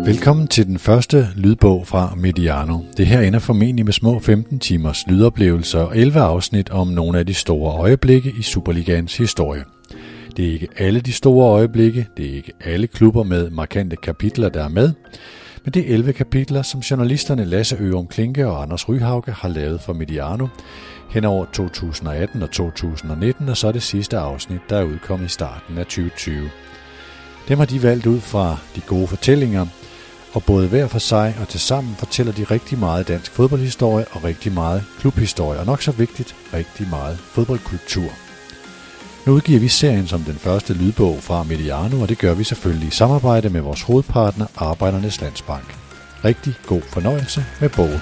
Velkommen til den første lydbog fra Mediano. Det her ender formentlig med små 15 timers lydoplevelser og 11 afsnit om nogle af de store øjeblikke i Superligaens historie. Det er ikke alle de store øjeblikke, det er ikke alle klubber med markante kapitler, der er med, men det er 11 kapitler, som journalisterne Lasse Ørum Klinke og Anders Ryhauke har lavet for Mediano hen over 2018 og 2019, og så er det sidste afsnit, der er udkommet i starten af 2020. Dem har de valgt ud fra de gode fortællinger, og både hver for sig og tilsammen fortæller de rigtig meget dansk fodboldhistorie og rigtig meget klubhistorie, og nok så vigtigt, rigtig meget fodboldkultur. Nu udgiver vi serien som den første lydbog fra Mediano, og det gør vi selvfølgelig i samarbejde med vores hovedpartner, Arbejdernes Landsbank. Rigtig god fornøjelse med bogen.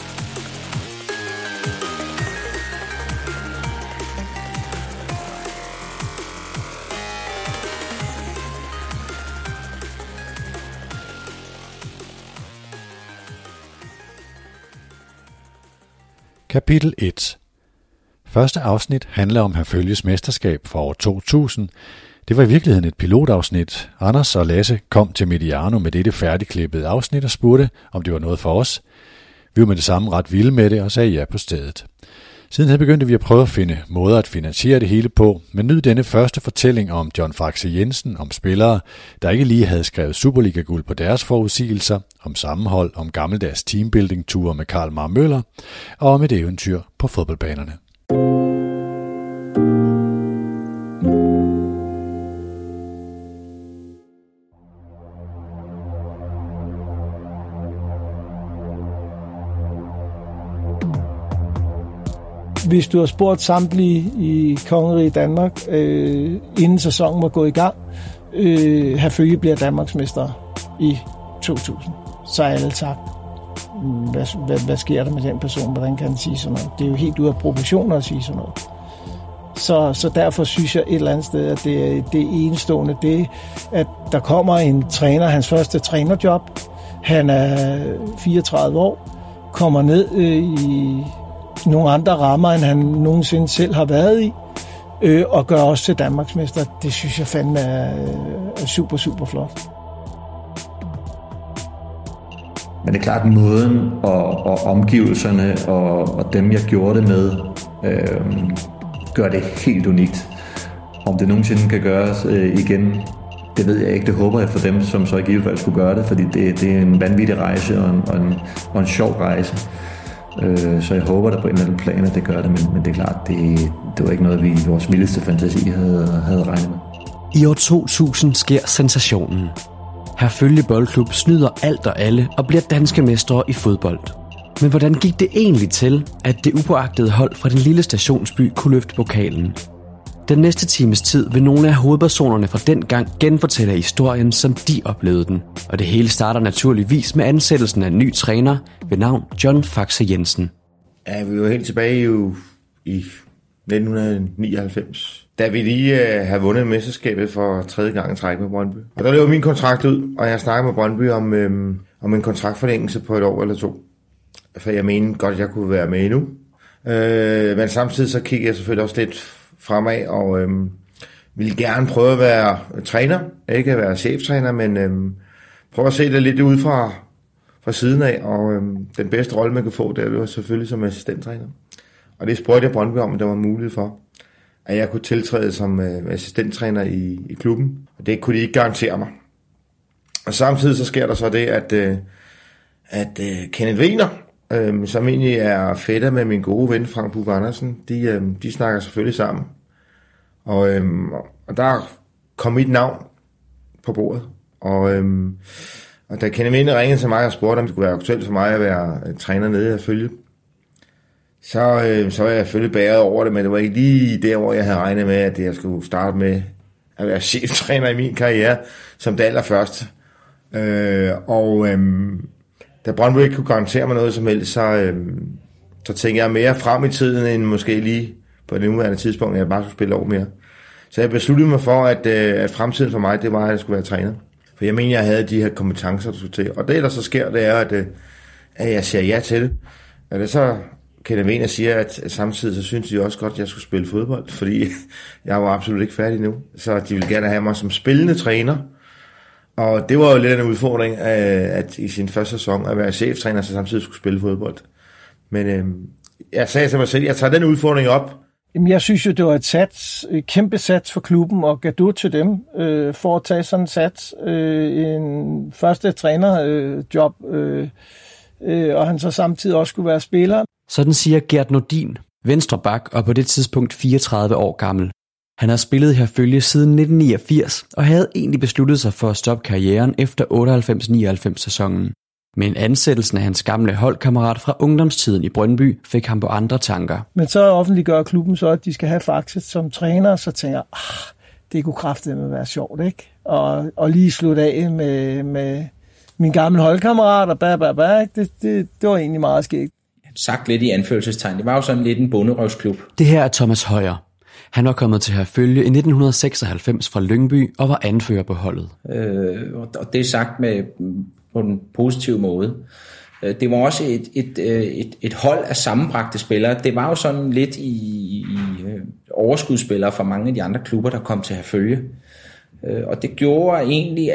Kapitel 1. Første afsnit handler om Herfølges mesterskab for år 2000. Det var i virkeligheden et pilotafsnit. Anders og Lasse kom til Mediano med dette færdigklippede afsnit og spurgte, om det var noget for os. Vi var med det samme ret vilde med det og sagde ja på stedet. Sidenhen begyndte vi at prøve at finde måder at finansiere det hele på, men nyd denne første fortælling om John Faxe Jensen, om spillere, der ikke lige havde skrevet Superliga-guld på deres forudsigelser, om sammenhold, om gammeldags teambuilding-ture med Karl Mar Møller, og om et eventyr på fodboldbanerne. Hvis du har spurgt samtlige i Kongeriget Danmark, inden sæsonen var gået i gang, Herfølge bliver Danmarksmester i 2000. Så er alle sagt, hvad sker der med den person? Hvordan kan han sige sådan noget? Det er jo helt ude af proportioner at sige sådan noget. Så derfor synes jeg et eller andet sted, at det er enestående det, at der kommer en træner, hans første trænerjob. Han er 34 år, kommer ned i nogle andre rammer, end han nogensinde selv har været i, og gør også til Danmarksmester. Det synes jeg fandme er super, super flot. Men det er klart, måden og omgivelserne og dem, jeg gjorde det med, gør det helt unikt. Om det nogensinde kan gøres igen, det ved jeg ikke. Det håber jeg for dem, som så i givet fald skulle gøre det, fordi det er en vanvittig rejse og en sjov rejse. Så jeg håber, der på en eller anden plan, at det gør det, men det er klart, det var ikke noget, vi i vores vildeste fantasi havde regnet med. I år 2000 sker sensationen. Herfølge Boldklub snyder alt og alle og bliver danske mestre i fodbold. Men hvordan gik det egentlig til, at det upåagtede hold fra den lille stationsby kunne løfte pokalen? Den næste times tid vil nogle af hovedpersonerne fra den gang genfortælle historien, som de oplevede den. Og det hele starter naturligvis med ansættelsen af en ny træner ved navn John Faxe Jensen. Ja, vi var helt tilbage i 1999, da vi lige havde vundet mesterskabet for tredje gang i træk med Brøndby. Og der løb min kontrakt ud, og jeg snakkede med Brøndby om en kontraktforlængelse på et år eller to. For jeg mente godt, at jeg kunne være med endnu. Men samtidig så kiggede jeg selvfølgelig også lidt fremad, og ville gerne prøve at være træner. Ikke at være cheftræner, men prøve at se det lidt ud fra siden af, og den bedste rolle, man kan få, det var selvfølgelig som assistenttræner. Og det spurgte jeg Brøndby om, at der var mulighed for, at jeg kunne tiltræde som assistenttræner i klubben, og det kunne de ikke garantere mig. Og samtidig så sker der så det, at Kenneth Wiener, som egentlig er fætter med min gode ven Frank Bugge Andersen, de snakker selvfølgelig sammen. Og der kom mit navn på bordet. Og da Kenneth Wiener ringede til mig og spurgte, om det kunne være aktuelt for mig at være træner nede i Herfølge, så var jeg selvfølgelig bæret over det, men det var ikke lige der, hvor jeg havde regnet med, at jeg skulle starte med at være cheftræner i min karriere, som det allerførste. Da Brøndby ikke kunne garantere mig noget som helst, så tænkte jeg mere frem i tiden, end måske lige på det nuværende tidspunkt, at jeg bare skulle spille over mere. Så jeg besluttede mig for, at fremtiden for mig, det var, at jeg skulle være træner. For jeg mener, jeg havde de her kompetencer, der skulle til. Og det, der så sker, det er, at jeg siger ja til det. Og det så Kenneth Wiener siger, at samtidig så synes de også godt, at jeg skulle spille fodbold, fordi jeg var absolut ikke færdig nu. Så de ville gerne have mig som spillende træner, Og det var jo lidt en udfordring, at i sin første sæson at være cheftræner, så samtidig skulle spille fodbold. Men jeg sagde til mig selv, jeg tager den udfordring op. Jamen, jeg synes jo, det var et kæmpe sats for klubben, og gado til dem for at tage sådan en sats. En første trænerjob, og han så samtidig også skulle være spiller. Sådan siger Gert Nordin, venstre bak og på det tidspunkt 34 år gammel. Han har spillet her følge siden 1989 og havde egentlig besluttet sig for at stoppe karrieren efter 98-99 sæsonen. Men ansættelsen af hans gamle holdkammerat fra ungdomstiden i Brøndby fik ham på andre tanker. Men så offentliggør klubben så, at de skal have Faxe som træner, og så tænker jeg, det kunne kraftedeme være sjovt, ikke? Og lige slutte af med min gamle holdkammerat, og det var egentlig meget skægt. Sagt lidt i anførselstegn, det var jo sådan lidt en bonderøvsklub. Det her er Thomas Højer. Han var kommet til Herfølge i 1996 fra Lyngby og var anfører på holdet. Og det er sagt med på den positive måde. Det var også et hold af sammenbragte spillere. Det var jo sådan lidt i overskudsspillere fra mange af de andre klubber, der kom til Herfølge. Og det gjorde egentlig,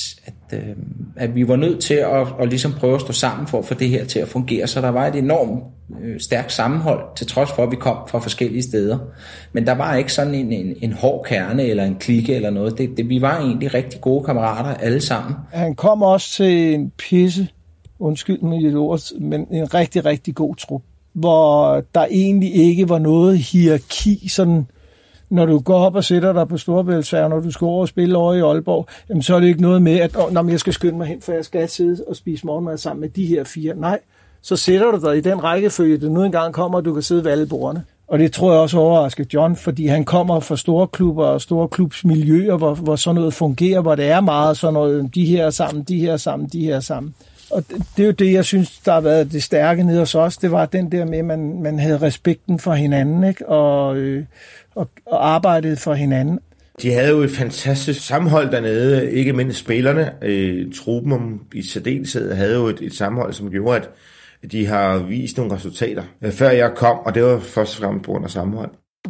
at vi var nødt til at ligesom prøve at stå sammen for at få det her til at fungere. Så der var et enormt stærkt sammenhold, til trods for, at vi kom fra forskellige steder. Men der var ikke sådan en hård kerne eller en klikke eller noget. Vi var egentlig rigtig gode kammerater alle sammen. Han kom også til en undskyld med et ord, men en rigtig, rigtig god trup, hvor der egentlig ikke var noget hierarki, sådan. Når du går op og sætter dig på Storebæltsfærgen, når du skal over og spille over i Aalborg, jamen, så er det ikke noget med, at jeg skal skynde mig hen, for jeg skal sidde og spise morgenmad sammen med de her 4. Nej, så sætter du dig i den rækkefølge, det nu engang kommer, og du kan sidde ved alle bordene. Og det tror jeg også overrasker John, fordi han kommer fra store klubber og store klubsmiljøer, hvor sådan noget fungerer, hvor det er meget sådan noget, de her sammen, de her sammen, de her sammen. Og det er jo det, jeg synes, der har været det stærke nede hos os. Det var den der med, at man havde respekten for hinanden, ikke? Og arbejdede for hinanden. De havde jo et fantastisk sammenhold dernede, ikke mindst spillerne. Truppen i særdeleshed havde jo et sammenhold, som gjorde, at de har vist nogle resultater, før jeg kom, og det var først og fremmest på grund af sammenhold.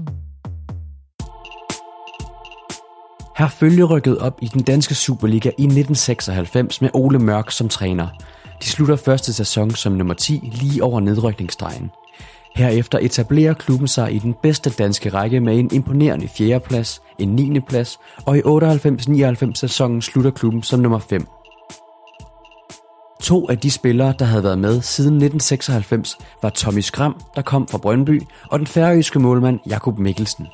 Herfølge rykkede op i den danske Superliga i 1996 med Ole Mørk som træner. De slutter første sæson som nummer 10 lige over nedrykningsstregen. Herefter etablerer klubben sig i den bedste danske række med en imponerende 4. plads, en 9. plads, og i 98-99 sæsonen slutter klubben som nummer 5. 2 af de spillere, der havde været med siden 1996, var Tommy Skram, der kom fra Brøndby, og den færøske målmand Jakob Mikkelsen.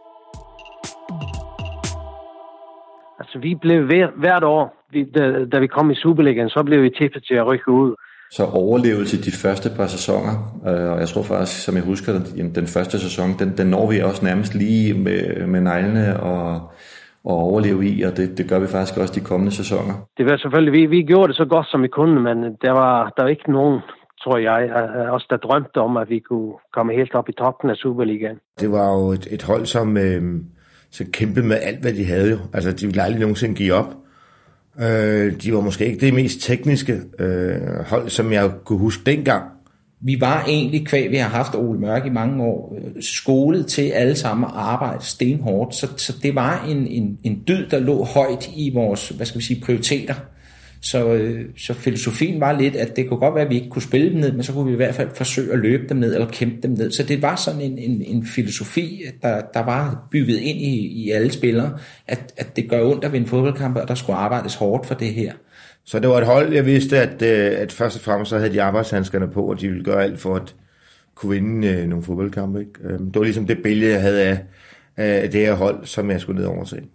Altså, vi blev hvert år, da vi kom i Superligaen, så blev vi tippet til at rykke ud. Så overlevelse de første par sæsoner, og jeg tror faktisk, som jeg husker, den første sæson, den når vi også nærmest lige med neglene og overleve i, og det gør vi faktisk også de kommende sæsoner. Det var selvfølgelig, vi gjorde det så godt som vi kunne, men der var ikke nogen, tror jeg, os der drømte om, at vi kunne komme helt op i toppen af Superligaen. Det var jo et hold, som kæmpede med alt, hvad de havde jo. Altså, de ville aldrig nogensinde give op. De var måske ikke det mest tekniske hold, som jeg kunne huske dengang. Vi var egentlig, kvæg vi har haft Ole Mørk i mange år, skolet til alle sammen at arbejde stenhårdt. Så det var en dyd, der lå højt i vores, prioriteter. Så filosofien var lidt, at det kunne godt være, at vi ikke kunne spille dem ned, men så kunne vi i hvert fald forsøge at løbe dem ned, eller kæmpe dem ned. Så det var sådan en filosofi, der var bygget ind i alle spillere, at det gør ondt at vinde fodboldkampe, og der skulle arbejdes hårdt for det her. Så det var et hold, jeg vidste, at først og fremmest så havde de arbejdshandskerne på, og de ville gøre alt for at kunne vinde nogle fodboldkampe. Ikke? Det var ligesom det billede, jeg havde af det her hold, som jeg skulle ned over til.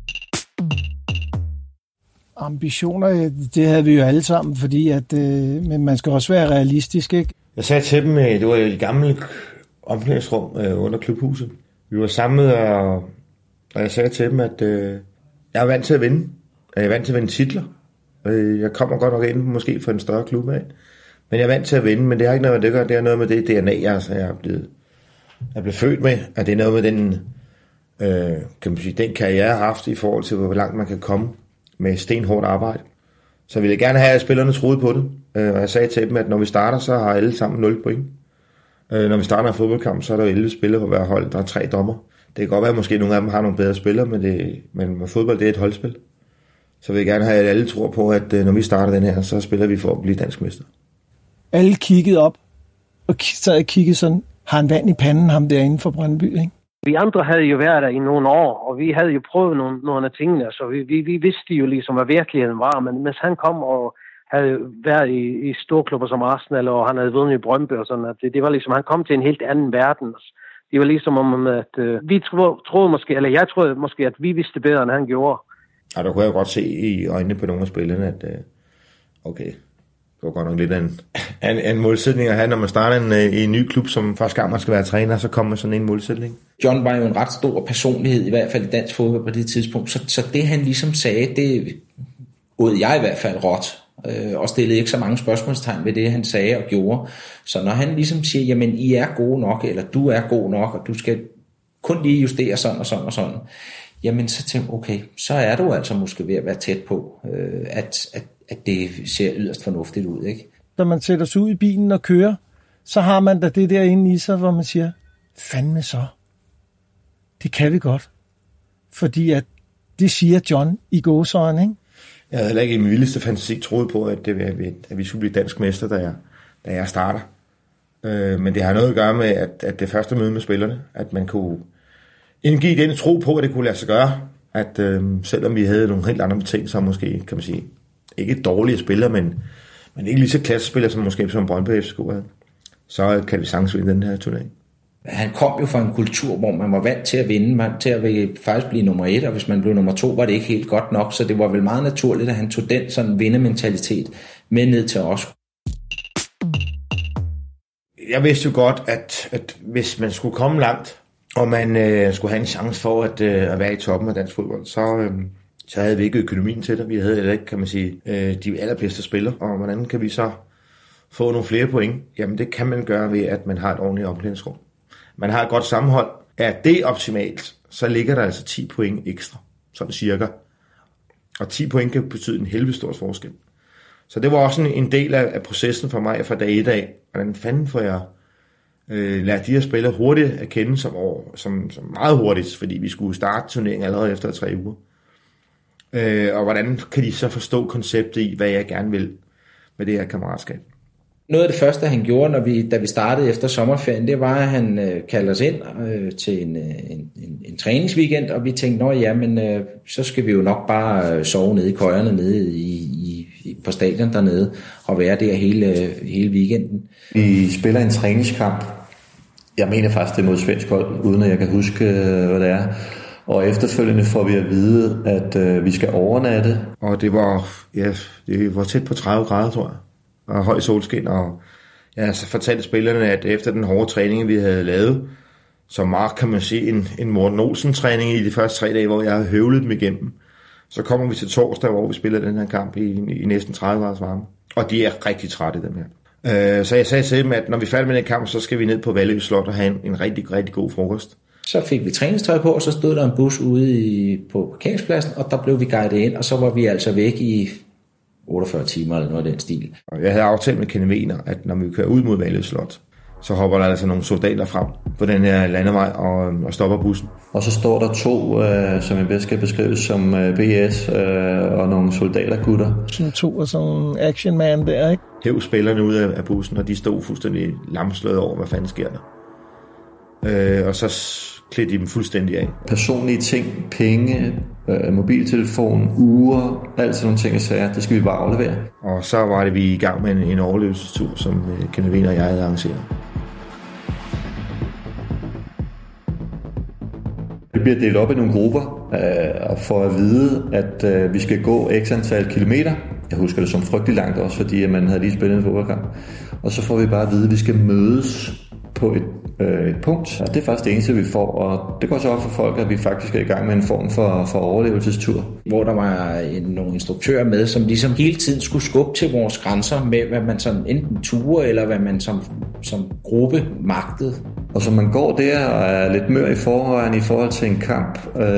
Ambitioner, det havde vi jo alle sammen, fordi men man skal også være realistisk, ikke? Jeg sagde til dem, det var jo et gammelt omklædningsrum under klubhuset. Vi var samlet, og jeg sagde til dem, at jeg er vant til at vinde. Jeg er vant til at vinde titler. Jeg kommer godt nok ind, måske for en større klub af. Men jeg er vant til at vinde, men det har ikke noget med det gør. Det er noget med det DNA, jeg er blevet født med. At det er noget med den, kan man sige, den karriere, jeg har haft i forhold til, hvor langt man kan komme med stenhårdt arbejde. Så jeg ville gerne have, at spillerne troede på det. Og jeg sagde til dem, at når vi starter, så har alle sammen 0 point. Når vi starter en fodboldkamp, så er der 11 spillere på hver hold. Der er 3 dommer. Det kan godt være, at måske nogle af dem har nogle bedre spillere, men fodbold det er et holdspil. Så vil jeg gerne have, at alle tror på, at når vi starter den her, så spiller vi for at blive dansk mester. Alle kiggede op og sad og kiggede sådan, har han vand i panden, ham derinde for Brøndby, ikke? Vi andre havde jo været der i nogle år, og vi havde jo prøvet nogle af tingene, så vi vidste jo ligesom, hvad virkeligheden var, men hvis han kom og havde været i storklubber som Arsenal, og han havde vundet i Brøndby og sådan, at det var ligesom, han kom til en helt anden verden. Det var ligesom om, at vi troede måske, eller jeg troede måske, at vi vidste bedre, end han gjorde. Ja, der kunne jeg godt se i øjnene på nogle af spillerne, at okay, det var godt nok lidt en målsætning at have, når man starter i en ny klub, som første gang man skal være træner, så kommer sådan en målsætning. John var jo en ret stor personlighed, i hvert fald i dansk fodbold på det tidspunkt, så det han ligesom sagde, det ud jeg i hvert fald råt, og stillede ikke så mange spørgsmålstegn ved det, han sagde og gjorde. Så når han ligesom siger, jamen I er gode nok, eller du er god nok, og du skal kun lige justere sådan og sådan og sådan, jamen så tænkte okay, så er du altså måske ved at være tæt på, at det ser yderst fornuftigt ud, ikke? Når man sætter sig ud i bilen og kører, så har man da det derinde i sig, hvor man siger, fandme så, det kan vi godt. Fordi at det siger John i gåseøjne, ikke? Jeg havde heller ikke i min vildeste fantasi troet på, at vi skulle blive dansk mester, da jeg starter. Men det har noget at gøre med, at det første møde med spillerne, at man kunne indgive den tro på, at det kunne lade sig gøre. At selvom vi havde nogle helt andre betingelser, måske kan man sige, ikke dårlige spillere, men ikke lige så klassespillere, som måske som Brøndby FCK havde, så kan vi sagtens vinde den her turnering. Han kom jo fra en kultur, hvor man var vant til at vinde, man til at faktisk blive nummer 1, og hvis man blev nummer 2, var det ikke helt godt nok, så det var vel meget naturligt, at han tog den sådan vindermentalitet med ned til os. Jeg vidste jo godt, at hvis man skulle komme langt, og man skulle have en chance for at være i toppen af dansk fodbold, så havde vi ikke økonomien til det. Vi havde heller ikke, kan man sige, de allerbedste spillere, og hvordan kan vi så få nogle flere point? Jamen det kan man gøre ved, at man har et ordentligt omklædningsrum. Man har et godt sammenhold. Er det optimalt, så ligger der altså 10 point ekstra, sådan cirka. Og 10 point kan betyde en helvede stor forskel. Så det var også en del af processen for mig fra dag 1 af. Hvordan fanden får jeg lært de her spillere hurtigt at kende som meget hurtigt, fordi vi skulle starte turneringen allerede efter 3 uger. Og hvordan kan de så forstå konceptet i, hvad jeg gerne vil med det her kammeratskab? Noget af det første, han gjorde, da vi startede efter sommerferien, det var, at han kaldte os ind til en træningsweekend, og vi tænkte, så skal vi jo nok bare sove nede i køjerne nede på stadion dernede, og være der hele weekenden. Vi spiller en træningskamp. Jeg mener faktisk, det er mod svensk hold, uden at jeg kan huske, hvad det er. Og efterfølgende får vi at vide, at vi skal overnatte. Og det var tæt på 30 grader, tror jeg. Og høj solskin, og så fortalte spillerne, at efter den hårde træning, vi havde lavet, så Mark kan man sige, en Morten Olsen-træning i de første 3 dage, hvor jeg havde høvlet dem igennem. Så kommer vi til torsdag, hvor vi spiller den her kamp i næsten 30 graders varme. Og de er rigtig trætte, dem her. Så jeg sagde til dem, at når vi er færdige med den kamp, så skal vi ned på Vallø Slot og have en rigtig, rigtig god frokost. Så fik vi træningstøj på, og så stod der en bus ude på parkeringspladsen, og der blev vi guidet ind, og så var vi altså væk i 48 timer eller noget af den stil. Og jeg havde aftalt med Kenneth Wiener, at når vi kører ud mod Vallø Slot, så hopper der altså nogle soldater frem på den her landevej og stopper bussen. Og så står der 2, som jeg bedst skal beskrives som BS og nogle soldatergutter. Sådan 2 og sådan action man der, ikke? Hæv spillerne ud af bussen, og de stod fuldstændig lamslået over, hvad fanden sker der. Og så klædte de dem fuldstændig af. Personlige ting, penge, mobiltelefon, uger, alt sådan nogle ting og sager, det skal vi bare aflevere. Og så var det vi i gang med en overlevelsestur, som Kenneth Wiener og jeg havde arrangeret. Vi bliver delt op i nogle grupper og får at vide, at vi skal gå x antal kilometer. Jeg husker det som frygtelig langt også, fordi man havde lige spillet en fodboldkamp. Og så får vi bare at vide, at vi skal mødes på et punkt. Og det er faktisk det eneste, vi får. Og det går så op for folk, at vi faktisk er i gang med en form for overlevelsestur. Hvor der var nogle instruktører med, som ligesom hele tiden skulle skubbe til vores grænser med, hvad man som enten turde, eller hvad man som gruppe magtede. Og så man går der og er lidt mør i forvejen i forhold til en kamp,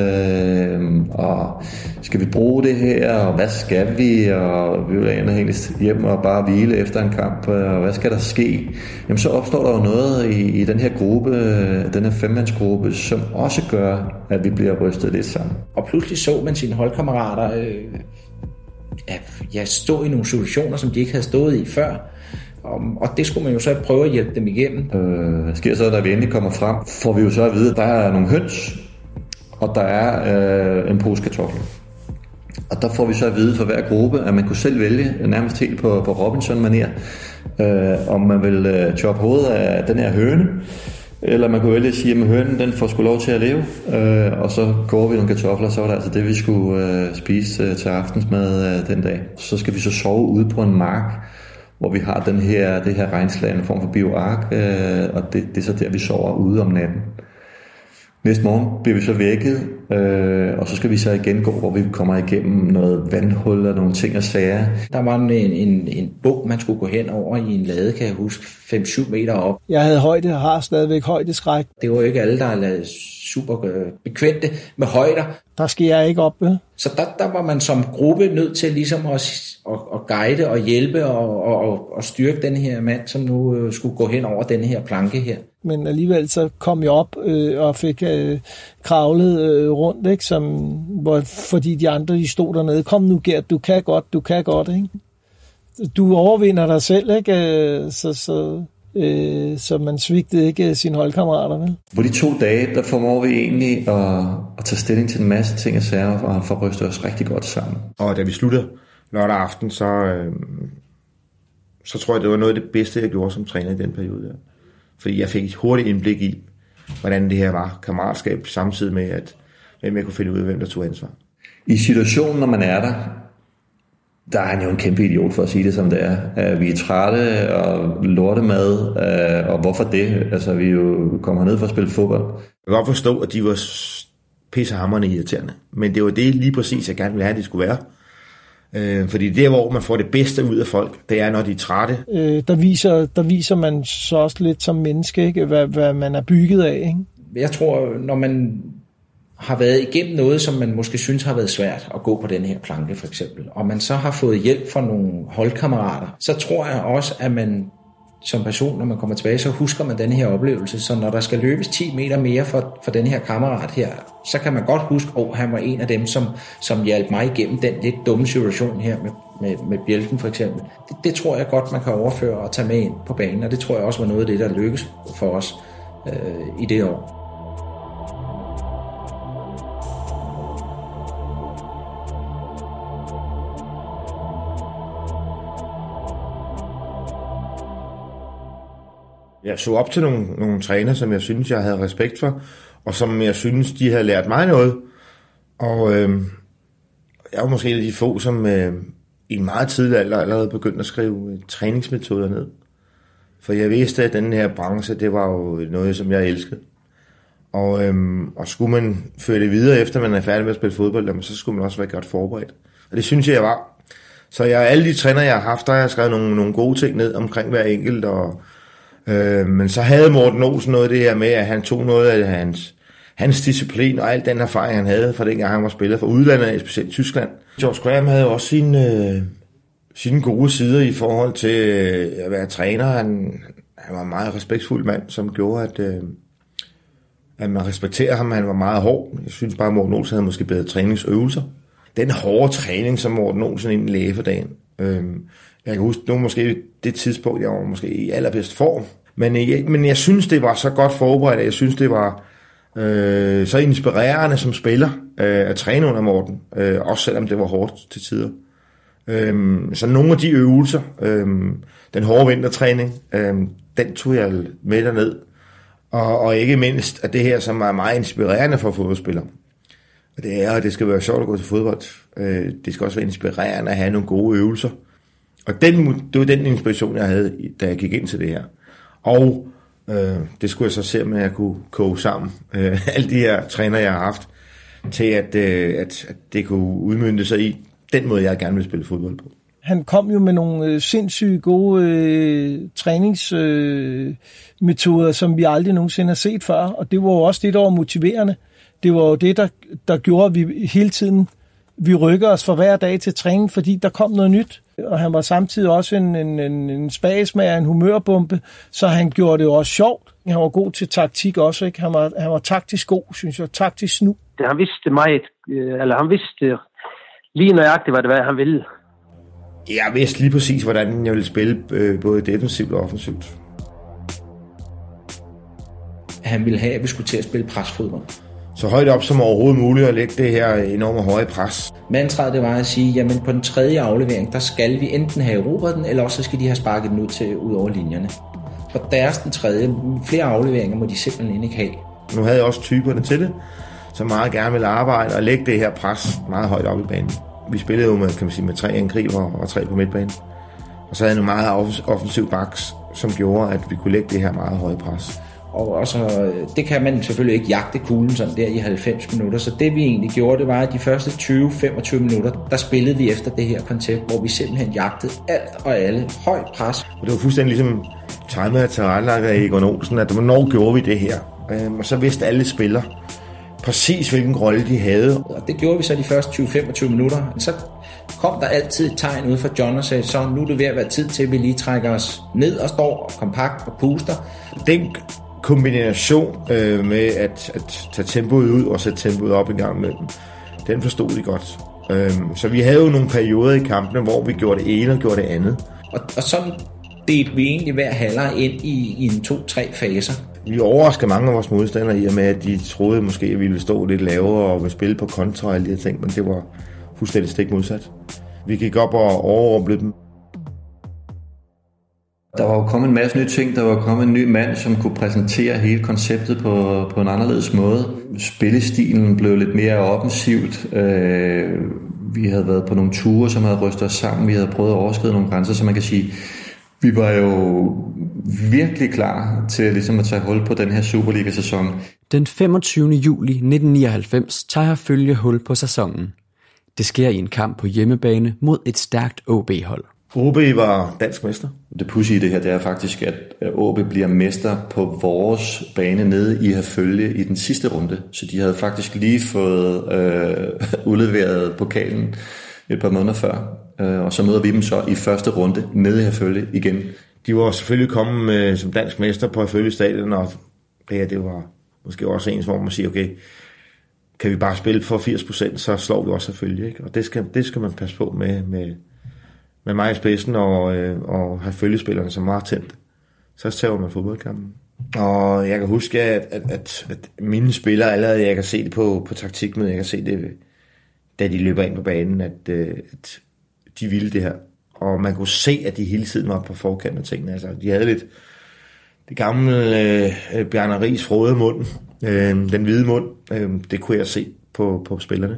og skal vi bruge det her, og hvad skal vi, og vi vil egentlig hjem og bare hvile efter en kamp, og hvad skal der ske? Jamen så opstår der jo noget i den her gruppe, den her 5-mandsgruppe, som også gør, at vi bliver rystet lidt sammen. Og pludselig så man sine holdkammerater stå i nogle situationer, som de ikke havde stået i før. Og det skulle man jo så prøve at hjælpe dem igennem. Sker så, da vi endelig kommer frem, får vi jo så at vide, at der er nogle høns, og der er en pose kartofler. Og der får vi så at vide for hver gruppe, at man kunne selv vælge, nærmest helt på Robinson-manér, om man vil choppe hovedet af den her høne, eller man kunne vælge at sige, at hønen den får sgu lov til at leve, og så går vi nogle kartofler, så var det altså det, vi skulle spise til aftensmad den dag. Så skal vi så sove ude på en mark, hvor vi har det her regnslag, en form for bioark, og det er så der, vi sover ude om natten. Næste morgen bliver vi så vækket, og så skal vi så igen gå, hvor vi kommer igennem noget vandhul og nogle ting og sager. Der var en bog, man skulle gå hen over i en lade, kan jeg huske, 5-7 meter op. Jeg havde højde og har stadigvæk højdeskræk. Det var jo ikke alle, der er lavet super bekvemte med højder. Der skal jeg ikke op med. Så der var man som gruppe nødt til ligesom at guide og hjælpe og styrke den her mand, som nu skulle gå hen over den her planke her. Men alligevel så kom jeg op og fik kravlet rundt, ikke? Fordi de andre de stod dernede. Kom nu Gert, du kan godt, ikke? Du overvinder dig selv, ikke? Så man svigtede ikke sine holdkammerater, vel? På de 2 dage, der formår vi egentlig at tage stilling til en masse ting og sager, og få rystet os rigtig godt sammen. Og da vi slutter lørdag aften, så tror jeg, det var noget af det bedste, jeg gjorde som træner i den periode. Der. Fordi jeg fik et hurtigt indblik i, hvordan det her var kammeratskab, samtidig med, at jeg kunne finde ud af, hvem der tog ansvar. I situationen, når man er der er han jo en kæmpe idiot for at sige det, som det er. Vi er trætte og lortemad, og hvorfor det? Altså, vi jo kommer ned for at spille fodbold. Jeg kan godt forstå, at de var pissehamrende irriterende, men det var det lige præcis, jeg gerne ville have, at de skulle være. Fordi det, hvor man får det bedste ud af folk, det er, når de er trætte. Der viser man så også lidt som menneske, ikke? Hvad man er bygget af. Ikke? Jeg tror, når man har været igennem noget, som man måske synes har været svært at gå på den her planke for eksempel, og man så har fået hjælp fra nogle holdkammerater, så tror jeg også, at man som person, når man kommer tilbage, så husker man den her oplevelse. Så når der skal løbes 10 meter mere for den her kammerat her, så kan man godt huske, at han var en af dem, som hjalp mig igennem den lidt dumme situation her med bjælken for eksempel. Det tror jeg godt, man kan overføre og tage med ind på banen, og det tror jeg også var noget af det, der lykkes for os i det år. Jeg så op til nogle træner, som jeg synes, jeg havde respekt for, og som jeg synes, de havde lært mig noget. Og jeg var måske en af de få, som i en meget tidlig alder allerede begyndte at skrive træningsmetoder ned. For jeg vidste, at den her branche, det var jo noget, som jeg elskede. Og skulle man føre det videre, efter man er færdig med at spille fodbold, så skulle man også være godt forberedt. Og det synes jeg var. Så alle de træner, jeg har haft, der har jeg skrevet nogle gode ting ned omkring hver enkelt, men så havde Morten Olsen noget af det her med, at han tog noget af hans disciplin og al den erfaring, han havde fra dengang, han var spiller for udlandet, specielt Tyskland. George Graham havde også sine gode sider i forhold til at være træner. Han var en meget respektfuld mand, som gjorde, at man respekterer ham. Han var meget hård. Jeg synes bare, at Morten Olsen havde måske bedre træningsøvelser. Den hårde træning, som Morten Olsen egentlig lagde for dagen. Jeg kan huske, det var måske det tidspunkt, jeg var måske i allerbedst form. Men jeg synes, det var så godt forberedt. Jeg synes, det var så inspirerende som spiller at træne under Morten. Også selvom det var hårdt til tider. Så nogle af de øvelser, den hårde vintertræning, den tog jeg med derned. Og ikke mindst, at det her, som er meget inspirerende for fodboldspillere. Og det er, at det skal være sjovt at gå til fodbold. Det skal også være inspirerende at have nogle gode øvelser. Og det var den inspiration, jeg havde, da jeg gik ind til det her. Og det skulle jeg så se, om jeg kunne koge sammen. Alle de her træner, jeg har haft, til at det kunne udmønte sig i den måde, jeg gerne vil spille fodbold på. Han kom jo med nogle sindssygt gode træningsmetoder, som vi aldrig nogensinde har set før, og det var jo også det, der var motiverende. Det var jo det, der gjorde, at vi hele tiden vi rykker os fra hver dag til træning, fordi der kom noget nyt. Og han var samtidig også en spagesmager, en humørbombe, så han gjorde det jo også sjovt. Han var god til taktik også, ikke? Han var taktisk god, synes jeg, taktisk snu. Han vidste meget, eller han vidste lige nøjagtigt, hvad det var, han ville. Jeg vidste lige præcis, hvordan jeg ville spille, både defensivt og offensivt. Han ville have, at vi skulle til at spille presfodbold. Så højt op som overhovedet muligt at lægge det her enorme høje pres. Mantraet det var at sige, jamen på den tredje aflevering, der skal vi enten have erobret den, eller også skal de have sparket den ud over linjerne. Og deres den tredje, flere afleveringer må de simpelthen ikke have. Nu havde jeg også typerne til det, som meget gerne ville arbejde og lægge det her pres meget højt op i banen. Vi spillede jo med 3 angriber og 3 på midtbanen. Og så havde jeg nogle meget offensiv backs, som gjorde, at vi kunne lægge det her meget høje pres. Og også, det kan man selvfølgelig ikke jagte kuglen sådan der i 90 minutter. Så det vi egentlig gjorde, det var, at de første 20-25 minutter, der spillede vi efter det her koncept, hvor vi simpelthen jagtede alt og alle. Højt pres. Og det var fuldstændig ligesom timet og tilrettelagt af Egon Olsen, at hvornår gjorde vi det her? Og så vidste alle spillere præcis, hvilken rolle de havde. Og det gjorde vi så de første 20-25 minutter. Så kom der altid et tegn ud fra John og sagde, så nu er det ved at være tid til, at vi lige trækker os ned og står kompakt og puster. Den kombination med at tage tempoet ud og sætte tempoet op en gang med dem, den forstod de godt. Så vi havde jo nogle perioder i kampene, hvor vi gjorde det ene og gjorde det andet. Og sådan delte vi egentlig hver halvleg ind i en 2-3 faser. Vi overraskede mange af vores modstandere i og med, at de troede måske, at vi ville stå lidt lavere og ville spille på kontra og alle de her ting, men det var fuldstændig stik modsat. Vi gik op og overrumplede dem. Der var jo kommet en masse nye ting. Der var kommet en ny mand, som kunne præsentere hele konceptet på en anderledes måde. Spillestilen blev lidt mere offensivt. Vi havde været på nogle ture, som havde rystet os sammen. Vi havde prøvet at overskride nogle grænser, så man kan sige, vi var jo virkelig klar til ligesom at tage hul på den her Superliga-sæson. Den 25. juli 1999 tager Herfølge hul på sæsonen. Det sker i en kamp på hjemmebane mod et stærkt OB-hold. OB var dansk mester. Det pudsige i det her, det er faktisk, at OB bliver mester på vores bane nede i Herfølge i den sidste runde. Så de havde faktisk lige fået udleveret pokalen et par måneder før. Og så møder vi dem så i første runde nede i Herfølge igen. De var selvfølgelig kommet som dansk mester på Herfølge Stadion, og det var måske også en, hvor man siger, okay, kan vi bare spille for 80%, så slår vi også Herfølge, ikke? Og det skal man passe på med mig i spidsen og Herfølge-spillerne, som var tændt. Så tager man fodboldkampen. Og jeg kan huske, at mine spillere allerede, jeg kan se det på taktikmødet, jeg kan se det, da de løber ind på banen, at de ville det her. Og man kunne se, at de hele tiden var på forkant med tingene. Altså, de havde lidt det gamle Bjarne Riis frode mund, den hvide mund, det kunne jeg se på spillerne.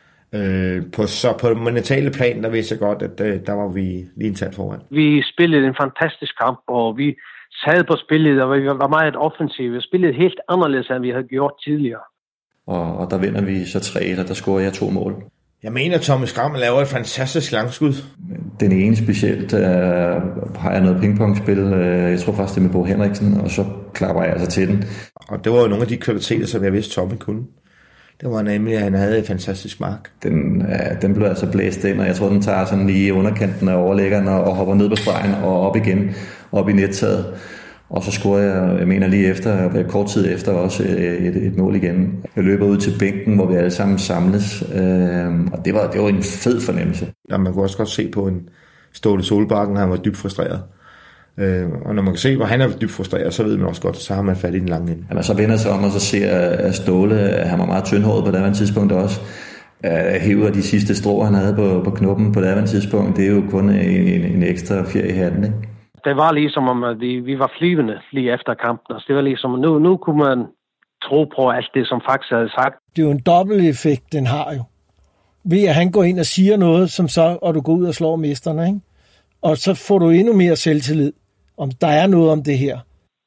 På den mentale plan, der vidste jeg godt, at der var vi lige en tand foran. Vi spillede en fantastisk kamp, og vi sad på spillet, og vi var meget offensive. Vi spillede helt anderledes, end vi havde gjort tidligere. Og der vinder vi så 3, og der scorer jeg 2 mål. Jeg mener, at Thomas Skram laver et fantastisk langskud. Den ene specielt har jeg noget pingpongspil. Jeg tror faktisk, det er med Bo Henriksen, og så klapper jeg altså til den. Og det var jo nogle af de kvaliteter, som jeg vidste, Tommy kunne. Det var nemlig, at han havde et fantastisk mark. Den blev altså blæst ind, og jeg tror, den tager sådan lige i underkanten af overlæggeren og hopper ned på stregen og op igen, op i nettaget. Og så scorer jeg mener lige efter, kort tid efter også et mål igen. Jeg løber ud til bænken, hvor vi alle sammen samles, og det var en fed fornemmelse. Ja, man kunne også godt se på en Ståle Solbakken, han var dybt frustreret. Og når man kan se, hvor han er dybt frustreret, så ved man også godt, så har man fat i den lange ende. Ja, man så vender sig om, og så ser at Ståle, han var meget tyndhåret på det andet tidspunkt også. Hæver de sidste strå, han havde på knoppen på det andet tidspunkt, det er jo kun en ekstra fjer i hatten, ikke? Det var ligesom om, at vi var flyvende lige efter kampen. Altså, det var ligesom, nu kunne man tro på alt det, som faktisk havde sagt. Det er jo en dobbelt effekt, den har jo. Ved at han går ind og siger noget, som så, og du går ud og slår mesterne, ikke? Og så får du endnu mere selvtillid, om der er noget om det her.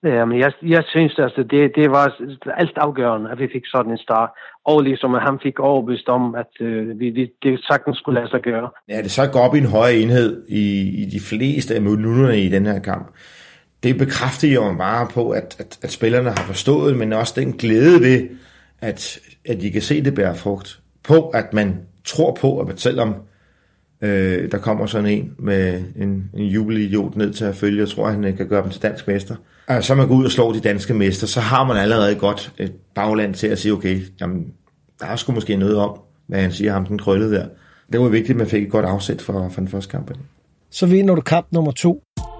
Ja, men jeg synes, altså, det var alt afgørende, at vi fik sådan en start. Og ligesom at han fik overbevist om, at det sagtens skulle lade sig gøre. Ja, det så går op i en højere enhed i de fleste af minutterne i den her kamp. Det bekræfter jo bare på, at spillerne har forstået, men også den glæde ved, at de kan se det bære frugt. På, at man tror på, at selvom der kommer sådan en med en jubelidiot ned til at følge, jeg tror, han kan gøre dem til dansk mester. Og så man går ud og slår de danske mester, så har man allerede godt et bagland til at sige, okay, jamen, der er sgu måske noget om, hvad han siger, ham den krøllede der. Det var vigtigt, at man fik et godt afsæt for den første kamp. Så vinder du kamp nummer 2.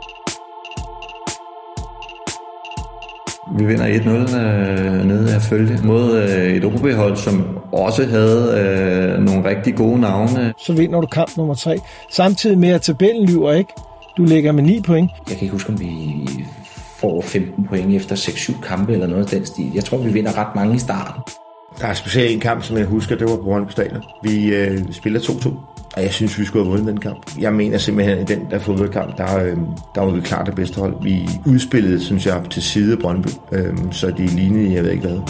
Vi vinder 1-0 nede af følge mod et OB-hold, som også havde nogle rigtig gode navne. Så vinder du kamp nummer 3. Samtidig med at tabellen lyver, ikke? Du ligger med 9 point. Jeg kan ikke huske, om vi får 15 point efter 6-7 kampe eller noget af den stil. Jeg tror, vi vinder ret mange i starten. Der er specielt en kamp, som jeg husker, det var på Brøndby Stadion. Vi spiller 2-2, og jeg synes, vi skulle have vundet den kamp. Jeg mener simpelthen, at i den der fodboldkamp, der var vi klart det bedste hold. Vi udspillede, synes jeg, til side Brøndby, så de lignede, jeg ved ikke hvad.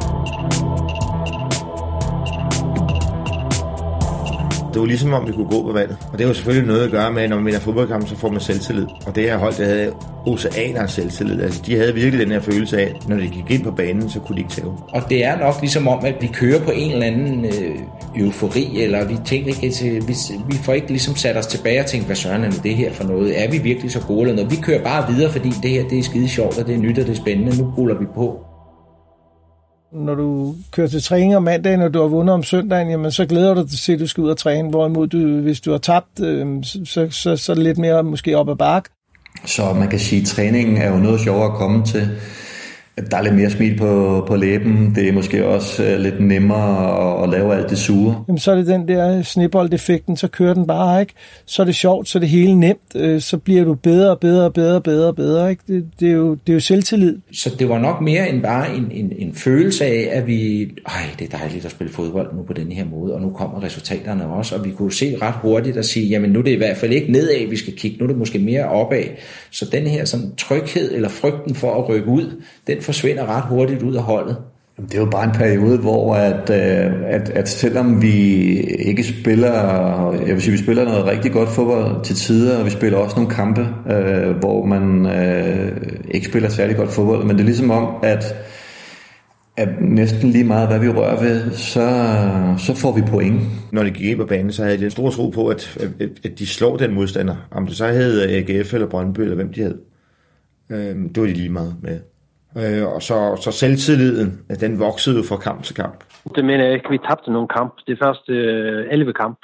Det var ligesom om, vi kunne gå på vandet. Og det var selvfølgelig noget at gøre med, at når man vinder fodboldkamp, så får man selvtillid. Og det her hold, det havde oceaner af selvtillid. Altså, de havde virkelig den her følelse af, at når de gik ind på banen, så kunne de ikke tæve. Og det er nok ligesom om, at vi kører på en eller anden eufori, eller vi tænker ikke, vi får ikke ligesom sat os tilbage og tænkt, hvad søren er det her for noget? Er vi virkelig så gode eller noget? Vi kører bare videre, fordi det her, det er skide sjovt, og det er nyt, og det er spændende. Nu ruller vi på. Når du kører til træning om mandagen, og du har vundet om søndagen, jamen, så glæder du dig til, at du skal ud og træne. Hvorimod, hvis du har tabt, så er det lidt mere måske op ad bakke. Så man kan sige, at træningen er jo noget sjovere at komme til. Der er lidt mere smil på læben. Det er måske også lidt nemmere at lave alt det sure. Jamen, så er det den der snebold-effekten, så kører den bare, ikke? Så er det sjovt, så er det hele nemt. Så bliver du bedre og bedre, ikke? Det er jo selvtillid. Så det var nok mere end bare en følelse af, at det er dejligt at spille fodbold nu på den her måde, og nu kommer resultaterne også, og vi kunne se ret hurtigt at sige, jamen nu er det i hvert fald ikke nedad, vi skal kigge, nu er det måske mere opad. Så den her sådan tryghed eller frygten for at rykke ud, den forsvinder ret hurtigt ud af holdet. Det er jo bare en periode, hvor at selvom vi ikke spiller, jeg vil sige, vi spiller noget rigtig godt fodbold til tider, og vi spiller også nogle kampe, hvor man ikke spiller særlig godt fodbold, men det er ligesom om, at næsten lige meget, hvad vi rører ved, så får vi point. Når de gik ind på banen, så havde de en stor tro på, at de slår den modstander. Om det så hed AGF eller Brøndby, eller hvem de hed. Det var de lige meget med. Og så selvtilliden, den voksede jo fra kamp til kamp. Det mener jeg ikke. Vi tabte nogle kampe. Det første 11 kampe.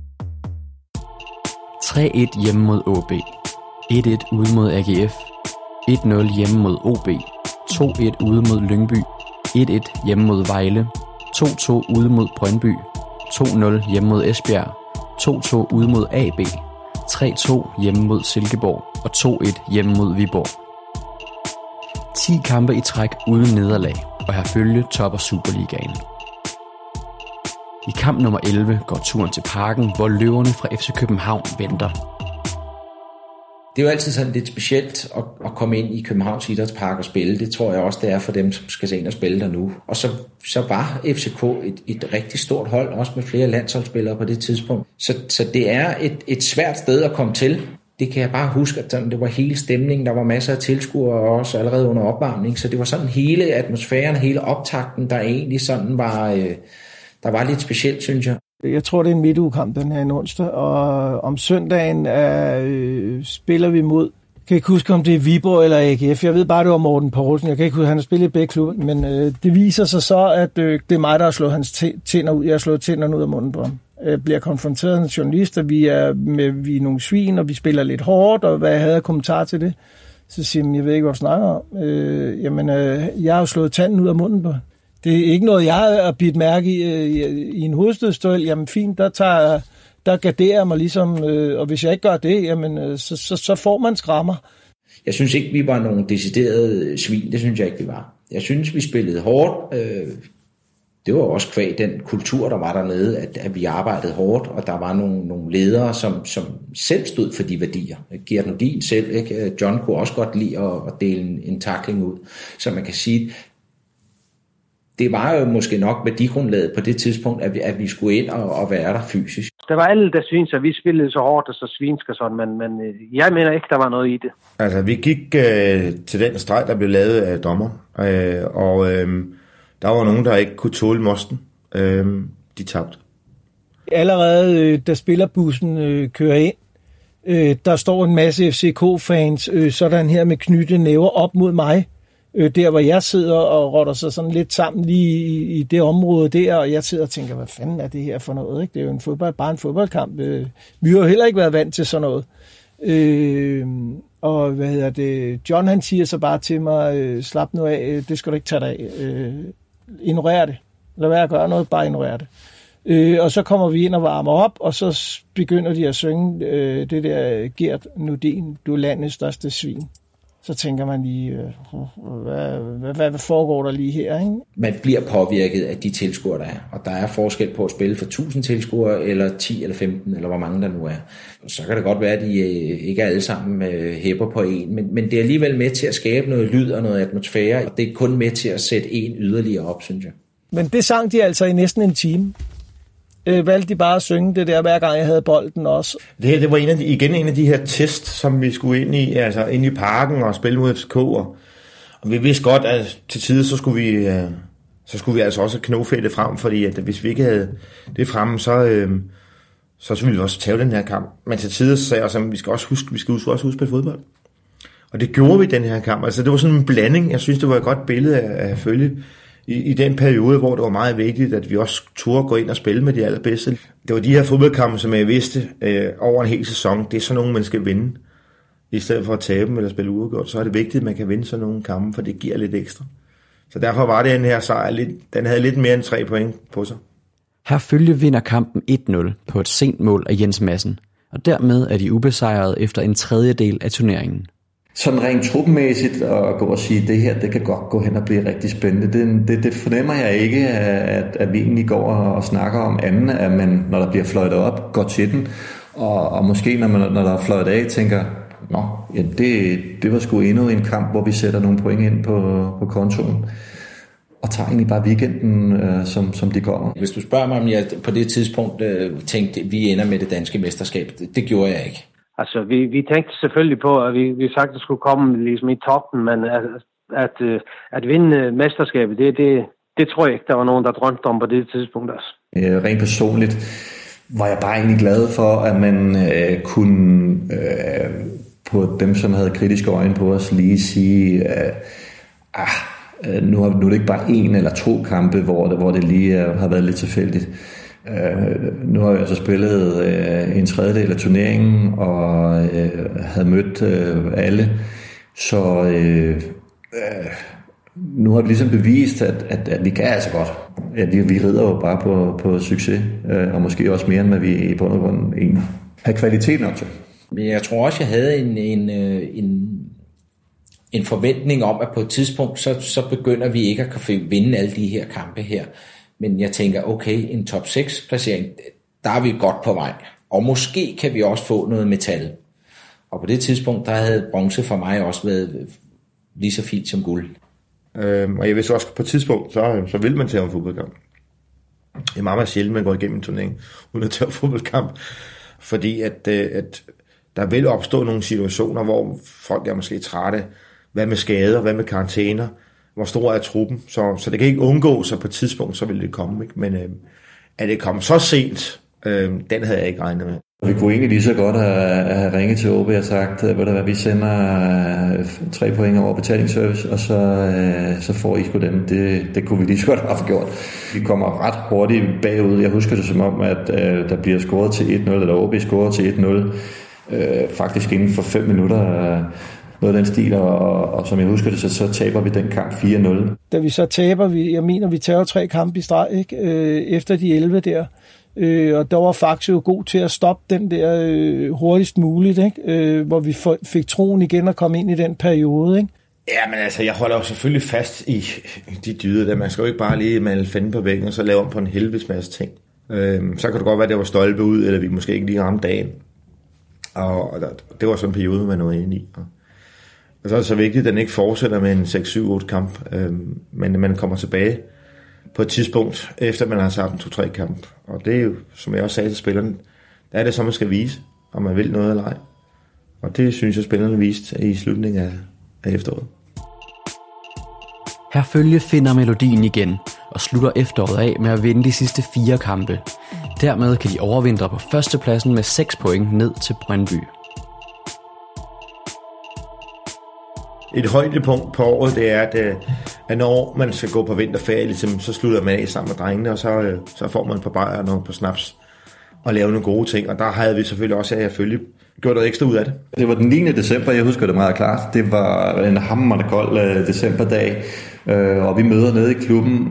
3-1 hjemme mod AB. 1-1 ude mod AGF. 1-0 hjemme mod OB. 2-1 ude mod Lyngby. 1-1 hjemme mod Vejle. 2-2 ude mod Brøndby. 2-0 hjemme mod Esbjerg. 2-2 ude mod AB. 3-2 hjemme mod Silkeborg. Og 2-1 hjemme mod Viborg. 10 kampe i træk uden nederlag, og herfølge topper Superligaen. I kamp nummer 11 går turen til Parken, hvor løverne fra FC København venter. Det er jo altid sådan lidt specielt at komme ind i Københavns Idrætspark og spille. Det tror jeg også, det er for dem, som skal se ind og spille der nu. Og så var FCK et rigtig stort hold, også med flere landsholdsspillere på det tidspunkt. Så det er et svært sted at komme til. Det kan jeg bare huske, at det var hele stemningen, der var masser af tilskuere også allerede under opvarmning, så det var sådan hele atmosfæren, hele optakten, der egentlig sådan var, der var lidt specielt, synes jeg. Jeg tror, det er en midtugekamp, den her en onsdag, og om søndagen spiller vi mod, jeg kan ikke huske, om det er Viborg eller AGF, jeg ved bare, det var Morten Poulsen, jeg kan ikke huske, han har spillet i begge klubber, men det viser sig så, at det er mig, der har slået hans tænder ud, jeg har slået tænderne ud af munden på ham. Bliver konfronteret af en journalist, og vi er nogle svin, og vi spiller lidt hårdt, og hvad jeg havde af kommentar til det, så siger jeg, jeg ved ikke, hvad du snakker om. Jeg har jo slået tanden ud af munden på. Det er ikke noget, jeg har bidt mærke i en hovedstødstøl. Jamen fint, der garderer mig ligesom, og hvis jeg ikke gør det, jamen, så får man skrammer. Jeg synes ikke, vi var nogle deciderede svin, det synes jeg ikke, vi var. Jeg synes, vi spillede hårdt, Det var også kvæg den kultur, der var dernede, at vi arbejdede hårdt, og der var nogle ledere, som selv stod for de værdier. Gert Nordin selv, ikke? John kunne også godt lide at dele en tackling ud. Så man kan sige, det var jo måske nok værdigrundlaget på det tidspunkt, at vi skulle ind og være der fysisk. Der var alle, der synes, at vi spillede så hårdt og så svinsk og sådan, men jeg mener ikke, der var noget i det. Altså, vi gik til den streg, der blev lavet af dommer, og der var nogen, der ikke kunne tåle mosten. De tabte. Allerede da spillerbussen kører ind, der står en masse FCK-fans sådan her med knyttede næver op mod mig. Der hvor jeg sidder og rotter sig sådan lidt sammen lige i det område der, og jeg sidder og tænker, hvad fanden er det her for noget? Ikke? Det er jo bare en fodboldkamp. Vi har jo heller ikke været vant til sådan noget. Og John han siger så bare til mig, slap nu af, det skal du ikke tage dig af. Ignorer det. Lad være at gøre noget, bare ignorer det. Og så kommer vi ind og varmer op, og så begynder de at synge det der Gert Nordin, du er landets største svin. Så tænker man lige, hvad foregår der lige her? Ikke? Man bliver påvirket af de tilskuere, der er. Og der er forskel på at spille for 1000 tilskuere, eller 10 eller 15, eller hvor mange der nu er. Så kan det godt være, at de ikke alle sammen hæpper på en. Men det er alligevel med til at skabe noget lyd og noget atmosfære. Og det er kun med til at sætte en yderligere op, synes jeg. Men det sang de altså i næsten en time. Valgte de bare at synge det der, hver gang jeg havde bolden også. Det var en af de her test, som vi skulle ind i, altså ind i parken og spille mod FCK. Og vi vidste godt, at til tider, så skulle vi altså også knofælde frem, fordi at hvis vi ikke havde det fremme, så ville vi også tage den her kamp. Men til tider så sagde jeg også, at vi skal også huske at spille fodbold. Og det gjorde vi i den her kamp. Altså det var sådan en blanding. Jeg synes, det var et godt billede at følge i den periode, hvor det var meget vigtigt, at vi også turde gå ind og spille med de allerbedste. Det var de her fodboldkampe, som jeg vidste over en hel sæson. Det er sådan nogle, man skal vinde. I stedet for at tabe dem eller spille uafgjort, så er det vigtigt, at man kan vinde sådan nogle kampe, for det giver lidt ekstra. Så derfor var det den her sejr, den havde lidt mere end 3 point på sig. Herfølge vinder kampen 1-0 på et sent mål af Jens Madsen, og dermed er de ubesejrede efter en tredjedel af turneringen. Sådan rent trupmæssigt at gå og sige, det her, det kan godt gå hen og blive rigtig spændende. Det fornemmer jeg ikke, at vi egentlig går og snakker om anden, at man, når der bliver fløjtet op, går til den, og måske når der er fløjtet af, tænker, ja, det var sgu endnu en kamp, hvor vi sætter nogle point ind på kontoen, og tager egentlig bare weekenden, som de kommer. Hvis du spørger mig, om jeg på det tidspunkt tænkte, at vi ender med det danske mesterskab, det gjorde jeg ikke. Altså, vi tænkte selvfølgelig på, at vi sagtens skulle komme ligesom i toppen, men at vinde mesterskabet, det tror jeg ikke, der var nogen, der drømte om på det tidspunkt også. Rent personligt var jeg bare egentlig glad for, at man kunne på dem, som havde kritiske øjne på os, lige sige, nu er det ikke bare 1 eller 2 kampe, hvor det lige har været lidt tilfældigt. Nu har jeg altså spillet en tredjedel af turneringen og havde mødt alle, så nu har vi ligesom bevist, at vi kan altså godt. At vi rider jo bare på succes, og måske også mere, end hvad vi i bund og grund egentlig har kvalitet nok til. Men jeg tror også, jeg havde en forventning om, at på et tidspunkt, så begynder vi ikke at kunne vinde alle de her kampe her. Men jeg tænker, okay, en top 6 placering, der er vi godt på vej. Og måske kan vi også få noget metal. Og på det tidspunkt, der havde bronze for mig også været lige så fint som guld. Og jeg vidste også, på et tidspunkt, så vil man tage en fodboldkamp. Det er meget sjældent, man går igennem en turnering uden at tage en fodboldkamp. Fordi at der vil opstå nogle situationer, hvor folk er måske trætte. Hvad med skader, hvad med karantæner? Hvor stor er truppen? Så det kan ikke undgå, så på et tidspunkt, så vil det komme. Ikke? Men at det kom så sent, den havde jeg ikke regnet med. Vi kunne egentlig lige så godt have ringet til OB og sagt, vi sender 3 point over betalingsservice, og så får I sgu dem. Det kunne vi lige så godt have gjort. Vi kommer ret hurtigt bagud. Jeg husker det som om, at der bliver scoret til 1-0, eller OB scorer til 1-0, faktisk inden for 5 minutter. Noget af den stil, og som jeg husker det, så taber vi den kamp 4-0. Da vi så taber, jeg mener, vi tager 3 kampe i streg, ikke? Efter de 11 der. Og der var faktisk jo god til at stoppe den der hurtigst muligt, ikke? Hvor vi fik troen igen at komme ind i den periode. Ikke? Ja, men altså, jeg holder jo selvfølgelig fast i de dyder der. Man skal jo ikke bare lige male fanden på væggen, og så lave om på en helvedes masse ting. Så kan det godt være, at det var stolpe ud, eller vi måske ikke lige ramte dagen. Og det var sådan en periode, man nåede ind i. Og så er det så vigtigt, at den ikke fortsætter med en 6-7-8 kamp, men man kommer tilbage på et tidspunkt, efter man har sagt en 2-3 kamp. Og det er jo, som jeg også sagde til spillerne, der er det så, man skal vise, om man vil noget eller ej. Og det synes jeg, spillerne viste i slutningen af efteråret. Herfølge finder melodien igen og slutter efteråret af med at vinde de sidste 4 kampe. Dermed kan de overvintre på førstepladsen med 6 point ned til Brøndby. Et højdepunkt på året, det er, at når man skal gå på vinterferie, ligesom, så slutter man af sammen med drengene, og så får man på bajer og på snaps og lave nogle gode ting. Og der havde vi selvfølgelig også, at jeg følge gjort noget ekstra ud af det. Det var den 9. december, jeg husker det meget klart. Det var en hammerende kold decemberdag, og vi møder nede i klubben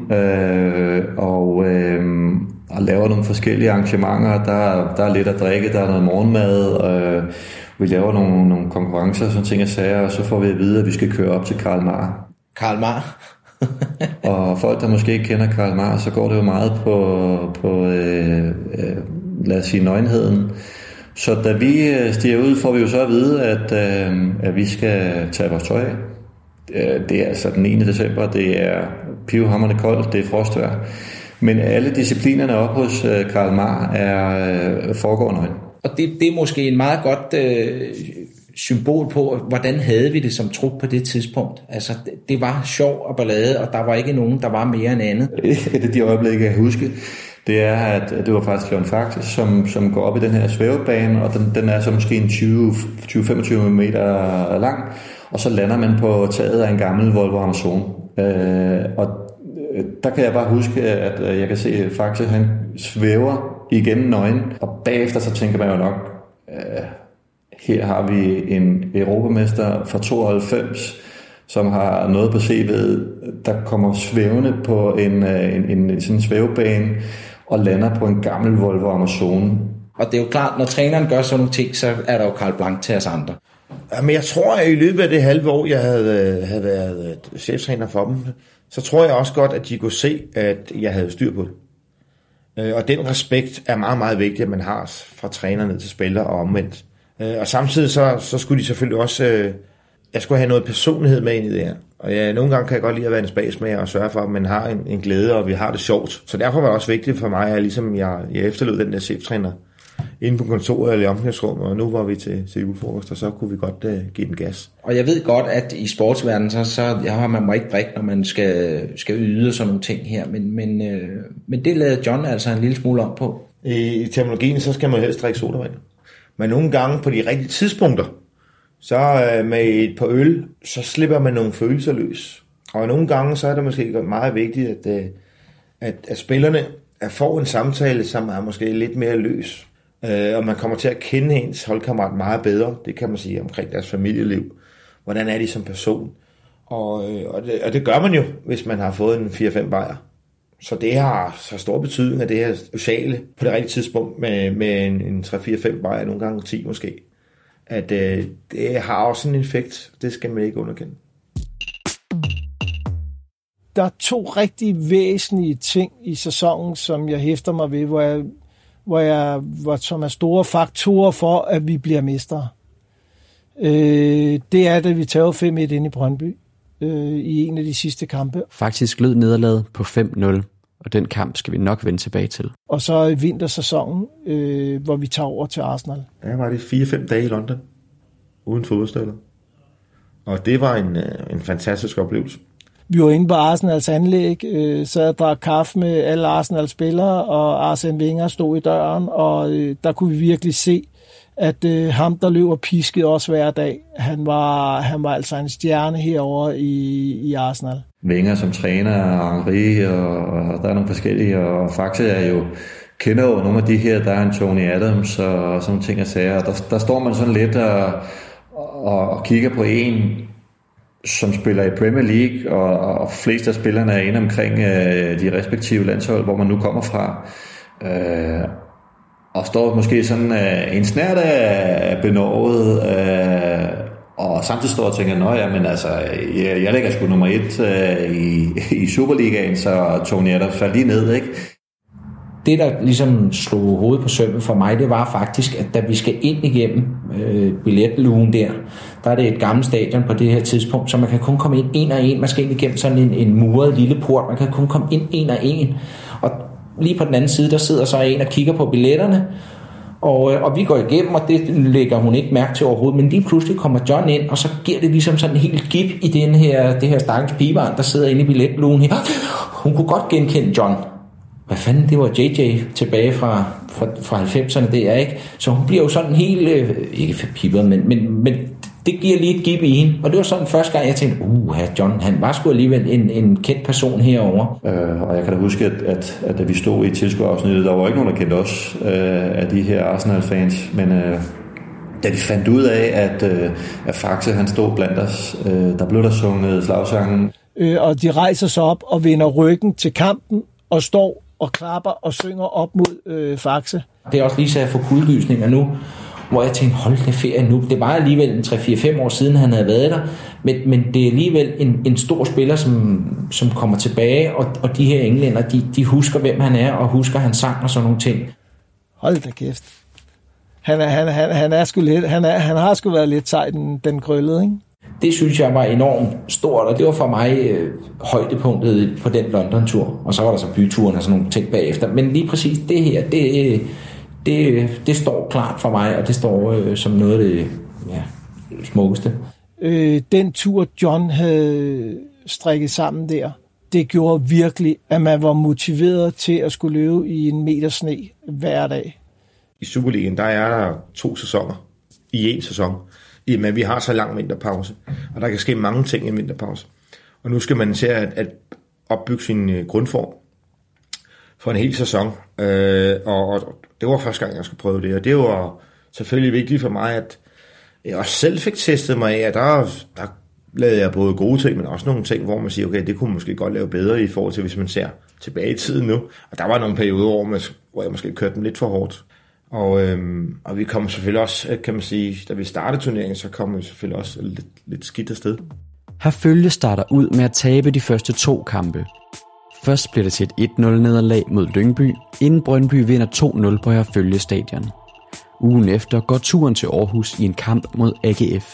og laver nogle forskellige arrangementer. Der er lidt at drikke, der er noget morgenmad, vi laver nogle konkurrencer, sådan ting og sager, og så får vi at vide, at vi skal køre op til Karl Marr. Karl Marr. Og folk, der måske ikke kender Karl Marr, så går det jo meget på lad os sige, nøgenheden. Så da vi stiger ud, får vi jo så at vide, at vi skal tage vores tøj af. Det er altså den 9. december, det er pivhamrende koldt, det er frostvejr. Men alle disciplinerne op hos Karl Marr foregår nøgen. Og det er måske en meget godt symbol på, hvordan havde vi det som trup på det tidspunkt. Altså, det var sjov og ballade, og der var ikke nogen, der var mere end andet. Et af de øjeblikke, jeg kan huske, det er, at det var faktisk Leon Faktis, som går op i den her svævebane, og den er så måske en 20-25 meter lang, og så lander man på taget af en gammel Volvo Amazon. Og der kan jeg bare huske, at jeg kan se, at Faktis, han svæver igennem nøgen, og bagefter så tænker man jo nok, her har vi en europamester fra 92, som har noget på CV'et, der kommer svævende på en sådan svævebane og lander på en gammel Volvo Amazon. Og det er jo klart, når træneren gør sådan nogle ting, så er der jo Carl Blanc til os andre. Men jeg tror, at i løbet af det halve år, jeg havde været cheftræner for dem, så tror jeg også godt, at de kunne se, at jeg havde styr på det. Og den respekt er meget, meget vigtig, at man har fra træner ned til spiller og omvendt. Og samtidig så skulle de selvfølgelig også... Jeg skulle have noget personlighed med ind i det her. Og nogle gange kan jeg godt lide at være en spasmager og sørge for, at man har en glæde, og vi har det sjovt. Så derfor var det også vigtigt for mig, at ligesom jeg efterlod den der cheftræner inde på kontoret eller i omklædningsrummet, og nu var vi til julefrokost, og så kunne vi godt give den gas. Og jeg ved godt, at i sportsverdenen, så har man må ikke drikke, når man skal yde sådan nogle ting her, men det lavede John altså en lille smule om på. I terminologien, så skal man helst drikke sodavand. Men nogle gange på de rigtige tidspunkter, så med et par øl, så slipper man nogle følelser løs. Og nogle gange, så er det måske meget vigtigt, at spillerne får en samtale, som er måske lidt mere løs. Og man kommer til at kende ens holdkammerat meget bedre, det kan man sige, omkring deres familieliv. Hvordan er de som person? Og det gør man jo, hvis man har fået en 4-5 bajer. Så det har så stor betydning, at det her sociale på det rigtige tidspunkt med en 3-4-5 bajer, nogle gange 10 måske. At det har også en effekt, det skal man ikke underkende. Der er 2 rigtig væsentlige ting i sæsonen, som jeg hæfter mig ved, som er store faktorer for, at vi bliver mestre. Det er, at vi tager 5-1 ind i Brøndby i en af de sidste kampe. Faktisk lød nederlaget på 5-0, og den kamp skal vi nok vende tilbage til. Og så i vintersæsonen, hvor vi tager over til Arsenal. Der var det 4-5 dage i London, uden fodboldstøvler. Og det var en fantastisk oplevelse. Vi var inde på Arsenals anlæg, sad og drak kaffe med alle Arsenals spillere, og Arsene Wenger stod i døren, og der kunne vi virkelig se, at ham, der løber pisket også hver dag, han var altså en stjerne herovre i Arsenal. Wenger som træner, og Henry, og der er nogle forskellige, og faktisk er jo kender jo nogle af de her, der er en Tony Adams og sådan nogle ting og sager, og der står man sådan lidt og kigger på en, som spiller i Premier League, og flest af spillerne er inde omkring de respektive landshold, hvor man nu kommer fra, og står måske sådan en snært af benovet, Og samtidig står jeg og tænker, men altså, jeg ligger sgu nummer 1 i Superligaen, så Tony Adams faldt lige ned, ikke? Det, der ligesom slog hovedet på sømmet for mig, det var faktisk, at da vi skal ind igennem billetlugen der er det et gammelt stadion på det her tidspunkt, så man kan kun komme ind en og en. Man skal ind igennem sådan en muret lille port. Man kan kun komme ind en og en. Og lige på den anden side, der sidder så en og kigger på billetterne. Og vi går igennem, og det lægger hun ikke mærke til overhovedet. Men lige pludselig kommer John ind, og så giver det ligesom sådan en helt gip i det her stakkels pigebarn, der sidder inde i billetlugen her. Hun kunne godt genkende John. Hvad fanden, det var JJ tilbage fra 90'erne, det er ikke? Så hun bliver jo sådan helt, ikke forpippet, men det giver lige et gip i hende. Og det var sådan første gang, jeg tænkte, John, han var sgu alligevel en kendt person herovre. Og jeg kan da huske, at da vi stod i tilskuerafsnittet, der var ikke nogen, der kendte os af de her Arsenal-fans, men da de fandt ud af, at Faxe, han stod blandt os, der blev der sunget slagsangen. Og de rejser sig op og vender ryggen til kampen og står og klapper og synger op mod Faxe. Det er også lige så jeg får kuldegysninger nu, hvor jeg tænkte, hold da ferie nu. Det var alligevel 3-4-5 år siden, han havde været der, men det er alligevel en stor spiller, som kommer tilbage, og de her englænder, de husker, hvem han er, og husker hans sang og sådan nogle ting. Hold da kæft. Han er sgu lidt, han har sgu været lidt sej, den krøllede, ikke? Det synes jeg var enormt stort, og det var for mig højdepunktet på den London-tur. Og så var der så byturen og sådan nogle ting bagefter. Men lige præcis det her, det står klart for mig, og det står som noget af det smukkeste. Den tur, John havde strikket sammen der, det gjorde virkelig, at man var motiveret til at skulle løbe i 1 meter sne hver dag. I Superligaen, der er der 2 sæsoner i en sæson. Men vi har så lang vinterpause, og der kan ske mange ting i en vinterpause. Og nu skal man se at opbygge sin grundform for en hel sæson. Og det var første gang, jeg skulle prøve det. Og det var selvfølgelig vigtigt for mig, at jeg også selv fik testet mig af, at der lavede jeg både gode ting, men også nogle ting, hvor man siger, okay, det kunne man måske godt lave bedre i forhold til, hvis man ser tilbage i tiden nu. Og der var nogle perioder, hvor jeg måske kørte den lidt for hårdt. Og vi kom selvfølgelig også, kan man sige, da vi startede turneringen, så kom vi selvfølgelig også lidt skidt afsted. Herfølge starter ud med at tabe de første 2 kampe. Først bliver det til et 1-0 nederlag mod Lyngby, inden Brøndby vinder 2-0 på Herfølge Stadion. Ugen efter går turen til Aarhus i en kamp mod AGF.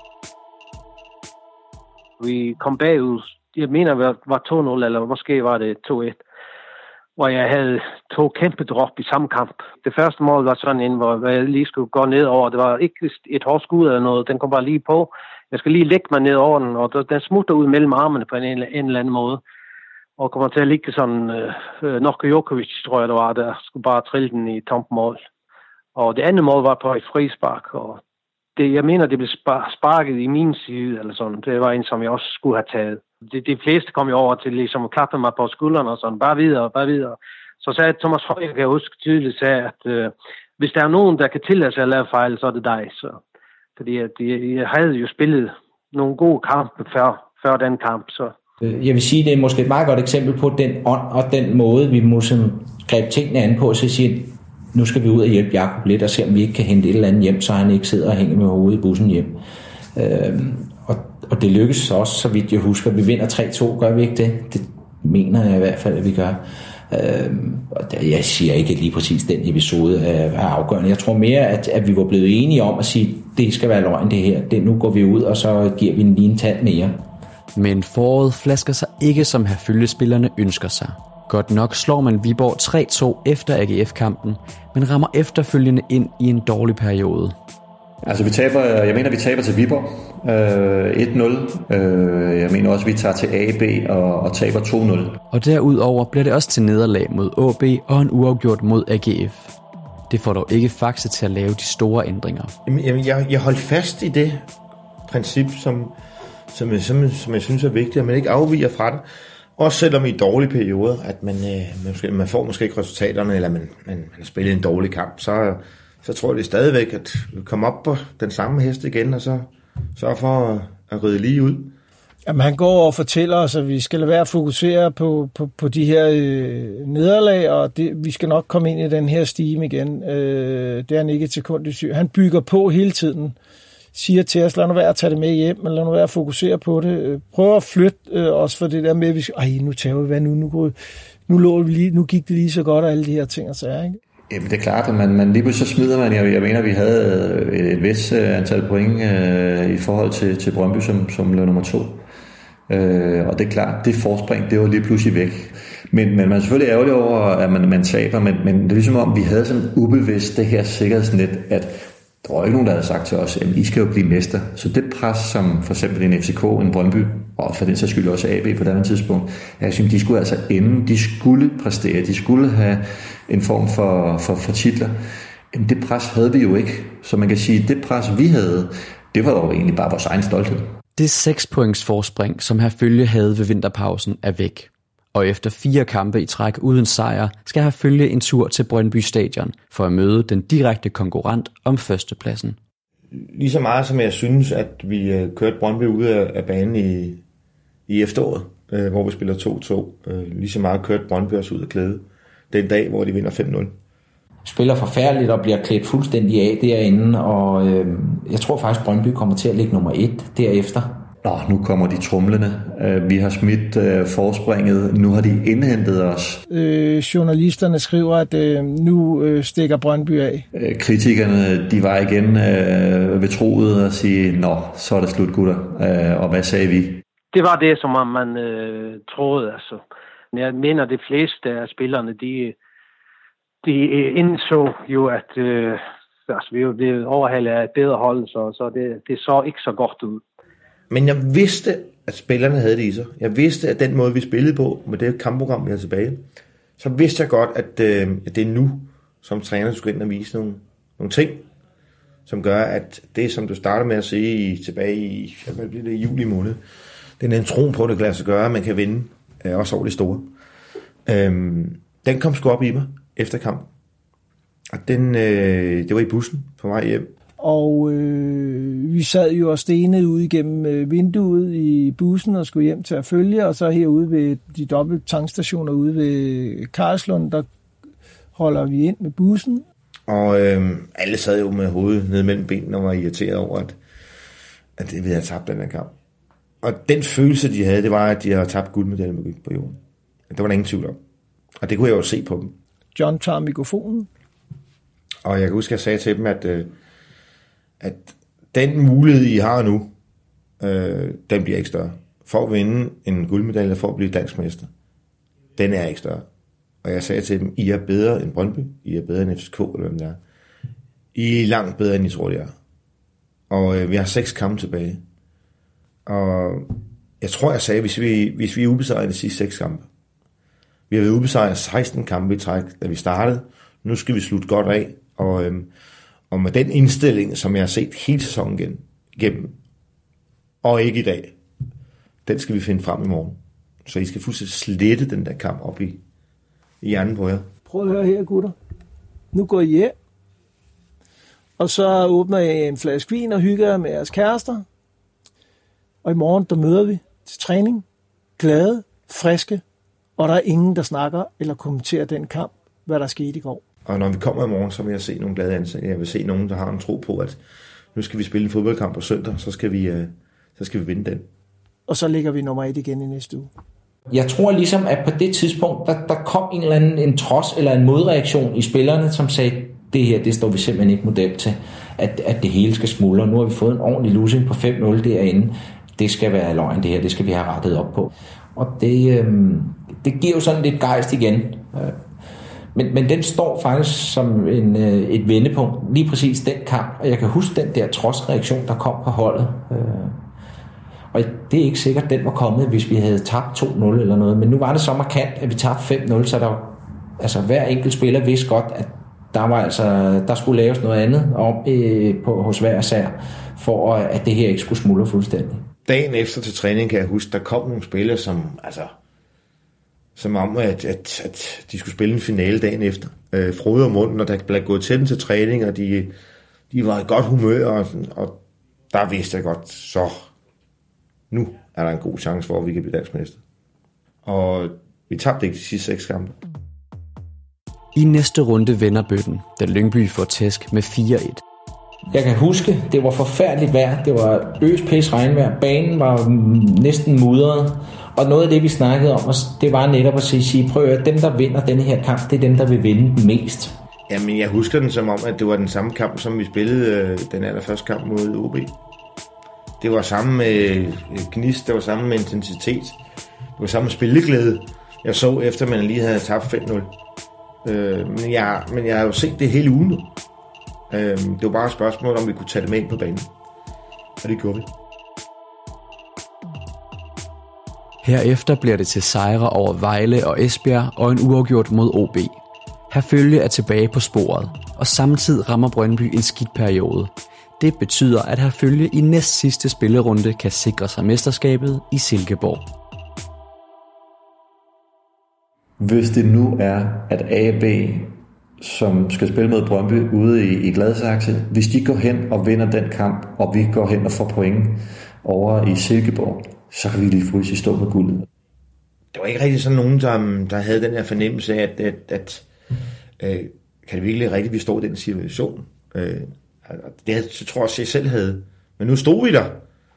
Vi kom bagud, jeg mener det var 2-0, eller måske var det 2-1. Hvor jeg havde 2 kæmpe drop i samme kamp. Det første mål var sådan en, hvor jeg lige skulle gå ned over. Det var ikke et hårdt skud eller noget. Den kom bare lige på. Jeg skal lige lægge mig ned over den, og den smutter ud mellem armene på en eller anden måde. Og kommer til at ligge sådan, Nokko Jokovic, tror jeg det var, der skulle bare trille den i tomt mål. Og det andet mål var på et frispark, og jeg mener, det blev sparket i min side, eller sådan. Det var en, som jeg også skulle have taget. De fleste kom jo over til ligesom at klappe mig på skuldrene og sådan, bare videre. Så sagde Thomas Højer, kan jeg huske tydeligt, at hvis der er nogen, der kan tillade sig at lave fejl, så er det dig. Så, fordi at jeg havde jo spillet nogle gode kampe før den kamp. Så. Jeg vil sige, det er måske et meget godt eksempel på den ånd og den måde, vi må grebe tingene an på, så sige, nu skal vi ud og hjælpe Jakob lidt og se, om vi ikke kan hente et eller andet hjem, så han ikke sidder og hænger med hovedet i bussen hjem. Og det lykkes også, så vidt jeg husker. Vi vinder 3-2, gør vi ikke det? Det mener jeg i hvert fald, at vi gør. Jeg siger ikke, at lige præcis den episode er afgørende. Jeg tror mere, at vi var blevet enige om at sige, at det skal være løgn det her. Nu går vi ud, og så giver vi lige en tand mere. Men foråret flasker sig ikke, som herfølgespillerne ønsker sig. Godt nok slår man Viborg 3-2 efter AGF-kampen, men rammer efterfølgende ind i en dårlig periode. Altså jeg mener, vi taber til Viborg 1-0. Jeg mener også, vi tager til AB og taber 2-0. Og derudover bliver det også til nederlag mod AB og en uafgjort mod AGF. Det får dog ikke Faxe til at lave de store ændringer. Jamen, jeg holdt fast i det princip, som jeg synes er vigtigt, at man ikke afviger fra det. Også selvom i dårlige perioder, at man får måske ikke resultaterne, eller man har spillet en dårlig kamp, så tror jeg det stadigvæk, at vi kommer op på den samme hest igen, og så sørge for at rydde lige ud. Jamen, han går og fortæller os, at vi skal lade være at fokusere på de her nederlag, og vi skal nok komme ind i den her stime igen. Det er han ikke et sekund i syg. Han bygger på hele tiden siger til os, lad nu være at tage det med hjem, eller lad nu være at fokusere på det. Prøv at flytte os for det der med, at nu tager vi, hvad nu gik det lige så godt, og alle de her ting og sager, ikke? Jamen det er klart, at man lige pludselig så smider man, jeg mener, vi havde et vist antal point i forhold til Brøndby, som lå nummer 2. Og det er klart, det forspring, det var lige pludselig væk. Men man er selvfølgelig ærgerlig over, at man taber, men det er ligesom om, vi havde sådan ubevidst det her sikkerhedsnet, at der var ikke nogen, der havde sagt til os, at I skal jo blive mester. Så det pres, som for eksempel en FCK, en Brøndby, og for den sags skyld også AB på et andet tidspunkt, jeg synes, de skulle altså de skulle præstere, de skulle have en form for titler. Jamen, det pres havde vi jo ikke. Så man kan sige, det pres, vi havde, det var jo egentlig bare vores egen stolthed. Det 6 points forspring, som Herfølge havde ved vinterpausen, er væk. Og efter 4 kampe i træk uden sejr, skal Herfølge en tur til Brøndby Stadion for at møde den direkte konkurrent om førstepladsen. Lige så meget som jeg synes, at vi kørte Brøndby ud af banen i efteråret, hvor vi spiller 2-2. Lige så meget kørte Brøndby os ud af klæde den dag, hvor de vinder 5-0. Spiller forfærdeligt og bliver klædt fuldstændig af derinde, og jeg tror faktisk, Brøndby kommer til at ligge nummer 1 derefter. Nu kommer de trumlende. Vi har smidt forspringet. Nu har de indhentet os. Journalisterne skriver, at nu stikker Brøndby af. Kritikerne, de var igen ved troet og sige, så er det slut, gutter. Og hvad sagde vi? Det var det, som man troede. Altså. Jeg mener, de fleste af spillerne, de indså jo, at vi jo blev overhalet af et bedre hold, så det så ikke så godt ud. Men jeg vidste, at spillerne havde det i sig. Jeg vidste, at den måde, vi spillede på, med det kampprogram, vi har tilbage, så vidste jeg godt, at det er nu, som træner skulle ind og vise nogle ting, som gør, at det, som du starter med at se tilbage i juli måned, den er en tron på, det kan lade sig gøre, at man kan vinde også over det store. Den kom sgu op i mig efter kampen. Og det var i bussen på vej hjem. Og vi sad jo og stenede ude igennem vinduet i bussen og skulle hjem til at følge, og så herude ved de dobbelte tankstationer ude ved Karlslund, der holder vi ind med bussen. Og alle sad jo med hovedet nede mellem benene og var irriteret over, at vi havde tabt den her kamp. Og den følelse, de havde, det var, at de havde tabt guldmedaljen på jorden. Det var der ingen tvivl om. Og det kunne jeg jo se på dem. John tager mikrofonen. Og jeg kan huske, at jeg sagde til dem, at den mulighed, I har nu, den bliver ikke større. For at vinde en guldmedalje, for at blive dansk mester, den er ikke større. Og jeg sagde til dem, I er bedre end Brøndby, I er bedre end FCK, eller hvem det er. I er langt bedre, end I tror, det er. Og vi har 6 kampe tilbage. Og jeg tror, jeg sagde, hvis vi er ubesejret de sidste 6 kampe. Vi har været ubesejret 16 kampe i træk, da vi startede. Nu skal vi slutte godt af. Og med den indstilling, som jeg har set hele sæsonen igennem, og ikke i dag, den skal vi finde frem i morgen. Så I skal fuldstændig slette den der kamp op i hjernen på jer. Prøv at høre her, gutter. Nu går I hjem, og så åbner jeg en flaske vin og hygger jer med jeres kærester. Og i morgen, der møder vi til træning, glade, friske, og der er ingen, der snakker eller kommenterer den kamp, hvad der skete i går. Og når vi kommer i morgen, så vil jeg se nogle glade ansigter. Jeg vil se nogen, der har en tro på, at nu skal vi spille en fodboldkamp på søndag, så skal vi vinde den. Og så ligger vi nummer 1 igen i næste uge. Jeg tror ligesom, at på det tidspunkt, der kom en eller anden en trods eller en modreaktion i spillerne, som sagde, det her, det står vi simpelthen ikke model til, at det hele skal smuldre. Nu har vi fået en ordentlig losing på 5-0 derinde. Det skal være løgn, det her, det skal vi have rettet op på. Og det giver jo sådan lidt gejst igen. Men den står faktisk som et vendepunkt, lige præcis den kamp. Og jeg kan huske den der trodsreaktion, der kom på holdet. Og det er ikke sikkert, den var kommet, hvis vi havde tabt 2-0 eller noget. Men nu var det så markant, at vi tabte 5-0, så hver enkelt spiller vidste godt, at der skulle laves noget andet hos hver sær, for at det her ikke skulle smuldre fuldstændig. Dagen efter til træning kan jeg huske, der kom nogle spillere, som om, at de skulle spille en finale dagen efter. Frode og munden, og der blev gået til dem til træning, og de var i godt humør, og der vidste jeg godt, så nu er der en god chance for, at vi kan blive danskmester. Og vi tabte ikke de sidste 6 kampe. I næste runde vender bøtten, da Lyngby får tæsk med 4-1. Jeg kan huske, det var forfærdeligt vejr. Det var pis regnvejr. Banen var næsten mudret. Og noget af det, vi snakkede om, det var netop at sige, prøv at dem, der vinder denne her kamp, det er dem, der vil vinde den mest. Jamen, jeg husker den som om, at det var den samme kamp, som vi spillede den allerførste kamp mod OB. Det var samme med gnist, det var samme med intensitet, det var samme spilleglæde. Jeg så efter, man lige havde tabt 5-0. Men jeg har jo set det hele ugen nu. Det var bare et spørgsmål, om vi kunne tage det med ind på banen. Og det gjorde vi. Herefter bliver det til sejre over Vejle og Esbjerg og en uafgjort mod OB. Herfølge er tilbage på sporet, og samtidig rammer Brøndby en skidt periode. Det betyder, at Herfølge i næst sidste spillerunde kan sikre sig mesterskabet i Silkeborg. Hvis det nu er, at AB, som skal spille mod Brøndby ude i Gladsaxe, hvis de går hen og vinder den kamp, og vi går hen og får point over i Silkeborg, så kan vi lige pludselig stå på guldet. Det var ikke rigtig sådan nogen, der havde den her fornemmelse af, at kan det virkelig rigtigt, vi står i den situation. Det tror jeg også, jeg selv havde. Men nu stod vi der.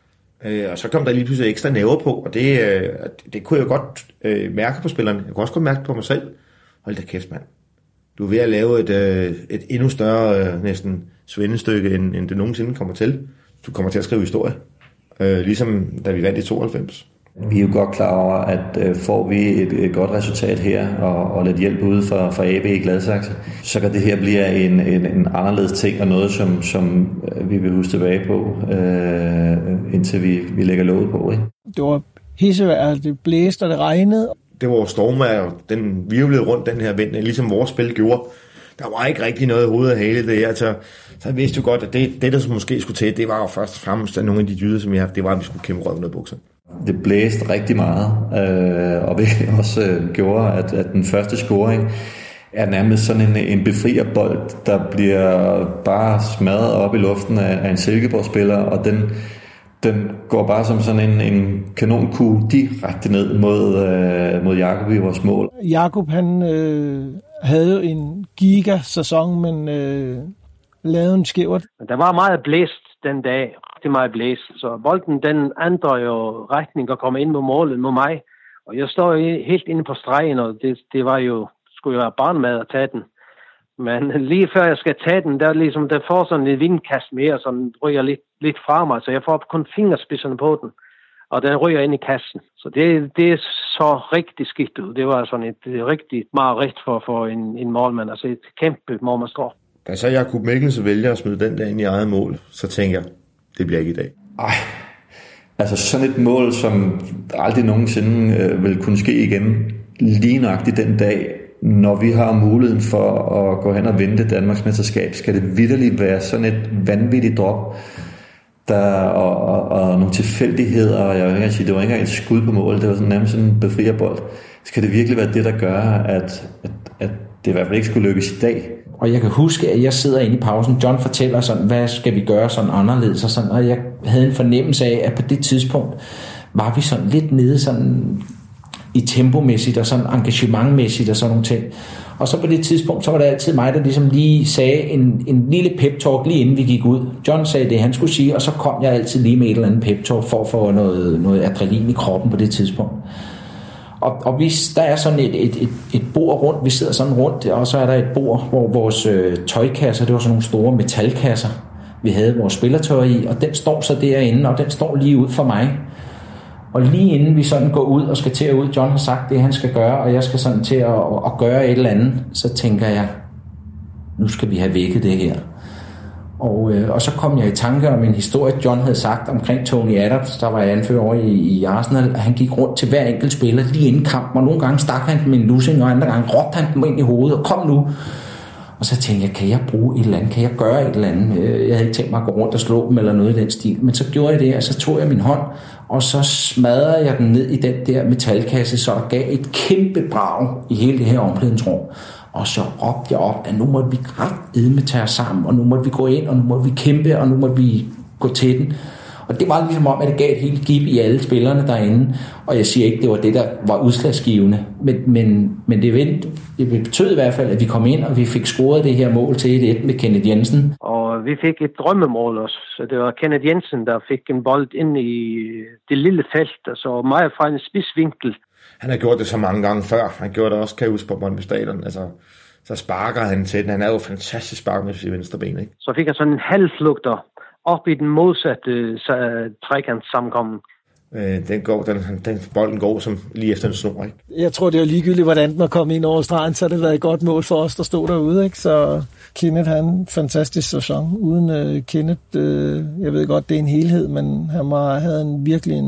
Og så kom der lige pludselig ekstra nerver på, og det kunne jeg godt mærke på spillerne. Jeg kunne også godt mærke på mig selv. Hold da kæft, mand. Du er ved at lave et endnu større næsten svendestykke, end det nogensinde kommer til. Du kommer til at skrive historie. Ligesom da vi vandt i 92. Vi er jo godt klar over, at får vi et godt resultat her, og lidt hjælp ude fra AB i Gladsaxe, så kan det her blive en anderledes ting, og noget, som vi vil huske tilbage på, indtil vi lægger låget på. Ikke? Det var hissevejr, det blæste og det regnede. Det var stormvejr, den virvlede rundt den her vind, ligesom vores spil gjorde. Der var ikke rigtig noget i hovedet af hele det her, så jeg vidste jo godt, at det der måske skulle til, det var jo først og fremmest, at nogle af de dyder, som vi havde, det var, at vi skulle kæmpe røven af bukser. Det blæste rigtig meget, og hvilket også gjorde, at den første scoring er nærmest sådan en befrierbold, der bliver bare smadret op i luften af en Silkeborg-spiller, og den går bare som sådan en kanonkugle direkte ned mod Jakob i vores mål. Jakob, han havde jo en gigasæson, men lavede en skævert. Der var meget blæst den dag. Det meget blæst. Så bolden, den ændrer jo retning og kommer ind mod målet mod mig. Og jeg står helt inde på stregen, og det var jo, skulle jo være barnmad at tage den. Men lige før jeg skal tage den, der får sådan et vindkast mere, så den ryger lidt fra mig, så jeg får kun fingerspidserne på den. Og den ryger ind i kassen. Så det er så rigtig skidt ud. Det var sådan et rigtig mareridt for en målmand. Altså et kæmpe målmandsdrag. Da så Jakob Mikkelsen vælger at smide den der ind i eget mål, så tænker jeg, det bliver ikke i dag. Ej, altså sådan et mål, som aldrig nogensinde vil kunne ske igen, lige nøjagtigt den dag, når vi har muligheden for at gå hen og vinde det Danmarks mesterskab, skal det vitterligt være sådan et vanvittigt drop, og nogle tilfældigheder, og jeg vil ikke sige, det var ikke engang et skud på mål, det var sådan nærmest sådan en befrierbold. Skal det virkelig være det, der gør, at det i hvert fald ikke skulle lykkes i dag? Og jeg kan huske, at jeg sidder inde i pausen. John fortæller sådan, hvad skal vi gøre sådan anderledes? Og, sådan, og jeg havde en fornemmelse af, at på det tidspunkt var vi sådan lidt nede sådan i tempomæssigt og sådan engagementmæssigt og sådan nogle ting. Og så på det tidspunkt, så var det altid mig, der ligesom lige sagde en lille pep-talk lige inden vi gik ud. John sagde det, han skulle sige, og så kom jeg altid lige med et eller andet pep-talk for at få noget adrenalin i kroppen på det tidspunkt. Og hvis der er sådan et bord rundt, vi sidder sådan rundt, og så er der et bord, hvor vores tøjkasser, det var sådan nogle store metalkasser, vi havde vores spillertøj i, og den står så derinde, og den står lige ud for mig. Og lige inden vi sådan går ud og skal til at ud, John har sagt det, han skal gøre, og jeg skal sådan til at gøre et eller andet, så tænker jeg, nu skal vi have vækket det her. Og så kom jeg i tanke om en historie, John havde sagt omkring Tony Adams, der var anfører over i Arsenal, at han gik rundt til hver enkelt spiller lige inden kampen, og nogle gange stak han dem med en lussing, og andre gange råbte han dem ind i hovedet, og kom nu. Og så tænkte jeg, kan jeg bruge et eller andet, kan jeg gøre et eller andet? Jeg havde ikke tænkt mig at gå rundt og slå dem eller noget i den stil, men så gjorde jeg det, og så tog jeg min hånd, og så smadrede jeg den ned i den der metalkasse, så der gav et kæmpe brag i hele det her omklædningsrum. Og så råbte jeg op, at nu måtte vi kraftedme tage os sammen, og nu måtte vi gå ind, og nu måtte vi kæmpe, og nu måtte vi gå til den. Og det var ligesom om, at det gav et helt gib i alle spillerne derinde. Og jeg siger ikke, det var det, der var udslagsgivende. Men det betød i hvert fald, at vi kom ind, og vi fik scoret det her mål til 1-1 med Kenneth Jensen. Og vi fik et drømmemål også. Så det var Kenneth Jensen, der fik en bold ind i det lille felt, altså meget fra en spidsvinkel. Han har gjort det så mange gange før. Han gjorde det også, kan jeg huske, på Brøndby Stadion. Altså, så sparker han til den. Han er jo fantastisk spark med sit venstre ben, ikke? Så fik han sådan en halvflugter op i den modsatte trekant sammenkommen. Den bolden går som lige efter en snor, ikke? Jeg tror, det er ligegyldigt, hvordan den er kommet ind over stregen, så har det været et godt mål for os, der stod derude, ikke? Så Kenneth havde en fantastisk sæson. Uden Kenneth, jeg ved godt, det er en helhed, men han havde virkelig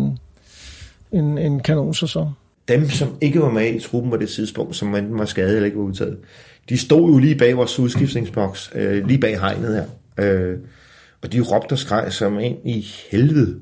en kanonsæson. Dem, som ikke var med i truppen på det tidspunkt, som enten var skadet eller ikke var udtaget, de stod jo lige bag vores udskiftningsboks, lige bag hegnet her. Og de råbte og skreg som en i helvede.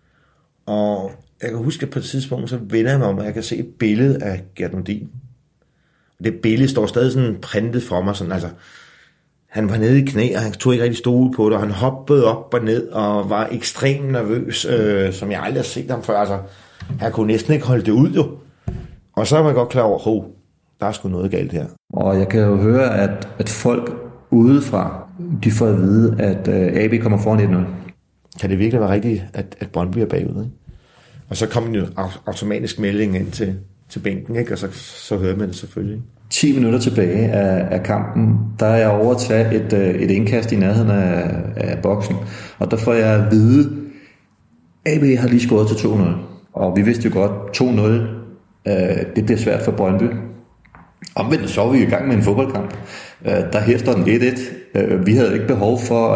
Og jeg kan huske, at på et tidspunkt, så vender jeg mig om, at jeg kan se et billede af Gert Nordin. Det billede står stadig sådan printet for mig. Sådan, altså, han var nede i knæ, og han tog ikke rigtig stole på det, og han hoppede op og ned, og var ekstremt nervøs, som jeg aldrig har set ham før. Altså, han kunne næsten ikke holde det ud, jo. Og så var jeg godt klar over, der er sgu noget galt her. Og jeg kan jo høre, at folk udefra, de får at vide, at AB kommer foran 1-0. Kan det virkelig være rigtigt, at Brøndby er bagud, ikke? Og så kom jo automatisk melding ind til bænken, ikke? Og så hører man det selvfølgelig. 10 minutter tilbage af kampen, der er jeg over at tage et indkast i nærheden af boksen. Og der får jeg at vide, AB har lige scoret til 2-0. Og vi vidste jo godt, 2-0, det bliver svært for Brøndby. Omvendt så var vi i gang med en fodboldkamp. Der her står den 1-1. Vi havde ikke behov for,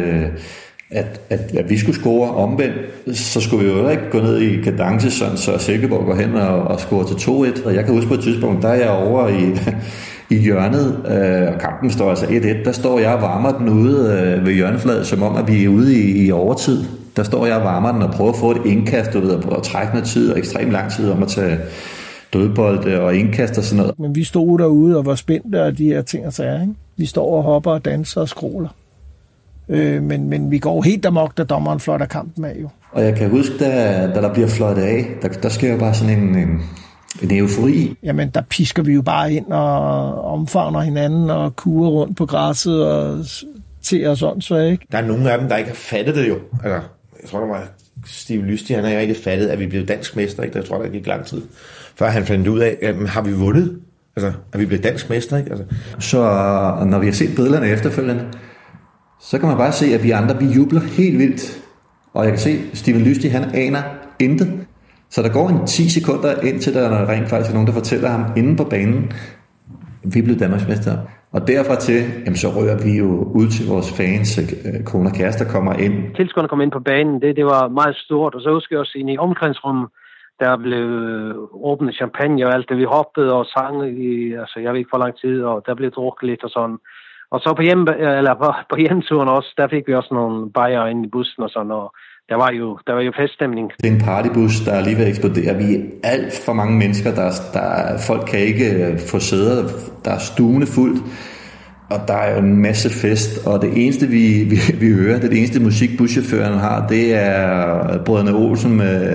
at vi skulle score. Omvendt, så skulle vi jo ikke gå ned i kadence, sådan, så Silkeborg går hen og scorer til 2-1. Og jeg kan huske på et tidspunkt, der er jeg over i hjørnet, og kampen står altså 1-1. Der står jeg og varmer den ude ved hjørnefladet, som om at vi er ude i overtid. Der står jeg og varmer den og prøver at få et indkast, og trække noget tid, og ekstremt lang tid om at tage dødbold og indkast og sådan noget. Men vi stod derude og var spændte af de her ting og sager, ikke? Vi står og hopper og danser og skråler. Men vi går helt amok, da dommeren fløjter kampen af, jo. Og jeg kan huske, da der bliver fløjtet af, der sker jo bare sådan en eufori. Jamen, der pisker vi jo bare ind og omfavner hinanden og kurer rundt på græsset og til og sådan, så ikke? Der er nogle af dem, der ikke har fattet det jo. Altså, jeg tror, der var Steve Lystig, han har ikke fattet, at vi blev dansk mester, ikke? Jeg tror, der gik lang tid, før han fandt ud af, at har vi vundet? Altså, at vi blev dansk mester, ikke? Altså. Så når vi har set billederne efterfølgende, så kan man bare se, at vi andre, vi jubler helt vildt. Og jeg kan se, Steven Lystig, han aner intet. Så der går en 10 sekunder indtil der rent faktisk er nogen, der fortæller ham inde på banen, vi blev Danmarksmester. Og derfra til, jamen, så rører vi jo ud til vores fans, kone og kærester kommer ind. Tilskuerne kom ind på banen, det var meget stort. Og så husker jeg også ind i omklædningsrummet, der blev åbnet champagne og alt det. Vi hoppede og sang i, altså jeg ved ikke for lang tid, og der blev drukket lidt og sådan. Og så på hjemturen også, der fik vi også nogle bajer ind i bussen og sådan, og der var jo feststemning. Det er en partybus, der er lige ved at eksplodere. Vi er alt for mange mennesker, der folk kan ikke få sæder, der er stuende fuldt, og der er jo en masse fest, og det eneste vi hører, det eneste musik buschaufføren har, det er Brødrene Olsen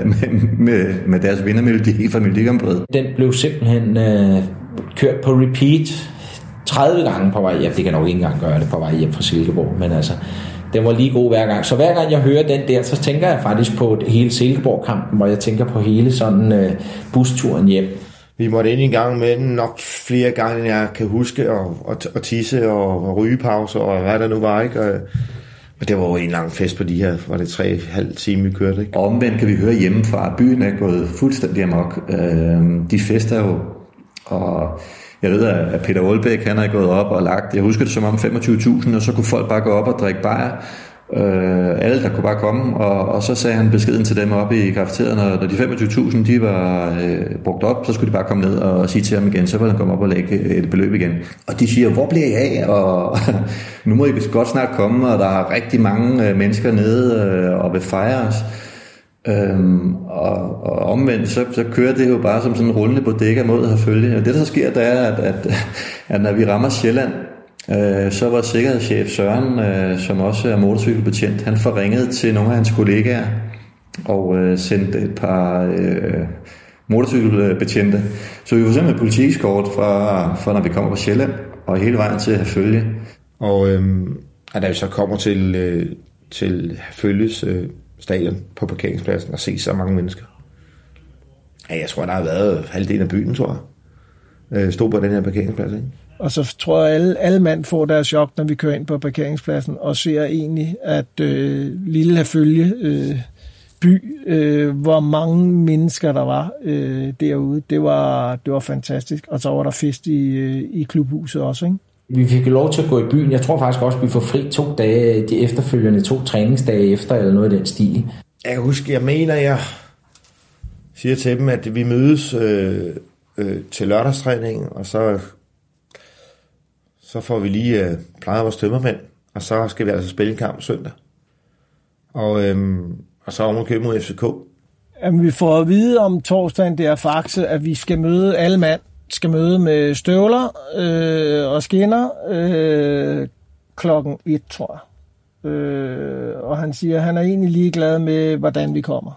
med deres vindermelodi fra Melodi Grand Prix. Den blev simpelthen kørt på repeat 30 gange på vej hjem. Det kan nok ikke engang gøre det på vej hjem fra Silkeborg, men altså, den var lige god hver gang. Så hver gang jeg hører den der, så tænker jeg faktisk på hele Silkeborg-kampen, hvor jeg tænker på hele sådan busturen hjem. Vi måtte ind en gang med den nok flere gange, end jeg kan huske, og tisse og rygepause og hvad der nu var, ikke? Og det var jo en lang fest på de her, var det 3,5 timer vi kørte, ikke? Og omvendt kan vi høre hjemmefra, at byen er gået fuldstændig amok. De fester jo, og jeg ved, at Peter Aalbæk, han er gået op og lagt, jeg husker det som om 25.000, og så kunne folk bare gå op og drikke bajer. Alle, der kunne bare komme, og så sagde han beskeden til dem oppe i kafeteriet, når de 25.000, de var brugt op, så skulle de bare komme ned og sige til ham igen, så ville han komme op og lægge et beløb igen. Og de siger, hvor bliver I af? Og nu må I godt snart komme, og der er rigtig mange mennesker nede og vil fejre os. Og omvendt så kører det jo bare som sådan en rullende bodega mod Herfølge. Og det der så sker, det er at når vi rammer Sjælland, så var sikkerhedschef Søren, som også er motorcykelbetjent, han forringede til nogle af hans kollegaer og sendte et par motorcykelbetjente. Så vi får simpelthen politikeskort fra når vi kommer på Sjælland og hele vejen til Herfølge. Og Og da vi så kommer til Følges stadion på parkeringspladsen og se så mange mennesker. Ja, jeg tror, der har været halvdelen af byen, tror jeg. Stod på den her parkeringsplads, ikke? Og så tror jeg, at alle mand får deres chok, når vi kører ind på parkeringspladsen, og ser egentlig, at Lille Herfølge by, hvor mange mennesker der var derude. Det var fantastisk. Og så var der fest i klubhuset også, ikke? Vi fik lov til at gå i byen. Jeg tror faktisk også, at vi får fri 2 dage, de efterfølgende 2 træningsdage efter, eller noget i den stil. Jeg kan huske, jeg siger til dem, at vi mødes til lørdagstræning, og så får vi lige plejet vores tømmermænd, og så skal vi altså spille en kamp søndag. Og så om at købe mod FCK. Jamen, vi får at vide om torsdagen der Faxe, at vi skal møde alle mand. Skal møde med støvler og skinner klokken 1, tror jeg. Og han siger, at han er egentlig ligeglad med, hvordan vi kommer.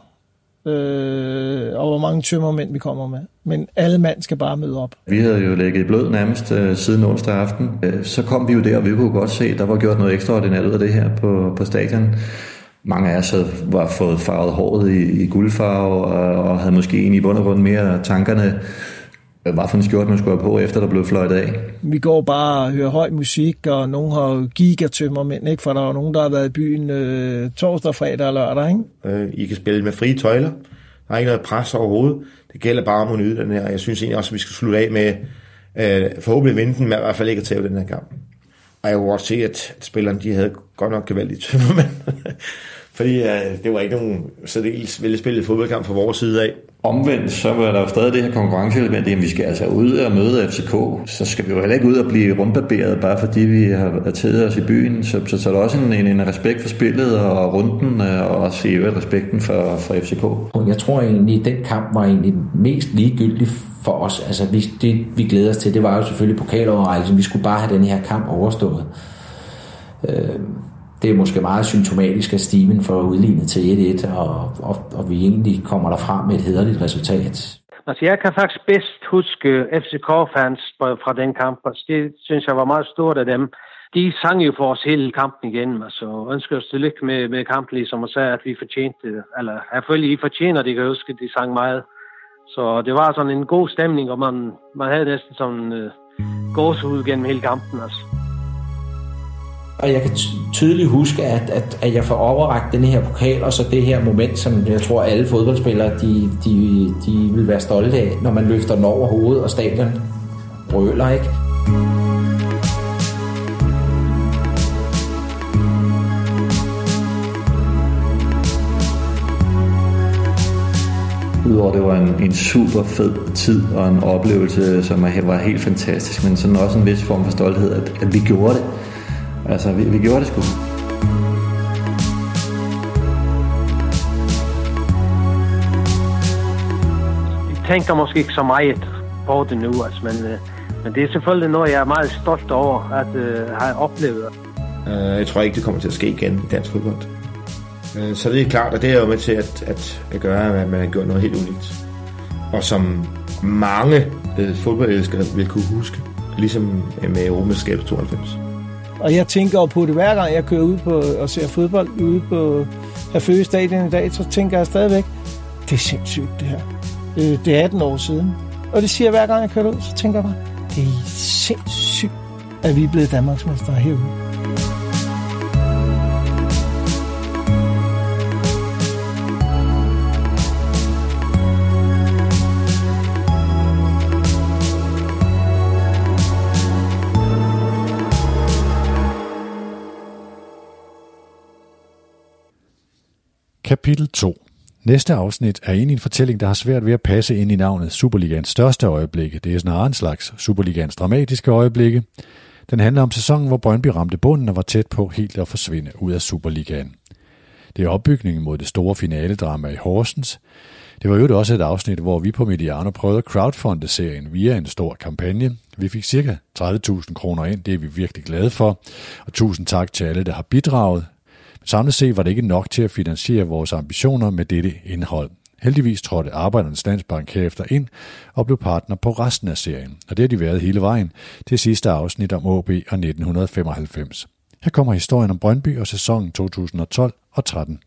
Og hvor mange tømmermænd vi kommer med. Men alle mand skal bare møde op. Vi havde jo lægget blød nærmest siden onsdag aften. Så kom vi jo der, og vi kunne godt se, at der var gjort noget ekstraordinært ud af det her på stadion. Mange af os var fået farvet håret i guldfarve, og havde måske egentlig i bund og grund mere tankerne, hvad for en skjort man skulle have på, efter der blev fløjtet af. Vi går bare og hører høj musik, og nogen har gigatømmermænd, ikke? For der er nogen, der har været i byen torsdag, fredag og lørdag, ikke? I kan spille med frie tøjler. Der er ikke noget pres overhovedet. Det gælder bare om at nyde den her. Jeg synes egentlig også, at vi skal slutte af med forhåbentlig vinde den, men i hvert fald ikke at tage den her kamp. Og jeg kunne også se, at spillerne de havde godt nok gevaldigt tømmermænd. Fordi det var ikke nogen særdeles velspillet fodboldkamp fra vores side af. Omvendt, så var der jo stadig det her konkurrenceelement, at vi skal altså ud og møde FCK. Så skal vi jo heller ikke ud og blive rundbarberet, bare fordi vi har taget os i byen. Så er der også en respekt for spillet og runden, og også i øvrigt respekten for FCK. Jeg tror egentlig, at den kamp var egentlig mest ligegyldig for os. Altså, det vi glæder os til, det var jo selvfølgelig pokaloverrækkelsen. Vi skulle bare have den her kamp overstået. Det er måske meget symptomatisk, at Steven får udlignet til 1-1, og vi egentlig kommer derfra med et hæderligt resultat. Altså, jeg kan faktisk bedst huske FCK-fans fra den kamp. Altså, det synes jeg var meget stort af dem. De sang jo for os hele kampen igen, altså ønsker os tillykke med kampen, ligesom og sagde, at vi fortjente det. Eller selvfølgelig, I fortjener det, kan jeg huske, de sang meget. Så det var sådan en god stemning, og man havde næsten sådan gåsehud gennem hele kampen, altså. Og jeg kan tydeligt huske, at jeg får overrakt den her pokal, og så det her moment, som jeg tror, alle fodboldspillere, de vil være stolte af, når man løfter den over hovedet, og stadion brøler, ikke? Udover det var en super fed tid og en oplevelse, som var helt fantastisk, men sådan også en vis form for stolthed, at vi gjorde det. Altså, vi gjorde det sgu. Jeg tænker måske ikke så meget på det nu, altså, men det er selvfølgelig noget, jeg er meget stolt over at have oplevet. Jeg tror ikke, det kommer til at ske igen i dansk fodbold. Så det er klart, at det er jo med til at gøre, at man har gjort noget helt unikt. Og som mange fodboldelskere vil kunne huske, ligesom med Europamesterskabet 92. Og jeg tænker på det hver gang, jeg kører ud på og ser fodbold ude på Herfølge Stadion i dag, så tænker jeg stadigvæk, det er sindssygt det her. Det er 18 år siden. Og det siger jeg hver gang, jeg kører ud, så tænker jeg bare, det er sindssygt, at vi er blevet Danmarksmestre herude. Kapitel 2. Næste afsnit er en fortælling, der har svært ved at passe ind i navnet Superligaens største øjeblikke. Det er snarere en slags Superligaens dramatiske øjeblikke. Den handler om sæsonen, hvor Brøndby ramte bunden og var tæt på helt at forsvinde ud af Superligaen. Det er opbygningen mod det store finaledrama i Horsens. Det var jo også et afsnit, hvor vi på Mediano prøvede at crowdfunde serien via en stor kampagne. Vi fik ca. 30.000 kroner ind, det er vi virkelig glade for. Og tusind tak til alle, der har bidraget. Samlet set var det ikke nok til at finansiere vores ambitioner med dette indhold. Heldigvis trådte Arbejdernes Landsbank herefter ind og blev partner på resten af serien, og det har de været hele vejen til sidste afsnit om AB og 1995. Her kommer historien om Brøndby og sæsonen 2012 og 13.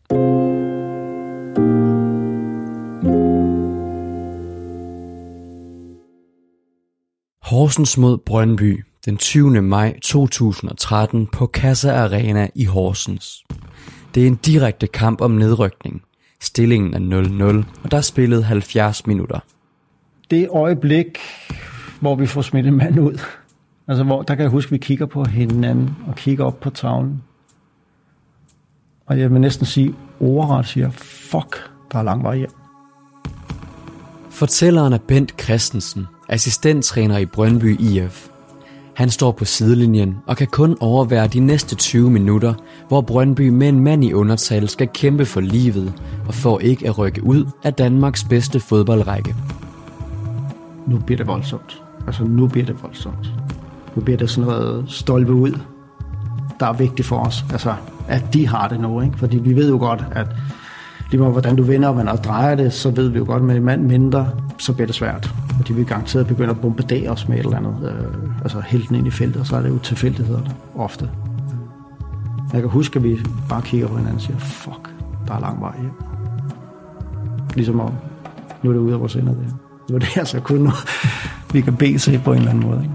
Horsens mod Brøndby den 20. maj 2013 på Casa Arena i Horsens. Det er en direkte kamp om nedrykning. Stillingen er 0-0, og der er spillet 70 minutter. Det øjeblik, hvor vi får smidt en mand ud, altså hvor, der kan jeg huske, at vi kigger på hinanden og kigger op på tavlen. Og jeg vil næsten sige, ordret siger, fuck, der er lang vej hjem. Fortælleren er Bent Christensen, assistenttræner i Brøndby IF. Han står på sidelinjen og kan kun overvære de næste 20 minutter, hvor Brøndby med en mand i undertal skal kæmpe for livet og for ikke at rykke ud af Danmarks bedste fodboldrække. Nu bliver det voldsomt. Nu bliver det sådan noget stolpe ud, der er vigtigt for os. Altså, at de har det nu, ikke? Fordi vi ved jo godt, at lige meget hvordan du vender og drejer det, så ved vi jo godt, at med en mand mindre, så bliver det svært. Fordi vi garanteret begynder at bombardere os med et eller andet. Altså helten ind i feltet, og så er det jo tilfældigheder der, ofte. Jeg kan huske, at vi bare kigger på hinanden og siger, fuck, der er lang vej hjem. Ligesom om, nu er det ude af vores ender der. Nu er det altså kun noget, vi kan bede sig på en eller anden måde, ikke?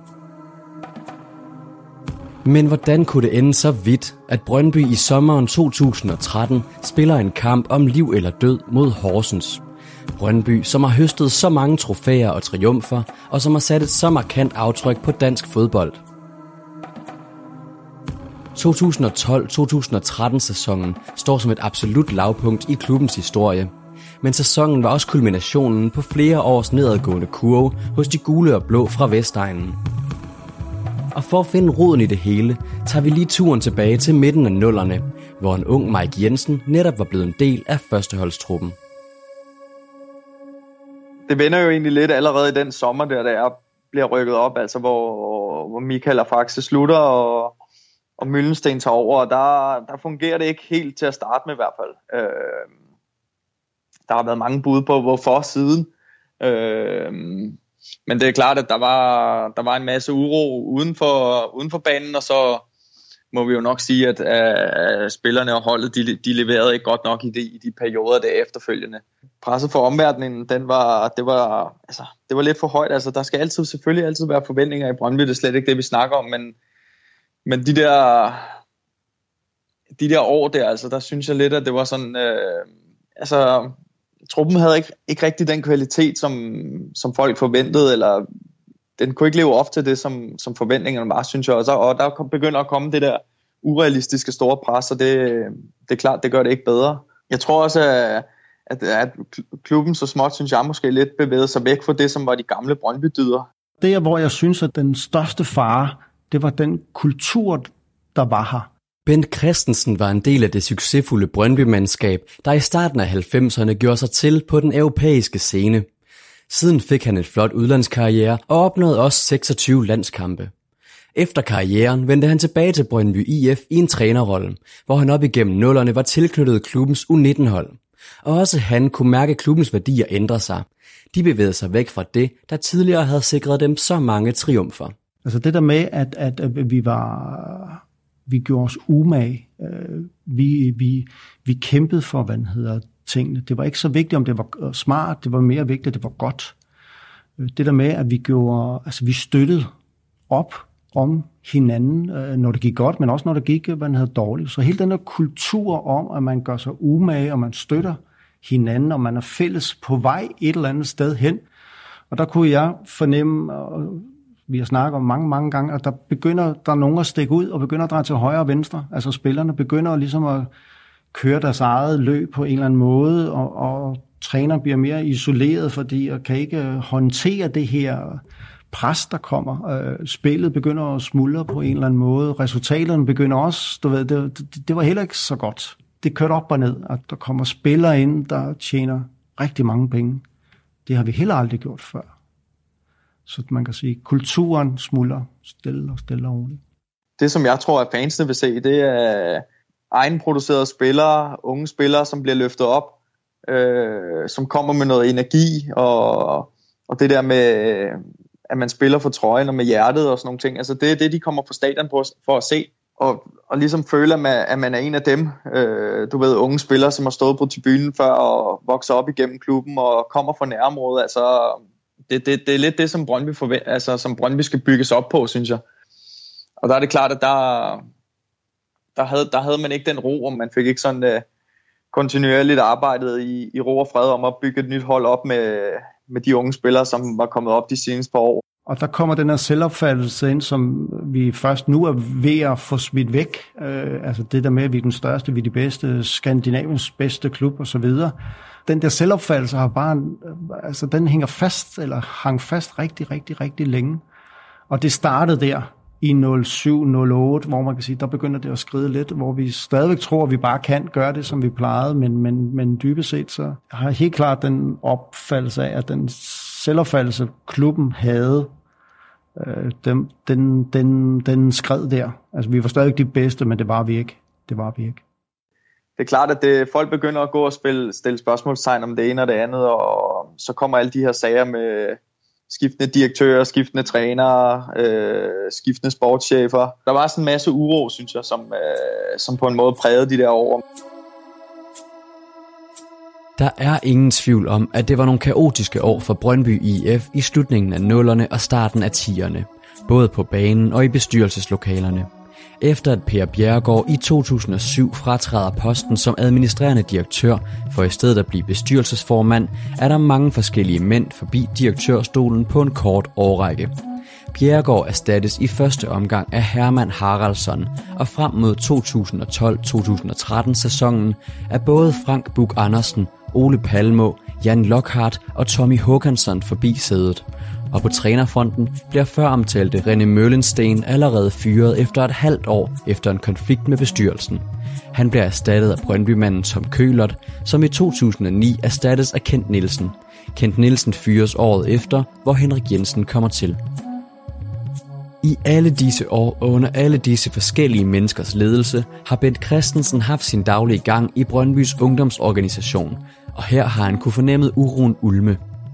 Men hvordan kunne det ende så vidt, at Brøndby i sommeren 2013 spiller en kamp om liv eller død mod Horsens? Brøndby, som har høstet så mange trofæer og triumfer, og som har sat et så markant aftryk på dansk fodbold. 2012-2013 sæsonen står som et absolut lavpunkt i klubbens historie. Men sæsonen var også kulminationen på flere års nedadgående kurve hos de gule og blå fra Vestegnen. Og for at finde roden i det hele, tager vi lige turen tilbage til midten af nullerne, hvor en ung Mike Jensen netop var blevet en del af førsteholdstruppen. Det vender jo egentlig lidt allerede i den sommer, der bliver rykket op, altså hvor Michael og Faxe slutter, og Møllensten tager over, og der fungerer det ikke helt til at starte med i hvert fald. Der har været mange bud på, hvorfor siden. Men det er klart, at der var en masse uro uden for banen, og så må vi jo nok sige, at spillerne og holdet, de leverede ikke godt nok i de perioder der efterfølgende. Presset for omverdenen, det var lidt for højt. Altså, der skal selvfølgelig altid være forventninger i Brøndby, det er slet ikke det, vi snakker om, men de der år der, altså, der synes jeg lidt, at det var sådan, truppen havde ikke rigtig den kvalitet, som folk forventede, eller den kunne ikke leve op til det, som forventningerne var, synes jeg også. Og der begynder at komme det der urealistiske store pres, og det er klart, det gør det ikke bedre. Jeg tror også, at klubben så småt, synes jeg, måske lidt bevægede sig væk fra det, som var de gamle Brøndby-dyder. Det er, hvor jeg synes, at den største fare, det var den kultur, der var her. Bent Christensen var en del af det succesfulde Brøndby-mandskab, der i starten af 90'erne gjorde sig til på den europæiske scene. Siden fik han et flot udlandskarriere og opnåede også 26 landskampe. Efter karrieren vendte han tilbage til Brøndby IF i en trænerrolle, hvor han op igennem nullerne var tilknyttet klubbens U19-hold. Og også han kunne mærke klubbens værdier ændre sig. De bevægede sig væk fra det, der tidligere havde sikret dem så mange triumfer. Altså det der med, at vi gjorde os umage. Vi kæmpede for, tingene. Det var ikke så vigtigt, om det var smart, det var mere vigtigt, at det var godt. Det der med, at vi støttede op om hinanden, når det gik godt, men også når det gik dårligt. Så hele den der kultur om, at man gør sig umage, og man støtter hinanden, og man er fælles på vej et eller andet sted hen. Og der kunne jeg fornemme, og vi har snakket om mange gange, at der er nogen at stikke ud, og begynder at dreje til højre og venstre. Altså spillerne begynder ligesom at køre deres eget løb på en eller anden måde, og træneren bliver mere isoleret, fordi jeg kan ikke håndtere det her pres, der kommer. Spillet begynder at smuldre på en eller anden måde. Resultaterne begynder også, det var heller ikke så godt. Det kørte op og ned, at der kommer spillere ind, der tjener rigtig mange penge. Det har vi heller aldrig gjort før. Så man kan sige, at kulturen smuldrer stille og roligt. Det, som jeg tror, at fansene vil se, det er egenproducerede spillere, unge spillere, som bliver løftet op, som kommer med noget energi, og det der med, at man spiller for trøjen og med hjertet og sådan nogle ting. Altså det er det, de kommer på stadion for at se. og ligesom føle, at man er en af dem. Du ved, unge spillere, som har stået på tribunen før og vokset op igennem klubben og kommer fra nærområdet. Altså, det er lidt det, som Brøndby som Brøndby skal bygges op på, synes jeg. Og der er det klart, at der havde man ikke den ro, og man fik ikke sådan kontinuerligt arbejdet i ro og fred om at bygge et nyt hold op med de unge spillere, som var kommet op de seneste par år. Og der kommer den her selvopfattelse ind, som vi først nu er ved at få smidt væk. Altså det der med, at vi er den største, vi er de bedste, Skandinaviens bedste klub osv. Den der selvopfattelse har bare, altså den hænger fast, eller hang fast rigtig, rigtig, rigtig længe. Og det startede der i 07-08, hvor man kan sige, der begynder det at skride lidt, hvor vi stadigvæk tror, at vi bare kan gøre det, som vi plejede, men dybest set så har jeg helt klart den opfattelse af, at den selvopfattelse, klubben havde, den skred der. Altså, vi var stadig de bedste, men det var vi ikke. Det er klart, at folk begynder at gå og stille spørgsmålstegn om det ene og det andet, og så kommer alle de her sager med skiftende direktører, skiftende trænere, skiftende sportschefer. Der var sådan en masse uro, synes jeg, som på en måde prægede de der år. Der er ingen tvivl om, at det var nogle kaotiske år for Brøndby IF i slutningen af 0'erne og starten af 10'erne, både på banen og i bestyrelseslokalerne. Efter at Per Bjerregaard i 2007 fratræder posten som administrerende direktør for i stedet at blive bestyrelsesformand, er der mange forskellige mænd forbi direktørstolen på en kort årrække. Bjerregaard erstattes i første omgang af Herman Haraldsson, og frem mod 2012-2013 sæsonen er både Frank Buch Andersen, Ole Palmo, Jan Lockhart og Tommy Håkansson forbi sædet. Og på trænerfronten bliver føromtalte René Møllensten allerede fyret efter et halvt år efter en konflikt med bestyrelsen. Han bliver erstattet af Brøndbymanden Tom Køhlert, som i 2009 erstattes af Kent Nielsen. Kent Nielsen fyres året efter, hvor Henrik Jensen kommer til. I alle disse år og under alle disse forskellige menneskers ledelse har Bent Christensen haft sin daglige gang i Brøndbys ungdomsorganisation, og her har han kunne fornemme uroen ulme.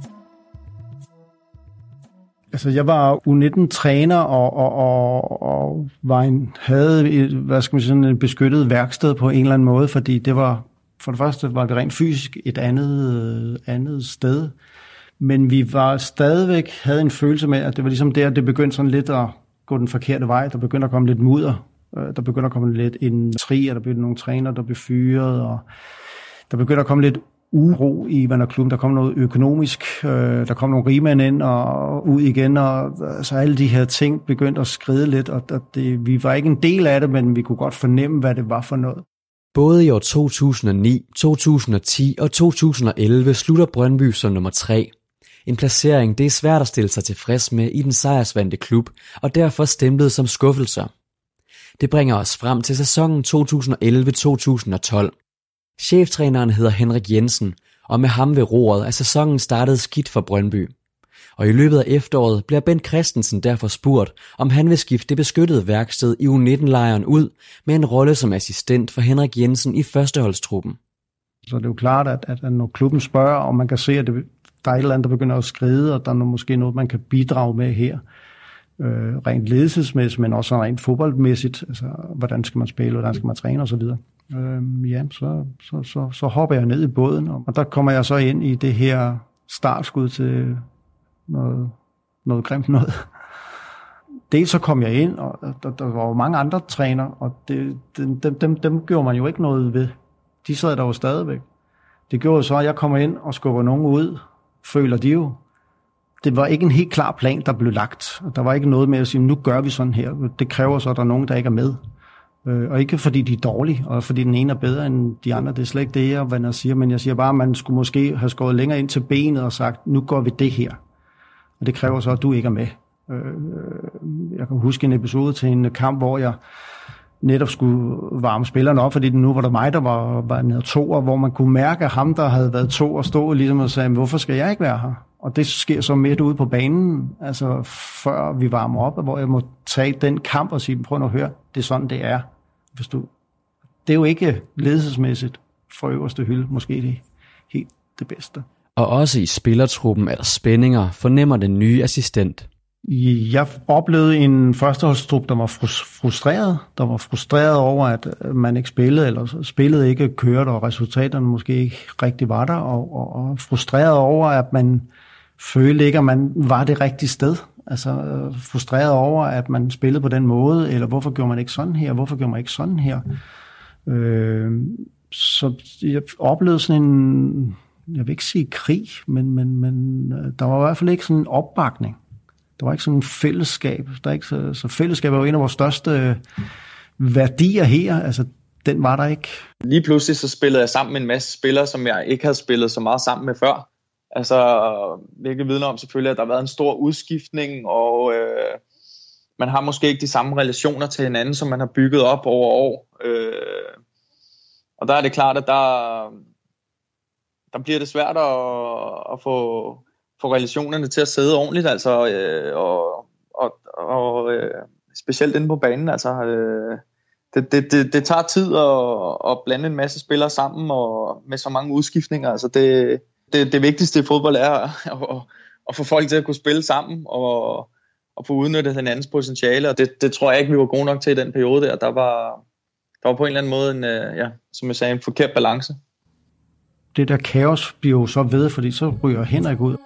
Altså, jeg var U19-træner og havde et beskyttet værksted på en eller anden måde, fordi det var, for det første var det rent fysisk et andet sted, men vi var stadigvæk, havde en følelse med, at det var ligesom der, det begyndte sådan lidt at gå den forkerte vej. Der begyndte at komme lidt mudder, der begyndte at komme lidt industri, og der blev nogle træner, der blev fyret, og der begyndte at komme lidt uro i Vanderklubben. Der kom noget økonomisk, der kom nogle rigmænd ind og ud igen, og så alle de her ting begyndte at skride lidt, og vi var ikke en del af det, men vi kunne godt fornemme, hvad det var for noget. Både i år 2009, 2010 og 2011 slutter Brøndby som nummer 3. En placering, det er svært at stille sig tilfreds med i den sejrsvante klub, og derfor stemplet som skuffelser. Det bringer os frem til sæsonen 2011-2012. Cheftræneren hedder Henrik Jensen, og med ham ved roret er sæsonen startet skidt for Brøndby. Og i løbet af efteråret bliver Bent Christensen derfor spurgt, om han vil skifte det beskyttede værksted i U19-lejren ud med en rolle som assistent for Henrik Jensen i førsteholdstruppen. Så det er jo klart, at når klubben spørger, om man kan se, at der er et eller andet, der begynder at skride, og der er måske noget, man kan bidrage med her, rent ledelsesmæssigt, men også rent fodboldmæssigt, altså hvordan skal man spille, hvordan skal man træne osv., så hopper jeg ned i båden, og der kommer jeg så ind i det her startskud til noget grimt noget. Dels så kom jeg ind, og der var jo mange andre trænere, og dem gjorde man jo ikke noget ved. De sad der jo stadigvæk. Det gjorde så, at jeg kommer ind og skubber nogen ud, føler de jo. Det var ikke en helt klar plan, der blev lagt. Der var ikke noget med at sige, nu gør vi sådan her. Det kræver så, at der er nogen, der ikke er med. Og ikke fordi de er dårlige, og fordi den ene er bedre end de andre. Det er slet ikke det, jeg siger. Men jeg siger bare, at man skulle måske have skåret længere ind til benet og sagt, nu går vi det her. Og det kræver så, at du ikke er med. Jeg kan huske en episode til en kamp, hvor jeg netop skulle varme spillerne op, fordi nu var der mig, der var nede 2, hvor man kunne mærke, at ham, der havde været 2 og stod ligesom og sagde, hvorfor skal jeg ikke være her? Og det sker så midt ude på banen, altså før vi varmer op, hvor jeg må tage den kamp og sige, prøv at høre, det er sådan, det er. Det er jo ikke ledelsesmæssigt for øverste hylde, måske det helt det bedste. Og også i spillertruppen er der spændinger, fornemmer den nye assistent. Jeg oplevede en førsteholdstrup, der var frustreret. Der var frustreret over, at man ikke spillede, eller spillet ikke kørte, og resultaterne måske ikke rigtig var der, og frustreret over, at man følte ikke, at man var det rigtige sted. Altså frustreret over, at man spillede på den måde, eller hvorfor gjorde man ikke sådan her, hvorfor gjorde man ikke sådan her. Så jeg oplevede sådan en, jeg vil ikke sige krig, men der var i hvert fald ikke sådan en opbakning. Der var ikke sådan en fællesskab. Der er ikke så fællesskab er jo en af vores største værdier her. Altså, den var der ikke. Lige pludselig så spillede jeg sammen med en masse spillere, som jeg ikke havde spillet så meget sammen med før. Altså, hvilket vidner om selvfølgelig, at der har været en stor udskiftning, og man har måske ikke de samme relationer til hinanden, som man har bygget op over år. Og der er det klart, at der bliver det svært at få relationerne til at sidde ordentligt, altså, og specielt inde på banen. Altså, det tager tid at blande en masse spillere sammen og med så mange udskiftninger. Altså, det vigtigste i fodbold er at få folk til at kunne spille sammen og få udnyttet hinandens potentiale, og det tror jeg ikke, vi var gode nok til i den periode der. Der var på en eller anden måde som jeg sagde, en forkert balance. Det der kaos bliver jo så ved, fordi så ryger Henrik ud.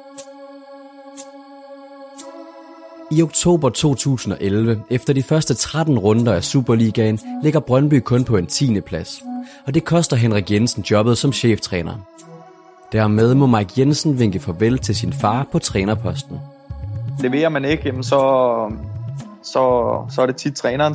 I oktober 2011, efter de første 13 runder af Superligaen, ligger Brøndby kun på en 10. plads. Og det koster Henrik Jensen jobbet som cheftræner. Dermed må Mike Jensen vinke farvel til sin far på trænerposten. Leverer man ikke, jamen så er det tit træneren,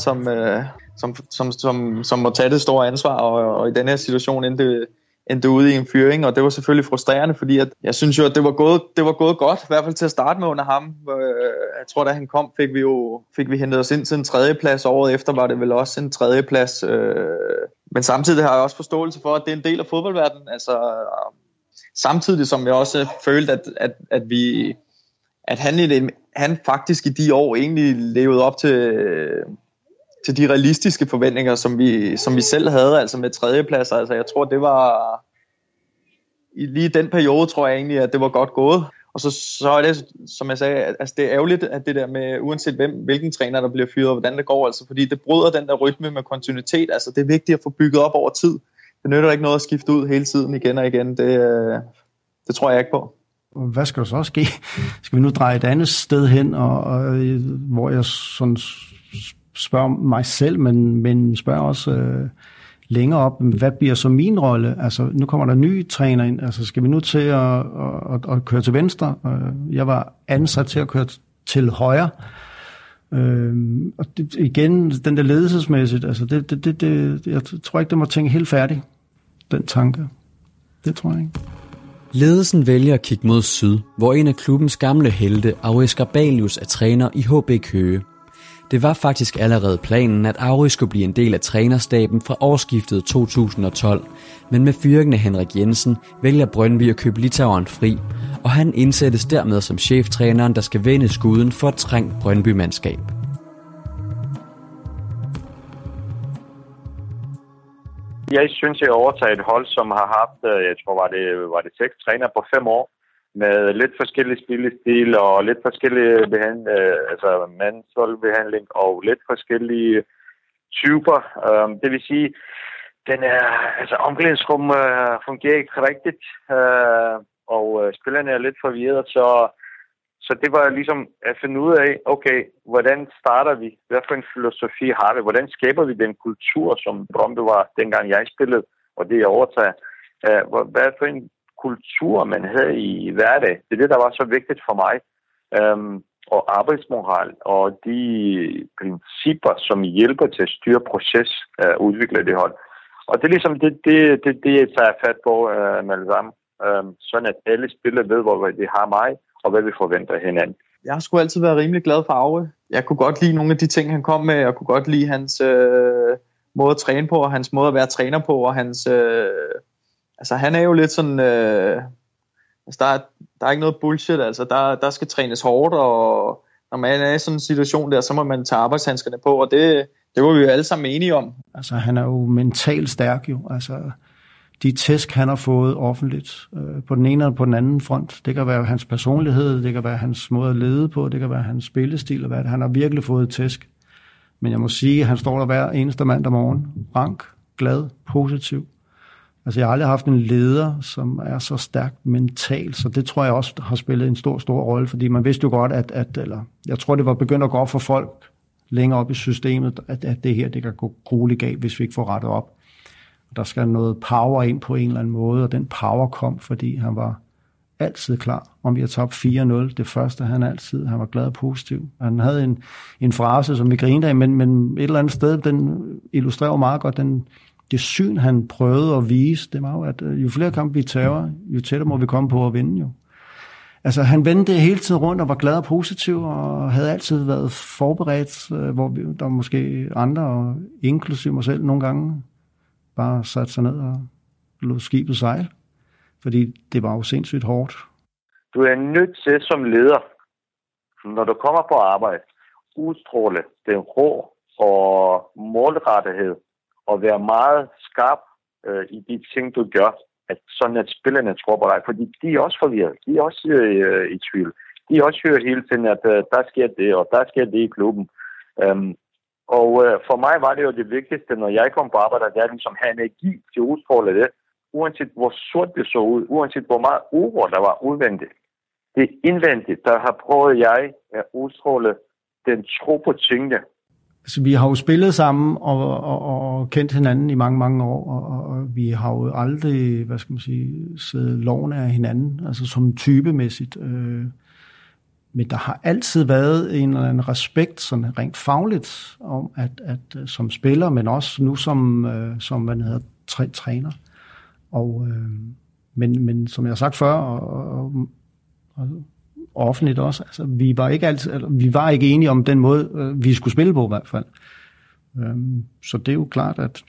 som må tage det store ansvar, og i denne her situation endte ude i en fyring, og det var selvfølgelig frustrerende, fordi at jeg synes jo, at det var gået godt, i hvert fald til at starte med under ham. Jeg tror, da han kom, fik vi hentet os ind til en 3. plads. Året efter var det vel også en 3. plads. Men samtidig har jeg også forståelse for, at det er en del af fodboldverdenen. Altså, samtidig som jeg også følte, at han faktisk i de år egentlig levede op til de realistiske forventninger, som vi selv havde, altså med 3. pladser. Altså jeg tror, det var lige den periode, tror jeg egentlig, at det var godt gået. Og så er det, som jeg sagde, altså det er ærgerligt, at det der med, uanset hvilken træner, der bliver fyret, og hvordan det går, altså fordi det bryder den der rytme med kontinuitet. Altså det er vigtigt at få bygget op over tid. Det nytter ikke noget at skifte ud hele tiden igen og igen. Det tror jeg ikke på. Hvad skal der så ske? Skal vi nu dreje et andet sted hen, og hvor jeg sådan spørger mig selv, men spørger også længere op, hvad bliver så min rolle? Altså, nu kommer der nye træner ind, altså skal vi nu til at køre til venstre? Jeg var ansat til at køre til højre. Og det, igen, den der ledelsesmæssigt, altså jeg tror ikke, den var tænkt helt færdig, den tanke. Det tror jeg ikke. Ledelsen vælger at kigge mod syd, hvor en af klubbens gamle helte, Auri Skarbalius, er træner i HB Køge. Det var faktisk allerede planen, at Auri skulle blive en del af trænerstaben fra årsskiftet 2012, men med fyringen af Henrik Jensen vælger Brøndby at købe litaueren fri, og han indsættes dermed som cheftræneren, der skal vende skuden for et trængt Brøndby-mandskab. Jeg synes, jeg overtager et hold, som har haft, jeg tror, var det 6 trænere på 5 år, med lidt forskellige spillestil og lidt forskellige mandsholdbehandling og lidt forskellige typer. Det vil sige, omklædningsrum fungerer ikke rigtigt, og spillerne er lidt forvirret, så det var ligesom at finde ud af, okay, hvordan starter vi? Hvad for en filosofi har vi? Hvordan skaber vi den kultur, som Brøndby var, dengang jeg spillede, og det jeg overtager? Hvad for en kultur, man havde i hverdag? Det er det, der var så vigtigt for mig. Og arbejdsmoral og de principper, som hjælper til at styre proces, udvikle det hold. Og det er ligesom det jeg tager fat på med det samme. Sådan at alle spillere ved, hvor de har mig, og hvad vi forventer hinanden. Jeg har sgu altid været rimelig glad for Auri. Jeg kunne godt lide nogle af de ting, han kom med. Jeg kunne godt lide hans måde at træne på, og hans måde at være træner på, og hans... han er jo lidt sådan... der er ikke noget bullshit, altså. Der skal trænes hårdt, og når man er i sådan en situation der, så må man tage arbejdshandskerne på, og det var vi jo alle sammen enige om. Altså, han er jo mentalt stærk jo. Altså, de tæsk, han har fået offentligt, på den ene eller på den anden front. Det kan være hans personlighed, det kan være hans måde at lede på, det kan være hans spillestil, og hvad det. Han har virkelig fået tæsk. Men jeg må sige, at han står der hver eneste mandag morgen, rank, glad, positiv. Altså, jeg har aldrig haft en leder, som er så stærkt mentalt, så det tror jeg også har spillet en stor rolle, fordi man vidste jo godt, eller jeg tror, det var begyndt at gå op for folk længere op i systemet, at det her, det kan gå grueligt galt, hvis vi ikke får rettet op. Der skal noget power ind på en eller anden måde, og den power kom, fordi han var altid klar. Om vi har tabt 4-0, det første han var glad og positiv. Han havde en frase, som vi grinede af, men et eller andet sted, den illustrerer meget godt det syn, han prøvede at vise. Det var jo, at jo flere kampe vi tager, jo tættere må vi komme på at vinde jo. Altså, han vendte hele tiden rundt og var glad og positiv, og havde altid været forberedt, hvor der var måske andre, inklusive mig selv nogle gange, bare satte sig ned og lod skibet sejle. Fordi det var jo sindssygt hårdt. Du er nødt til som leder, når du kommer på arbejde, udstråle den rå og målrettighed, og være meget skarp i de ting, du gør, at sådan at spillerne tror på dig. Fordi de er også forvirret, de er også i tvivl. De også hører hele tiden, at der sker det, og der sker det i klubben. Og for mig var det jo det vigtigste, når jeg kom på arbejde, at jeg ligesom have energi til at udstråle det, uanset hvor sort det så ud, uanset hvor meget uro der var udvendigt. Det er indvendigt, der har prøvet jeg at udstråle den tro på tingene. Altså, vi har jo spillet sammen og kendt hinanden i mange år, og vi har jo aldrig, siddet lovende af hinanden, altså som typemæssigt. Men der har altid været en eller anden respekt, sådan rent fagligt, om at som spiller, men også nu som man hedder, træner. Og, men som jeg har sagt før, og offentligt også, altså, vi var ikke enige om den måde, vi skulle spille på i hvert fald. Så det er jo klart, at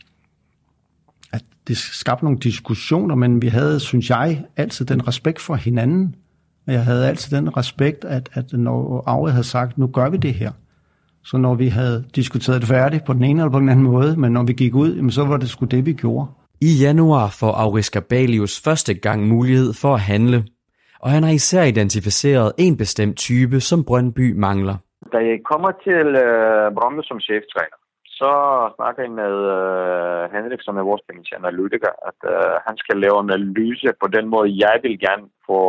det skabte nogle diskussioner, men vi havde, synes jeg, altid den respekt for hinanden. Og jeg havde altid den respekt, at når Auri havde sagt, nu gør vi det her, så når vi havde diskuteret det færdigt på den ene eller på den anden måde, men når vi gik ud, så var det sgu det, vi gjorde. I januar får Auri Skarbalius første gang mulighed for at handle, og han har især identificeret en bestemt type, som Brøndby mangler. Da jeg kommer til Brøndby som cheftræner, så snakker jeg med Henrik, som er vores analytiker, at han skal lave en analyse på den måde, jeg vil gerne få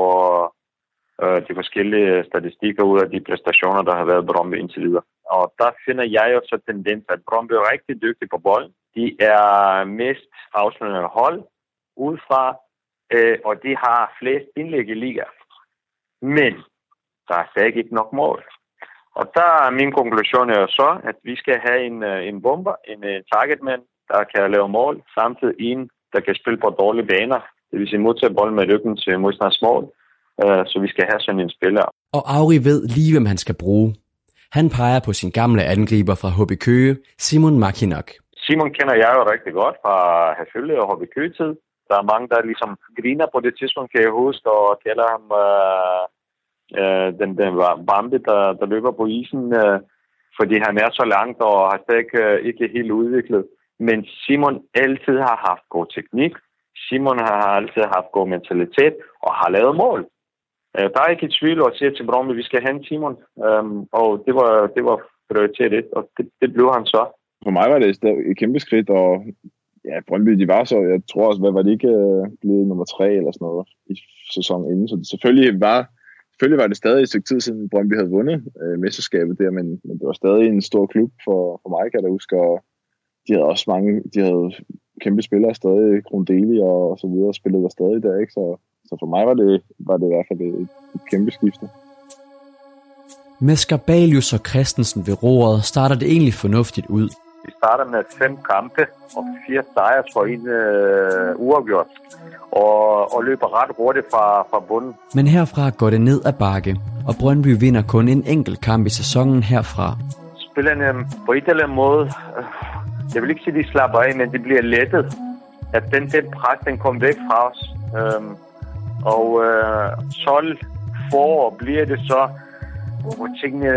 de forskellige statistikker ud af de præstationer, der har været Brøndby indtil videre. Og der finder jeg jo så tendens, at Brøndby er rigtig dygtig på bolden. De er mest afslørende hold udefra, og de har flest indlæg i liga. Men der er stadig ikke nok mål. Og der er min konklusion er så, at vi skal have en bomber, en targetman, der kan lave mål, samtidig en, der kan spille på dårlige baner. Det vil sige modtage bolden med ryggen til modstanders mål. Så vi skal have sådan en spiller. Og Auri ved lige, hvem han skal bruge. Han peger på sin gamle angriber fra HB Køge, Simon Makinok. Simon kender jeg jo rigtig godt fra Herfølge og HB Køge-tid. Der er mange, der ligesom griner på det tidspunkt, kan jeg huske, og kalder ham den Bambi, der løber på isen, fordi han er så langt og har stadig ikke helt udviklet. Men Simon altid har haft god teknik. Simon har altid haft god mentalitet og har lavet mål. Der er ikke i tvivl at sige til Brøndby, vi skal hente Simon, og det var prioritet 1, og det blev han så. For mig var det et kæmpe skridt, og ja, Brøndby, de var så, jeg tror også, hvad var det ikke blevet nummer 3 eller sådan noget i sæsonen inden, så selvfølgelig var det stadig et stykke tid siden Brøndby havde vundet mesterskabet der, men det var stadig en stor klub for mig, kan jeg da huske, og de havde kæmpe spillere stadig, Grundeli og så videre, spillede der stadig der, ikke? Så for mig var det i hvert fald et kæmpe skifte. Med Skarbalius og Christensen ved roret starter det egentlig fornuftigt ud. Vi starter med 5 kampe og 4 sejre for en uafgjort, og løber ret hurtigt fra bunden. Men herfra går det ned ad bakke, og Brøndby vinder kun en enkelt kamp i sæsonen herfra. Spillerne på et eller andet måde, jeg vil ikke sige, de slapper af, men det bliver lettet, at den pres, den kom væk fra os. Og 12 forår bliver det så, hvor tingene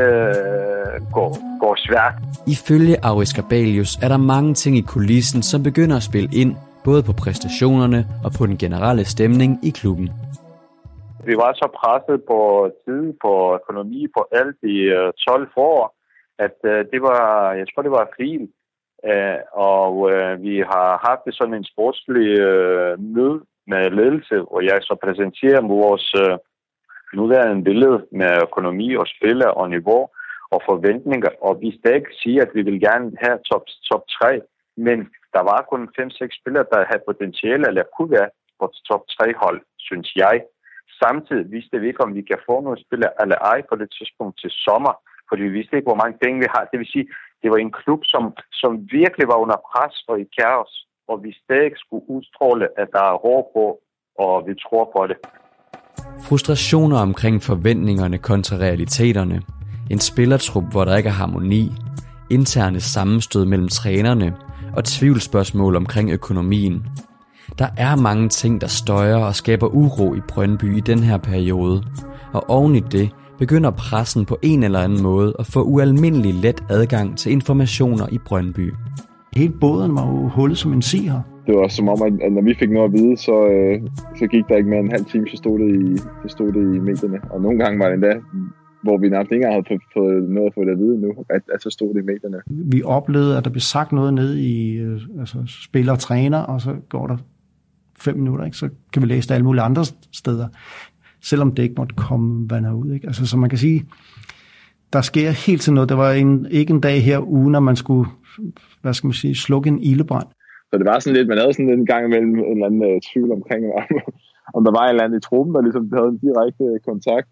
går svært. Ifølge Auri Skarbalius er der mange ting i kulissen, som begynder at spille ind både på præstationerne og på den generelle stemning i klubben. Vi var så presset på tid, på økonomi, på alt i 12 forår, at det var, jeg tror, det var april. Og vi har haft sådan en sportslig møde med ledelse, hvor jeg så præsenterer vores nuværende billede med økonomi og spiller og niveau og forventninger. Og vi stadig siger, at vi vil gerne have top 3, men der var kun 5-6 spillere, der havde potentiale eller kunne være på top 3 hold, synes jeg. Samtidig vidste vi ikke, om vi kan få nogle spillere eller ej på det tidspunkt til sommer, fordi vi vidste ikke, hvor mange penge vi har. Det vil sige, det var en klub, som virkelig var under pres og i kaos, og vi stadig skulle udstråle, at der er råd på, og vi tror på det. Frustrationer omkring forventningerne kontra realiteterne, en spillertrup, hvor der ikke er harmoni, interne sammenstød mellem trænerne og tvivlsspørgsmål omkring økonomien. Der er mange ting, der støjer og skaber uro i Brøndby i den her periode, og oven i det begynder pressen på en eller anden måde at få ualmindelig let adgang til informationer i Brøndby. Hele båden var jo hullet som en si her. Det var som om, at når vi fik noget at vide, så gik der ikke mere end en halv time, så stod det i medierne. Og nogle gange var det endda, hvor vi nærmest ikke havde fået noget at få det at vide nu, at så stod det i medierne. Vi oplevede, at der blev sagt noget ned i spiller og træner, og så går der 5 minutter, ikke? Så kan vi læse det alle mulige andre steder, selvom det ikke måtte komme vandet ud. Ikke? Altså, så man kan sige, der sker helt til noget. Der var ikke en dag her ugen, når man skulle, slukke en ildebrand. Så det var sådan lidt, man havde sådan lidt en gang imellem en eller anden tvivl omkring, om der var en eller anden i truppen, der ligesom havde en direkte kontakt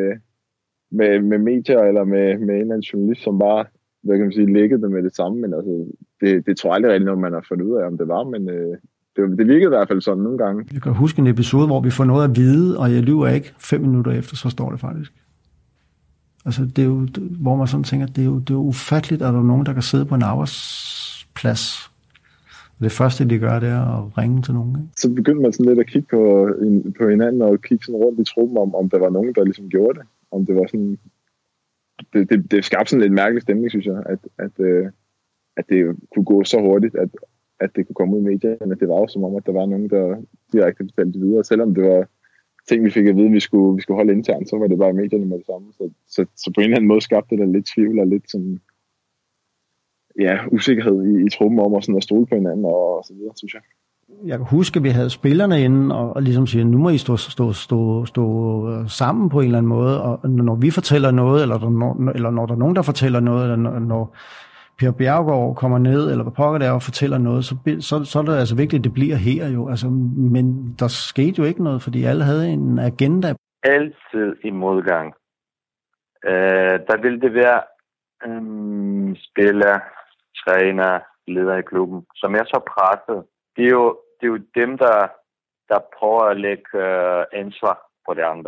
med medier, eller med en eller anden journalist, som bare, hvad kan man sige, lækkede med det samme. Men altså, det tror jeg aldrig rigtig, når man har fundet ud af, om det var, men det virkede i hvert fald sådan nogle gange. Jeg kan huske en episode, hvor vi får noget at vide, og jeg lyver ikke 5 minutter efter, så står det faktisk. Altså, det er jo, hvor man sådan tænker, det er jo ufatteligt, at der er nogen, der kan sidde på en arbejdsplads. Det første, de gør, det er at ringe til nogen. Ikke? Så begyndte man sådan lidt at kigge på hinanden, og kigge sådan rundt i truppen, om der var nogen, der ligesom gjorde det. Om det var sådan... Det skabte sådan lidt mærkelig stemning, synes jeg, at det kunne gå så hurtigt, at det kunne komme ud i medierne. Det var jo som om, at der var nogen, der direkte fortalte det videre. Selvom det var ting, vi fik at vide, vi skulle holde internt, så var det bare i medierne med det samme. Så på en eller anden måde skabte det lidt tvivl og lidt sådan, usikkerhed i truppen om at stole på hinanden og så videre, synes jeg. Jeg kan huske, at vi havde spillerne inde og ligesom siger, nu må I stå sammen på en eller anden måde, og når vi fortæller noget, eller når der er nogen, der fortæller noget, eller når Per Bjergård kommer ned, eller hvad pokker der og fortæller noget, så er det altså vigtigt, at det bliver her jo. Altså, men der skete jo ikke noget, fordi alle havde en agenda. Altid i modgang. Der vil det være spiller, træner, leder i klubben, som er så presset. Det er jo dem, der prøver at lægge ansvar på de andre.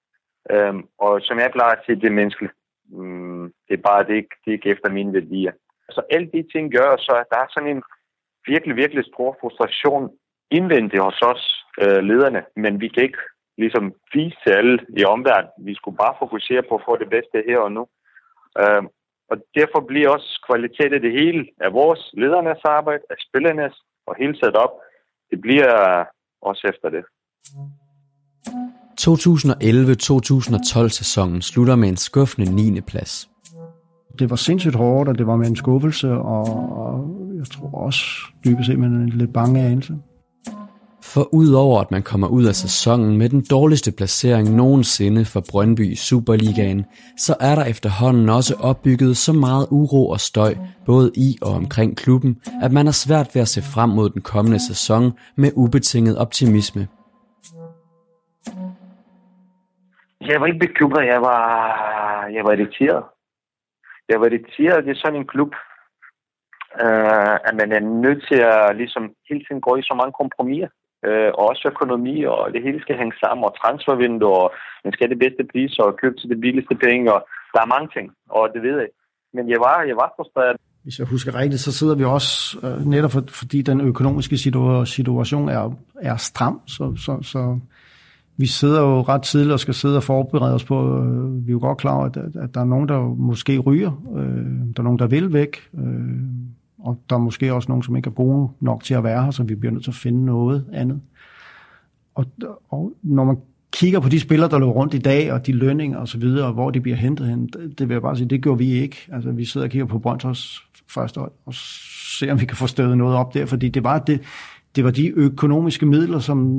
Og som jeg plejer at sige, det er menneskeligt. Det er bare det er ikke efter mine værdier. Så alle de ting gør så, at der er sådan en virkelig, virkelig stor frustration indvendigt hos os, lederne. Men vi kan ikke ligesom vise til alle i omverdenen. Vi skulle bare fokusere på at få det bedste her og nu. Og derfor bliver også kvalitet af det hele af vores ledernes arbejde, af spillernes og hele sat op. Det bliver også efter det. 2011-2012 sæsonen slutter med en skuffende 9. plads. Det var sindssygt hårdt, og det var med en skuffelse, og jeg tror også dybest set med en lidt bange anelse. For udover at man kommer ud af sæsonen med den dårligste placering nogensinde for Brøndby i Superligaen, så er der efterhånden også opbygget så meget uro og støj, både i og omkring klubben, at man har svært ved at se frem mod den kommende sæson med ubetinget optimisme. Jeg var ikke bekymret, jeg var irriteret. Jeg var irriteret, det er sådan en klub, at man er nødt til at ligesom hele tiden gå i så mange kompromiser. Og også økonomi, og det hele skal hænge sammen, og transfervindue, og man skal have det bedste pris, og købe til det billigste penge, og der er mange ting, og det ved jeg. Men jeg var frustreret. Hvis jeg husker rigtigt, så sidder vi også, netop fordi den økonomiske situation er stram, så vi sidder jo ret tidligt og skal sidde og forberede os på, vi er jo godt klar over, at der er nogen, der måske ryger, der er nogen, der vil væk, Og der er måske også nogen, som ikke er gode nok til at være her, så vi bliver nødt til at finde noget andet. Og når man kigger på de spillere, der løber rundt i dag, og de lønninger og så videre, og hvor de bliver hentet hen, det vil jeg bare sige, det gjorde vi ikke. Altså, vi sidder og kigger på Brøndshøjs første år, og ser, om vi kan få stødet noget op der, fordi det var de økonomiske midler,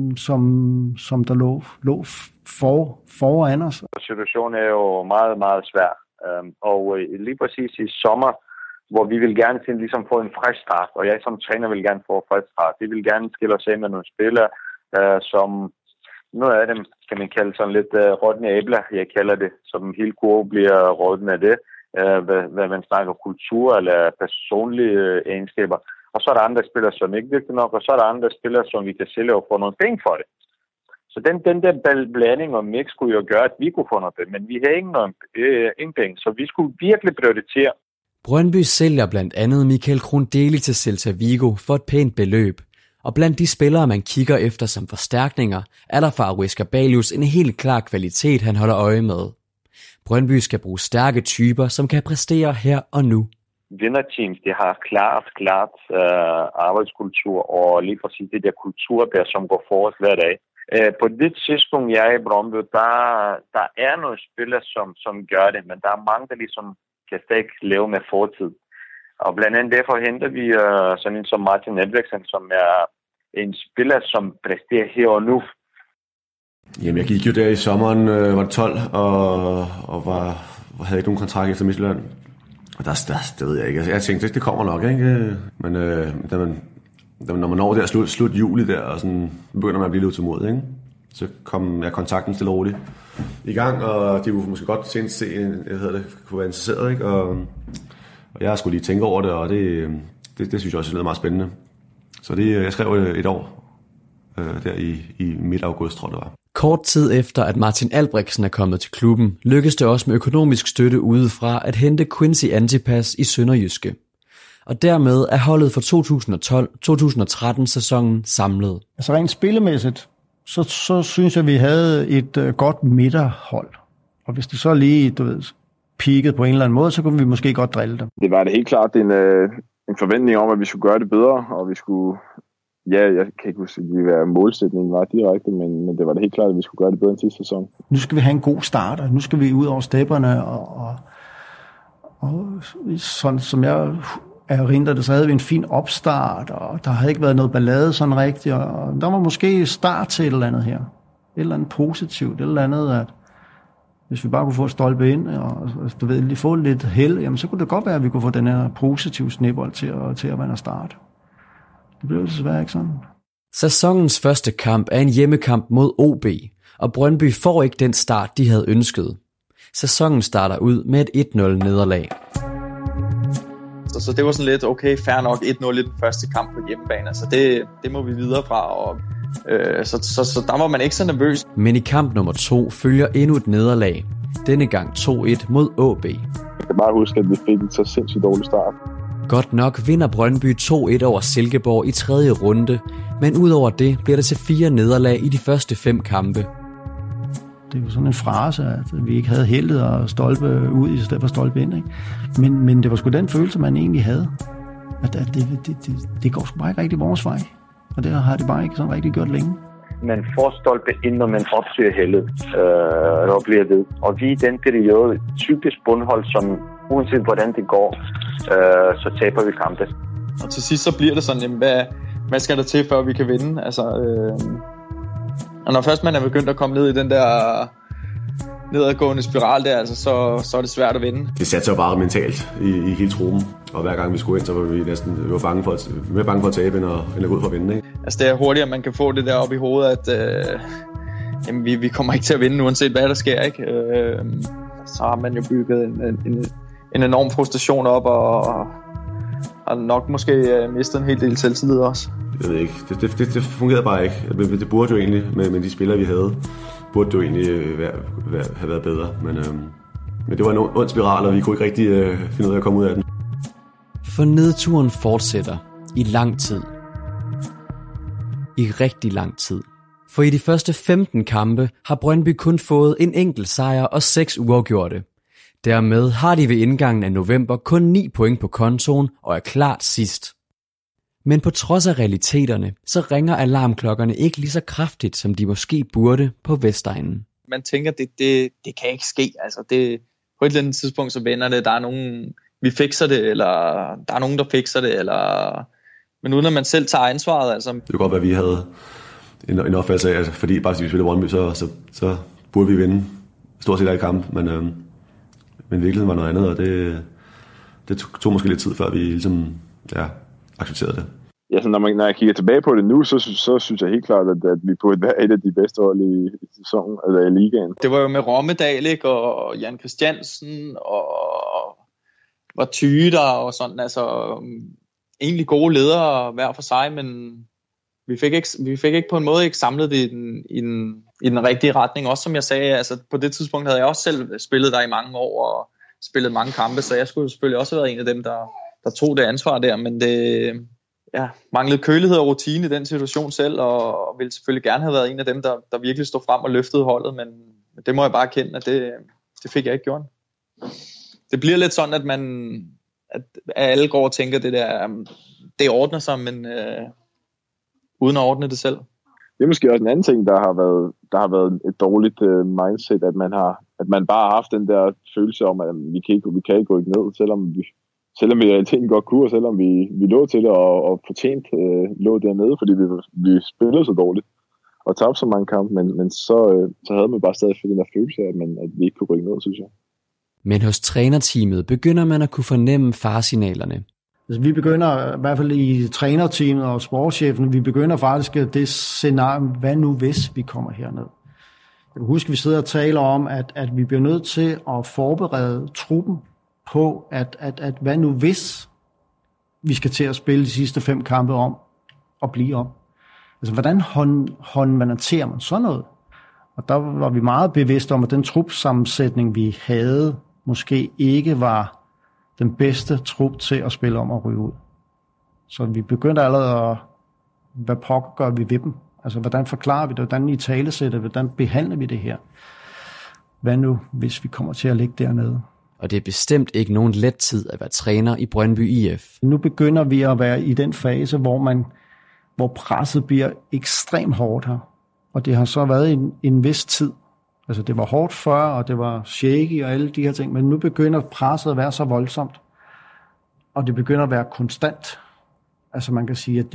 som der lå foran os. Situationen er jo meget, meget svær. Og lige præcis i sommer, hvor vi vil gerne ligesom få en frisk start, og jeg som træner vil gerne få en frisk start. Vi vil gerne skille os af med nogle spillere, som noget af dem kan man kalde sådan lidt rådne æbler, jeg kalder det, som hele kurven bliver rådne af det, hvad man snakker kultur eller personlige egenskaber. Og så er der andre spillere, som ikke virkelig nok, og så er der andre spillere, som vi kan sælge og få nogle penge for det. Så den der blanding og mix skulle jo gøre, at vi kunne få noget penge, men vi havde ingen penge, så vi skulle virkelig prioritere. Brøndby sælger blandt andet Michael Krundeli til Celta Vigo for et pænt beløb. Og blandt de spillere, man kigger efter som forstærkninger, er der for Aris Gabalius en helt klar kvalitet, han holder øje med. Brøndby skal bruge stærke typer, som kan præstere her og nu. Vinderteams, de har klart arbejdskultur, og lige præcis det der kultur, der som går forrest hver dag. På det tidspunkt, jeg er i Brøndby, der er nogle spillere, som gør det, men der er mange, der ligesom kan stadig leve med fortid. Og blandt andet derfor henter vi sådan en som Martin Edvardsen, som er en spiller, som præsterer her og nu. Jamen, jeg gik jo der i sommeren, var det 12, og havde ikke nogen kontrakt efter Midtjylland. Og det ved jeg ikke. Jeg tænkte, det kommer nok, ikke? Men når man når der slut juli der, og sådan begynder man at blive lidt utålmodig, ikke? Så kom jeg kontakten stille og roligt i gang, og de kunne måske godt se, kunne være interesseret, ikke? Og jeg skulle lige tænke over det, og det synes jeg også lyder meget spændende. Så jeg skrev et år der i midt-august, tror jeg det var. Kort tid efter, at Martin Albrechtsen er kommet til klubben, lykkedes det også med økonomisk støtte udefra at hente Quincy Antipas i Sønderjyske. Og dermed er holdet for 2012-2013 sæsonen samlet. Altså rent spillemæssigt, så synes jeg, vi havde et godt midterhold. Og hvis det så lige, peakede på en eller anden måde, så kunne vi måske godt drille dem. Det var det helt klart en forventning om, at vi skulle gøre det bedre, og vi skulle... Ja, jeg kan ikke huske, hvad målsætningen var direkte, men det var det helt klart, at vi skulle gøre det bedre end sidste sæson. Nu skal vi have en god start, og nu skal vi ud over stepperne, og sådan som jeg erindrer det, så havde vi en fin opstart, og der havde ikke været noget ballade sådan rigtigt, og der var måske start til et eller andet her. Et eller andet positivt, et eller andet, at hvis vi bare kunne få et stolpe ind, og lige få lidt held, jamen så kunne det godt være, at vi kunne få den her positive snebold til at være en start. Det blev desværre ikke sådan. Sæsonens første kamp er en hjemmekamp mod OB, og Brøndby får ikke den start, de havde ønsket. Sæsonen starter ud med et 1-0 nederlag. Så det var sådan lidt, okay, fair nok 1-0 i den første kamp på hjemmebane. Så det må vi videre fra. Og, så der var man ikke så nervøs. Men i kamp nummer 2 følger endnu et nederlag. Denne gang 2-1 mod OB. Jeg kan bare huske, at vi fik en så sindssygt dårlig start. Godt nok vinder Brøndby 2-1 over Silkeborg i 3. runde, men udover det bliver det til 4 nederlag i de første 5 kampe. Det er jo sådan en frase, at vi ikke havde heldet og stolpe ud i stedet for stolpe ind, ikke? Men det var sgu den følelse, man egentlig havde. At det går sgu bare ikke rigtig vores vej. Og det har det bare ikke sådan rigtig gjort længe. Man får stolpe ind, når man opsøger heldet, og bliver ved. Og vi i den periode, typisk bundhold, som uanset hvordan det går, så taber vi kampe. Og til sidst så bliver det sådan, jamen, hvad skal der til, før vi kan vinde? Altså, og når først man er begyndt at komme ned i den der nedadgående spiral der, altså, så er det svært at vinde. Det satte sig bare mentalt i hele truppen, og hver gang vi skulle ind, så var vi næsten mere bange for at tabe, end at gå ud for at vinde. Ikke? Altså det er hurtigt, at man kan få det der op i hovedet, at jamen, vi kommer ikke til at vinde, uanset hvad der sker. Ikke? Så har man jo bygget en enorm frustration op, og nok måske mistet en hel del selvtillid også. Jeg ved ikke, det fungerede bare ikke. Det burde jo egentlig, med de spillere vi havde, burde det jo egentlig have været bedre. Men det var en ond spiral, og vi kunne ikke rigtig finde ud af at komme ud af den. For nedturen fortsætter i lang tid. I rigtig lang tid. For i de første 15 kampe har Brøndby kun fået en enkelt sejr og 6 uafgjorte. Dermed har de ved indgangen af november kun 9 point på kontoen og er klart sidst. Men på trods af realiteterne, så ringer alarmklokkerne ikke lige så kraftigt, som de måske burde på Vestegnen. Man tænker, det kan ikke ske. Altså på et eller andet tidspunkt, så vender det. Der er nogen, vi fikser det, eller der er nogen, der fikser det. Men uden at man selv tager ansvaret. Altså. Det kunne godt være, at vi havde en opfattelse af, altså, fordi bare hvis vi spiller Brøndby, så burde vi vinde stort set alle kampe. Men virkeligheden var noget andet, og det tog måske lidt tid, før vi ligesom, accepterede det. Ja, så når jeg kigger tilbage på det nu, så synes jeg helt klart, at vi burde være et af de bedste hold i sæsonen, eller i ligaen. Det var jo med Rommedal, ikke? Og Jan Christiansen, og var Tyge der, og sådan, altså egentlig gode ledere hver for sig, men vi fik ikke på en måde ikke samlet det i den rigtige retning. Også som jeg sagde, altså på det tidspunkt havde jeg også selv spillet der i mange år, og spillet mange kampe, så jeg skulle selvfølgelig også have været en af dem, der tog det ansvar der, men det manglede kølighed og rutine i den situation selv, og ville selvfølgelig gerne have været en af dem, der virkelig stod frem og løftede holdet, men det må jeg bare erkende, at det fik jeg ikke gjort. Det bliver lidt sådan, at alle går og tænker, det ordner sig, men uden at ordne det selv. Det er måske også en anden ting, der har været et dårligt mindset, at man bare har haft den der følelse om, at vi kan ikke gå ned, selvom vi i realiteten godt kunne, og selvom vi lå til det og fortjent lå dernede, fordi vi spillede så dårligt og tabte så mange kampe, men så havde man bare stadig den der følelse af, at vi ikke kunne rykke ned, synes jeg. Men hos trænerteamet begynder man at kunne fornemme faresignalerne. Altså, vi begynder, i hvert fald i trænerteamet og sportschefen, vi begynder faktisk det scenarie, hvad nu hvis vi kommer herned. Jeg kan huske, at vi sidder og taler om, at vi bliver nødt til at forberede truppen på, at hvad nu hvis vi skal til at spille de sidste 5 kampe om og blive om. Altså, hvordan håndterer man sådan noget? Og der var vi meget bevidste om, at den trupsammensætning, vi havde, måske ikke var den bedste trup til at spille om og ryge ud. Så vi begyndte allerede at, hvad pokker gør vi ved dem? Altså, hvordan forklarer vi det? Hvordan i talesætter? Hvordan behandler vi det her? Hvad nu, hvis vi kommer til at ligge dernede? Og det er bestemt ikke nogen let tid at være træner i Brøndby IF. Nu begynder vi at være i den fase, hvor presset bliver ekstremt hårdt her. Og det har så været en vis tid. Altså det var hårdt før, og det var shaky og alle de her ting, men nu begynder presset at være så voldsomt, og det begynder at være konstant. Altså man kan sige, at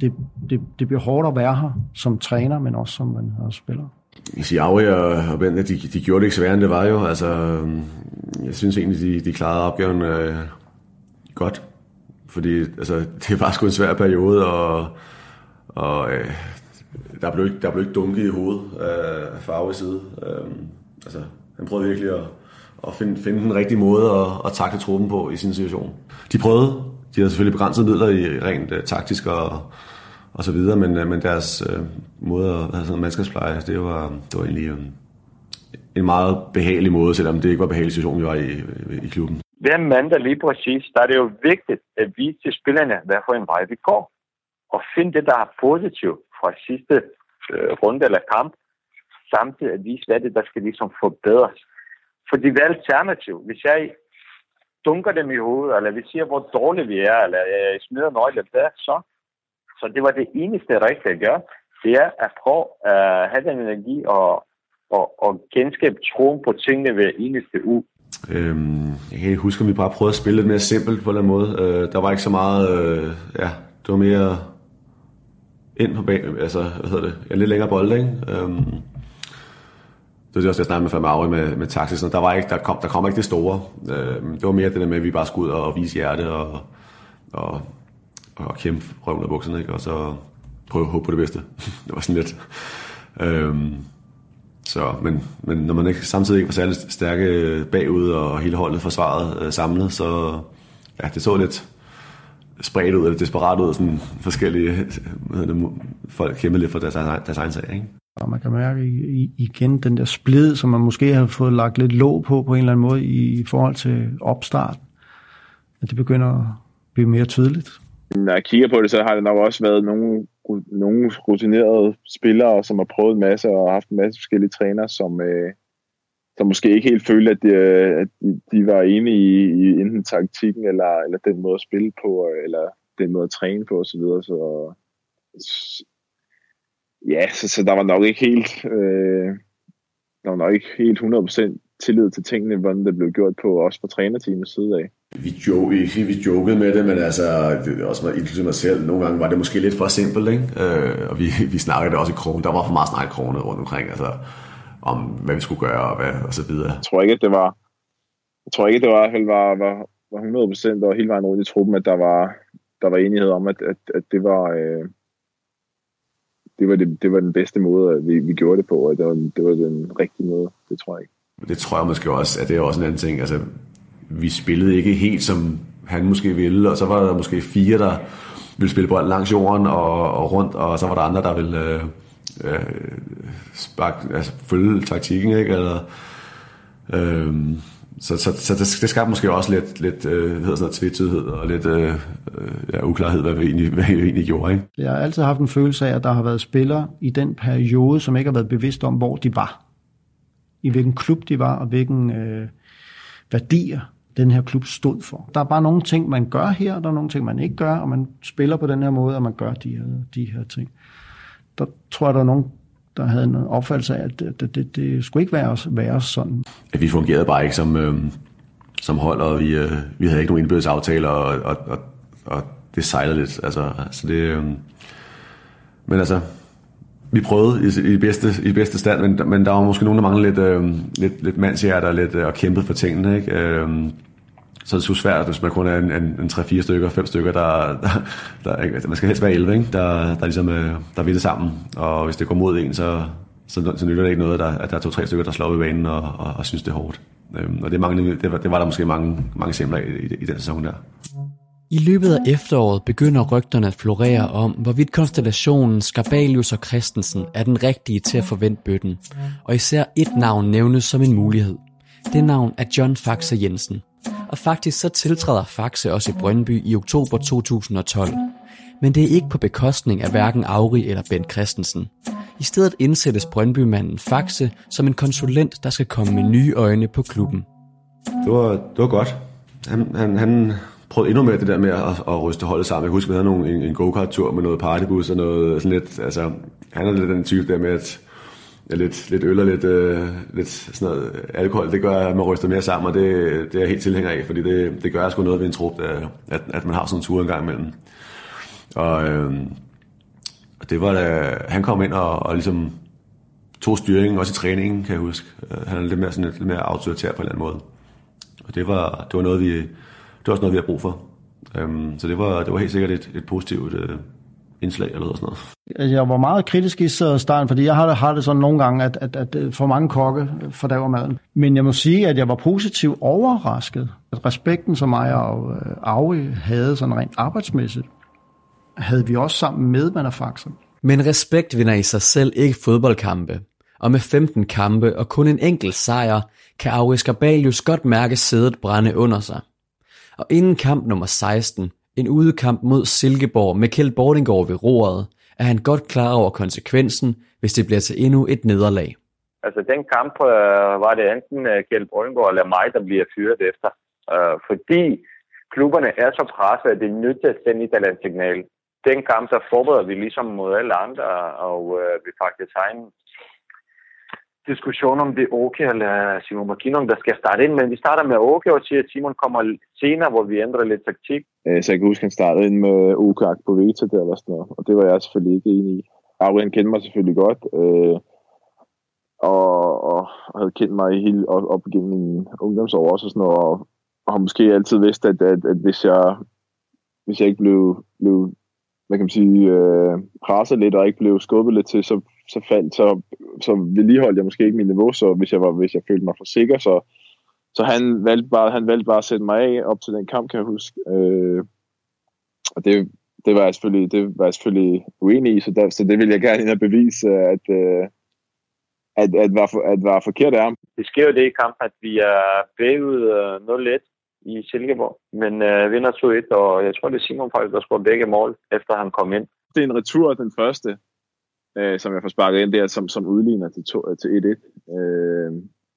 det bliver hårdt at være her som træner, men også som man har spiller. Jeg siger, Auri og Bent, at de gjorde det ikke sværere, end det var jo. Altså, jeg synes egentlig, de klarede opgaven godt, fordi altså, det var sgu en svær periode, og der blev ikke dunket i hovedet af Favres side. Altså, han prøvede virkelig at finde den rigtige måde at takle truppen på i sin situation. De prøvede. De havde selvfølgelig begrænset midler i rent taktisk og så videre, men deres måde at have sådan en mandskabspleje, det var egentlig en meget behagelig måde, selvom det ikke var en behagelig situation, vi var i klubben. Hver mandag lige præcis, der er det jo vigtigt at vise til spillerne, hvad for en vej vi går, og finde det, der er positivt fra sidste runde eller kamp, samtidig at vise, hvad det der skal ligesom forbedres. Fordi hvad er alternativ? Hvis jeg dunker dem i hovedet, eller vi siger, hvor dårlige vi er, eller jeg smider nøgler, der, så det var det eneste rigtige at gøre. Det er at prøve at have den energi og genskabe troen på tingene hver eneste uge. Jeg kan ikke huske, om vi bare prøvede at spille lidt mere simpelt på en eller anden måde. Der var ikke så meget, det var mere ind på banen, altså, lidt længere bold, ikke? Det er også det, jeg snakkede med Auri med taksis. Der kom ikke det store. Det var mere det der med, at vi bare skulle ud og vise hjerte og kæmpe røven af bukserne, ikke? Og så prøve at håbe på det bedste. Det var sådan lidt. Men når man ikke, samtidig ikke var særlig stærke bagud, og hele holdet forsvaret samlet, så det så lidt spredt ud, eller desperat ud, sådan forskellige folk kæmpede lidt for deres egen sag, ikke? Og man kan mærke igen den der splid, som man måske har fået lagt lidt låg på en eller anden måde i forhold til opstart, at det begynder at blive mere tydeligt. Når jeg kigger på det, så har det nok også været nogle rutinerede spillere, som har prøvet en masse og haft en masse forskellige trænere, så måske ikke helt følte, at de var enige i enten taktikken, eller den måde at spille på, eller den måde at træne på, osv. Så der var nok ikke helt 100% tillid til tingene, hvordan det blev gjort på, også fra trænerteamets side af. Vi jokede med det, men altså, det også inklusive mig selv. Nogle gange var det måske lidt for simpelt, ikke? Og vi snakkede det også i kroner. Der var for meget snak i kroner rundt omkring, altså om hvad vi skulle gøre og så videre. Jeg tror ikke, at det var var 100% og hele vejen rundt i truppen, at der var enighed om, at det var den bedste måde, at vi gjorde det på, og det var den rigtige måde. Det tror jeg ikke. Det tror jeg måske også, at det er også en anden ting. Altså, vi spillede ikke helt, som han måske ville, og så var der måske 4, der ville spille bolden langs jorden og rundt, og så var der andre, der ville følge taktikken, ikke? Eller, så det skabte måske også lidt tvetydighed og lidt uklarhed, hvad vi egentlig gjorde, ikke? Jeg har altid haft en følelse af, at der har været spillere i den periode, som ikke har været bevidst om, hvor de var. I hvilken klub de var, og hvilken værdier den her klub stod for. Der er bare nogle ting, man gør her, og der er nogle ting, man ikke gør, og man spiller på den her måde, og man gør de her ting. Der tror jeg, der er nogen, der havde en opfattelse af, at det skulle ikke være sådan. At vi fungerede bare ikke som hold, og vi havde ikke nogen indbyrdes aftaler, og det sejlede lidt. Altså, så det, men altså, vi prøvede i bedste stand, men der var måske nogen, der manglede lidt mandshjerte og lidt og kæmpede for tingene, ikke? Så det er så svært, hvis man kun er en 3-4 stykker, 5 stykker, der man skal helst være 11, ikke? Der ligesom der vil det sammen, og hvis det går mod en, så nytter det ikke noget, at der er 2-3 stykker, der slår op i banen og synes, det er hårdt. Og det var der måske mange eksempler i den sæson der. I løbet af efteråret begynder rygterne at florere om, hvorvidt konstellationen Skarbalius og Christensen er den rigtige til at forvente bøtten, og især et navn nævnes som en mulighed. Det navn er John Faxe Jensen, og faktisk så tiltræder Faxe også i Brøndby i oktober 2012. Men det er ikke på bekostning af hverken Auri eller Bent Christensen. I stedet indsættes Brøndby-manden Faxe som en konsulent, der skal komme med nye øjne på klubben. Det var godt. Han prøvede endnu mere det der med at ryste holdet sammen. Jeg husker, vi havde en go-kart-tur med noget partybus og noget sådan lidt. Altså, han er lidt den type der med, at lidt øl og lidt sådan noget alkohol, det gør, at man ryster mere sammen, og det er jeg helt tilhænger af, fordi det gør sgu noget ved en trup, at man har sådan en tur en gang imellem. Og det var da han kom ind og ligesom tog styringen, også i træningen, kan jeg huske. Han er lidt mere autoritær på en eller anden måde. Og det var noget, det var også noget, vi har brug for. Så det var helt sikkert et positivt indslag eller sådan noget. Jeg var meget kritisk i starten, fordi jeg har det sådan nogle gange, at for mange kokke fordærver maden. Men jeg må sige, at jeg var positivt overrasket. At respekten, som mig og Auri havde sådan rent arbejdsmæssigt, havde vi også sammen med Faxe. Men respekt vinder i sig selv ikke fodboldkampe. Og med 15 kampe og kun en enkelt sejr, kan Auri Skarbalius godt mærke sædet brænde under sig. Og inden kamp nummer 16, en udekamp mod Silkeborg med Kjeld Bordinggaard ved roret, er han godt klar over konsekvensen, hvis det bliver til endnu et nederlag. Altså den kamp var det enten Kjeld Bordinggaard eller mig, der bliver fyret efter. Fordi klubberne er så presset, at det er nødt til at sende et eller andet signal. Den kamp, der forbereder vi ligesom mod alle andre, og vi faktisk har en diskussion om det er Åke eller Simon McKinnon, der skal starte ind. Men vi starter med Åke og siger, at Simon kommer senere, hvor vi ændrer lidt taktik. Så jeg kan huske, at han startede ind med Åke Akpoveta der eller sådan noget, og det var jeg selvfølgelig ikke enig i. Auri, han kendte mig selvfølgelig godt, og havde kendt mig helt op igennem min ungdomsår også og sådan noget, og har måske altid vidst, at hvis jeg ikke blev hvad kan man sige, presset lidt og ikke blev skubbet lidt til, så vedligeholdt jeg måske ikke mit niveau, så hvis jeg følte mig for sikker, så han valgte bare at sætte mig af op til den kamp, kan jeg huske. Og det var jeg selvfølgelig uenig i, så det vil jeg gerne ind og bevise, at var forkert af ham. Det sker jo det i kampen, at vi er bagud 0-1 i Silkeborg, men vinder 2-1, og jeg tror, det er Simon faktisk, der scorer begge mål, efter han kom ind. Det er en retur, den første, som jeg får sparket ind der, som udligner til 1-1.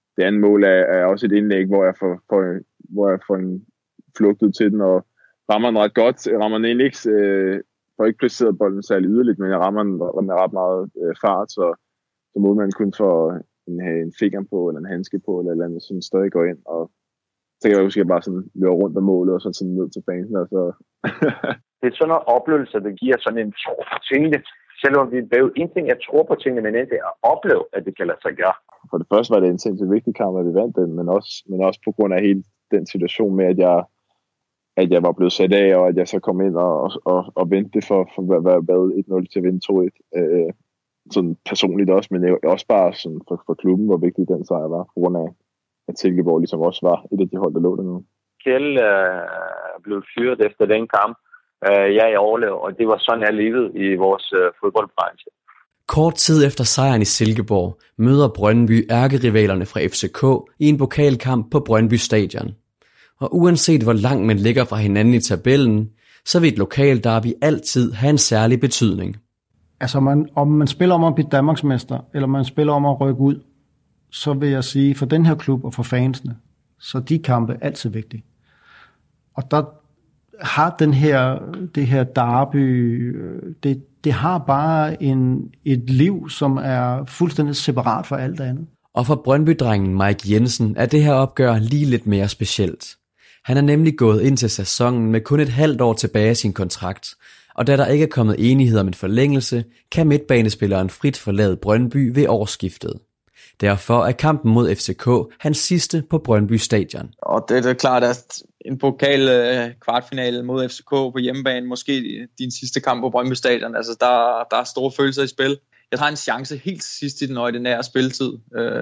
det andet mål er også et indlæg, hvor jeg får en flugt ud til den, og rammer den ret godt. Jeg rammer den egentlig ikke, får ikke placeret bolden særlig yderligt, men jeg rammer den med ret meget fart, så målmanden kun får en finger på, eller en handske på, eller andet, som stadig går ind, og så kan jeg huske, at jeg bare sådan løber rundt om målet, og sådan ned til banen, og så... Det er sådan en oplevelse, der giver sådan en tro på tingene. Selvom vi er en ting, jeg tror på tingene, men det er at opleve, at det kan lade sig gøre. For det første var det en sindssygt vigtig kamp, at vi vandt den, men også på grund af hele den situation med, at jeg var blevet sat af, og at jeg så kom ind og vendte det for at være 1-0 til at vinde 2-1. Sådan personligt også, men også bare sådan for klubben, hvor vigtig den sejr var, på grund af, at Silkeborg ligesom også var et af de hold, der lå dernede. Kjell blev fyret efter den kamp. Jeg overlevede, og det var sådan her livet i vores fodboldbranche. Kort tid efter sejren i Silkeborg møder Brøndby ærkerivalerne fra FCK i en pokalkamp på Brøndby Stadion. Og uanset hvor langt man ligger fra hinanden i tabellen, så vil et lokalderby altid have en særlig betydning. Altså om man spiller om at blive Danmarksmester, eller man spiller om at rykke ud, så vil jeg sige, for den her klub og for fansene, så de kampe er altid vigtige. Og der har det her derby, det har bare et liv, som er fuldstændig separat fra alt andet. Og for Brøndby-drengen Mike Jensen er det her opgør lige lidt mere specielt. Han er nemlig gået ind til sæsonen med kun et halvt år tilbage af sin kontrakt, og da der ikke er kommet enighed om en forlængelse, kan midtbanespilleren frit forlade Brøndby ved årsskiftet. Derfor er kampen mod FCK hans sidste på Brøndby Stadion. Og det er klart, at en pokal kvartfinale mod FCK på hjemmebane, måske din sidste kamp på Brøndby Stadion, altså der er store følelser i spil. Jeg tager en chance helt sidst i den ordinære spilletid.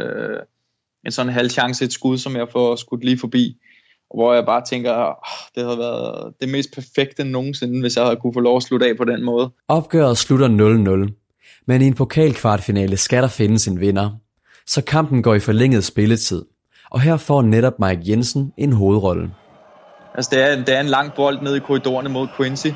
En sådan halv chance, et skud, som jeg får skudt lige forbi. Hvor jeg bare tænker, det havde været det mest perfekte nogensinde, hvis jeg havde kunne få lov at slutte af på den måde. Opgøret slutter 0-0, men i en pokalkvartfinale skal der findes en vinder. Så kampen går i forlænget spilletid, og her får netop Mike Jensen en hovedrolle. Altså det er en lang bold ned i korridorerne mod Quincy,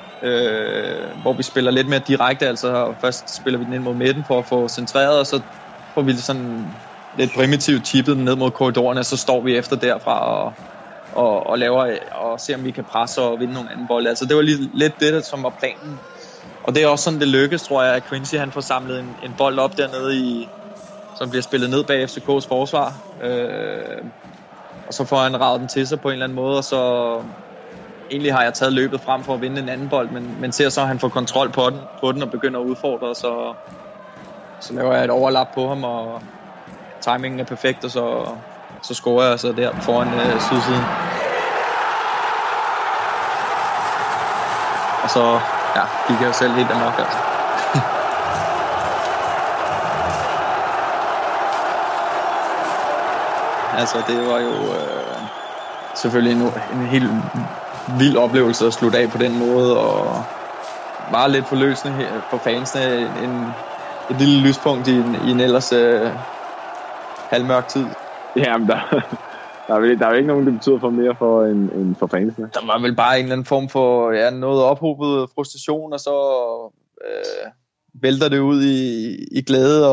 hvor vi spiller lidt mere direkte, altså først spiller vi den ind mod midten for at få centreret, og så får vi sådan lidt primitivt chippet den ned mod korridorerne, og så står vi efter derfra og laver og ser om vi kan presse og vinde nogle anden bold. Altså det var lidt det, som var planen. Og det er også sådan, det lykkes, tror jeg, at Quincy han får samlet en bold op dernede som bliver spillet ned bag FCK's forsvar. Og så får han ravet den til sig på en eller anden måde, og så egentlig har jeg taget løbet frem for at vinde en anden bold, men ser så, at han får kontrol på den og begynder at udfordre, og så laver jeg et overlap på ham, og timingen er perfekt, og så scorer jeg så der foran sydsiden. Og så gik jeg jo selv helt amok, altså. Altså, det var jo selvfølgelig en helt vild oplevelse at slutte af på den måde, og meget lidt forløsende for fansene. Et lille lyspunkt i en ellers halvmørk tid. Jamen, der er ikke nogen, det betyder for mere for end for fansene. Der var vel bare en eller anden form for noget ophobet frustration, og så vælter det ud i glæde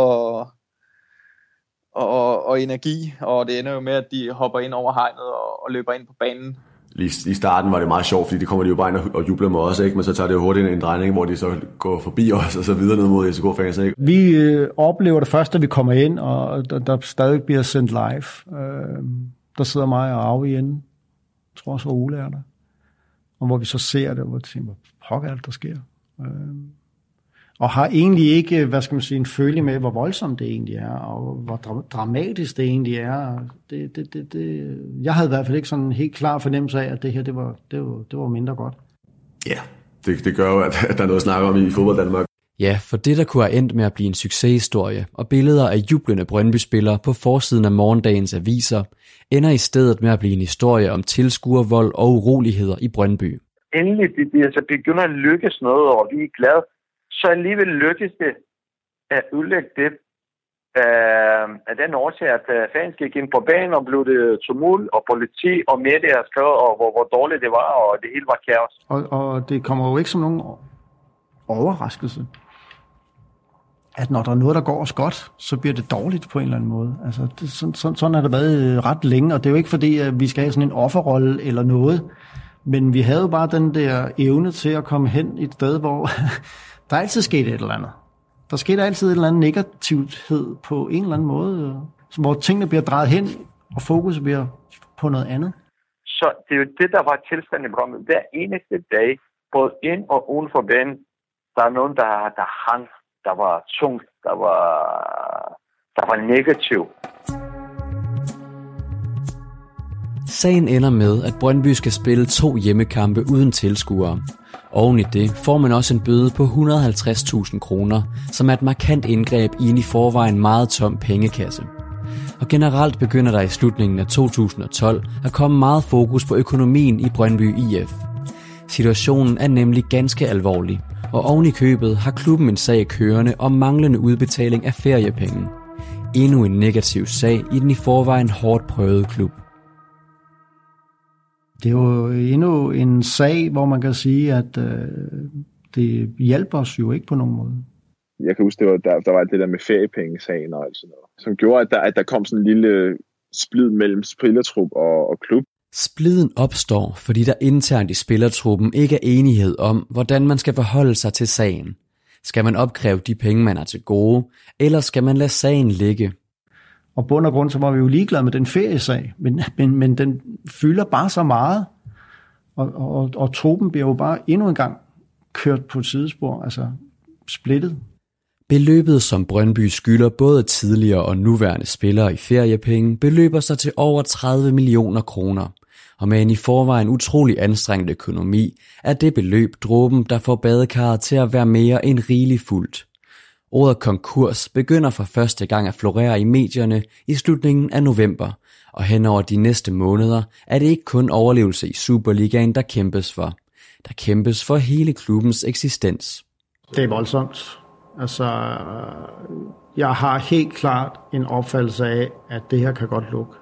og energi, og det ender jo med, at de hopper ind over hegnet og løber ind på banen. Lige i starten var det meget sjovt, fordi det kommer de jo bare ind og jubler med os, ikke? Men så tager det jo hurtigt en drejning, hvor de så går forbi os og så videre ned mod FCK-fans, ikke? Vi oplever det først, da vi kommer ind, og der stadig bliver sendt live. Der sidder mig og Aue inde. Jeg tror også, at Ole er der. Og hvor vi så ser det, hvor vi tænker, hvad pokker alt der sker. Og har egentlig ikke, en følelse med, hvor voldsomt det egentlig er, og hvor dramatisk det egentlig er. Jeg havde i hvert fald ikke sådan en helt klar fornemmelse af, at det her, det var mindre godt. Ja, det gør jo, at der er noget at snakke om i fodbold Danmark. Ja, for det der kunne have endt med at blive en succeshistorie, og billeder af jublende Brøndby-spillere på forsiden af morgendagens aviser, ender i stedet med at blive en historie om tilskuervold og uroligheder i Brøndby. Endelig begynder at lykkes noget, og vi er glade. Så alligevel lykkedes det at udlægge det af den årsag, at fans gik ind på banen og blev det tumult, og politi og medier skrev, og hvor dårligt det var, og det hele var kaos. Og det kommer jo ikke som nogen overraskelse, at når der er noget, der går os godt, så bliver det dårligt på en eller anden måde. Altså, sådan har det været ret længe, og det er jo ikke fordi, at vi skal have sådan en offerrolle eller noget, men vi havde jo bare den der evne til at komme hen et sted, hvor der altid skete et eller andet. Der skete altid et eller andet negativhed på en eller anden måde, hvor tingene bliver drejet hen, og fokus bliver på noget andet. Så det er jo det, der var tilstanden i Brøndby. Hver eneste dag, både ind og uden for banen, der er nogen, der hang, der var tungt, der var negativ. Sagen ender med, at Brøndby skal spille 2 hjemmekampe uden tilskuere. Oven i det får man også en bøde på 150.000 kroner, som er et markant indgreb i en i forvejen meget tom pengekasse. Og generelt begynder der i slutningen af 2012 at komme meget fokus på økonomien i Brøndby IF. Situationen er nemlig ganske alvorlig, og oven i købet har klubben en sag kørende om manglende udbetaling af feriepenge. Endnu en negativ sag i den i forvejen hårdt prøvede klub. Det er jo endnu en sag, hvor man kan sige, at det hjælper os jo ikke på nogen måde. Jeg kan huske, der var det der med feriepengesagen og alt sådan noget, som gjorde, at der kom sådan en lille splid mellem spillertrup og klub. Spliden opstår, fordi der internt i spillertruppen ikke er enighed om, hvordan man skal forholde sig til sagen. Skal man opkræve de penge, man har til gode, eller skal man lade sagen ligge? Og bund og grund, så var vi jo ligeglade med den feriesag, men den fylder bare så meget, og truppen bliver jo bare endnu en gang kørt på et sidespor, altså splittet. Beløbet, som Brøndby skylder både tidligere og nuværende spillere i feriepenge, beløber sig til over 30 millioner kroner. Og med en i forvejen utrolig anstrengt økonomi, er det beløb dråben, der får badekarret til at være mere end rigeligt fuldt. Ordet konkurs begynder for første gang at florere i medierne i slutningen af november, og hen over de næste måneder er det ikke kun overlevelse i Superligaen, der kæmpes for. Der kæmpes for hele klubbens eksistens. Det er voldsomt. Altså, jeg har helt klart en opfattelse af, at det her kan godt lukke.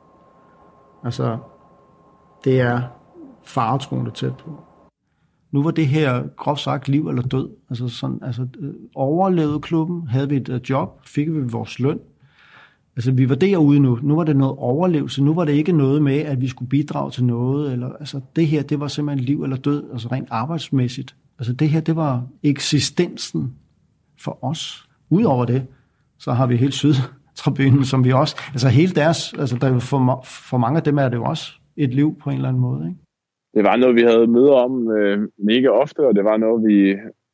Altså, det er faretruende tæt på. Nu var det her groft sagt liv eller død. Altså overlevede klubben, havde vi et job, fik vi vores løn. Altså vi var derude nu. Nu var det noget overlevelse. Nu var det ikke noget med, at vi skulle bidrage til noget. Eller, altså det her, det var simpelthen liv eller død, altså rent arbejdsmæssigt. Altså det her, det var eksistensen for os. Udover det, så har vi hele Sydtribunen, som vi også, altså hele deres, altså der for mange af dem er det jo også et liv på en eller anden måde, ikke? Det var noget, vi havde møder om mega ofte, og det var noget, vi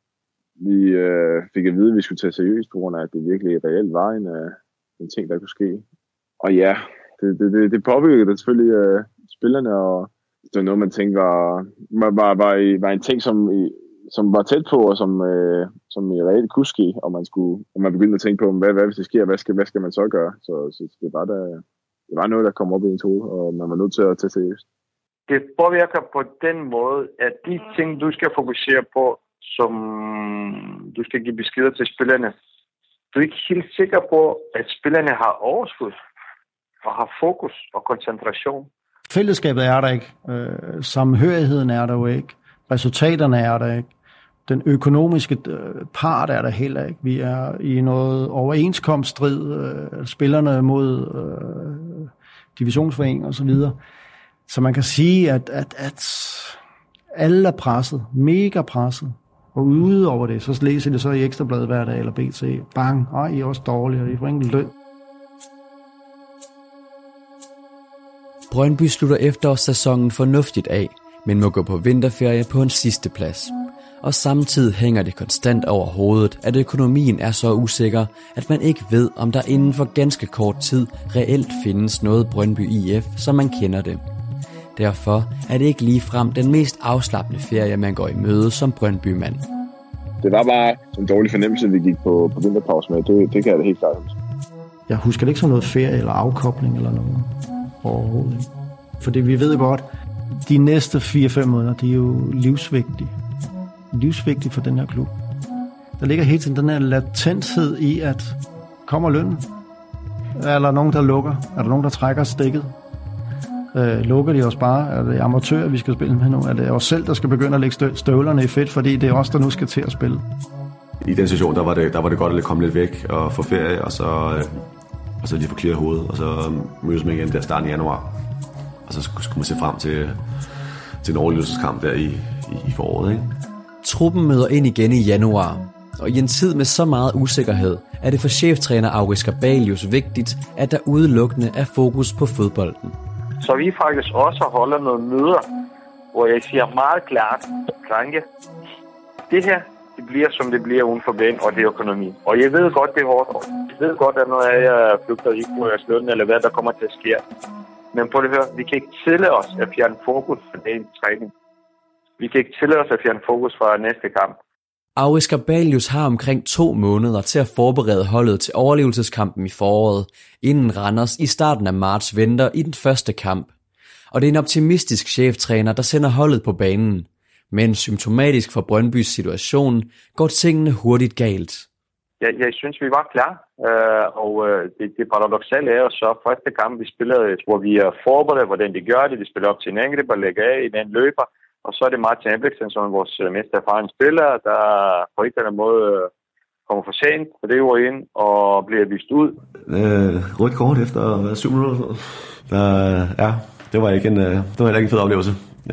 fik at vide, at vi skulle tage seriøst, på grund af, at det virkelig reelt var en ting, der kunne ske. Og ja, det påvirkede det selvfølgelig spillerne, og det var noget, man tænkte var en ting, som var tæt på, og som reelt kunne ske, og man begyndte at tænke på, hvad hvis det sker, hvad skal man så gøre? Så det var noget, der kom op i ens hoved, og man var nødt til at tage seriøst. Det påvirker på den måde, at de ting, du skal fokusere på, som du skal give beskeder til spillerne, du er ikke helt sikker på, at spillerne har overskud og har fokus og koncentration. Fællesskabet er der ikke. Samhørigheden er der jo ikke. Resultaterne er der ikke. Den økonomiske part er der heller ikke. Vi er i noget overenskomststrid, spillerne mod divisionsforeninger osv. Så man kan sige, at alle er presset, mega presset. Og ude over det, så læser det så i Ekstrabladet hver dag, eller BT. Bang, I er også dårlige, og I får ingen løn. Brøndby slutter efterårssæsonen fornuftigt af, men må gå på vinterferie på en sidste plads. Og samtidig hænger det konstant over hovedet, at økonomien er så usikker, at man ikke ved, om der inden for ganske kort tid reelt findes noget Brøndby IF, som man kender det. Derfor er det ikke ligefrem den mest afslappende ferie, man går i møde som Brøndby-mand. Det var bare en dårlig fornemmelse, vi gik på vinterpause med. Det kan jeg da helt klart huske. Jeg husker det ikke som noget ferie eller afkobling eller noget overhovedet ikke. Fordi vi ved godt, de næste 4-5 måneder, de er jo livsvigtige. Livsvigtige for den her klub. Der ligger hele tiden den her latenthed i, at kommer lønnen? Er der nogen, der lukker? Er der nogen, der trækker stikket? Lukker de os bare? Er det amatører, vi skal spille med nu? Er det os selv, der skal begynde at lægge støvlerne i fedt, fordi det er os, der nu skal til at spille? i den situation, der var det godt at komme lidt væk og få ferie, og så lige få clearet hovedet, og så mødes man igen der starten i januar. Og så skulle man se frem til en overlevelseskamp der i foråret, ikke? Truppen møder ind igen i januar, og i en tid med så meget usikkerhed, er det for cheftræner Auri Skarbalius vigtigt, at der udelukkende er fokus på fodbolden. Så vi faktisk også holder nogle møder, hvor jeg siger meget klart, drenge, det her, det bliver som det bliver uden for banen, og det er økonomi. Og jeg ved godt, det er hårdt. Jeg ved godt, at når jeg flygter ikke på jeres løn, eller hvad der kommer til at ske. Men på det her, vi kan ikke tillade os at fjerne fokus fra den træning. Vi kan ikke tillade os at fjerne fokus fra næste kamp. Auri Skarbalius har omkring 2 måneder til at forberede holdet til overlevelseskampen i foråret, inden Randers i starten af marts venter i den første kamp. Og det er en optimistisk cheftræner, der sender holdet på banen. Men symptomatisk for Brøndbys situation går tingene hurtigt galt. Jeg synes, vi var klar, og det paradoksale er jo så første kamp, vi spillede, hvor vi er forberedt, hvordan de gør det. Vi spiller op til en angriber, lægger af i den løber, og så er det Martin Ebbeksen, som er vores mest erfarne spiller, der på en eller anden måde kommer for sent, og det var ind og bliver vist ud. Rødt kort efter 7 minutter. Ja, det var heller ikke en fed oplevelse.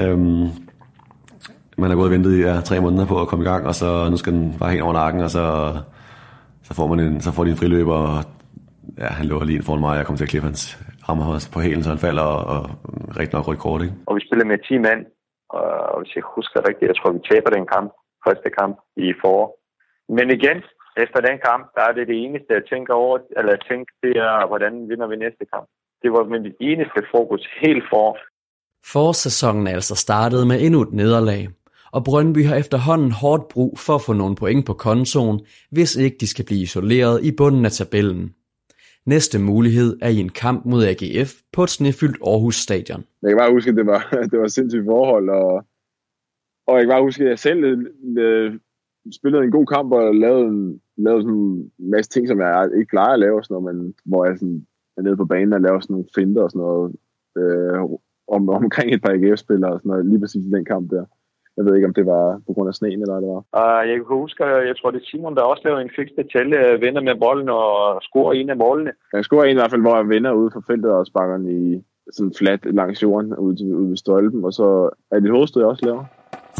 Man har gået og ventet i 3 måneder på at komme i gang, og så nu skal den bare hænge over nakken, og så får de en friløb, og ja, han lå lige ind foran mig, og jeg kom til at klippe hans rammer på hælen, så han falder, og rigtig nok rødt kort, ikke? Og vi spiller med 10 mand, og hvis jeg husker rigtigt, jeg tror, vi taber den kamp, første kamp i forår. Men igen, efter den kamp, der er det eneste, jeg tænker over, det er, hvordan vinder vi næste kamp. Det var med det eneste fokus helt for. Forårssæsonen er altså startet med endnu et nederlag, og Brøndby har efterhånden hårdt brug for at få nogle point på kontoen, hvis ikke de skal blive isoleret i bunden af tabellen. Næste mulighed er i en kamp mod AGF på et snefyldt Aarhus Stadion. Jeg kan bare huske, at det var sindssygt forhold, og jeg kan bare huske, at jeg selv spillede en god kamp og lavede sådan en masse ting, som jeg ikke plejer at lave, sådan noget, men hvor jeg sådan er nede på banen og laver sådan nogle finter og sådan noget omkring et par AGF-spillere og sådan noget, lige præcis i den kamp der. Jeg ved ikke, om det var på grund af sneen, eller hvad det var. Jeg kan huske, jeg tror, det er Simon, der også lavede en fix detalje, vender med bolden og scorer en af målene. Jeg scorer en i hvert fald, hvor jeg vender ude for feltet og sparker den i sådan flat langs jorden ude ved stolpen, og så er det hovedstød, jeg også laver.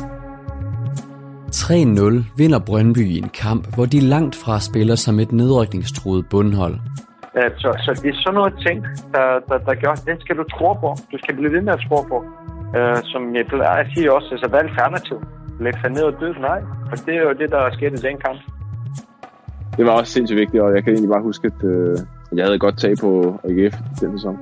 3-0 vinder Brøndby i en kamp, hvor de langt fra spiller som et nedrykningstruet bundhold. Så det er sådan noget ting, der gør, den skal du tro på. Du skal blive ved med at tro på. Som jeg plejer at sige også, altså hvad er alternativ? Læg sig ned og død? Nej. Og det er jo det, der er sket i den kamp. Det var også sindssygt vigtigt, og jeg kan egentlig bare huske, at jeg havde godt tag på AGF den sæson.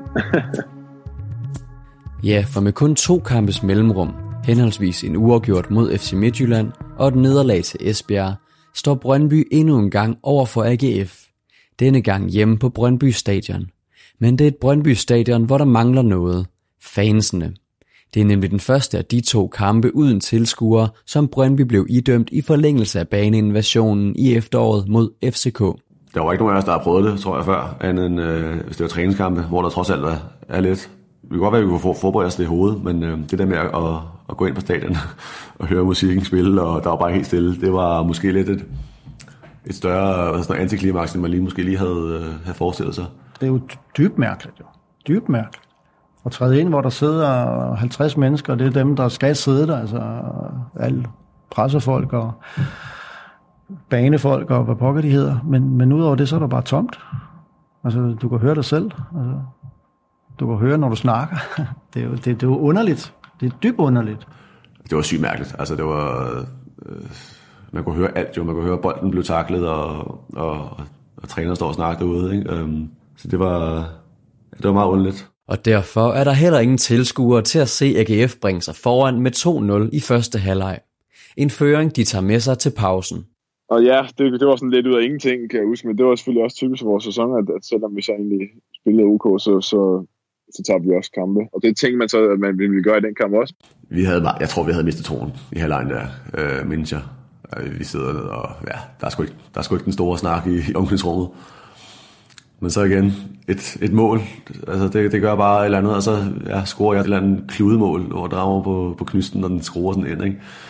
Ja, for med kun 2 kampes mellemrum, henholdsvis en uafgjort mod FC Midtjylland og et nederlag til Esbjerg, står Brøndby endnu en gang over for AGF. Denne gang hjemme på Brøndby Stadion. Men det er et Brøndby Stadion, hvor der mangler noget. Fansene. Det er nemlig den første af de 2 kampe uden tilskuere, som Brøndby blev idømt i forlængelse af baneinvasionen i efteråret mod FCK. Der var ikke nogen af os, der har prøvet det, tror jeg, før, andet end hvis det var træningskampe, hvor der trods alt er lidt. Vi kan godt være, at vi kunne forberede os det i hovedet, men det der med at gå ind på stadion og høre musikken spille, og der var bare helt stille, det var måske lidt et større antiklimaks, end man måske lige havde forestillet sig. Det er jo dybt mærkeligt, jo. Dybt mærkeligt. Og træde ind, hvor der sidder 50 mennesker, det er dem, der skal sidde der, altså alle pressefolk og banefolk og hvad pokker de hedder. Men udover det, så er der bare tomt. Altså, du kan høre dig selv. Altså, du kan høre, når du snakker. Det er jo underligt. Det er dybt underligt. Det var sygt mærkeligt. Altså, det var... man kunne høre alt jo. Man kunne høre, at bolden blev taklet, og træneren står og snakker derude. Ikke? Så det var meget underligt. Og derfor er der heller ingen tilskuere til at se AGF bringe sig foran med 2-0 i første halvleg. En føring, de tager med sig til pausen. Og ja, det var sådan lidt ud af ingenting, kan jeg huske, men det var selvfølgelig også typisk for vores sæson, at selvom vi så egentlig spillede OK, så tager vi også kampe. Og det tænkte man så, at man ville gøre i den kamp også. Jeg tror, vi havde mistet troen i halvlejen der, mindes jeg. Vi sidder ned, og ja, der er sgu ikke den store snak i omklædningsrummet. Men så igen, et mål, altså det gør bare et eller andet, og så scorer jeg et eller andet kludemål, hvor der rammer på knysten, når den skruer sådan ind, ikke?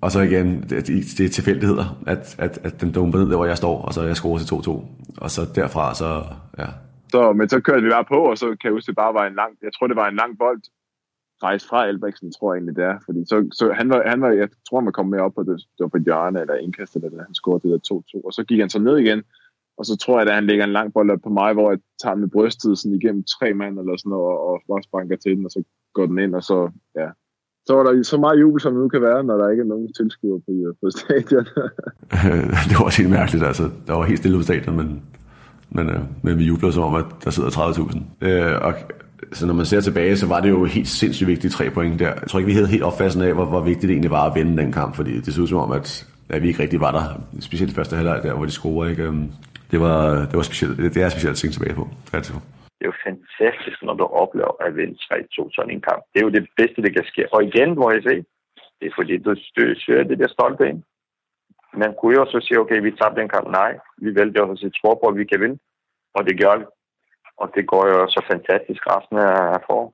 Og så igen, det er tilfældigheder, at den dumper ned der, hvor jeg står, og så jeg scorer til 2-2. Og så derfra, så ja. Men så kørte vi bare på, og så kan jeg huske, det bare var jeg tror, det var en lang bold, rejst fra Albrechtsen, tror jeg egentlig det er. Fordi så han var, jeg tror, man kom med op på det var på et hjørne, eller indkastet, eller han scorede det der 2-2. Og så gik han så ned igen, og så tror jeg, at han lægger en lang bold op på mig, hvor jeg tager den med brystet sådan igennem 3 mand eller sådan noget, og bare spanker til den, og så går den ind, og så, ja. Så var der så meget jubel, som det nu kan være, når der ikke er nogen tilskuere på stadion. Det var også helt mærkeligt, altså. Der var helt stille på stadion, men vi jublede som om, at der sidder 30.000. Og så når man ser tilbage, så var det jo helt sindssygt vigtigt 3 point der. Jeg tror ikke, vi havde helt opfattelsen af, hvor vigtigt det egentlig var at vinde den kamp, fordi det så ud som om, at vi ikke rigtig var der, specielt første halvleg der, hvor de scorede, ikke? Det var specielt. Det er specielt at tænke tilbage på. Det er jo fantastisk, når du oplever at vinde 3-2 sådan en kamp. Det er jo det bedste, det kan ske. Og igen, hvor jeg siger, det er fordi, du søger det der stolte ind. Man kunne jo også sige, okay, vi tabte den kamp. Nej, vi valgte også at tro på, at vi kan vinde. Og det gør vi. Og det går jo så fantastisk resten af foråret.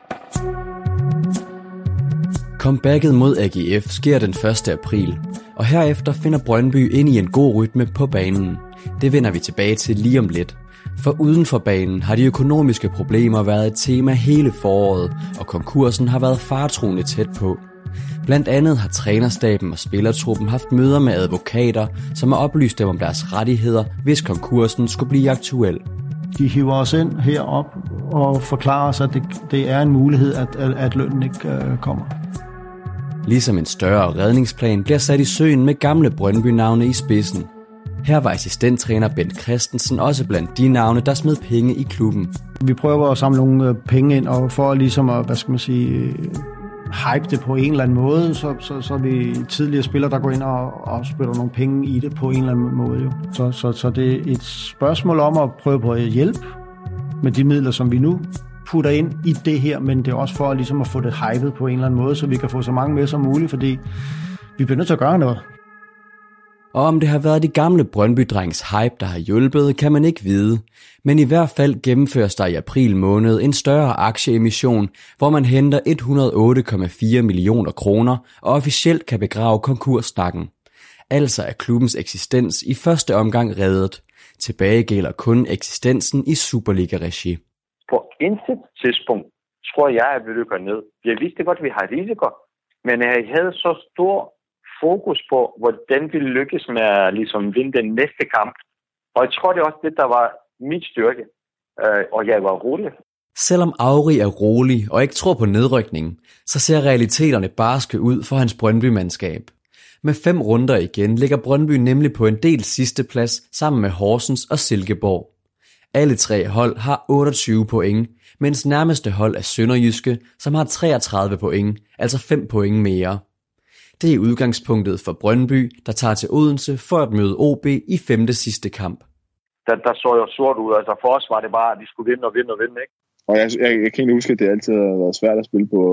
Comebacket mod AGF sker den 1. april, og herefter finder Brøndby ind i en god rytme på banen. Det vender vi tilbage til lige om lidt. For uden for banen har de økonomiske problemer været et tema hele foråret, og konkursen har været faretruende tæt på. Blandt andet har trænerstaben og spillertruppen haft møder med advokater, som har oplyst dem om deres rettigheder, hvis konkursen skulle blive aktuel. De hiver os ind herop og forklarer os, at det er en mulighed, at lønnen ikke kommer. Ligesom en større redningsplan bliver sat i søen med gamle Brøndby-navne i spidsen. Her var assistenttræner Bent Christensen også blandt de navne, der smed penge i klubben. Vi prøver at samle nogle penge ind, og for ligesom at, hype det på en eller anden måde, så er vi tidligere spillere, der går ind og spiller nogle penge i det på en eller anden måde. Jo. Så det er et spørgsmål om at prøve på at hjælpe med de midler, som vi nu putter ind i det her, men det er også for ligesom at få det hypet på en eller anden måde, så vi kan få så mange med som muligt, fordi vi bliver nødt til at gøre noget. Og om det har været de gamle Brøndby-drengs hype, der har hjulpet, kan man ikke vide. Men i hvert fald gennemføres der i april måned en større aktieemission, hvor man henter 108,4 millioner kroner og officielt kan begrave konkurssnakken. Altså er klubbens eksistens i første omgang reddet. Tilbage gælder kun eksistensen i Superliga-regi. På intet tidspunkt tror jeg, at vi lykker ned. Jeg vidste godt, at vi har risiko, men jeg havde så stor fokus på, hvordan vi lykkes med at ligesom vinde den næste kamp. Og jeg tror, det er også det, der var mit styrke. Og jeg var rolig. Selvom Auri er rolig og ikke tror på nedrykningen, så ser realiteterne barske ud for hans Brøndby-mandskab. Med 5 runder igen ligger Brøndby nemlig på en del sidsteplads sammen med Horsens og Silkeborg. Alle 3 hold har 28 point, mens nærmeste hold er Sønderjyske, som har 33 point, altså 5 point mere. Det er udgangspunktet for Brøndby, der tager til Odense for at møde OB i 5. sidste kamp. Der så jo sort ud. Altså for os var det bare, at de skulle vinde og vinde og vinde, ikke? Og jeg kan ikke huske, at det altid har været svært at spille på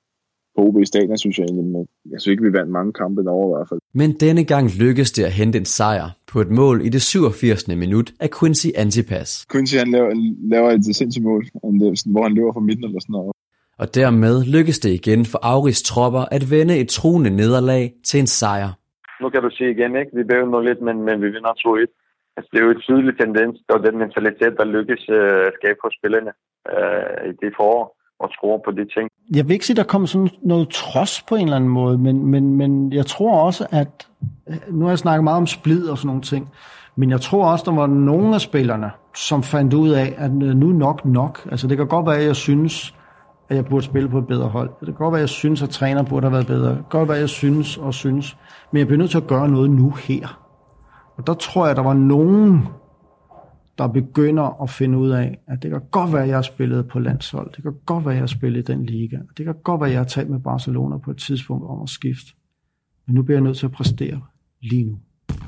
OB Stadion, synes jeg egentlig. Men jeg synes ikke, vi vandt mange kampe derovre i hvert fald. Men denne gang lykkedes det at hente en sejr på et mål i det 87. minut af Quincy Antipas. Quincy han laver et sindssygt mål, hvor han løber fra midten eller sådan noget. Og dermed lykkes det igen for Auris tropper at vende et truende nederlag til en sejr. Nu kan du sige igen, ikke? Vi bæver noget lidt, men vi vinder 2-1. Altså, det er jo et tydelig tendens, og den mentalitet, der lykkes at skabe på spillerne i det forår, og tro på de ting. Jeg vil ikke sige, at der kommer sådan noget trods på en eller anden måde, men jeg tror også, at nu har jeg snakket meget om splid og sådan nogle ting, men jeg tror også, der var nogle af spillerne, som fandt ud af, at nu nok. Altså det kan godt være, at jeg synes, at jeg burde spille på et bedre hold. Det kan godt være, at jeg synes, at træner burde have været bedre. Det kan godt være, at jeg synes. Men jeg bliver nødt til at gøre noget nu her. Og der tror jeg, at der var nogen, der begynder at finde ud af, at det kan godt være, at jeg har spillet på landshold. Det kan godt være, at jeg har spillet i den liga. Det kan godt være, at jeg har talt med Barcelona på et tidspunkt om at skifte. Men nu bliver jeg nødt til at præstere lige nu.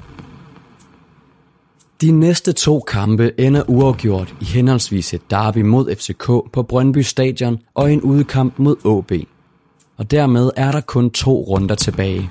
De næste 2 kampe ender uafgjort i henholdsvis et derby mod FCK på Brøndby Stadion og en udekamp mod OB. Og dermed er der kun 2 runder tilbage.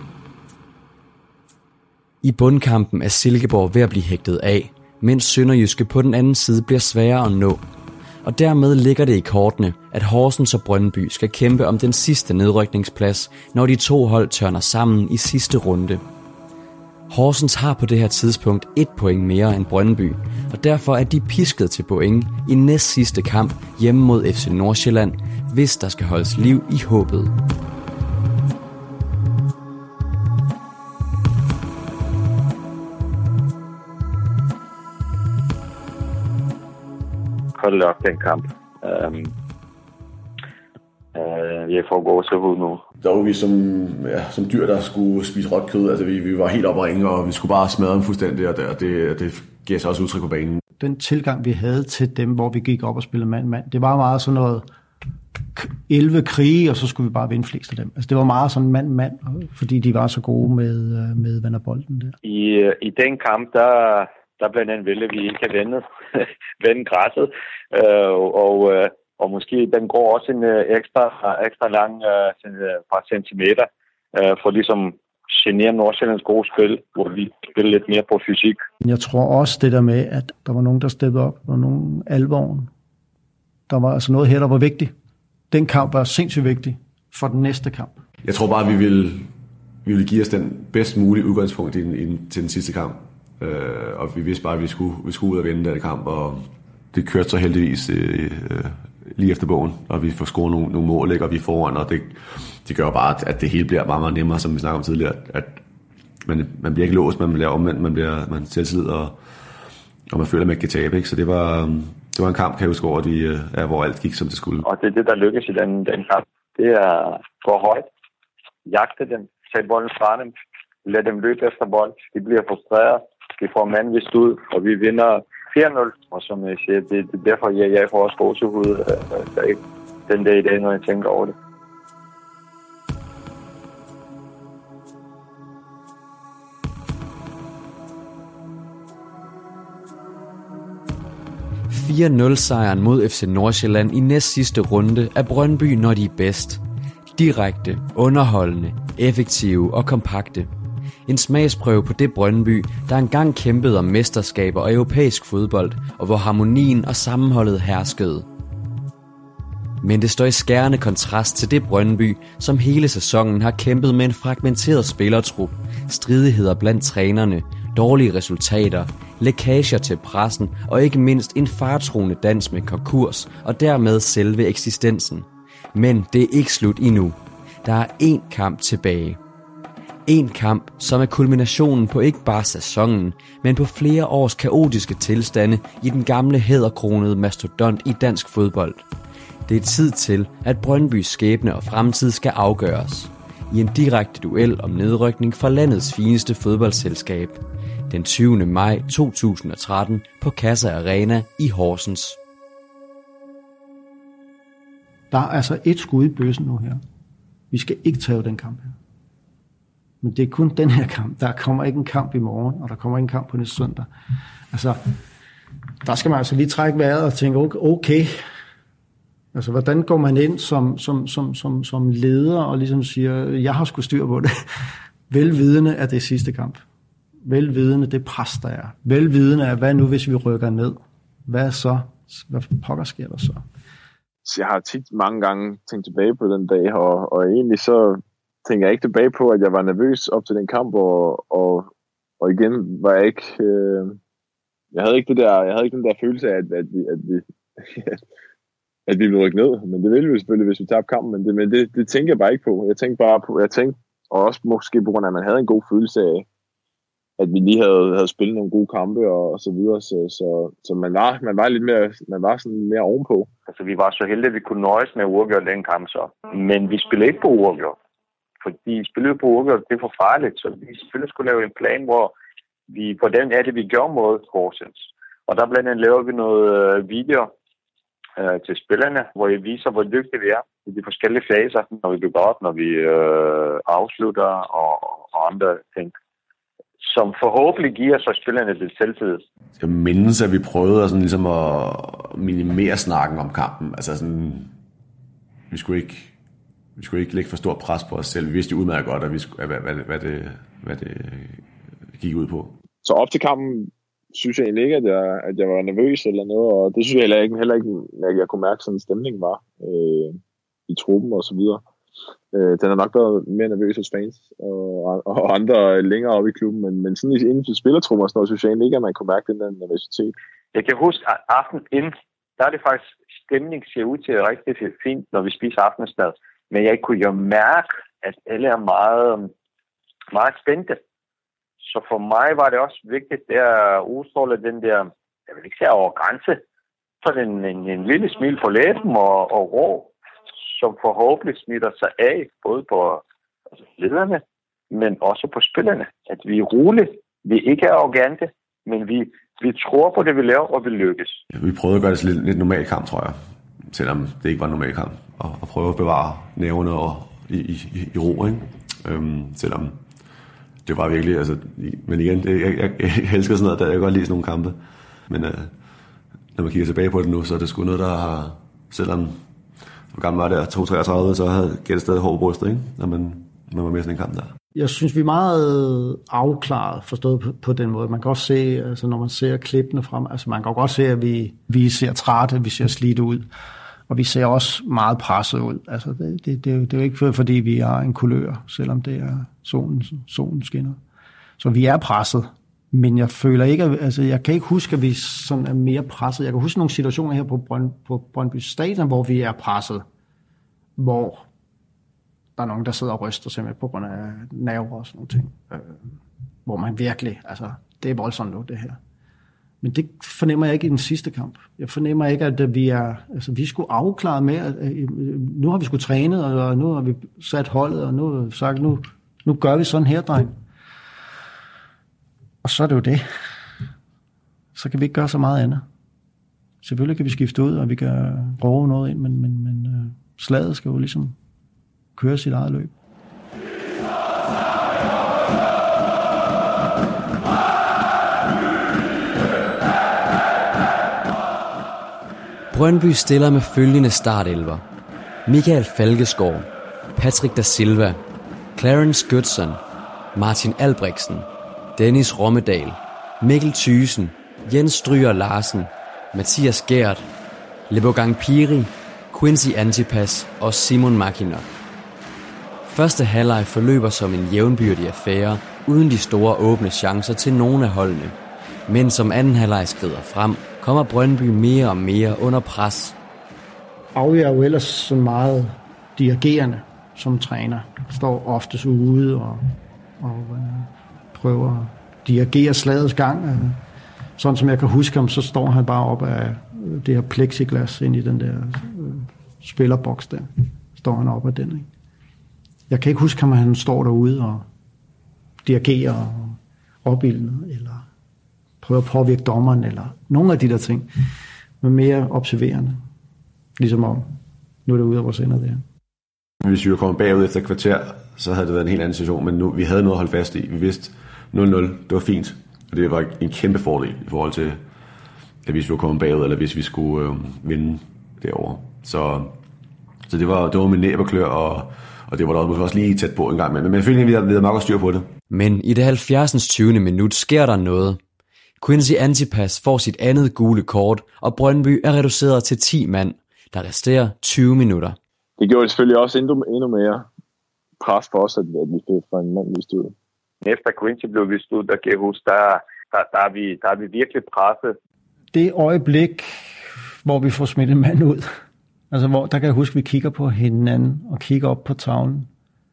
I bundkampen er Silkeborg ved at blive hægtet af, mens Sønderjyske på den anden side bliver sværere at nå. Og dermed ligger det i kortene, at Horsens og Brøndby skal kæmpe om den sidste nedrykningsplads, når de to hold tørner sammen i sidste runde. Horsens har på det her tidspunkt 1 point mere end Brøndby, og derfor er de pisket til point i næst sidste kamp hjemme mod FC Nordsjælland, hvis der skal holdes liv i håbet. Hold op den kamp. Jeg får gåsehud nu. Der var vi som dyr, der skulle spise råt kød. Altså vi var helt oppe og ringe, og vi skulle bare smadre dem fuldstændig, og det gav sig også udtryk på banen. Den tilgang, vi havde til dem, hvor vi gik op og spillede mand-mand, det var meget sådan noget 11 krige, og så skulle vi bare vinde flest af dem. Altså det var meget sådan mand-mand, fordi de var så gode med vand og bolden der. I den kamp, der blandt andet ville vi ikke have vende græsset, og måske den går også en ekstra lang par centimeter for ligesom genere Nordsjællands gode spil, hvor vi spiller lidt mere på fysik. Jeg tror også det der med, at der var nogen, der steppede op, og nogen alvoren. Der var altså noget her, der var vigtigt. Den kamp var sindssygt vigtig for den næste kamp. Jeg tror bare, vi ville give os den bedst mulige udgangspunkt til den sidste kamp. Og vi vidste bare, at vi skulle ud og vinde den kamp, og det kørte så heldigvis lige efter bogen, og vi får scoret nogle mål, og vi er foran, og det gør bare, at det hele bliver meget, meget nemmere, som vi snakkede om tidligere, at man bliver ikke låst, man bliver omvendt, man selvtillid, og man føler, at man ikke kan tabe, ikke? Så det var en kamp, kan jeg huske, hvor alt gik, som det skulle. Og det er det, der lykkes i den kamp. Det er gå højt, jagte dem, tage bolden fra dem, lad dem løbe efter bold, de bliver frustreret, de får mandvist ud, og vi vinder 4-0, og som jeg siger, det er derfor, jeg får også gåsehud den dag i dag, når jeg tænker over det. (4-0) mod FC Nordsjælland i næst sidste runde er Brøndby, når de er bedst. Direkte, underholdende, effektive og kompakte. En smagsprøve på det Brøndby, der engang kæmpede om mesterskaber og europæisk fodbold, og hvor harmonien og sammenholdet herskede. Men det står i skærende kontrast til det Brøndby, som hele sæsonen har kæmpet med en fragmenteret spillertrup, stridigheder blandt trænerne, dårlige resultater, lækager til pressen og ikke mindst en fartruende dans med konkurs og dermed selve eksistensen. Men det er ikke slut endnu. Der er 1 kamp tilbage. En kamp, som er kulminationen på ikke bare sæsonen, men på flere års kaotiske tilstande i den gamle hæderkronede mastodont i dansk fodbold. Det er tid til, at Brøndbys skæbne og fremtid skal afgøres. I en direkte duel om nedrykning fra landets fineste fodboldselskab. Den 20. maj 2013 på Casa Arena i Horsens. Der er altså 1 skud i bøssen nu her. Vi skal ikke tage den kamp her. Men det er kun den her kamp. Der kommer ikke en kamp i morgen, og der kommer ikke en kamp på næste søndag. Altså, der skal man altså lige trække vejret og tænke, okay. Altså, hvordan går man ind som leder og ligesom siger, jeg har sgu styr på det. Velvidende af det sidste kamp. Velvidende det pres, der er. Velvidende af, hvad nu hvis vi rykker ned? Hvad så? Hvad pokker sker der så? Jeg har tit mange gange tænkt tilbage på den dag, og egentlig så tænker jeg ikke tilbage på, at jeg var nervøs op til den kamp, og igen var jeg ikke, jeg havde ikke den der følelse af, at vi ville rykke ned, men det ville vi selvfølgelig, hvis vi tabte kampen, men det tænker jeg bare ikke på. Jeg tænkte, og også måske på grund af, at man havde en god følelse af, at vi lige havde spillet nogle gode kampe og så videre, så man var lidt mere, man var sådan mere ovenpå. Altså vi var så heldige, at vi kunne nøjes med at uafgøre den kamp så, men vi spillede ikke på uafgjort. Fordi spillet på uafgjort, det er for farligt, så vi selvfølgelig skulle lave en plan, hvor vi, hvordan er det, vi gør mod Horsens. Og der blandt andet laver vi noget video til spillerne, hvor jeg viser, hvor dygtige vi er i de forskellige faser, når vi bygger op, når vi afslutter og andre ting, som forhåbentlig giver så spillerne lidt selvtillid. Jeg mindes, at vi prøvede sådan ligesom at minimere snakken om kampen. Altså sådan, vi skulle ikke lægge for stort pres på os selv. Vi vidste jo udmærket godt, at hvad det gik ud på. Så op til kampen synes jeg egentlig ikke, at jeg var nervøs eller noget, og det synes jeg heller ikke at jeg kunne mærke, sådan en stemning var i truppen og så videre. Den har nok været mere nervøs hos fans og andre længere oppe i klubben, men sådan inden for spillertrummer og sådan noget, synes jeg egentlig ikke, at man kunne mærke den der nervøsitet. Jeg kan huske, at aftenen inden, der er det faktisk, stemning ser ud til rigtig fint, når vi spiser aftensmad. Men jeg kunne jo mærke, at alle er meget, meget spændte. Så for mig var det også vigtigt, at udstråle den der, jeg vil ikke sige over grænse, sådan en lille smil på læben og rå, som forhåbentlig smitter sig af, både på lederne, men også på spillerne. At vi er rolige, vi ikke er arrogante, men vi tror på det, vi laver, og vi lykkes. Ja, vi prøvede at gøre det lidt normal kamp, tror jeg. Selvom det ikke var en normal kamp. Og prøve at bevare nævne i ro, ikke? Selvom det var virkelig, altså, men igen, jeg elsker sådan noget, der jeg kan godt lide sådan nogle kampe. Men når man kigger tilbage på det nu, så er det sgu noget, der har, selvom hvor gammel var det, 2-33, så havde det stadig hård bryst, ikke? Når man var med sådan en kamp der. Jeg synes, vi er meget afklaret, forstået på den måde. Man kan også se, altså når man ser klippene frem, altså man kan godt se, at vi ser trætte, vi ser slidt ud, og vi ser også meget presset ud. Altså det er jo ikke fordi, vi har en kulør, selvom det er solen skinner. Så vi er presset, men jeg føler ikke, altså jeg kan ikke huske, at vi sådan er mere presset. Jeg kan huske nogle situationer her på Brøndby Stadion, hvor vi er presset, hvor der er nogen, der sidder og ryster simpelthen på grund af nerver og sådan nogle ting. Hvor man virkelig, altså det er voldsomt nu det her. Men det fornemmer jeg ikke i den sidste kamp. Jeg fornemmer ikke, at vi er, altså vi skulle afklare med, at nu har vi skulle trænet, og nu har vi sat holdet, og nu har vi sagt, nu gør vi sådan her, dreng. Og så er det jo det. Så kan vi ikke gøre så meget andet. Selvfølgelig kan vi skifte ud, og vi kan råbe noget ind, men slaget skal jo ligesom køre sit eget løb. Brøndby stiller med følgende startelver: Michael Falkeskov, Patrick da Silva, Clarence Goodson, Martin Albrechtsen, Dennis Rommedal, Mikkel Thyssen, Jens Stryger Larsen, Mathias Gert, Lebogang Piri, Quincy Antipas og Simon Makinok. Første halvleg forløber som en jævnbyrdig affære, uden de store åbne chancer til nogen af holdene. Men som anden halvleg skrider frem, kommer Brøndby mere og mere under pres. Aui er jo ellers sådan meget dirigerende som træner. Står oftest ude og prøver at dirigere slagets gang. Sådan som jeg kan huske ham, så står han bare op af det her plexiglas ind i den der spillerboks der. Står han op af den, ikke? Jeg kan ikke huske ham, at han står derude og dirigerer og opildner, eller prøver at påvirke dommeren, eller nogle af de der ting. Men mere observerende. Ligesom om, nu er det ude af vores ender der. Hvis vi var kommet bagud efter et kvarter, så havde det været en helt anden situation, men nu, vi havde noget at holde fast i. Vi vidste 0-0, det var fint, og det var en kæmpe fordel i forhold til, at hvis vi var kommet bagud, eller hvis vi skulle vinde derovre. Så det var med næb og klør, og det var der måske også lige tæt på en gang, men jeg følte, at vi havde meget styr på det. Men i det 70. 20. minut sker der noget. Quincy Antipas får sit andet gule kort, og Brøndby er reduceret til 10 mand. Der resterer 20 minutter. Det gjorde selvfølgelig også endnu mere pres for os, at vi fik fra en mand vist ud. Efter Quincy blev vist ud, der kan jeg huske, der er vi virkelig presset. Det øjeblik, hvor vi får smidt en mand ud, altså der kan jeg huske, at vi kigger på hinanden og kigger op på tavlen.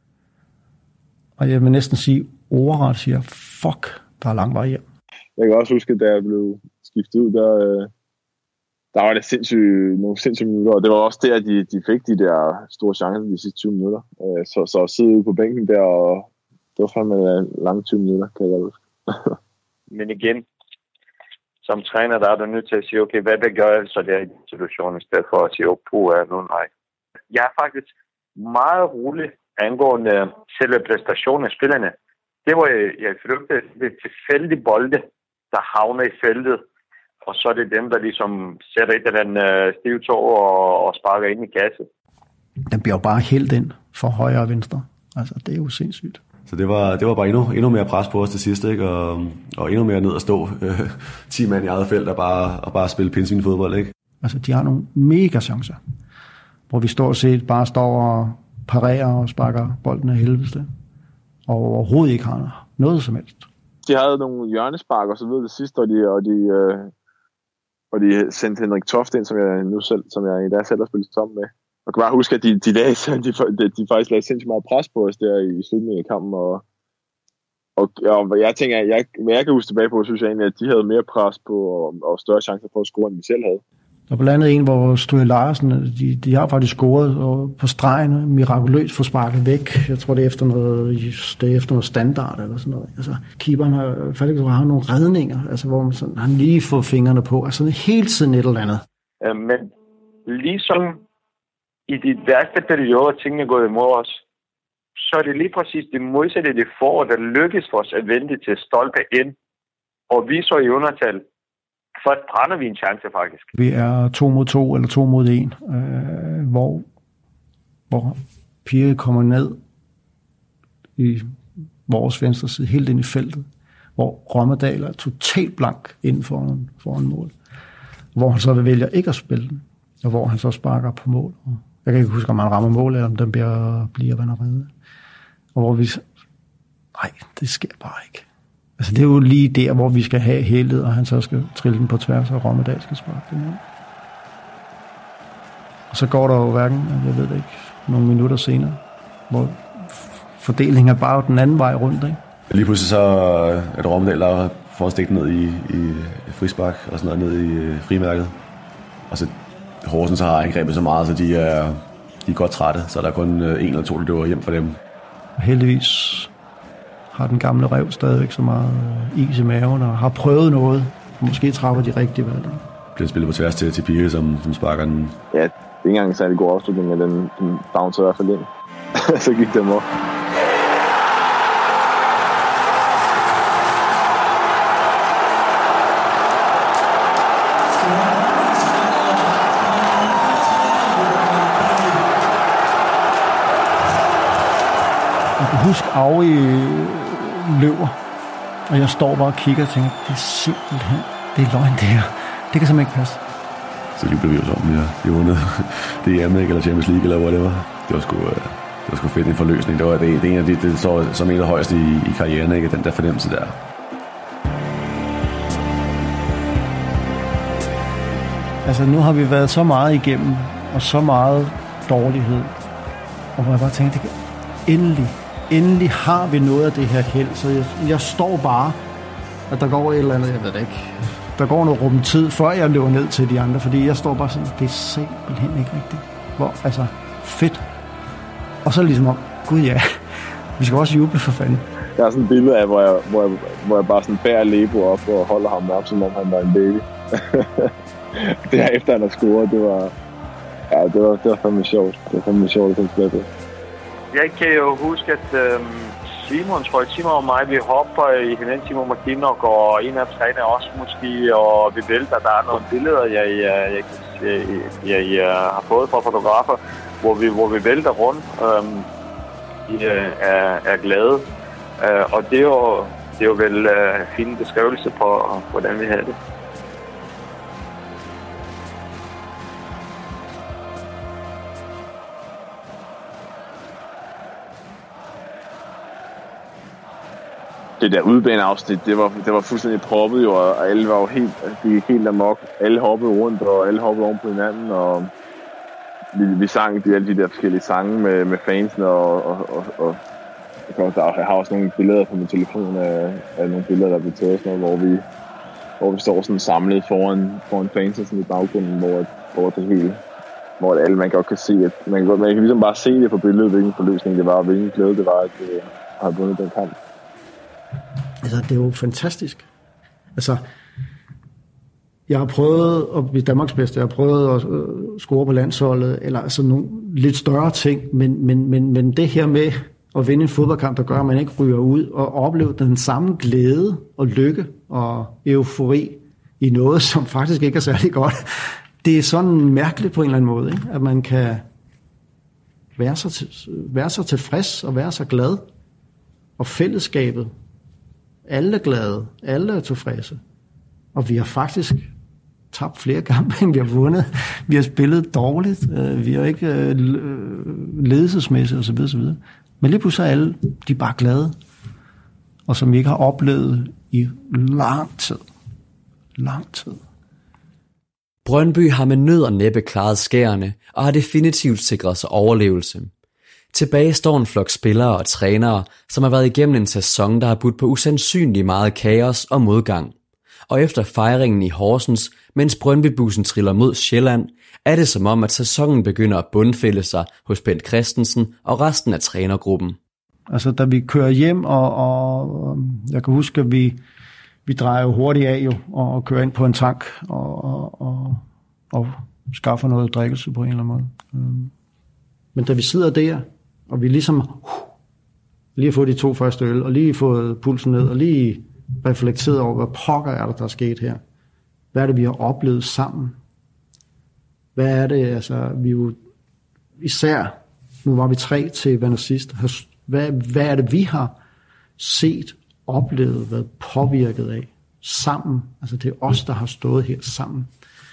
Og jeg vil næsten sige, ordret siger, fuck, der er lang vej hjem. Jeg kan også huske, da jeg blev skiftet ud, der var det nogle sindssyge minutter, og det var også der, de fik de der store chancer de sidste 20 minutter. Så at sidde ude på bænken der, og det var fandme lange 20 minutter, kan jeg godt huske. Men igen, som træner, der er du nødt til at sige, okay, hvad gør jeg så der i situationen, i stedet for at sige, nu nej. Jeg er faktisk meget rolig angående selve præstationen af spillerne. Det var jeg frygtede det tilfældige bolde, der havner i feltet, og så er det dem, der ligesom sætter et eller andet stiv tog og sparker ind i kasse. Den bliver jo bare hældt ind for højre og venstre. Altså, det er jo sindssygt. Så det var bare endnu mere pres på os til sidst, ikke? Og endnu mere ned at stå 10 mand i eget felt og bare spille pindsvinfodbold, ikke? Altså, de har nogle mega chancer, hvor vi stort set bare står og parerer og sparker bolden af helveste, og overhovedet ikke har noget som helst. De havde nogle hjørnespark og så videre det sidste, og de sendte Henrik Toft ind, som jeg i dag selv har spillet sammen med. Jeg kan bare huske, at de faktisk lagde sindssygt meget pres på os der i slutningen af kampen, og jeg tænker, hvad jeg kan huske tilbage på, synes jeg egentlig, at de havde mere pres på og større chancer for at score, end vi selv havde. Der var blandt andet en, hvor Stue Larsen, de har faktisk scoret og på stregen, mirakuløst får sparket væk. Jeg tror, det er efter noget standard eller sådan noget. Altså, keeperen har faktisk nogle redninger, altså, hvor man sådan, han lige får fingrene på, altså hele tiden et eller andet. Men ligesom i de værste perioder, tingene er gået imod os, så er det lige præcis det modsatte, det forår, der lykkes for os at vente til stolpe ind, og vi så i undertal. Så brænder vi en chance, faktisk. Vi er 2 mod 2 eller 2 mod 1, hvor Pia kommer ned i vores venstre side, helt ind i feltet, hvor Rommedal er totalt blank inden foran mål. Hvor han så vælger ikke at spille den, og hvor han så sparker på mål. Jeg kan ikke huske, om han rammer mål, eller om den bliver vandrede. Og hvor vi... Nej, det sker bare ikke. Altså, det er jo lige der, hvor vi skal have heldet, og han så skal trille den på tværs, og Rommedal skal sparke den her. Og så går der jo hverken, jeg ved det ikke, nogle minutter senere, hvor fordelingen er bare den anden vej rundt, ikke? Lige pludselig så er det Rommedal, der får stikket ned i frispark, og sådan noget ned i frimærket. Og så Horsens har angrebet så meget, så de er godt trætte, så der er kun 1 eller 2, der løber hjem for dem. Og heldigvis har den gamle Rev stadigvæk så meget is i maven, og har prøvet noget. Måske træffer de rigtige valg. Bliver spillet på tværs til Pia, som sparker den. Ja, det er ikke engang en særlig god afslutning, men den bouncede i hvert fald ind. Så gik det mod. Jeg kan huske af i løber, og jeg står bare og kigger og tænker, det er simpelthen, det er løgn det her. Det kan simpelthen ikke passe. Så jubler vi jo så om, vi vundet DM, eller Champions League, eller whatever. Det var sgu fedt, en forløsning. Det er en af det står som en af højeste i karrieren, ikke? Den der fornemmelse der. Altså, nu har vi været så meget igennem, og så meget dårlighed, og hvor jeg bare tænkte, endelig har vi noget af det her held, så jeg står bare, at der går et eller andet, jeg ved det ikke, der går noget rum tid, før jeg løber ned til de andre, fordi jeg står bare sådan, det er simpelthen ikke rigtigt. Altså, fedt. Og så ligesom om, gud ja, vi skal også juble for fanden. Jeg har sådan et billede af, hvor jeg bare sådan bærer Lebo op og holder ham op, som om han var en baby. Det her efter han har scoret, det var fandme sjovt. Det var fandme sjovt, at han spillede. Jeg kan jo huske, at Simon og mig, vi hopper i hinanden, Simon Martinok, og en af dem også måske, og vi vælter. Der er nogle billeder, jeg har fået fra fotografer, hvor vi vælter rundt er glade. Og det er jo vel en fin beskrivelse på, hvordan vi havde det. Det der udbaneafsnit, det var fuldstændig proppet jo, og alle var jo helt amok. Alle hoppede rundt, og alle hoppede oven på hinanden, og vi sang alle de der forskellige sange med fansene, og jeg har også nogle billeder på min telefon af nogle billeder, der blev taget, sådan noget, hvor vi står sådan samlet foran fansene sådan i baggrunden, hvor det hele, hvor alle man godt kan se, at man kan ligesom bare se det på billedet, hvilken forløsning det var, og hvilken glæde det var, at have vundet den kamp. Altså, det er jo fantastisk. Altså, jeg har prøvet at blive Danmarks bedste, jeg har prøvet at score på landsholdet, eller altså nogle lidt større ting, men det her med at vinde en fodboldkamp, der gør, at man ikke ryger ud, og opleve den samme glæde og lykke og eufori i noget, som faktisk ikke er særlig godt, det er sådan mærkeligt på en eller anden måde, ikke? At man kan være så tilfreds og være så glad. og fællesskabet. Alle er glade, alle er tilfredse. Og vi har faktisk tabt flere kampe, end vi har vundet. Vi har spillet dårligt, vi har ikke ledelsesmæssigt osv. osv. Men lige pludselig er alle, de er bare glade, og som vi ikke har oplevet i lang tid. Lang tid. Brøndby har med nød og næppe klaret skærene, og har definitivt sikret sig overlevelse. Tilbage står en flok spillere og trænere, som har været igennem en sæson, der har budt på usandsynlig meget kaos og modgang. Og efter fejringen i Horsens, mens Brøndby-bussen triller mod Sjælland, er det som om, at sæsonen begynder at bundfælde sig hos Bent Christensen og resten af trænergruppen. Altså, da vi kører hjem, og jeg kan huske, at vi drejer jo hurtigt af jo, og kører ind på en tank, og skaffer noget drikkelse på en eller anden måde. Men da vi sidder der, og vi ligesom lige har fået de 2 første øl, og lige fået pulsen ned, og lige reflekteret over, hvad pokker er der er sket her? Hvad er det, vi har oplevet sammen? Hvad er det, altså, vi jo især, nu var vi 3 til Van sidst, hvad er det, vi har set, oplevet, været påvirket af sammen? Altså, det er os, der har stået her sammen.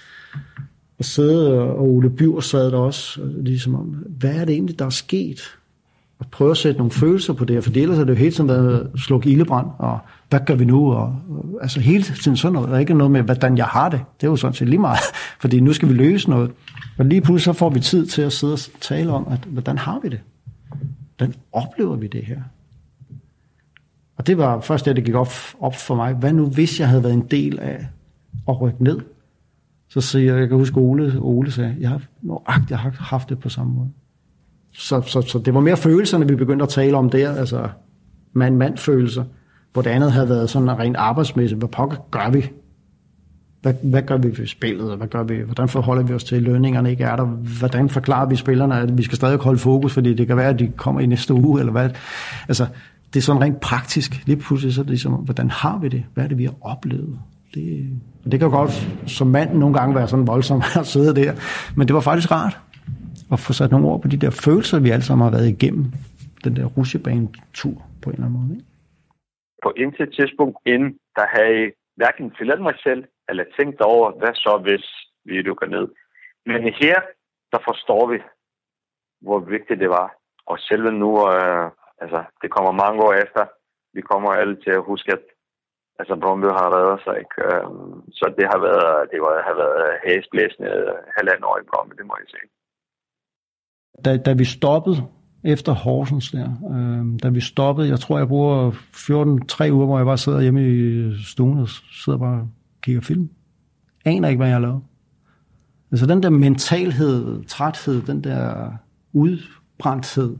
Og sidde, og Ole Bjur sad der også, ligesom om, hvad er det egentlig, der er sket? Og prøve at sætte nogle følelser på det her, for ellers er det jo hele tiden været slukke ildebrand, og hvad gør vi nu? Og altså hele tiden sådan noget, der er ikke noget med, hvordan jeg har det. Det er jo sådan set lige meget, fordi nu skal vi løse noget. Og lige pludselig så får vi tid til at sidde og tale om, at hvordan har vi det? Hvordan oplever vi det her? Og det var først det gik op for mig. Hvad nu, hvis jeg havde været en del af at rykke ned? Så siger jeg kan huske, Ole sagde, jeg har haft det på samme måde. Så det var mere følelserne, vi begyndte at tale om der, altså mand-følelser, hvor det andet havde været sådan rent arbejdsmæssigt. Hvad pokker gør vi? Hvad gør vi ved spillet? Hvad gør vi? Hvordan forholder vi os til, lønningerne ikke er der? Hvordan forklarer vi spillerne, at vi skal stadig holde fokus, fordi det kan være, at de kommer i næste uge, eller hvad? Altså, det er sådan rent praktisk. Lige pludselig så er det ligesom, hvordan har vi det? Hvad er det, vi har oplevet? Det kan jo godt som mand nogle gange være sådan voldsomt at sidde der, men det var faktisk rart at få sat nogle ord på de der følelser, vi alle sammen har været igennem, den der rutsjebanetur på en eller anden måde. Ikke? På intet tidspunkt inden, der havde jeg hverken filmet mig selv, eller tænkt over, hvad så hvis vi lukker ned. Men her, der forstår vi, hvor vigtigt det var. Og selve nu, altså det kommer mange år efter, vi kommer alle til at huske, at altså Brøndby har reddet sig, ikke? Så det har været hæsblæsende 1,5 år i Brøndby, det må jeg sige. Da vi stoppede efter Horsens der, jeg tror jeg bruger 3 uger, hvor jeg bare sidder hjemme i stuen og sidder bare og kigger film. Aner ikke, hvad jeg laver. Altså den der mentalhed, træthed, den der udbrændthed,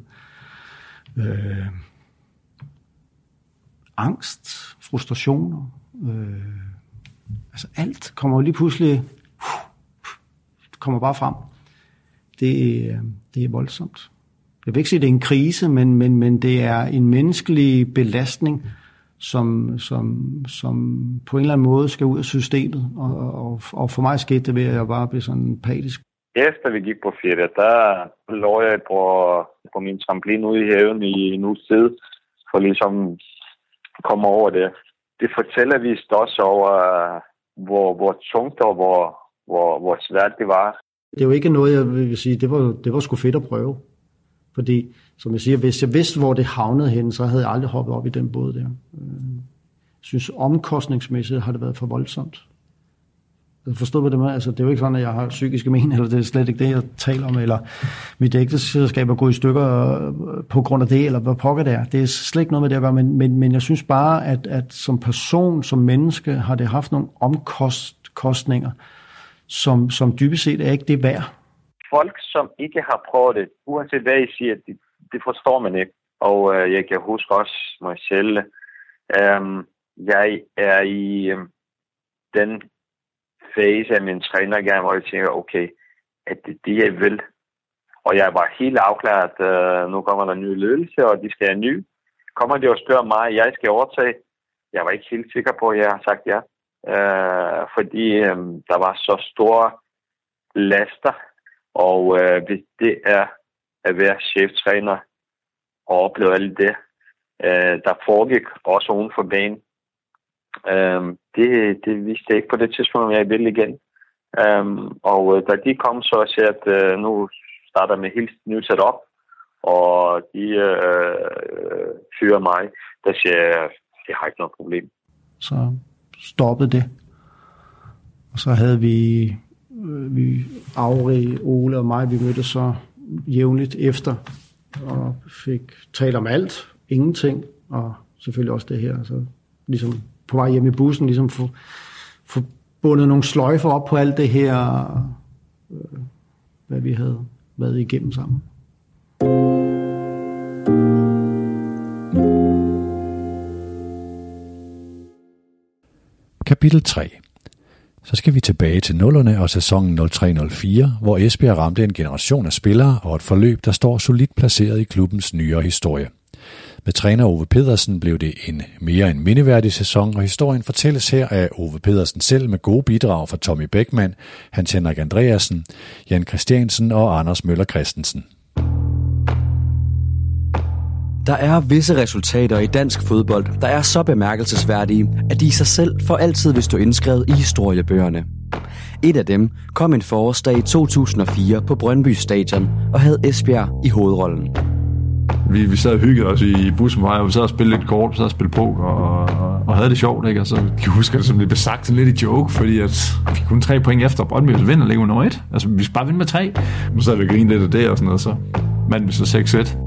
angst, frustrationer, altså alt kommer lige pludselig, kommer bare frem. Det er voldsomt. Jeg vil ikke sige, at det er en krise, men det er en menneskelig belastning, som på en eller anden måde skal ud af systemet. Og for mig skete det ved, at jeg bare blev sådan patisk. Efter vi gik på ferie, der lå jeg på min trampolin ude i haven i en uges tid, for ligesom at komme over det. Det fortæller vist også over, hvor tungt og hvor svært det var. Det er jo ikke noget, jeg vil sige, det var sgu fedt at prøve. Fordi, som jeg siger, hvis jeg vidste, hvor det havnede hen, så havde jeg aldrig hoppet op i den båd der. Jeg synes, omkostningsmæssigt har det været for voldsomt. Forstår du det med? Altså, det er jo ikke sådan, at jeg har psykiske men, eller det er slet ikke det, jeg taler om, eller mit ægteskab er gået i stykker på grund af det, eller hvad pokker det er. Det er slet ikke noget med det at gøre, men jeg synes bare, at som person, som menneske, har det haft nogle omkostninger, som dybest set er ikke det værd. Folk, som ikke har prøvet det, uanset hvad I siger, det forstår man ikke. Og jeg kan huske også mig selv. Jeg er i den fase af min trænergang, hvor jeg tænker, okay, at det er det, jeg vil. Og jeg var helt afklaret, at nu kommer der en ny ledelse, og de skal have ny. Kommer de og spørger mig, at jeg skal overtage? Jeg var ikke helt sikker på, at jeg har sagt ja. Fordi der var så store laster, og hvis det er at være cheftræner og opleve alt det, der foregik også uden for banen. Det vidste jeg ikke på det tidspunkt, om jeg ville igen. Og da de kom, så sagde jeg, at nu starter med helt nyt setup, og de fyrer mig. Der siger jeg, jeg har ikke noget problem. Så stoppede det. Og så havde vi Auri, Ole og mig, vi mødtes så jævnligt efter, og fik talt om alt, ingenting, og selvfølgelig også det her. Så ligesom på vej hjem i bussen, ligesom få bundet nogle sløjfer op på alt det her, hvad vi havde været igennem sammen. Kapitel 3. Så skal vi tilbage til 0'erne og sæsonen 03-04, hvor Esbjerg ramte en generation af spillere og et forløb, der står solidt placeret i klubbens nyere historie. Med træner Ove Pedersen blev det en mere end mindeværdig sæson, og historien fortælles her af Ove Pedersen selv med gode bidrag fra Tommy Bækman, Hans Henrik Andreasen, Jan Christiansen og Anders Møller Christensen. Der er visse resultater i dansk fodbold, der er så bemærkelsesværdige, at de i sig selv for altid vil stå indskrevet i historiebøgerne. Et af dem kom en forårsdag i 2004 på Brøndby Stadion og havde Esbjerg i hovedrollen. Vi sad og hyggede os i bussen på vej, og vi sad og spillede lidt kort, vi sad og spillede poker og havde det sjovt, ikke? Og så kan jeg huske, at det blev sagt lidt i joke, fordi at vi kun 3 point efter Brøndby, så vinder ligger nummer 1. Altså, vi skal bare vinde med 3. Nu sad vi og grinede lidt af det og sådan noget, så vandt vi så 6-1.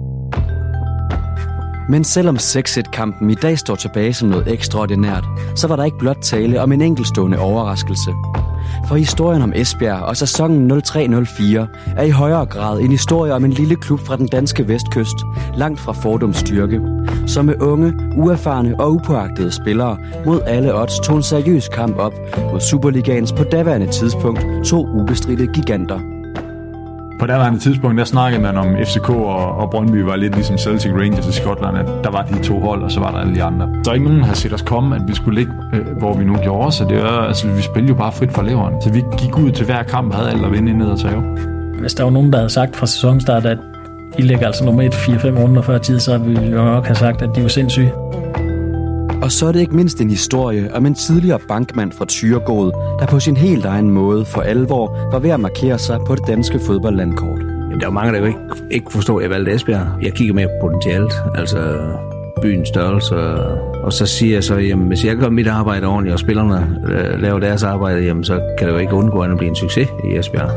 Men selvom 6-1-kampen i dag står tilbage som noget ekstraordinært, så var der ikke blot tale om en enkeltstående overraskelse. For historien om Esbjerg og sæsonen 03-04 er i højere grad en historie om en lille klub fra den danske vestkyst, langt fra fordums styrke, som med unge, uerfarne og upåagtede spillere mod alle odds tog en seriøs kamp op mod Superligaens på daværende tidspunkt 2 ubestridte giganter. På daværende tidspunkt, der snakkede man om FCK og Brøndby var lidt ligesom Celtic Rangers i Skotland, at der var de 2 hold, og så var der alle de andre. Der er ikke nogen, der har set os komme, at vi skulle ligge, hvor vi nu gjorde, så det er, altså, vi spillede jo bare frit fra leveren. Så vi gik ud til hver kamp og havde alt at vinde ned og tage. Hvis der var nogen, der havde sagt fra sæsonstart, at I ligger altså nummer 1 4-5 runder før tid, så ville vi jo nok have sagt, at de var sindssyge. Og så er det ikke mindst en historie om en tidligere bankmand fra Thyregod, der på sin helt egen måde for alvor var ved at markere sig på det danske fodboldlandkort. Jamen, der er mange, der jo ikke forstår, at jeg valgte Esbjerg. Jeg kigger mere på potentialet, altså byens størrelse, og så siger jeg så, jamen hvis jeg gør mit arbejde ordentligt, og spillerne laver deres arbejde, jamen så kan det jo ikke undgå at blive en succes i Esbjerg.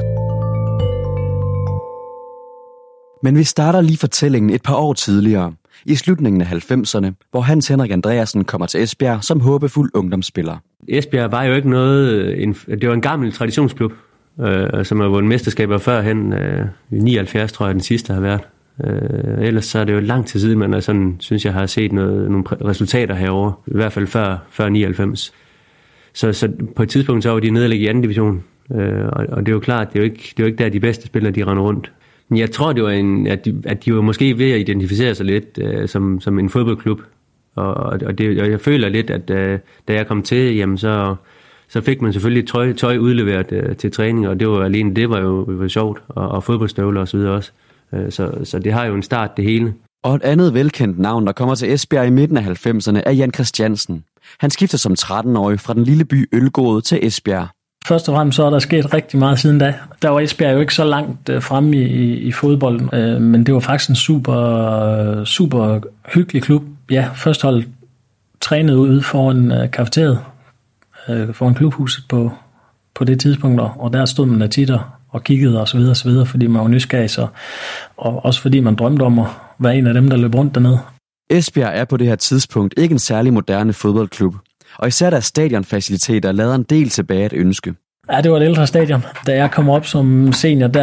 Men vi starter lige fortællingen et par år tidligere, i slutningen af 90'erne, hvor Hans Henrik Andreasen kommer til Esbjerg som håbefuld ungdomsspiller. Esbjerg var jo ikke noget... det var en gammel traditionsklub, som har vundet mesterskaber førhen. I 79, tror jeg, den sidste har været. Ellers så er det jo lang tid siden, man sådan, synes jeg har set nogle resultater herovre. I hvert fald før 99. Så på et tidspunkt så var de nederlag i anden division. Og det er jo klart, det er jo ikke der de bedste spillere, de render rundt. Men jeg tror, det var at de var måske ved at identificere sig lidt som en fodboldklub. Og jeg føler lidt, at da jeg kom til, jamen så fik man selvfølgelig tøj udleveret til træning, og det var alene det var jo sjovt, og fodboldstøvler og så videre også. Så det har jo en start, det hele. Og et andet velkendt navn, der kommer til Esbjerg i midten af 90'erne, er Jan Christiansen. Han skifter som 13-årig fra den lille by Ølgod til Esbjerg. Først og fremmest så er der sket rigtig meget siden da. Der var Esbjerg jo ikke så langt fremme i fodbolden, men det var faktisk en super hyggelig klub. Ja, førstholdet trænede ude foran kafeteriet, foran klubhuset på det tidspunkt, og der stod man tit og kiggede og så videre, fordi man var nysgerrig, og også fordi man drømte om at være en af dem, der løb rundt dernede. Esbjerg er på det her tidspunkt ikke en særlig moderne fodboldklub, og især deres stadionfaciliteter lader en del tilbage at ønske. Ja, det var et ældre stadion. Da jeg kom op som senior, der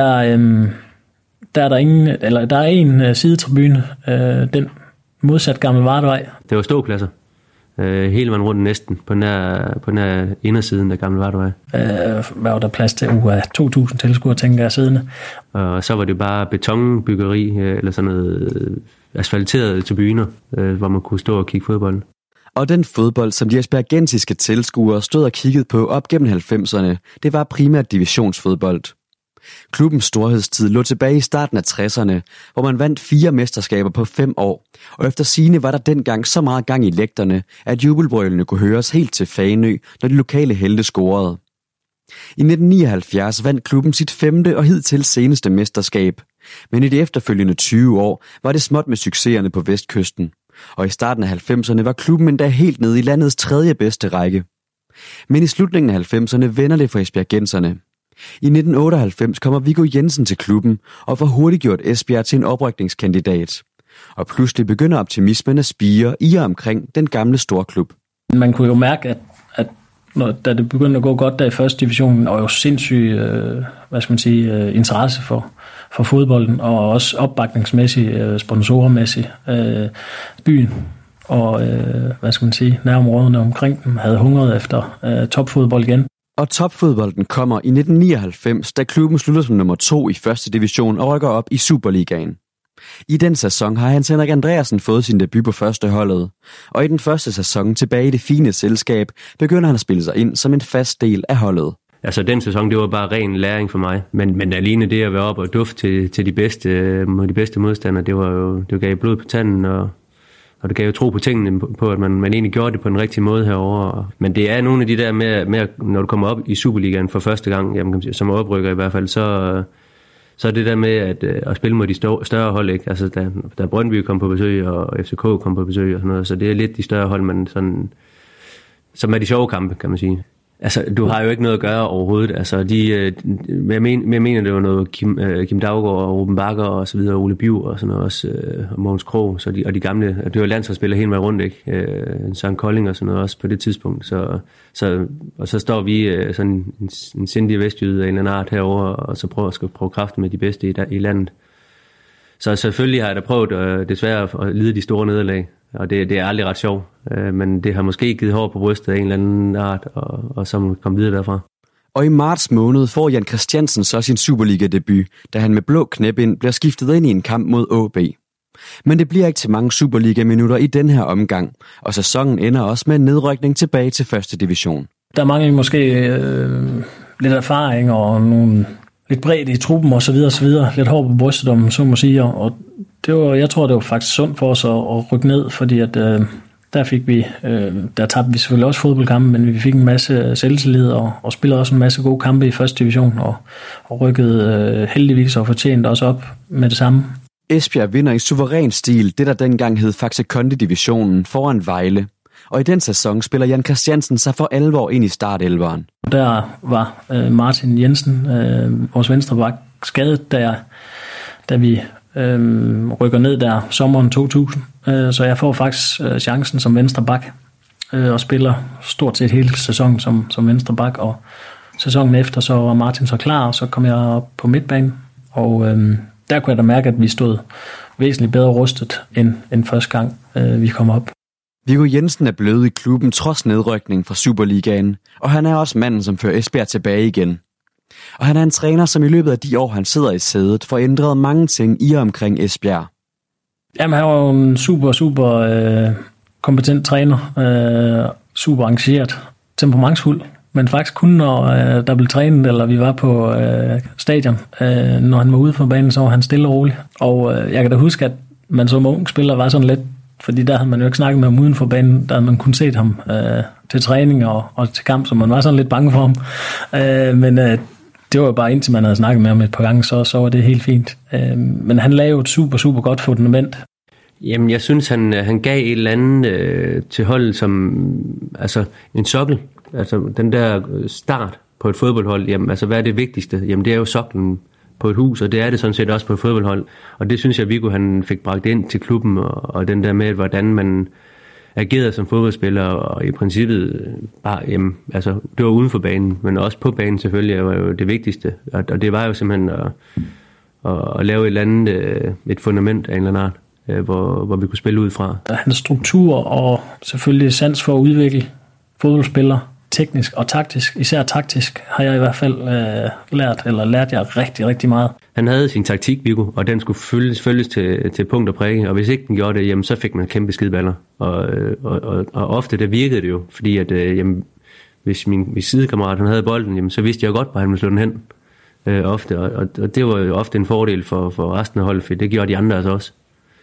er en sidetribune, den modsat Gammel Vardevej. Det var ståpladser. Hele vejen rundt næsten på nær indersiden af Gammel Vardevej. Hvad var der plads til? 2.000 tilskuere, tænker jeg, siddende. Og så var det bare betonbyggeri, eller sådan noget asfalterede tribuner, hvor man kunne stå og kigge fodbolden. Og den fodbold, som de aspergensiske tilskuere stod og kiggede på op gennem 90'erne, det var primært divisionsfodbold. Klubbens storhedstid lå tilbage i starten af 60'erne, hvor man vandt 4 mesterskaber på 5 år, og efter sigende var der dengang så meget gang i lægterne, at jubelbrølene kunne høres helt til Fanø, når de lokale helte scorede. I 1979 vandt klubben sit 5. og hidtil seneste mesterskab, men i de efterfølgende 20 år var det småt med succeserne på vestkysten, og i starten af 90'erne var klubben endda helt nede i landets 3. bedste række. Men i slutningen af 90'erne vender det for esbjergenserne. I 1998 kommer Viggo Jensen til klubben og får hurtigt gjort Esbjerg til en oprykningskandidat. Og pludselig begynder optimismen at spire i og omkring den gamle storklub. Man kunne jo mærke, at da det begyndte at gå godt der i første division, og jo sindssyg interesse for fodbolden, og også opbakningsmæssigt, sponsormæssigt, byen og nærområderne omkring dem havde hungret efter topfodbold igen. Og topfodbolden kommer i 1999, da klubben slutter som nummer 2 i første division og rykker op i Superligaen. I den sæson har Hans Henrik Andreasen fået sin debut på førsteholdet, og i den første sæson tilbage i det fine selskab begynder han at spille sig ind som en fast del af holdet. Altså den sæson, det var bare ren læring for mig, men alene det at være op og dufte til de bedste modstandere, det gav blod på tanden, og det gav jo tro på tingene, på at man egentlig gjorde det på den rigtige måde herovre. Men det er nogle af de der med når du kommer op i Superligaen for første gang, jamen, som oprykker i hvert fald, så er det der med at spille mod de større hold, ikke? Altså da Brøndby kom på besøg, og FCK kom på besøg og sådan noget, så det er lidt de større hold, man sådan, som er de sjove kampe, kan man sige. Altså, du har jo ikke noget at gøre overhovedet. Altså, jeg mener, det var noget Kim Daugaard og Ruben Bakker og så videre, Ole Biv og sådan noget også, og Mogens Krog, og de gamle, det var landsholdsspillere hele vejen rundt, ikke? Søren Kolding og sådan noget også på det tidspunkt. Så står vi sådan en sindig vestjyde af en eller anden art herovre, og så prøver kræften med de bedste i landet. Så selvfølgelig har jeg da prøvet desværre at lide de store nederlag, og det er aldrig ret sjovt, men det har måske givet hår på brystet af en eller anden art, og så må vi komme videre derfra. Og i marts måned får Jan Christiansen så sin Superliga-debut, da han med blå knæbind bliver skiftet ind i en kamp mod AaB. Men det bliver ikke til mange Superliga-minutter i den her omgang, og sæsonen ender også med en nedrykning tilbage til første division. Der mangler måske lidt erfaring og nogle lidt bredt i truppen og så videre, lidt hår på brystet, om så må sige, og jeg tror, det var faktisk sundt for os at rykke ned, fordi at der tabte vi selvfølgelig også fodboldkampe, men vi fik en masse selvtillid og spillede også en masse gode kampe i første division og rykkede heldigvis og fortjent også op med det samme. Esbjerg vinder i suveræn stil det, der dengang hed Faxe Kondi-divisionen foran Vejle. Og i den sæson spiller Jan Christiansen sig for alvor ind i startelveren. Der var Martin Jensen, vores venstreback, skadet, da vi rykker ned der sommeren 2000. Så jeg får faktisk chancen som venstreback og spiller stort set hele sæsonen som venstreback. Og sæsonen efter så var Martin så klar, og så kom jeg op på midtbanen. Og der kunne jeg da mærke, at vi stod væsentligt bedre rustet end første gang vi kom op. Viggo Jensen er blevet i klubben trods nedrykning fra Superligaen, og han er også manden, som fører Esbjerg tilbage igen. Og han er en træner, som i løbet af de år, han sidder i sædet, får ændret mange ting i og omkring Esbjerg. Jamen, han var jo en super kompetent træner, super engageret, temperamentsfuld, men faktisk kun når der blev trænet, eller vi var på stadion, når han var ude for banen, så var han stille og rolig. Og jeg kan da huske, at man som ung spiller var sådan lidt, fordi der havde man jo ikke snakket med ham uden for banen, der havde man kun set ham til træning og til kamp, så man var sådan lidt bange for ham. Men det var jo bare indtil man havde snakket med ham et par gange, så var det helt fint. Men han lagde jo et super godt fundament. Jamen, jeg synes, han gav et eller andet til holdet som altså en sokkel. Altså den der start på et fodboldhold, jamen, altså hvad er det vigtigste? Jamen, det er jo soklen på et hus, og det er det sådan set også på et fodboldhold. Og det synes jeg, Viggo han fik bragt ind til klubben, og den der med, hvordan man agerede som fodboldspiller, og i princippet bare, jamen, altså det var uden for banen, men også på banen selvfølgelig, var jo det vigtigste. Og det var jo simpelthen at lave et eller andet, et fundament af en eller anden art, hvor vi kunne spille ud fra. Hans struktur og selvfølgelig sans for at udvikle fodboldspillere, teknisk og taktisk, især taktisk, har jeg i hvert fald lært jeg rigtig meget. Han havde sin taktik, Viggo, og den skulle følges til punkt og prikke, og hvis ikke den gjorde det, jamen, så fik man kæmpe skideballer. Og ofte der virkede det jo, fordi at, jamen, hvis min sidekammerat han havde bolden, jamen, så vidste jeg godt, hvor han ville slå den hen. ofte, og det var jo ofte en fordel for resten af holdet, for det gjorde de andre altså også.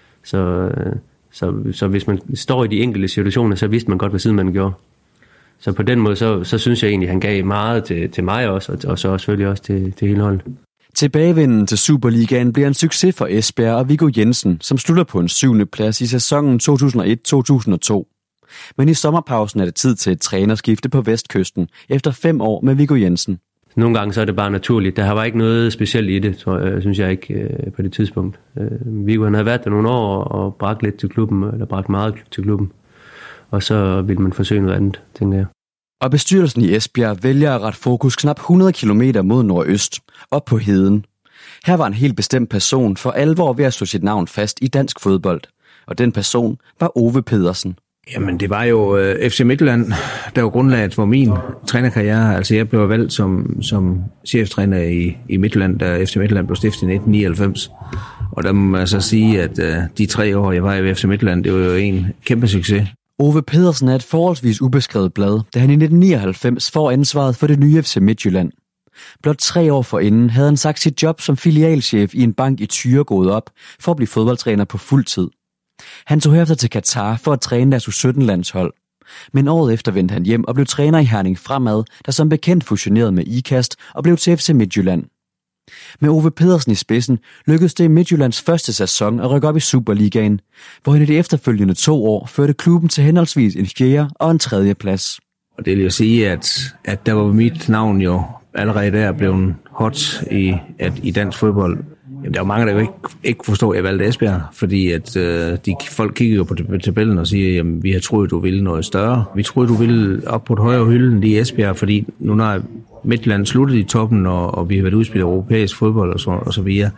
Så hvis man står i de enkelte situationer, så vidste man godt, hvad sidemanden gjorde. Så på den måde, så synes jeg egentlig, han gav meget til mig også, og så selvfølgelig også til hele holdet. Tilbagevenden til Superligaen bliver en succes for Esbjerg og Viggo Jensen, som slutter på en 7. plads i sæsonen 2001-2002. Men i sommerpausen er det tid til et trænerskifte på Vestkysten, efter 5 år med Viggo Jensen. Nogle gange så er det bare naturligt. Der var ikke noget specielt i det, synes jeg ikke, på det tidspunkt. Viggo havde været der nogle år og bragt lidt til klubben, eller bragt meget til klubben. Og så ville man forsøge noget andet, tænker jeg. Og bestyrelsen i Esbjerg vælger at rette fokus knap 100 km mod nordøst, op på heden. Her var en helt bestemt person for alvor ved at slå sit navn fast i dansk fodbold. Og den person var Ove Pedersen. Jamen, det var jo FC Midtjylland, der var grundlaget for min trænerkarriere. Altså, jeg blev valgt som cheftræner i Midtjylland, da FC Midtjylland blev stiftet i 1999. Og der må man så sige, at de 3 år, jeg var i FC Midtjylland, det var jo en kæmpe succes. Ove Pedersen er et forholdsvis ubeskrevet blad, da han i 1999 får ansvaret for det nye FC Midtjylland. Blot 3 år forinden havde han sagt sit job som filialchef i en bank i Thyregod op for at blive fodboldtræner på fuld tid. Han tog herefter til Katar for at træne deres U17-landshold. Men året efter vendte han hjem og blev træner i Herning Fremad, der som bekendt fusionerede med IKAST og blev til FC Midtjylland. Med Ove Pedersen i spidsen lykkedes det i Midtjyllands første sæson at rykke op i Superligaen, hvor han i de efterfølgende 2 år førte klubben til henholdsvis en 4. og en 3. plads. Og det vil jo sige, at der var mit navn jo allerede der blevet hot i dansk fodbold. Jamen, der er jo mange, der jo ikke forstår, at jeg valgte Esbjerg, fordi at folk kigger jo på tabellen og siger, jamen, vi har troet, du ville noget større. Vi troede, du ville op på et højere hylde end i Esbjerg, fordi nu når Midtjylland sluttede i toppen, og vi har været udspillet europæisk fodbold og så videre.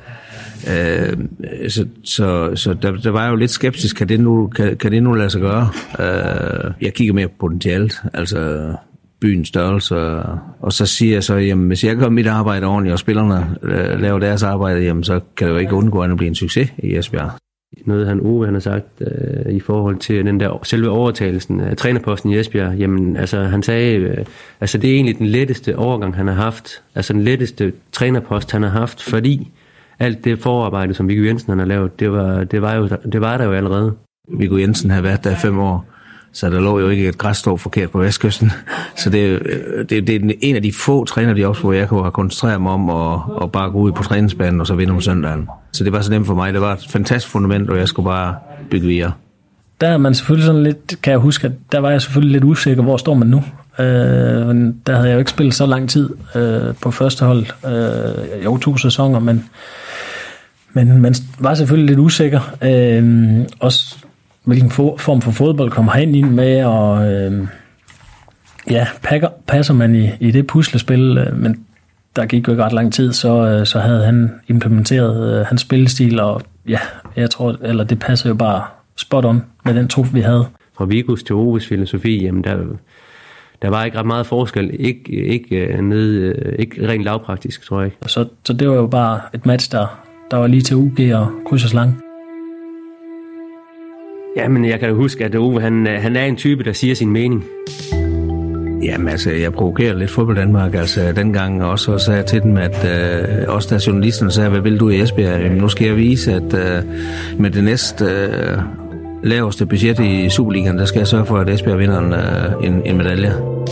Så der var jo lidt skeptisk, kan det nu lade sig gøre? Jeg kigger mere på potentialet, altså byens størrelse, og så siger jeg så, jamen hvis jeg gør mit arbejde ordentligt, og spillerne laver deres arbejde, jamen så kan det jo ikke undgå at blive en succes i Esbjerg. Noget han har sagt i forhold til den der selve overtagelsen af trænerposten i Esbjerg, jamen altså han sagde, altså det er egentlig den letteste overgang han har haft, altså den letteste trænerpost han har haft, fordi alt det forarbejde som Viggo Jensen han har lavet, det var der jo allerede. Viggo Jensen har været der i 5 år, så der lå jo ikke et græsstrå forkert på Vestkysten. Så det er en af de få trænerjobs, hvor jeg kunne have koncentreret mig om at bare gå ud på træningsbanen og så vinde om søndagen. Så det var så nemt for mig. Det var et fantastisk fundament, og jeg skulle bare bygge videre. Der er man selvfølgelig sådan lidt, kan jeg huske, at der var jeg selvfølgelig lidt usikker, hvor står man nu? Der havde jeg jo ikke spillet så lang tid på første hold, jo 2 sæsoner, men man var selvfølgelig lidt usikker. Også hvilken form for fodbold kommer han ind med, og passer man i det puslespil, men der gik jo ikke ret lang tid, så havde han implementeret hans spillestil, og ja, jeg tror, eller det passer jo bare spot on med den trup, vi havde. Fra Viggos til Oves filosofi, jamen der var ikke ret meget forskel, ikke rent lavpraktisk, tror jeg ikke. Så det var jo bare et match, der var lige til UG og kryds og slang. Ja, men jeg kan jo huske, at Ove, han er en type, der siger sin mening. Jamen altså, jeg provokerer lidt fodbold Danmark, altså dengang også, og sagde jeg til dem, at også da journalisterne sagde, hvad vil du i Esbjerg? Jamen, nu skal jeg vise, at med det næste laveste budget i Superligaen, der skal jeg sørge for, at Esbjerg vinder en medalje.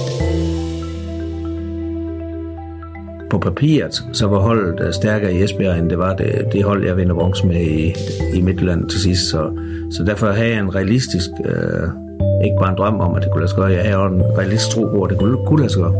På papiret, så var holdet stærkere i Esbjerg, end det var det hold, jeg vinder bronze med i Midtjylland til sidst. Så derfor havde jeg en realistisk, ikke bare en drøm om, at det kunne lade sig gøre. Jeg havde en realistisk tro på, at det kunne lade sig gøre.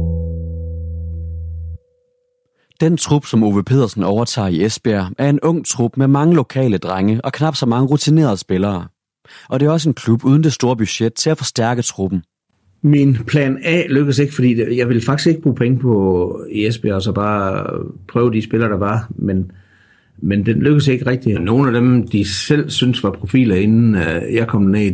Den trup, som Ove Pedersen overtager i Esbjerg, er en ung trup med mange lokale drenge og knap så mange rutinerede spillere. Og det er også en klub uden det store budget til at forstærke truppen. Min plan A lykkedes ikke, fordi jeg ville faktisk ikke bruge penge på i Esbjerg, og så bare prøve de spillere, der var, men den lykkedes ikke rigtigt. Nogle af dem, de selv synes var profiler, inden jeg kom ned,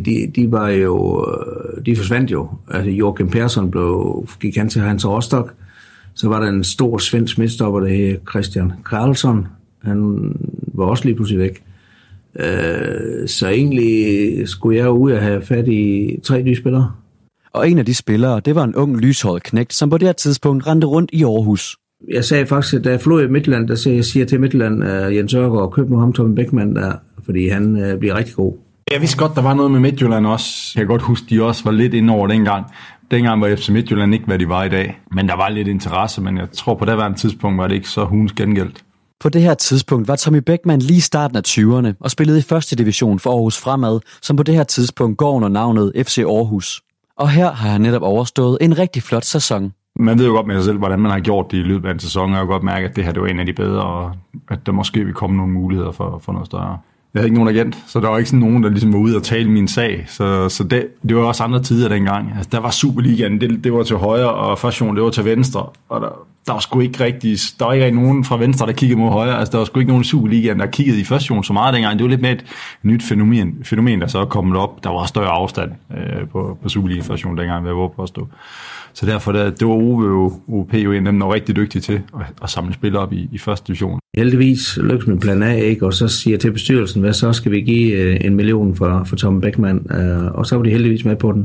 de forsvandt jo. Altså Joachim Persson gik han til Hans Rostock. Så var der en stor svensk midtstopper, der hed Christian Karlsson. Han var også lige pludselig væk. Så egentlig skulle jeg ud og have fat i 3 nye spillere. Og en af de spillere, det var en ung lyshåret knægt, som på det her tidspunkt rendte rundt i Aarhus. Jeg sagde faktisk, da jeg flog i Midtjylland, der siger til Midtjylland, Jens Ørgaard, køb nu ham Tommy Beckmann der, fordi han bliver rigtig god. Jeg vidste godt, der var noget med Midtjylland også. Jeg kan godt huske, de også var lidt inde over dengang. Dengang var FC Midtjylland ikke, hvad de var i dag. Men der var lidt interesse, men jeg tror på det var en tidspunkt, var det ikke så huns gengældt. På det her tidspunkt var Tommy Beckmann lige i starten af 20'erne og spillede i første division for Aarhus Fremad, som på det her tidspunkt går under navnet FC Aarhus. Og her har han netop overstået en rigtig flot sæson. Man ved jo godt med sig selv, hvordan man har gjort det i løbet af en sæson, og jeg har godt mærke, at det her det var en af de bedre, og at der måske vil komme nogle muligheder for noget større. Jeg havde ikke nogen agent, så der var ikke sådan nogen, der ligesom var ude og tale min sag. Så det var også andre tider dengang. Altså, der var Superligaen, det var til højre, og første det var til venstre. Og der var sgu ikke rigtig, der var ikke nogen fra venstre, der kiggede mod højre. Altså, der var sgu ikke nogen i Superligaen, der kiggede i første så meget dengang. Det var lidt mere et nyt fænomen, der så er kommet op. Der var større afstand på Superligaen første dengang, hvad jeg var påstå. Så derfor, det var OP jo en af dem, der var rigtig dygtig til at samle spillere op i første division. Heldigvis lykkes med plan A, ikke? Og så siger til bestyrelsen, hvad så skal vi give 1 million for Tommy Beckmann, og så var de heldigvis med på den,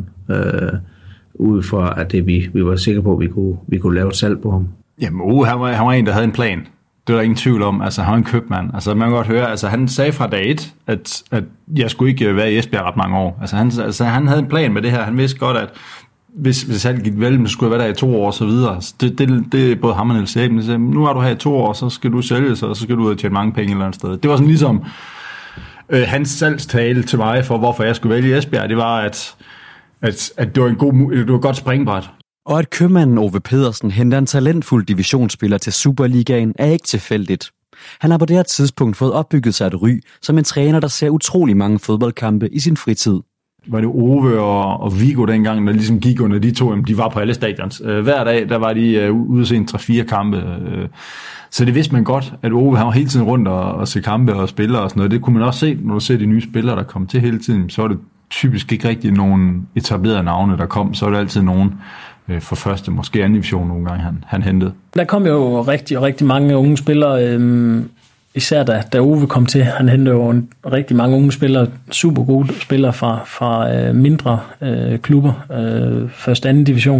ud fra at vi var sikre på, at vi kunne lave et salg på ham. Jamen, han var en, der havde en plan. Det var der ingen tvivl om. Altså, han var en købmand. Altså, man kan godt høre, altså, han sagde fra dag 1, at jeg skulle ikke være i Esbjerg ret mange år. Altså, han havde en plan med det her. Han vidste godt, at hvis han gik vel, så skulle jeg være der i 2 år og så videre. Det er både ham og Niels Eben. Nu har du her i 2 år, så skal du sælges, og så skal du ud og tjene mange penge et eller andet sted. Det var sådan ligesom hans salgstale til mig for, hvorfor jeg skulle vælge Esbjerg. Det var, at det var det var et godt springbræt. Og at købmanden Ove Pedersen henter en talentfuld divisionsspiller til Superligaen er ikke tilfældigt. Han har på det her tidspunkt fået opbygget sig et ry som en træner, der ser utrolig mange fodboldkampe i sin fritid. Var det Ove og Viggo dengang, der ligesom gik under de to, de var på alle stadions. Hver dag, der var de ude at se en 3-4 kampe. Så det vidste man godt, at Ove han var hele tiden rundt og se kampe og spillere og sådan noget. Det kunne man også se, når du ser de nye spillere, der kom til hele tiden. Så var det typisk ikke rigtig nogen etablerede navne, der kom. Så var det altid nogen for første, måske anden division nogle gange, han hentede. Der kom jo rigtig mange unge spillere, især da Ove kom til. Han hentede jo rigtig mange unge spillere, super gode spillere fra mindre klubber, første anden division,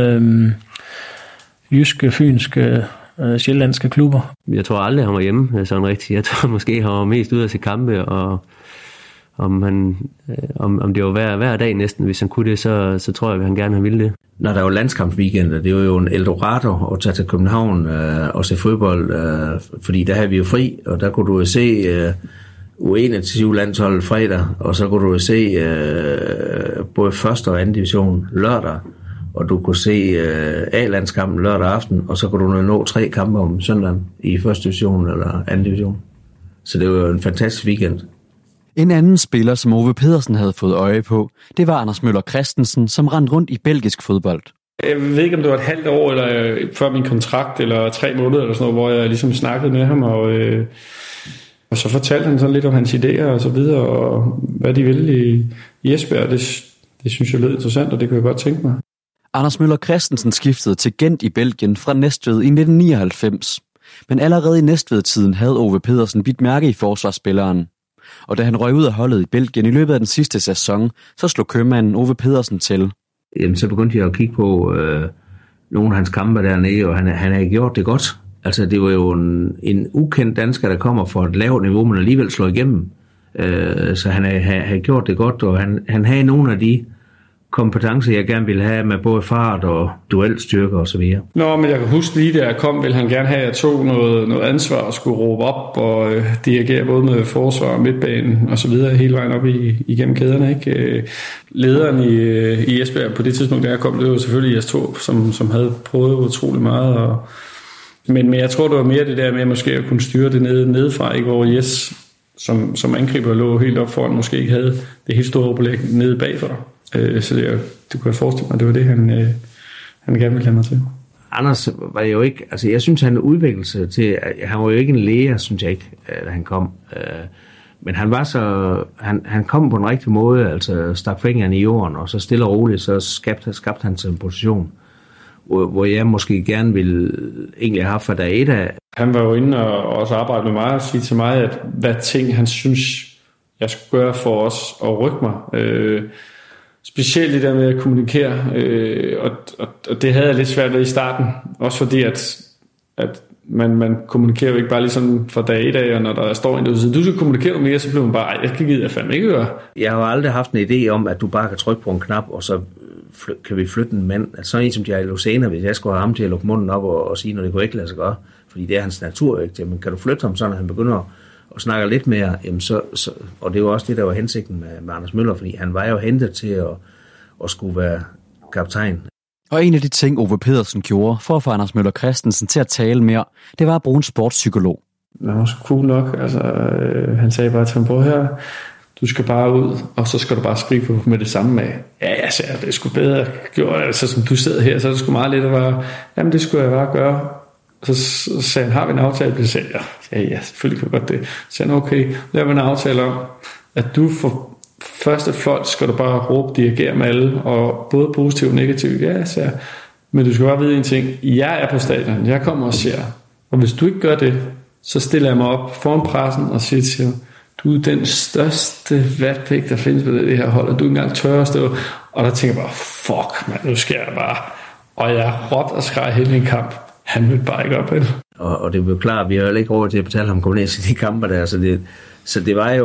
jyske, fynske, sjællandske klubber. Jeg tror aldrig, han var hjemme sådan rigtigt. Jeg tror måske, han var mest ude at se kampe, og om det var hver dag næsten, hvis han kunne det, så tror jeg, at han gerne ville det. Når der var landskampsweekender, det var jo en Eldorado at tage til København og se fodbold, fordi der havde vi jo fri, og der kunne du se U21-landsholdet fredag, og så kunne du se både første og anden division lørdag, og du kunne se A-landskampen lørdag aften, og så kunne du nå 3 kampe om søndagen i første division eller anden division. Så det var jo en fantastisk weekend. En anden spiller, som Ove Pedersen havde fået øje på, det var Anders Møller Christensen, som rendte rundt i belgisk fodbold. Jeg ved ikke, om det var et halvt år eller før min kontrakt, eller 3 måneder eller sådan noget, hvor jeg ligesom snakkede med ham, og så fortalte han sådan lidt om hans idéer og så videre, og hvad de ville i Esbjerg. Det synes jeg lød interessant, og det kunne jeg godt tænke mig. Anders Møller Christensen skiftede til Gent i Belgien fra Næstved i 1999. Men allerede i Næstved-tiden havde Ove Pedersen bidt mærke i forsvarsspilleren. Og da han røg ud af holdet i Belgien i løbet af den sidste sæson, så slog købmanden Ove Pedersen til. Jamen, så begyndte jeg at kigge på nogle af hans kampe dernede, og han havde gjort det godt. Altså, det var jo en ukendt dansker, der kommer fra et lavt niveau, men alligevel slår igennem. Så han havde gjort det godt, og han havde nogle af de kompetencer, jeg gerne ville have med både fart og duelstyrke og så videre. Nå, men jeg kan huske lige, da jeg kom, ville han gerne have, at jeg tog noget ansvar og skulle råbe op og dirigere både med forsvar og midtbanen og så videre hele vejen op igennem kæderne, ikke? Lederen i Esbjerg på det tidspunkt, da jeg kom, det var selvfølgelig Jes Torp, som havde prøvet utrolig meget. Men jeg tror, det var mere det der med måske at kunne styre det nedefra, ikke? Hvor Jes som angriber lå helt op foran, måske ikke havde det helt store overblik nede bagfra. Så det kunne jeg forestille mig, det var det, han gerne ville have mig til. Anders var jo ikke, altså jeg synes, han udviklede sig til, han var jo ikke en læger, synes jeg ikke, da han kom. Men han var så, han kom på en rigtig måde, altså stak fingeren i jorden, og så stille og roligt, så skabte han sig en position, hvor jeg måske gerne ville egentlig have haft fra dag 1 af. Han var jo inde og også arbejde med mig og sige til mig, at hvad ting han synes, jeg skulle gøre for os at rykke mig. Specielt det der med at kommunikere, og det havde jeg lidt svært ved i starten, også fordi at at man kommunikerer jo ikke bare ligesom fra dag i dag, og når der står en derude, du skal kommunikere mere, så bliver man bare, jeg kan give det fandme ikke gøre. Jeg har jo aldrig haft en idé om, at du bare kan trykke på en knap, og så kan vi flytte en mand. Altså sådan en som Jair Lucena, hvis jeg skulle have ham til at lukke munden op og sige, når det kunne ikke lade sig gøre, fordi det er hans natur, ikke? Men kan du flytte ham sådan, at han begynder at snakke lidt mere, jamen så, og det var også det, der var hensigten med Anders Møller, fordi han var jo hentet til at skulle være kaptajn. Og en af de ting, Ove Pedersen gjorde for at få Anders Møller Christensen til at tale mere, det var at bruge en sportspsykolog. Det var så cool nok. Altså, han sagde bare til ham på her, du skal bare ud, og så skal du bare skrive på med det samme af. Ja, jeg sagde, det er sgu bedre gjort. Altså, som du sidder her, så er det sgu meget let at være, jamen det skulle jeg bare gøre. Så sagde han, har vi en aftale? Så sagde jeg, ja, selvfølgelig kan vi godt det. Så sagde han, okay, laver vi en aftale om, at du får første fløjt skal du bare råbe, dirigere med alle, og både positivt og negativt. Ja, så men du skal bare vide en ting. Jeg er på stadion, jeg kommer og ser. Og hvis du ikke gør det, så stiller jeg mig op foran pressen og siger til dig, du er den største vatpik, der findes på det her hold, og du er ikke engang tør at stå. Og der tænker jeg bare, fuck mand, nu skal jeg bare. Og jeg råbte og skreg hele en kamp. Han mødte bare ikke op. Og det var jo klart, vi har jo ikke råd til at betale ham komme ned til de kamper der, så det var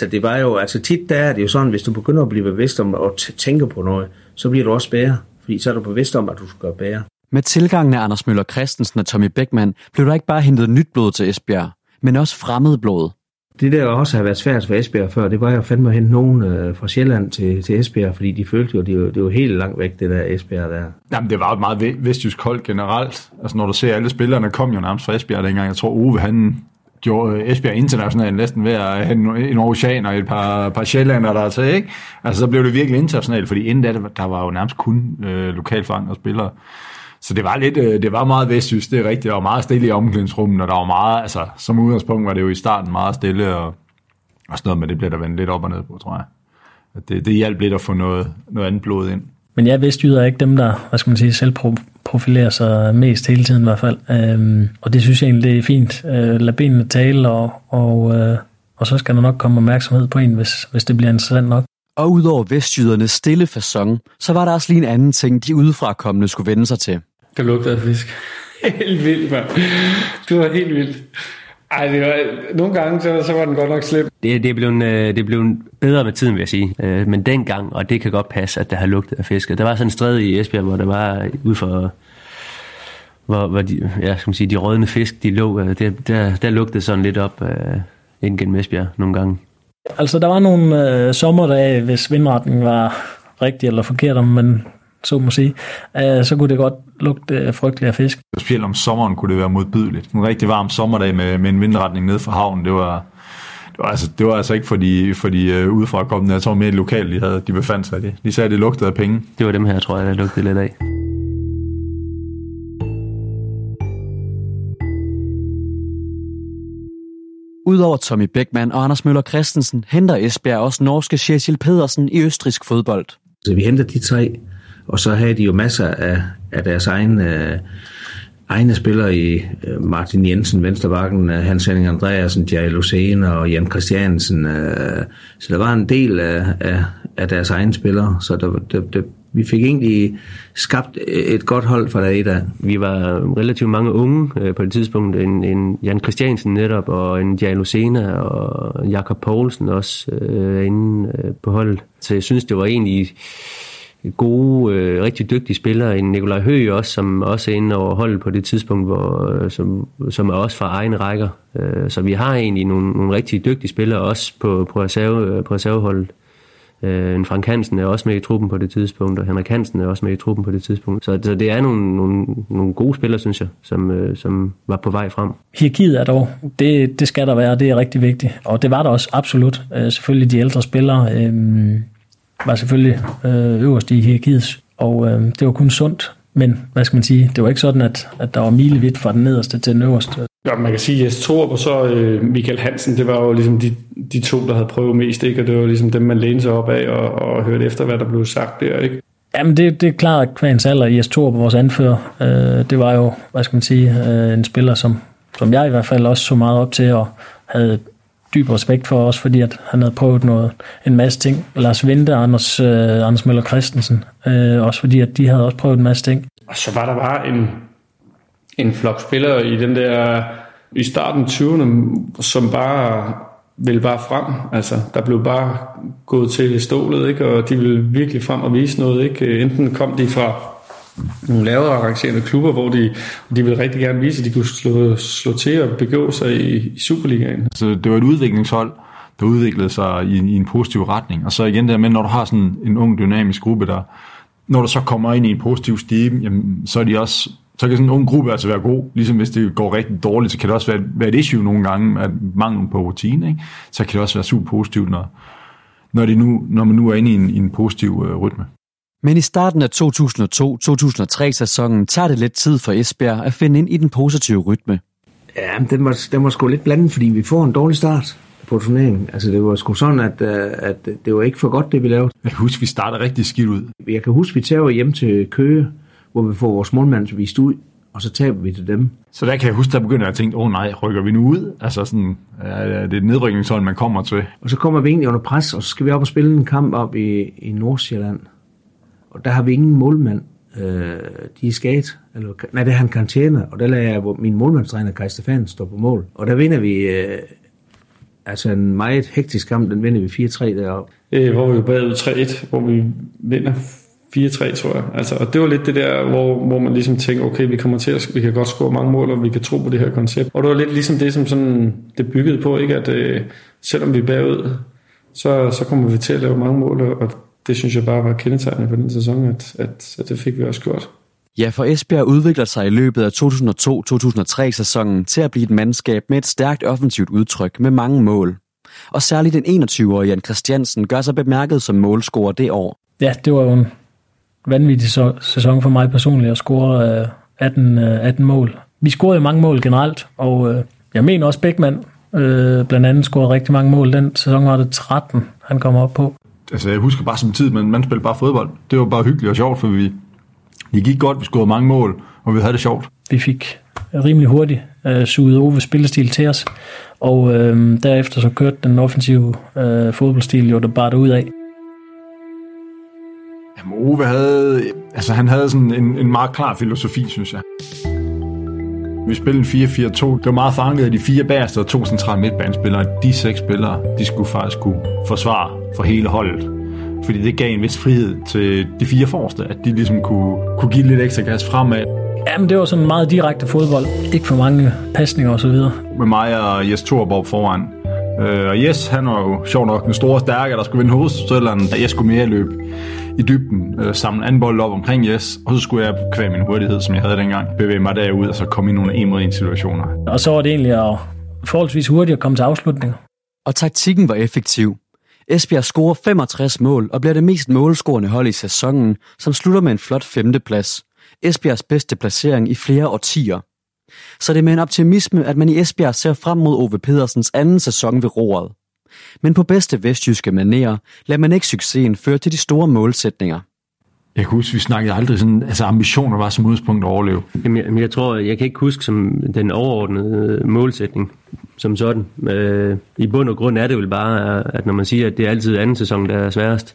jo, tit der er det jo sådan, hvis du begynder at blive bevidst om at tænke på noget, så bliver du også bedre, fordi så er du bevidst om, at du skal gøre bedre. Med tilgangen af Anders Møller Christensen og Tommy Bechmann blev der ikke bare hentet nyt blod til Esbjerg, men også fremmed blod. Det der også har været svært for Esbjerg før, det var jo fandme at hente nogen fra Sjælland til Esbjerg, fordi de følte jo, det var helt langt væk, det der Esbjerg der. Jamen, det var et meget vestjysk hold generelt. Altså, når du ser alle spillerne kom jo nærmest fra Esbjerg dengang. Jeg tror, Ove, han gjorde Esbjerg internationalt næsten ved at have en ocean og et par sjællander der til, ikke? Altså, så blev det virkelig internationalt, fordi inden da, der var jo nærmest kun lokalt forankrede spillere. Så det var meget vestjysk, det er rigtigt, og meget stille i omklædningsrummet, og der var meget, altså som udgangspunkt var det jo i starten meget stille, og sådan noget, men det blev der vendt lidt op og ned på, tror jeg. Det hjalp lidt at få noget andet blod ind. Men jeg vestjyder er ikke dem, der, hvad skal man sige, selv profilerer sig mest hele tiden i hvert fald. Og det synes jeg egentlig, det er fint. Lad benene tale, og så skal der nok komme opmærksomhed på en, hvis det bliver interessant nok. Og udover vestjydernes stille facon, så var der også lige en anden ting, de udefrakommende skulle vende sig til. Det lugtede af fisk. Helt vildt, mand. Det var helt vildt. Ej, det var, nogle gange, så var den godt nok slem. Det er blevet bedre med tiden, vil jeg sige. Men dengang, og det kan godt passe, at der har lugtet af fisk. Der var sådan en stræde i Esbjerg, hvor der var ud for, hvor de, ja, skal man sige, de rådne fisk, de lå. Der lugtede sådan lidt op ind gennem Esbjerg nogle gange. Altså, der var nogle sommerdage, hvis vindretningen var rigtig eller forkert, om man så må sige, så kunne det godt lugte frygtelig af fisk. Specielt om sommeren kunne det være modbydeligt. En rigtig varm sommerdag med en vindretning ned fra havnen, det var altså ikke for de udefrakommende. Jeg tror mere lokalt, de befandt sig i det. De sagde, at det lugtede af penge. Det var dem her, tror jeg, der lugtede lidt af. Udover Tommy Bechmann og Anders Møller Christensen, henter Esbjerg også norske Kjetil Pedersen i østrigsk fodbold. Så vi henter de tre, og så havde de jo masser af deres egne spillere i Martin Jensen, Venstrebakken, Hans Henning Andreasen, Jair Lucena og Jan Christiansen. Så der var en del af deres egne spillere, så vi fik egentlig skabt et godt hold fra dag af. Vi var relativt mange unge på det tidspunkt. En Jan Christiansen netop, og en Jair Lucena og Jakob Poulsen også inde på holdet. Så jeg synes, det var egentlig gode, rigtig dygtige spillere. En Nikolaj Høgh også, som også er inde over holdet på det tidspunkt, som er også fra egne rækker. Så vi har egentlig nogle rigtig dygtige spillere også på reserveholdet. En Frank Hansen er også med i truppen på det tidspunkt, og Henrik Hansen er også med i truppen på det tidspunkt. Så det er nogle gode spillere, synes jeg, som var på vej frem. Hierarkiet er dog, det skal der være, det er rigtig vigtigt. Og det var der også absolut. Selvfølgelig de ældre spillere var selvfølgelig øverst i hierarkiet, og det var kun sundt. Men, hvad skal man sige, det var ikke sådan, at der var milevidt fra den nederste til den øverste. Ja, man kan sige, at Jes Torup og så Michael Hansen, det var jo ligesom de to, der havde prøvet mest, ikke? Og det var ligesom dem, man lænede sig op af og hørte efter, hvad der blev sagt der, ikke? Jamen, det er klart, at Kvans alder, Jes Torup, vores anfører, det var jo, hvad skal man sige, en spiller, som jeg i hvert fald også så meget op til, og havde dyb respekt for os, fordi at han havde prøvet en masse ting. Lars Vente og Anders Møller Christensen, også fordi at de havde også prøvet en masse ting. Og så var der bare en flok spillere i den der i starten 20'erne, som bare ville bare frem. Altså, der blev bare gået til stålet, ikke? Og de ville virkelig frem og vise noget, ikke? Enten kom de fra nogle lavere rangerende klubber, hvor de ville rigtig gerne vise, at de kunne slå til og begå sig i Superligaen. Så det var et udviklingshold, der udviklede sig i en positiv retning. Og så igen der med, når du har sådan en ung dynamisk gruppe, der når du så kommer ind i en positiv stime, jamen, så kan sådan en ung gruppe altså være god. Ligesom hvis det går rigtig dårligt, så kan det også være et issue nogle gange, at manglen på rutine, ikke? Så kan det også være super positivt, når man nu er inde i en positiv rytme. Men i starten af 2002-2003 sæsonen tager det lidt tid for Esbjerg at finde ind i den positive rytme. Ja, den var sgu lidt blandet, fordi vi får en dårlig start på turneringen. Altså det var sgu sådan, at det var ikke for godt, det vi lavede. Jeg kan huske, vi startede rigtig skidt ud. Jeg kan huske, vi tager hjem til Køge, hvor vi får vores målmand vist ud, og så taber vi til dem. Så der kan jeg huske, der begynder jeg at tænke, nej, rykker vi nu ud? Altså sådan, det er et nedrykningshold, man kommer til. Og så kommer vi egentlig under pres, og så skal vi op og spille en kamp op i Nordsjælland. Og der har vi ingen målmand. De er skadet. Nej, det er han karantæne, og der lader jeg min målmandstræner, Kai Stefan, stå på mål. Og der vinder vi altså en meget hektisk kamp, den vinder vi 4-3 deroppe. Hvor vi jo bagud 3-1, hvor vi vinder 4-3, tror jeg. Altså, og det var lidt det der, hvor man ligesom tænker, okay, vi kan godt score mange mål, og vi kan tro på det her koncept. Og det var lidt ligesom det, som sådan, det byggede på, ikke? At selvom vi er bagud, så kommer vi til at lave mange mål, og det synes jeg bare var kendetegnende for den sæson, at det fik vi også gjort. Ja, for Esbjerg udvikler sig i løbet af 2002-2003 sæsonen til at blive et mandskab med et stærkt offensivt udtryk med mange mål. Og særligt den 21-årige Jan Christiansen gør sig bemærket som målscorer det år. Ja, det var jo en vanvittig sæson for mig personligt at score 18 mål. Vi scorede mange mål generelt, og jeg mener også Beckmann blandt andet scorede rigtig mange mål. Den sæson var det 13, han kom op på. Altså jeg husker bare som tid, men man spillede bare fodbold. Det var bare hyggeligt og sjovt, for vi gik godt, vi scorede mange mål, og vi havde det sjovt. Vi fik rimelig hurtigt suget Oves spillestil til os, og derefter så kørte den offensive fodboldstil jo det bare derudad. Jamen Ove han havde sådan en meget klar filosofi, synes jeg. Vi spillede 4-4-2. Det var meget forankret af de 4 bagerste og 2 centrale midtbanespillere. De 6 spillere, de skulle faktisk kunne forsvare for hele holdet. Fordi det gav en vis frihed til de 4 forreste, at de ligesom kunne give lidt ekstra gas fremad. Jamen det var sådan meget direkte fodbold. Ikke for mange pasninger og så videre. Med mig og Jes Thorborg foran. Og Jes, han var jo sjov nok den store stærke, der skulle vinde hovedstødleren. Jeg skulle mere løbe i dybden, samle anden bold op omkring Jes, og så skulle jeg kvæg min hurtighed, som jeg havde dengang, bevæge mig derud og så komme i nogle 1-mod-1 situationer. Og så var det egentlig at forholdsvis hurtigt at komme til afslutninger. Og taktikken var effektiv. Esbjerg scorer 65 mål og bliver det mest målscorende hold i sæsonen, som slutter med en flot 5. plads. Esbjergs bedste placering i flere årtier. Så det er med en optimisme, at man i Esbjerg ser frem mod Ove Pedersens anden sæson ved roret. Men på bedste vestjyske manér lader man ikke succesen føre til de store målsætninger. Jeg kan huske, vi snakkede aldrig sådan, altså ambitioner var som udgangspunkt at overleve. Jamen, jeg tror, jeg kan ikke huske som den overordnede målsætning som sådan. I bund og grund er det vel bare, at når man siger, at det er altid anden sæson, der er sværest.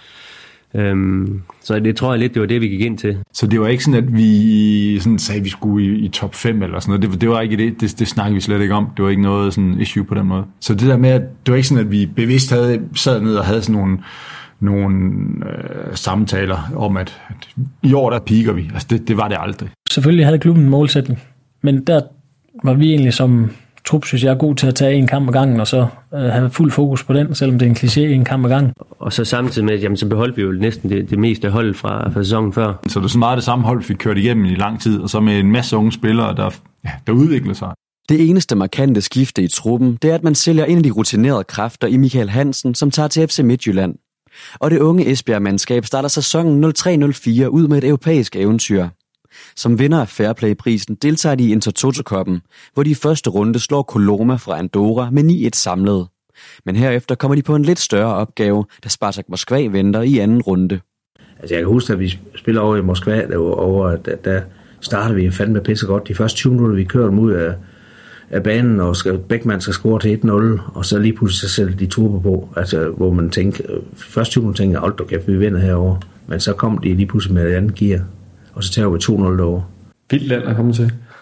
Så det tror jeg lidt, det var det, vi gik ind til. Så det var ikke sådan, at vi sådan sagde, at vi skulle i top 5 eller sådan noget. Det var ikke det snakkede vi slet ikke om. Det var ikke noget sådan issue på den måde. Så det der med, at det var ikke sådan, at vi bevidst sad ned og havde sådan nogle samtaler om, at i år der piker vi. Altså det var det aldrig. Selvfølgelig havde klubben en målsætning, men der var vi egentlig som trup, synes jeg, er god til at tage en kamp ad gangen, og så have fuld fokus på den, selvom det er en kliché, en kamp ad gangen. Og så samtidig med, jamen, så beholdt vi jo næsten det meste hold fra sæsonen før. Så det er så meget det samme hold, vi fik kørt igennem i lang tid, og så med en masse unge spillere, der udvikler sig. Det eneste markante skifte i truppen, det er, at man sælger en af de rutinerede kræfter i Michael Hansen, som tager til FC Midtjylland. Og det unge Esbjerg-mandskab starter sæsonen 03-04 ud med et europæisk eventyr. Som vinder af Fairplay-prisen deltager de i Intertoto-koppen, hvor de i første runde slår Coloma fra Andorra med 9-1 samlet. Men herefter kommer de på en lidt større opgave, da Spartak Moskva venter i anden runde. Altså jeg kan huske, at vi spiller over i Moskva, der starter vi fandme pisse godt. De første 20 minutter, vi kører dem ud af banen, og Beckmann skal score til 1-0, og så lige pludselig så sætter de turbo på, altså hvor man tænker, første 20 minutter tænker, hold da kæft, vi vinder herovre. Men så kom de lige pludselig med et andet gear, og så tager vi 2-0 derovre. Vildt land at komme til.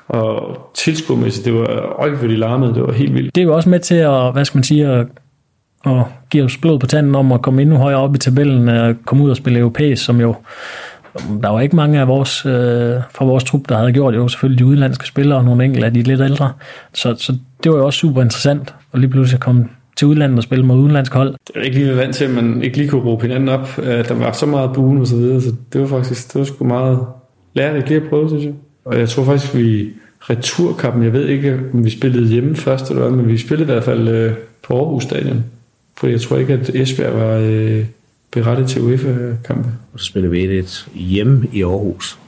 Og tilskuermæssigt, det var øjeblikkeligt larmet, det var helt vildt. Det er jo også med til at, hvad skal man sige, at give os blod på tanden om at komme endnu højere op i tabellen og komme ud og spille europæisk, som jo, der var ikke mange af vores, fra vores trup, der havde gjort jo selvfølgelig de udenlandske spillere, og nogle enkelte af de lidt ældre. Så det var jo også super interessant, at lige pludselig komme til udlandet og spille mod udenlandsk hold. Det var ikke lige vant til, at man ikke lige kunne råbe hinanden op. Der var så meget buen og så videre, så det var sgu meget lærerigt lige at prøve, synes jeg. Og jeg tror faktisk, vi returkampen, jeg ved ikke, om vi spillede hjemme først eller hvad, men vi spillede i hvert fald på Aarhus Stadion. For jeg tror ikke, at Esbjerg var berettiget til UEFA-kampe. Og så spillede vi 1-1 hjemme i Aarhus.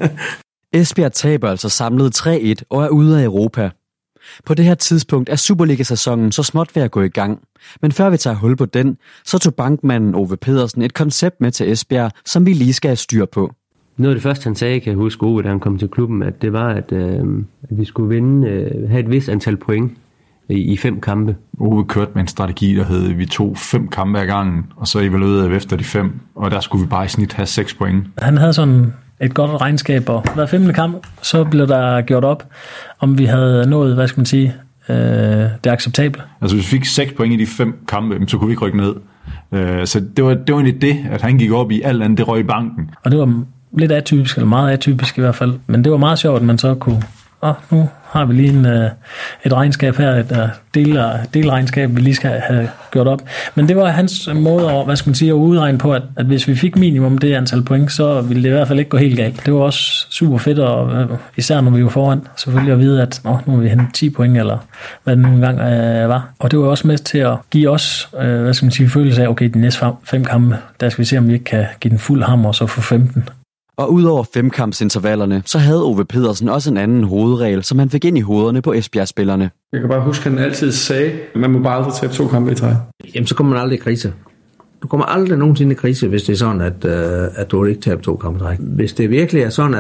Esbjerg taber altså samlet 3-1 og er ude af Europa. På det her tidspunkt er Superliga-sæsonen så småt ved at gå i gang. Men før vi tager hul på den, så tog bankmanden Ove Pedersen et koncept med til Esbjerg, som vi lige skal have styr på. Noget af det første, han sagde, kan jeg huske, Ove, da han kom til klubben, at det var, at vi skulle have et vis antal point i 5 kampe. Ove kørte med en strategi, der hed, vi tog 5 kampe ad gangen, og så evaluerede vi efter de 5, og der skulle vi bare i snit have 6 point. Han havde sådan et godt regnskab, og hver 5. kamp, så blev der gjort op, om vi havde nået, hvad skal man sige, det acceptable. Altså hvis vi fik 6 point i de 5 kampe, så kunne vi ikke rykke ned. Så det var egentlig det, at han gik op i alt andet, det røg i banken. Og det var lidt atypisk, eller meget atypisk i hvert fald, men det var meget sjovt, at man så kunne, nu har vi lige et regnskab her, et delregnskab, vi lige skal have gjort op. Men det var hans måde at, hvad skal man sige, at udregne på, at hvis vi fik minimum det antal point, så ville det i hvert fald ikke gå helt galt. Det var også super fedt, og især når vi var foran, selvfølgelig at vide, at nu må vi hente 10 point, eller hvad det nu engang var. Og det var også med til at give os, hvad skal man sige, følelse af, okay, de næste 5 kampe, der skal vi se, om vi ikke kan give den fuld hammer, og så få 15. Og udover 5-kampsintervallerne, så havde Ove Pedersen også en anden hovedregel, som han fik ind i hovederne på Esbjerg-spillerne. Jeg kan bare huske, at han altid sagde, at man må bare aldrig tabe 2 kampe i træk. Jamen, så kommer man aldrig i krise. Du kommer aldrig nogensinde i krise, hvis det er sådan, at du ikke taber 2 kampe i træk. Hvis det virkelig er sådan,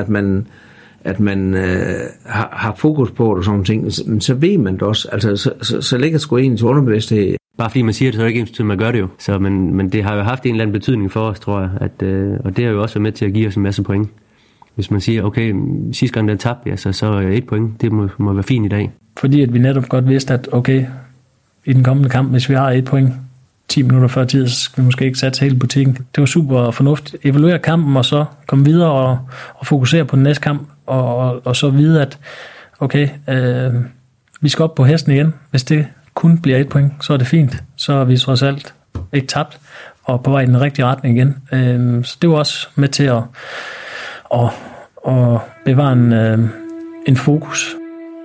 at man har fokus på det og sådan ting, så ved man det også. Altså, så ligger sgu en til underbevidsthed. Bare fordi man siger det, så er det ikke ens, man gør det jo. Så, men det har jo haft en eller anden betydning for os, tror jeg. Og det har jo også været med til at give os en masse point. Hvis man siger, okay, sidste gang den tabte, altså, så 1 point, det må være fint i dag. Fordi at vi netop godt vidste, at okay, i den kommende kamp, hvis vi har 1 point 10 minutter før tid, så skal vi måske ikke satse hele butikken. Det var super fornuftigt. Evaluere kampen, og så komme videre og fokusere på den næste kamp, og så vide, at okay, vi skal op på hesten igen. Hvis det kun bliver 1 point, så er det fint. Så er vi trods alt ikke tabt, og på vej i den rigtige retning igen. Så det var også med til at bevare en fokus.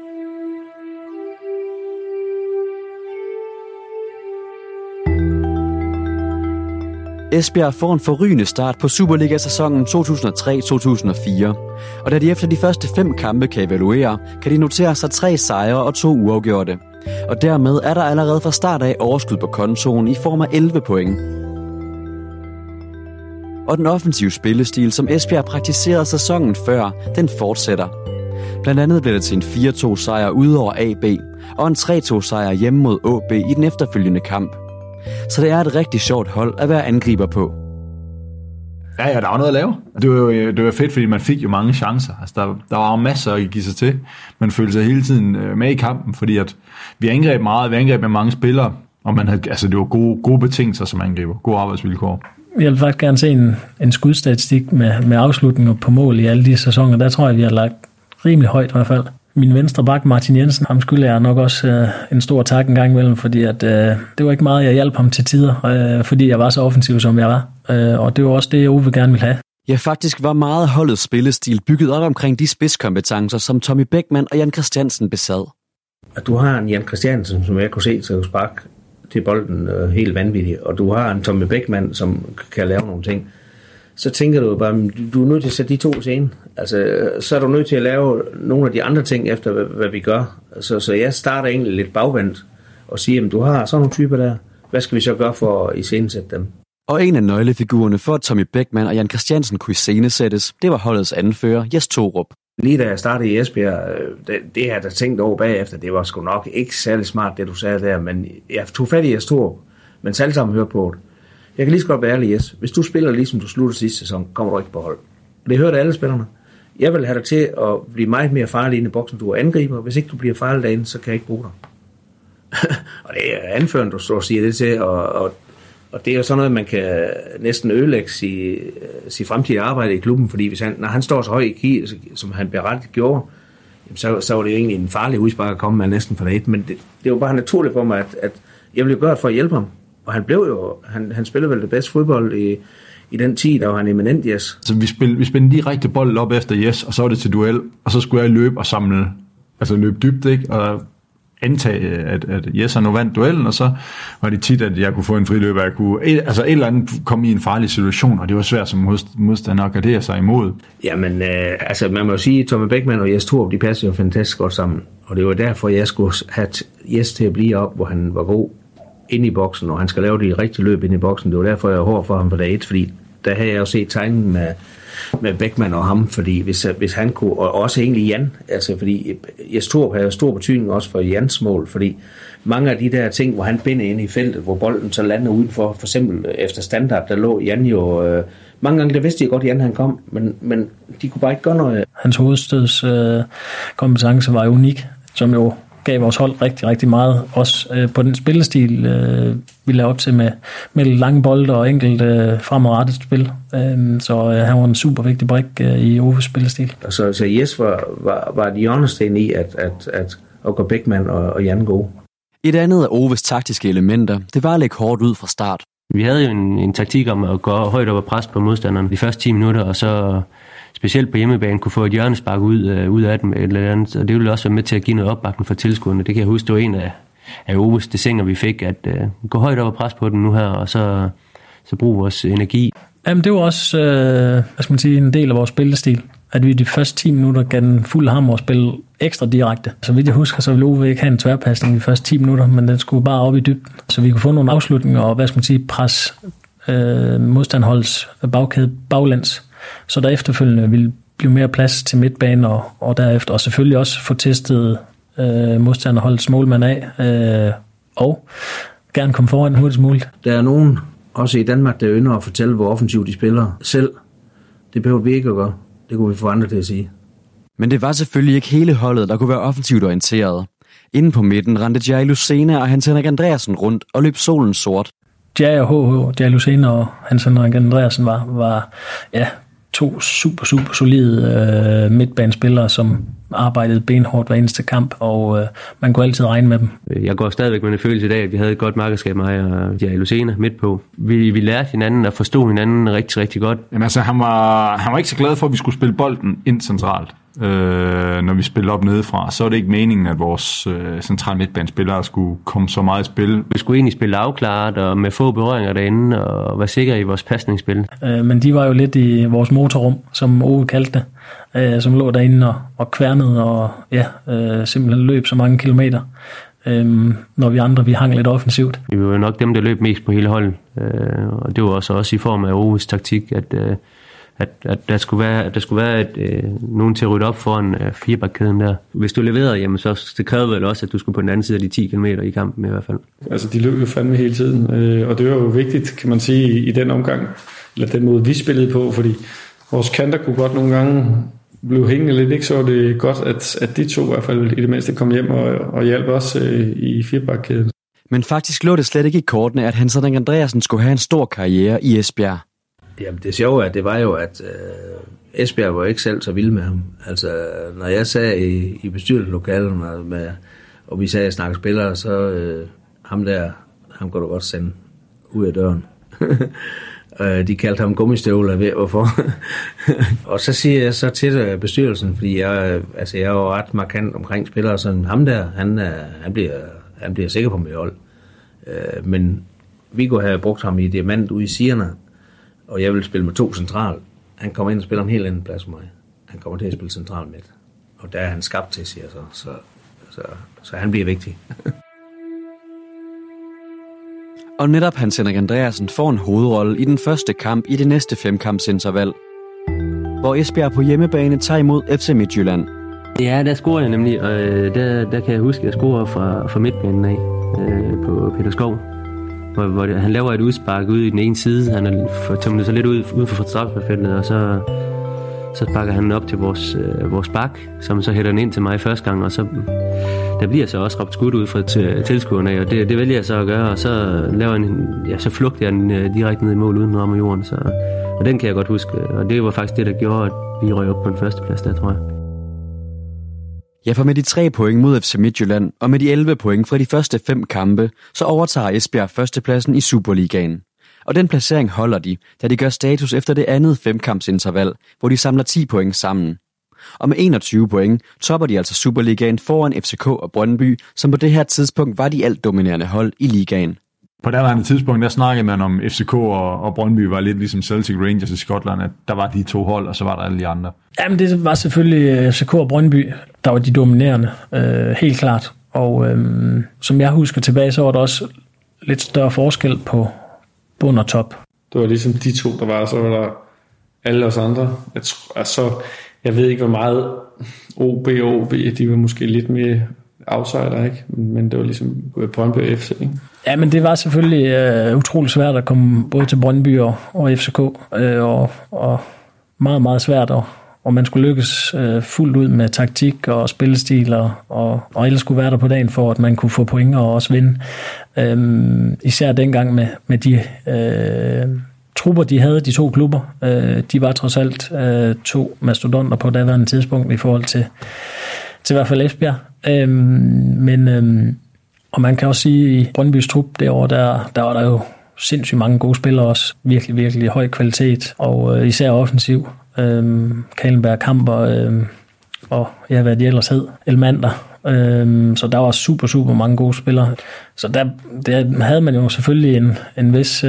Esbjerg får en forrygende start på Superliga-sæsonen 2003-2004, og da de efter de første 5 kampe kan evaluere, kan de notere sig 3 sejre og 2 uafgjorte. Og dermed er der allerede fra start af overskud på kontoen i form af 11 point. Og den offensive spillestil, som Esbjerg praktiserede sæsonen før, den fortsætter. Blandt andet blev det til en 4-2 sejr ude over AB, og en 3-2 sejr hjemme mod AB i den efterfølgende kamp. Så det er et rigtig sjovt hold at være angriber på. Ja, der var noget at lave. Det var fedt, fordi man fik jo mange chancer. Altså, der var jo masser at give sig til. Man følte sig hele tiden med i kampen, fordi at vi angreb meget, vi angreb med mange spillere, og man havde, altså, det var gode betingelser som angriber, gode arbejdsvilkår. Jeg vil faktisk gerne se en skudstatistik med afslutninger på mål i alle de sæsoner. Der tror jeg, vi har lagt rimelig højt i hvert fald. Min venstre bak, Martin Jensen, ham skylder jeg nok også en stor tak en gang imellem, fordi at, det var ikke meget, jeg hjalp ham til tider, fordi jeg var så offensiv, som jeg var. Og det var også det, Ove gerne ville have. Ja, faktisk var meget holdets spillestil bygget op omkring de spidskompetencer, som Tommy Beckmann og Jan Christiansen besad. At du har en Jan Christiansen, som jeg kunne se til at sparke til bolden helt vanvittigt, og du har en Tommy Beckmann, som kan lave nogle ting, så tænker du bare, du er nødt til at sætte de 2 scene. Altså, så er du nødt til at lave nogle af de andre ting efter, hvad vi gør. Så jeg starter egentlig lidt bagvendt og siger, at du har sådan nogle typer der. Hvad skal vi så gøre for at iscenesætte dem? Og en af nøglefigurerne for, at Tommy Beckmann og Jan Christiansen kunne iscenesættes, det var holdets anfører, Jes Torup. Lige da jeg startede i Esbjerg, det har jeg da tænkt over bagefter, det var sgu nok ikke særlig smart, det du sagde der, men jeg tog fat i Jes Torup, men alle sammen hørte på det. Jeg kan lige så godt være ærlig, Jes. Hvis du spiller ligesom du slutter sidste sæson, kommer du ikke på hold. Det hørte alle spillerne. Jeg vil have dig til at blive meget mere farlig inde i boksen, du er angriber. Hvis ikke du bliver farlig derinde, så kan jeg ikke bruge dig. Og det er anføreren, du står og siger det til, og det er jo sådan noget, man kan næsten ødelægge sit fremtidige arbejde i klubben, fordi når han står så højt i ki, som han berettigt gjorde, så var det jo egentlig en farlig udspark at komme med næsten for det. Men det var bare naturligt for mig, at jeg ville gøre det for at hjælpe ham. Og han blev jo, han spillede vel det bedste fodbold i den tid, der var han eminent, Jes. Så vi spændte direkte bold op efter Jes, og så var det til duel, og så skulle jeg løbe og samle, altså løbe dybt, ikke? Og antage, at Jes nu vandt duellen, og så var det tit, at jeg kunne få en friløb, og jeg kunne, altså et eller andet komme i en farlig situation, og det var svært som modstander at gardere sig imod. Jamen, altså man må jo sige, at Tommy Beckmann og Jes Thorup, de passer jo fantastisk godt sammen, og det var derfor, jeg skulle have Jes til at blive op, hvor han var god inde i boksen, og han skal lave de rigtige løb inde i boksen. Det var derfor, jeg var hård for ham på dag 1, fordi der havde jeg jo set tegningen med Beckmann og ham, fordi hvis han kunne, og også egentlig Jan, altså fordi Jes Thorup havde stor betydning også for Jans mål, fordi mange af de der ting, hvor han binder ind i feltet, hvor bolden så lander udenfor, for eksempel efter standard, der lå Jan jo, mange gange der vidste jeg godt, Jan han kom, men de kunne bare ikke gøre noget. Hans hovedstøds kompetence var unik, som jo gav vores hold rigtig, rigtig meget, også på den spillestil, vi lavede op til med lange bolde og enkelt fremadrettet spil. Så han var en super vigtig brik i Oves spillestil. Så Jes var de hjørnesten i at gå Beckmann og Jan gode. Et andet af Oves taktiske elementer, det var at lægge hårdt ud fra start. Vi havde jo en taktik om at gå højt op og presse på modstanderen de første 10 minutter, og så specielt på hjemmebane kunne få et hjørnespark ud af dem eller andet, og det ville også være med til at give noget opbakning for tilskuerne. Det kan jeg huske, det var en af Oves desinger, vi fik, at gå højt op og presse på dem nu her, og så bruge vores energi. Jamen det var også en del af vores spillestil, at vi de første 10 minutter gav den fuld hammer og spille ekstra direkte. Så vidt jeg husker, så ville Ove ikke have en tværpasning de første 10 minutter, men den skulle bare op i dybden, så vi kunne få nogle afslutninger og pres modstandholdets bagkæde baglæns, så der efterfølgende ville blive mere plads til midtbane og derefter, og selvfølgelig også få testet modstanderholdets målmand af, og gerne komme foran hurtigst muligt. Der er nogen, også i Danmark, der ynder at fortælle, hvor offensivt de spiller selv. Det behøver vi ikke at gøre. Det kunne vi få andre til at sige. Men det var selvfølgelig ikke hele holdet, der kunne være offensivt orienteret. Inde på midten rendte Jerry Lucena og Hans Henrik Andreasen rundt og løb solen sort. Jerry og Jerry Lucena og Hans Henrik Andreasen var to super solide midtbanespillere, som arbejdede benhårdt hver eneste kamp, og man kunne altid regne med dem. Jeg går stadigvæk med en følelse i dag, at vi havde et godt markedskab, mig og Jerry Lucena midt på. Vi lærte hinanden og forstod hinanden rigtig, rigtig godt. Jamen altså, han var ikke så glad for, at vi skulle spille bolden ind centralt. Når vi spillede op nedefra, så er det ikke meningen, at vores centrale midtbanespillere skulle komme så meget i spil. Vi skulle egentlig spille afklaret og med få berøringer derinde og være sikre i vores pasningsspil. Men de var jo lidt i vores motorrum, som Ove kaldte det, som lå derinde og kværnede og simpelthen løb så mange kilometer, når vi andre vi hang lidt offensivt. Vi var jo nok dem, der løb mest på hele holdet, og det var også i form af Oves taktik, at der skulle være nogen til at rydde op foran firebakkæden der. Hvis du leverede, jamen så det krævede vel også, at du skulle på den anden side af de 10 km i kampen i hvert fald. Altså de løb jo fandme hele tiden, og det var jo vigtigt, kan man sige, i den omgang, eller den måde vi spillede på, fordi vores kanter kunne godt nogle gange blive hængende lidt, ikke? Så var det godt, at de to i hvert fald i det mindste kom hjem og hjalp os i firebakkæden. Men faktisk lå det slet ikke i kortene, at Hans Henrik Andreasen skulle have en stor karriere i Esbjerg. Jamen det sjove er, det var jo, at Esbjerg var ikke selv så vild med ham. Altså, når jeg sagde i bestyrelseslokalerne, og vi sagde, at jeg snakkede spillere, så ham kunne du godt sende ud af døren. De kaldte ham gummistøvler, jeg ved hvorfor. Og så siger jeg så til bestyrelsen, fordi jeg er jo ret markant omkring spillere, sådan ham der, han bliver sikker på mit hold. Men vi kunne have brugt ham i diamant ude i Sierne, og jeg vil spille med 2 central. Han kommer ind og spiller en helt anden plads for mig. Han kommer til at spille central midt. Og der er han skabt til, siger jeg så han bliver vigtig. Og netop Hans Henrik Andreasen får en hovedrolle i den første kamp i det næste 5-kampsinterval, hvor Esbjerg på hjemmebane tager imod FC Midtjylland. Ja, der scorer jeg nemlig, og der kan jeg huske, at jeg scorer fra midtbanen af på Peter Skov. Hvor han laver et udspark ude i den ene side. Han har tømmet så lidt ud for straffesparkfeltet, og så Så sparker han op til vores bak, som så hætter den ind til mig første gang, og så der bliver så også råbt skud ud fra tilskuerne af, og det vælger jeg så at gøre, og så så flugter jeg den direkte ned i mål uden om jorden, og den kan jeg godt huske, og det var faktisk det, der gjorde, at vi røg op på den første plads der, tror jeg. Ja, for med de 3 point mod FC Midtjylland, og med de 11 point fra de første 5 kampe, så overtager Esbjerg førstepladsen i Superligaen. Og den placering holder de, da de gør status efter det andet 5-kampsinterval, hvor de samler 10 point sammen. Og med 21 point topper de altså Superligaen foran FCK og Brøndby, som på det her tidspunkt var de alt dominerende hold i ligaen. På det andet tidspunkt, der snakkede man om FCK og Brøndby var lidt ligesom Celtic Rangers i Skotland, at der var de 2 hold, og så var der alle de andre. Jamen det var selvfølgelig FCK og Brøndby, der var de dominerende, helt klart. Og som jeg husker tilbage, så var der også lidt større forskel på bund og top. Det var ligesom de 2, der var, og så var der alle os andre. Jeg ved ikke, hvor meget OB og OB, de var måske lidt mere outsider, ikke? Men det var ligesom Brøndby og FC, ikke? Ja, men det var selvfølgelig utrolig svært at komme både til Brøndby og FCK, og meget, meget svært, og man skulle lykkes fuldt ud med taktik og spillestil, og ellers skulle være der på dagen for, at man kunne få point og også vinde. Især dengang med de trupper, de havde, de 2 klubber. De var trods alt 2 mastodonter på daværende tidspunkt i forhold til i hvert fald Esbjerg. Og man kan også sige, at i Brøndbys trup derovre, der var der jo sindssygt mange gode spillere også. Virkelig, virkelig høj kvalitet, og især offensiv. Kalenberg, Kamper, og hvad de ellers hed, Elmander. Så der var super, super mange gode spillere. Så der havde man jo selvfølgelig en vis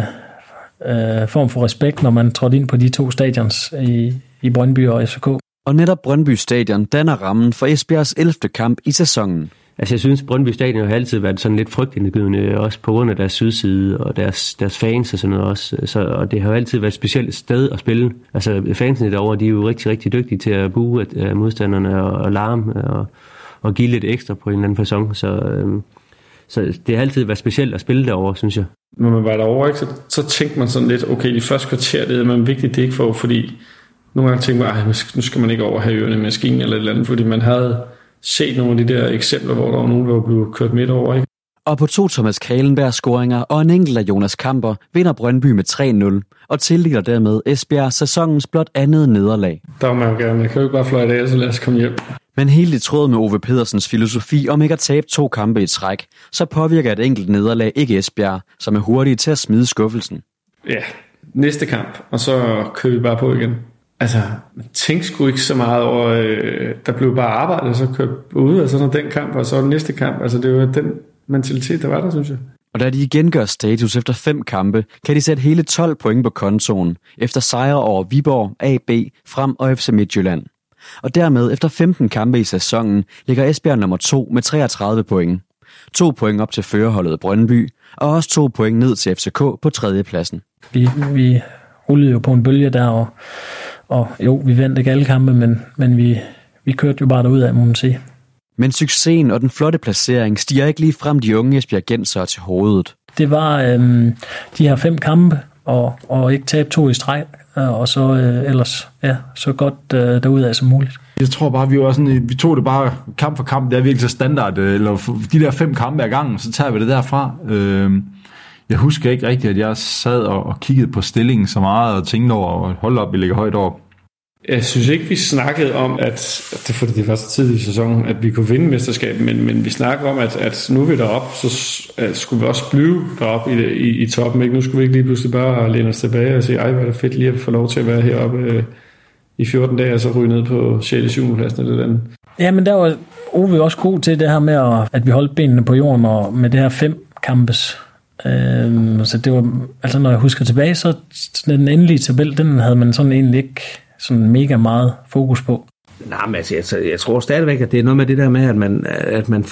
form for respekt, når man trådte ind på de 2 stadions i Brøndby og FCK. Og netop Brøndby Stadion danner rammen for Esbjergs 11. kamp i sæsonen. Altså jeg synes, Brøndby Stadion har altid været sådan lidt frygtindgydende, også på grund af deres sydside og deres fans og sådan noget også. Og det har jo altid været et specielt sted at spille. Altså fansene derovre, de er jo rigtig, rigtig dygtige til at buge modstanderne og larme og give lidt ekstra på en eller anden facon. Så det har altid været specielt at spille derovre, synes jeg. Når man var derovre, ikke, så tænkte man sådan lidt, okay, de første kvarter, det er vigtigt, det ikke for, fordi nogle gange tænkte man, nu skal man ikke over have ørerne i maskinen eller et eller andet, fordi man havde set nogle af de der eksempler, hvor der var nogen, der var blevet kørt midt over, ikke? Og på 2 Thomas Kalenberg scoringer og en enkelt af Jonas Kamper vinder Brøndby med 3-0 og tildeler dermed Esbjerg sæsonens blot andet nederlag. Der var man jo gerne, man kan jo ikke bare fløjte af, så lad os komme hjem. Men helt i tråd med Ove Pedersens filosofi om ikke at tabe 2 kampe i træk, så påvirker et enkelt nederlag ikke Esbjerg, som er hurtige til at smide skuffelsen. Ja, næste kamp, og så kører vi bare på igen. Altså, man tænkte sgu ikke så meget over, der blev bare arbejdet, så kørte ud, og så når den kamp, og så den næste kamp. Altså, det var den mentalitet, der var der, synes jeg. Og da de igen gør status efter 5 kampe, kan de sætte hele 12 point på kontoen, efter sejre over Viborg, AB, Frem og FC Midtjylland. Og dermed, efter 15 kampe i sæsonen, ligger Esbjerg nummer 2 med 33 point. 2 point op til førerholdet Brøndby, og også 2 point ned til FCK på 3. pladsen. Vi rullede jo på en bølge der, og jo, vi vandt ikke alle kampe, men vi kørte jo bare derudad, må man sige. Men succesen og den flotte placering stiger ikke lige frem de unge esbjergensere til hovedet. Det var de her 5 kampe, og ikke tabe 2 i streg, og så ellers så godt derudad som muligt. Jeg tror bare, vi tog det bare kamp for kamp. Det er virkelig så standard. Eller de der 5 kampe ad gangen, så tager vi det derfra. Jeg husker ikke rigtigt, at jeg sad og kiggede på stillingen så meget og tænkte over, hold op, vi ligger højt over. Jeg synes ikke, vi snakkede om, at det fordi det var så tidligt i sæsonen, at vi kunne vinde mesterskabet, men vi snakkede om, at nu er vi deroppe, så skulle vi også blive deroppe i toppen. Ikke? Nu skulle vi ikke lige pludselig bare læne os tilbage og sige, ej, hvor er det fedt lige at få lov til at være heroppe i 14 dage, og så ryge ned på 6. og 7. pladsen eller den. Ja, men der var Ove også god til det her med, at vi holdt benene på jorden, og med det her 5 kampes. Så det var, altså når jeg husker tilbage, så den endelige tabel, den havde man sådan egentlig ikke sådan mega meget fokus på. Nej, men altså, jeg tror stadigvæk, at det er noget med det der med, at man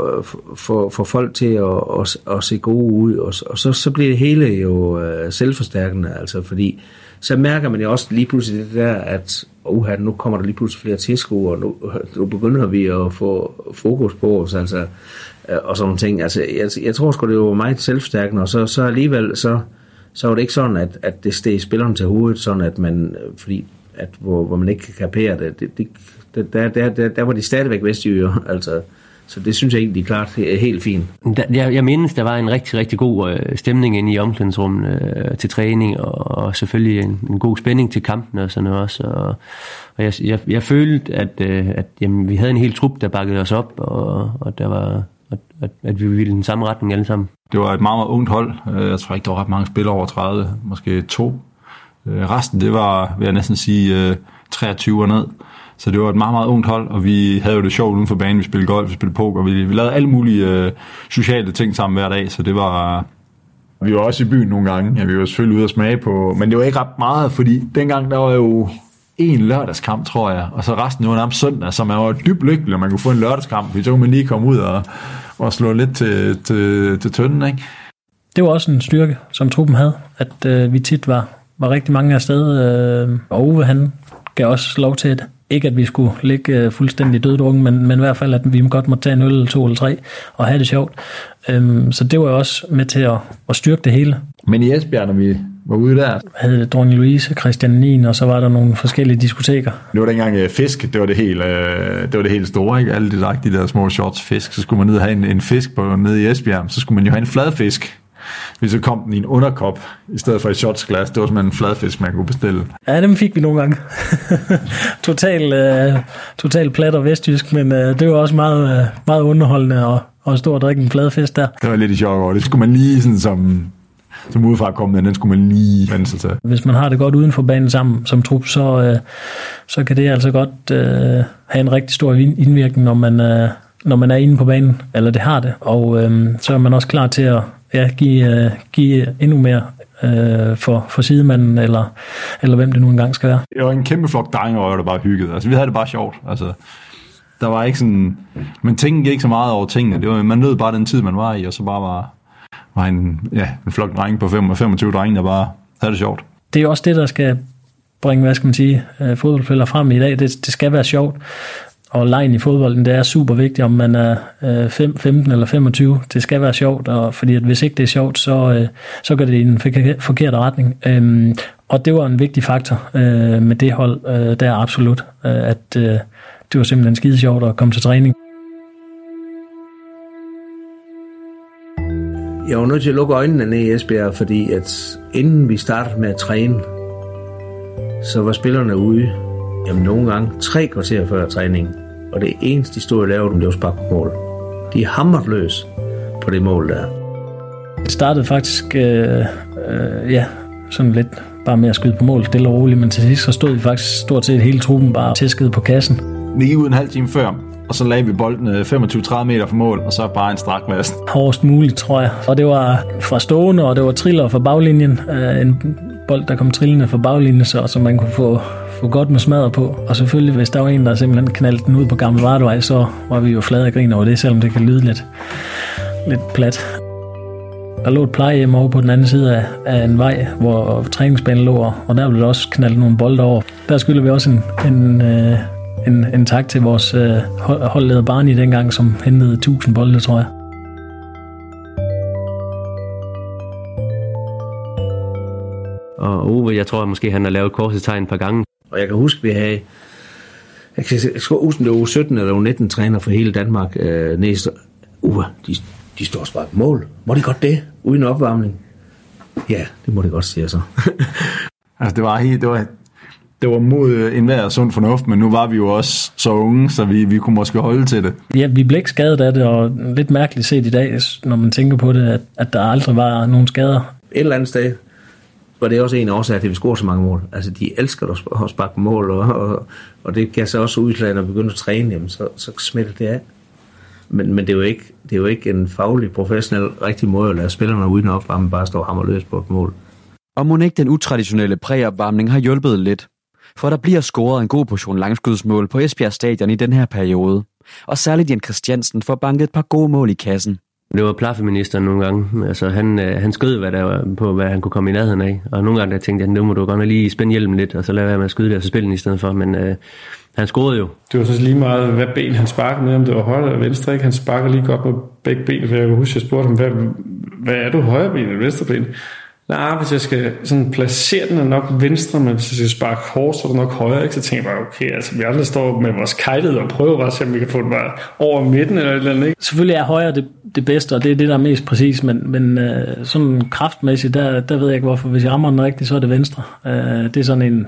får folk til at se gode ud, og så bliver det hele jo selvforstærkende, altså, fordi så mærker man jo også lige pludselig det der, at nu kommer der lige pludselig flere tilskuere, og nu begynder vi at få fokus på os, altså, og sådan nogle ting. Altså, jeg tror sgu, det var meget selvforstærkende, og så alligevel, så var det ikke sådan, at det steg spilleren til hovedet, sådan at man, fordi hvor man ikke kan kapere det. Der var de stadigvæk vestjyder, altså. Så det synes jeg egentlig klart er helt fint. Jeg mindes, der var en rigtig, rigtig god stemning inde i omklædningsrummet til træning, og selvfølgelig en god spænding til kampen og sådan noget også. Og jeg følte, at jamen, vi havde en hel trup, der bakkede os op, og der var, at vi ville i den samme retning alle sammen. Det var et meget, meget ungt hold. Jeg tror ikke, der var ret mange spillere over 30, måske 2. Resten, det var, vil jeg næsten sige, 23 og ned. Så det var et meget, meget ungt hold, og vi havde jo det sjovt uden for banen. Vi spillede golf, vi spillede poker, vi lavede alle mulige sociale ting sammen hver dag, så det var... Vi var også i byen nogle gange, ja, vi var selvfølgelig ude at smage på, men det var ikke ret meget, fordi dengang der var jo en lørdagskamp, tror jeg, og så resten var nærmest søndag, så man var dybt lykkelig, at man kunne få en lørdagskamp, fordi så kunne man lige komme ud og slå lidt til tønden, ikke? Det var også en styrke, som truppen havde, at vi tit var rigtig mange af sted, og Ove, han gav også lov til det. Ikke at vi skulle ligge fuldstændig døddrunken, men i hvert fald, at vi godt måtte tage en øl eller 2 eller 3 og have det sjovt. Så det var jo også med til at styrke det hele. Men i Esbjerg, når vi var ude der, havde Dronning Louise, Christian 9, og så var der nogle forskellige diskoteker. Det var dengang fisk, det var det helt store, ikke? Alle de der små shorts fisk, så skulle man ned og have en fisk nede i Esbjerg, så skulle man jo have en fladfisk. Hvis så kom den i en underkop, i stedet for et shotsglas. Det var simpelthen en fladfisk, man kunne bestille. Ja, dem fik vi nogle gange. Total plat og vestjysk, men det var også meget, meget underholdende at stå og drikke en fladfisk der. Det var lidt i chok over. Det skulle man lige sådan som udefra kommende, den skulle man lige vende sig til. Hvis man har det godt uden for banen sammen som trup, så kan det altså godt have en rigtig stor indvirkning, når man er inde på banen, eller det har det. Og så er man også klar til at give endnu mere for sidemanden, eller hvem det nu engang skal være. Det var en kæmpe flok drenge, der bare hyggede. Altså, vi havde det bare sjovt. Altså, der var ikke sådan... Man tænkte ikke så meget over tingene. Man nød bare den tid, man var i, og så bare var en flok drenge på 25 drenge, der bare havde det sjovt. Det er også det, der skal bringe, fodboldspillere frem i dag. Det skal være sjovt. Og lejen i fodbolden, det er super vigtigt, om man er 15 eller 25. Det skal være sjovt, fordi at hvis ikke det er sjovt, så går det i en forkert retning. Og det var en vigtig faktor med det hold, der absolut, at det var simpelthen skide sjovt at komme til træning. Jeg var nødt til at lukke øjnene ned i Esbjerg, fordi at inden vi startede med at træne, så var spillerne ude. Jamen nogle gange 3 kvarter før træningen. Og det eneste, de stod og lavede, det var spark på mål. De hamret løs på det mål der. Det startede faktisk, sådan lidt bare med at skyde på mål, stille og roligt. Men til sidst så stod vi faktisk stort set hele truppen bare tæskede på kassen. Vi gik ud en halv time før, og så lagde vi bolden 25-30 meter fra mål, og så bare en strakmast. Hårdest muligt, tror jeg. Og det var fra stående, og det var triller fra baglinjen. En bold, der kom trillende fra baglinjen, så man kunne få godt med smadret på. Og selvfølgelig, hvis der var en, der simpelthen knaldte den ud på Gammel Vardevej, så var vi jo flade af grin over det, selvom det kan lyde lidt plat. Der lå et plejehjem over på den anden side af en vej, hvor træningsbanen lå, og der blev der også knaldet nogle bolde over. Der skylder vi også en tak til vores holdleder Barney dengang, som hentede 1000 bolde, tror jeg. Og Ove, jeg tror måske, han har lavet korsets tegn et par gange. Og jeg kan huske, vi havde... Jeg kan huske, det var 17 eller 19 træner for hele Danmark. De står og sparker mål. Må de godt det? Uden opvarmning? Ja, det må det godt, siger så. Altså, det var mod enhver sund fornuft, men nu var vi jo også så unge, så vi kunne måske holde til det. Ja, vi blev ikke skadet af det, og lidt mærkeligt set i dag, når man tænker på det, at der aldrig var nogen skader. Et eller andet sted var det også en årsag til, at vi scorer så mange mål. Altså, de elsker at sparke på mål, og det kan så også udslag, når vi begynder at træne, jamen, så smitter det af. Men det er jo ikke en faglig, professionel, rigtig måde at lade spillerne uden at opvarme, bare stå hammerløs på et mål. Og mon ikke den utraditionelle præopvarmning har hjulpet lidt? For der bliver scoret en god portion langskudsmål på Esbjerg Stadion i den her periode. Og særligt Jan Christiansen får banket et par gode mål i kassen. Det var plaffeministeren nogle gange. Altså, han skød, hvad han kunne komme i nærheden af. Og nogle gange der tænkte jeg, nu må du godt lige spænde hjelmen lidt, og så lade være med at skyde det, og så spille den i stedet for. Men han scorede jo. Det var så lige meget, hvad ben han sparkede med, om det var højre eller venstre. Ikke? Han sparker lige godt med begge ben, for jeg kan huske, jeg spurgte ham, hvad er du, højre ben eller venstre ben? Nej, hvis jeg skal sådan placere den, er nok venstre, men hvis jeg skal sparke hårdt, så er det nok højre, ikke? Så tænker jeg bare, okay, altså vi andre står med vores kejlede og prøver bare at se, om vi kan få den bare over midten eller et eller andet, ikke? Selvfølgelig er højre det bedste, og det er det, der er mest præcis, men sådan kraftmæssigt, der ved jeg ikke hvorfor. Hvis jeg rammer den rigtigt, så er det venstre. Det er sådan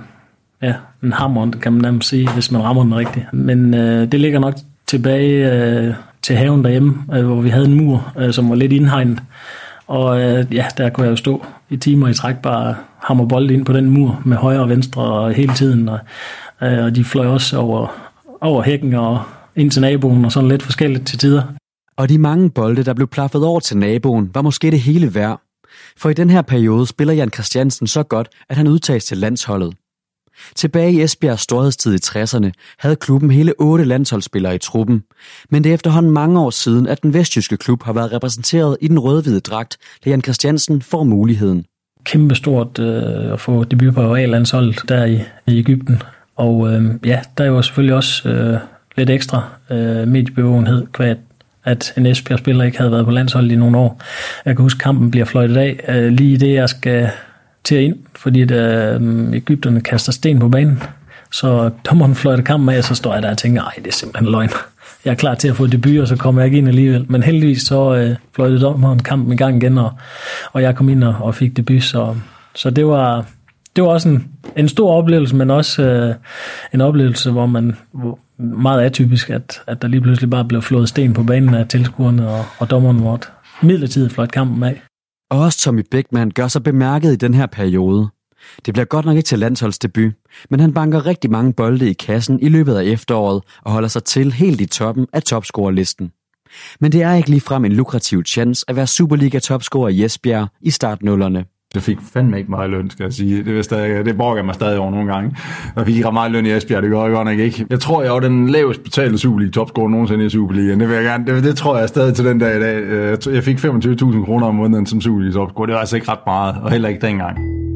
en hammer, kan man nærmest sige, hvis man rammer den rigtigt. Men det ligger nok tilbage til haven derhjemme, hvor vi havde en mur, som var lidt indhegnet. Og der kunne jeg jo stå i timer i træk, bare hammer bold ind på den mur med højre og venstre hele tiden. Og de fløj også over hækken og ind til naboen, og sådan lidt forskelligt til tider. Og de mange bolde, der blev plaffet over til naboen, var måske det hele værd. For i den her periode spiller Jan Christiansen så godt, at han udtages til landsholdet. Tilbage i Esbjergs storhedstid i 60'erne havde klubben hele 8 landsholdsspillere i truppen. Men det er efterhånden mange år siden, at den vestjyske klub har været repræsenteret i den rød-hvide dragt, da Jan Christiansen får muligheden. Kæmpestort at få debut på A-landsholdet der i Egypten. Og der er jo selvfølgelig også lidt ekstra mediebevågenhed, kvad at en Esbjerg-spiller ikke havde været på landsholdet i nogle år. Jeg kan huske, kampen bliver fløjtet af lige det, jeg skal til at ind, fordi Egypterne kaster sten på banen. Så dommeren fløjter kampen af, og så står jeg der og tænker, ej, det er simpelthen løgn. Jeg er klar til at få debut, og så kommer jeg ikke ind alligevel. Men heldigvis så fløjtede dommeren kampen i gang igen, og jeg kom ind og fik debut. Så det var også en stor oplevelse, men også en oplevelse, hvor man meget atypisk, at der lige pludselig bare blev flået sten på banen af tilskuerne, og dommeren måtte midlertidigt fløjte kampen af. Og også Tommy Bechmann gør sig bemærket i den her periode. Det bliver godt nok ikke til landsholdsdebut, men han banker rigtig mange bolde i kassen i løbet af efteråret og holder sig til helt i toppen af topscorerlisten. Men det er ikke ligefrem en lukrativ chance at være Superliga-topscorer i Esbjerg i start-nullerne. Jeg fik fandme ikke meget løn, skal jeg sige. Det borger mig stadig over nogle gange. Jeg fik ikke meget løn i Esbjerg, det gør jeg godt nok ikke. Jeg tror, jeg var den lavest betalte Superliga-topscorer nogensinde i Superligaen. Det vil jeg gerne. Det tror jeg stadig til den dag i dag. Jeg fik 25.000 kroner om måneden som Superliga-topscorer. Det var altså ikke ret meget, og heller ikke dengang.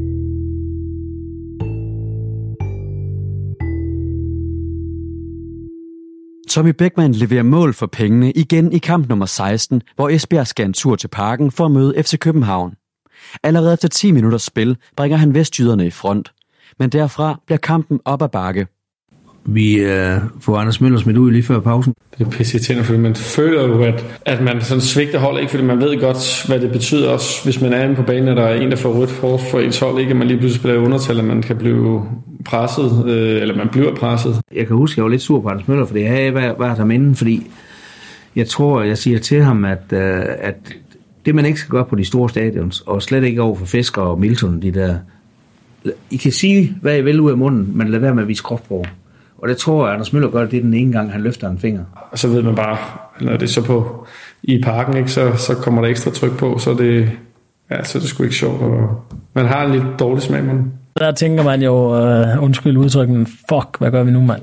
Tommy Bechmann leverer mål for pengene igen i kamp nummer 16, hvor Esbjerg skal en tur til parken for at møde FC København. Allerede efter 10 minutters spil bringer han vestjyderne i front, men derfra bliver kampen op ad bakke. Vi får Anders Møller smidt ud lige før pausen. Det er pisseirriterende, fordi man føler jo, at man sådan svigter hold, ikke fordi man ved godt, hvad det betyder også, hvis man er inde på banen, og der er en, der får rødt for ens hold, ikke at man lige pludselig spiller undertal, at man kan blive presset, eller man bliver presset. Jeg kan huske, at jeg var lidt sur på Anders Møller, fordi jeg havde været ham inden, fordi jeg tror, jeg siger til ham, at det man ikke skal gøre på de store stadions, og slet ikke over for Fisker og Milton, de der, I kan sige, hvad I vil ud af munden, men lad være med at vise kropsprog. Og det tror jeg, Anders Møller gør det den ene gang, han løfter en finger. Og så ved man bare, når det er så på i parken, ikke, så kommer der ekstra tryk på, så det så er det sgu ikke sjovt. Og man har en lidt dårlig smag med den. Der tænker man jo, undskyld udtrykken, fuck, hvad gør vi nu, mand?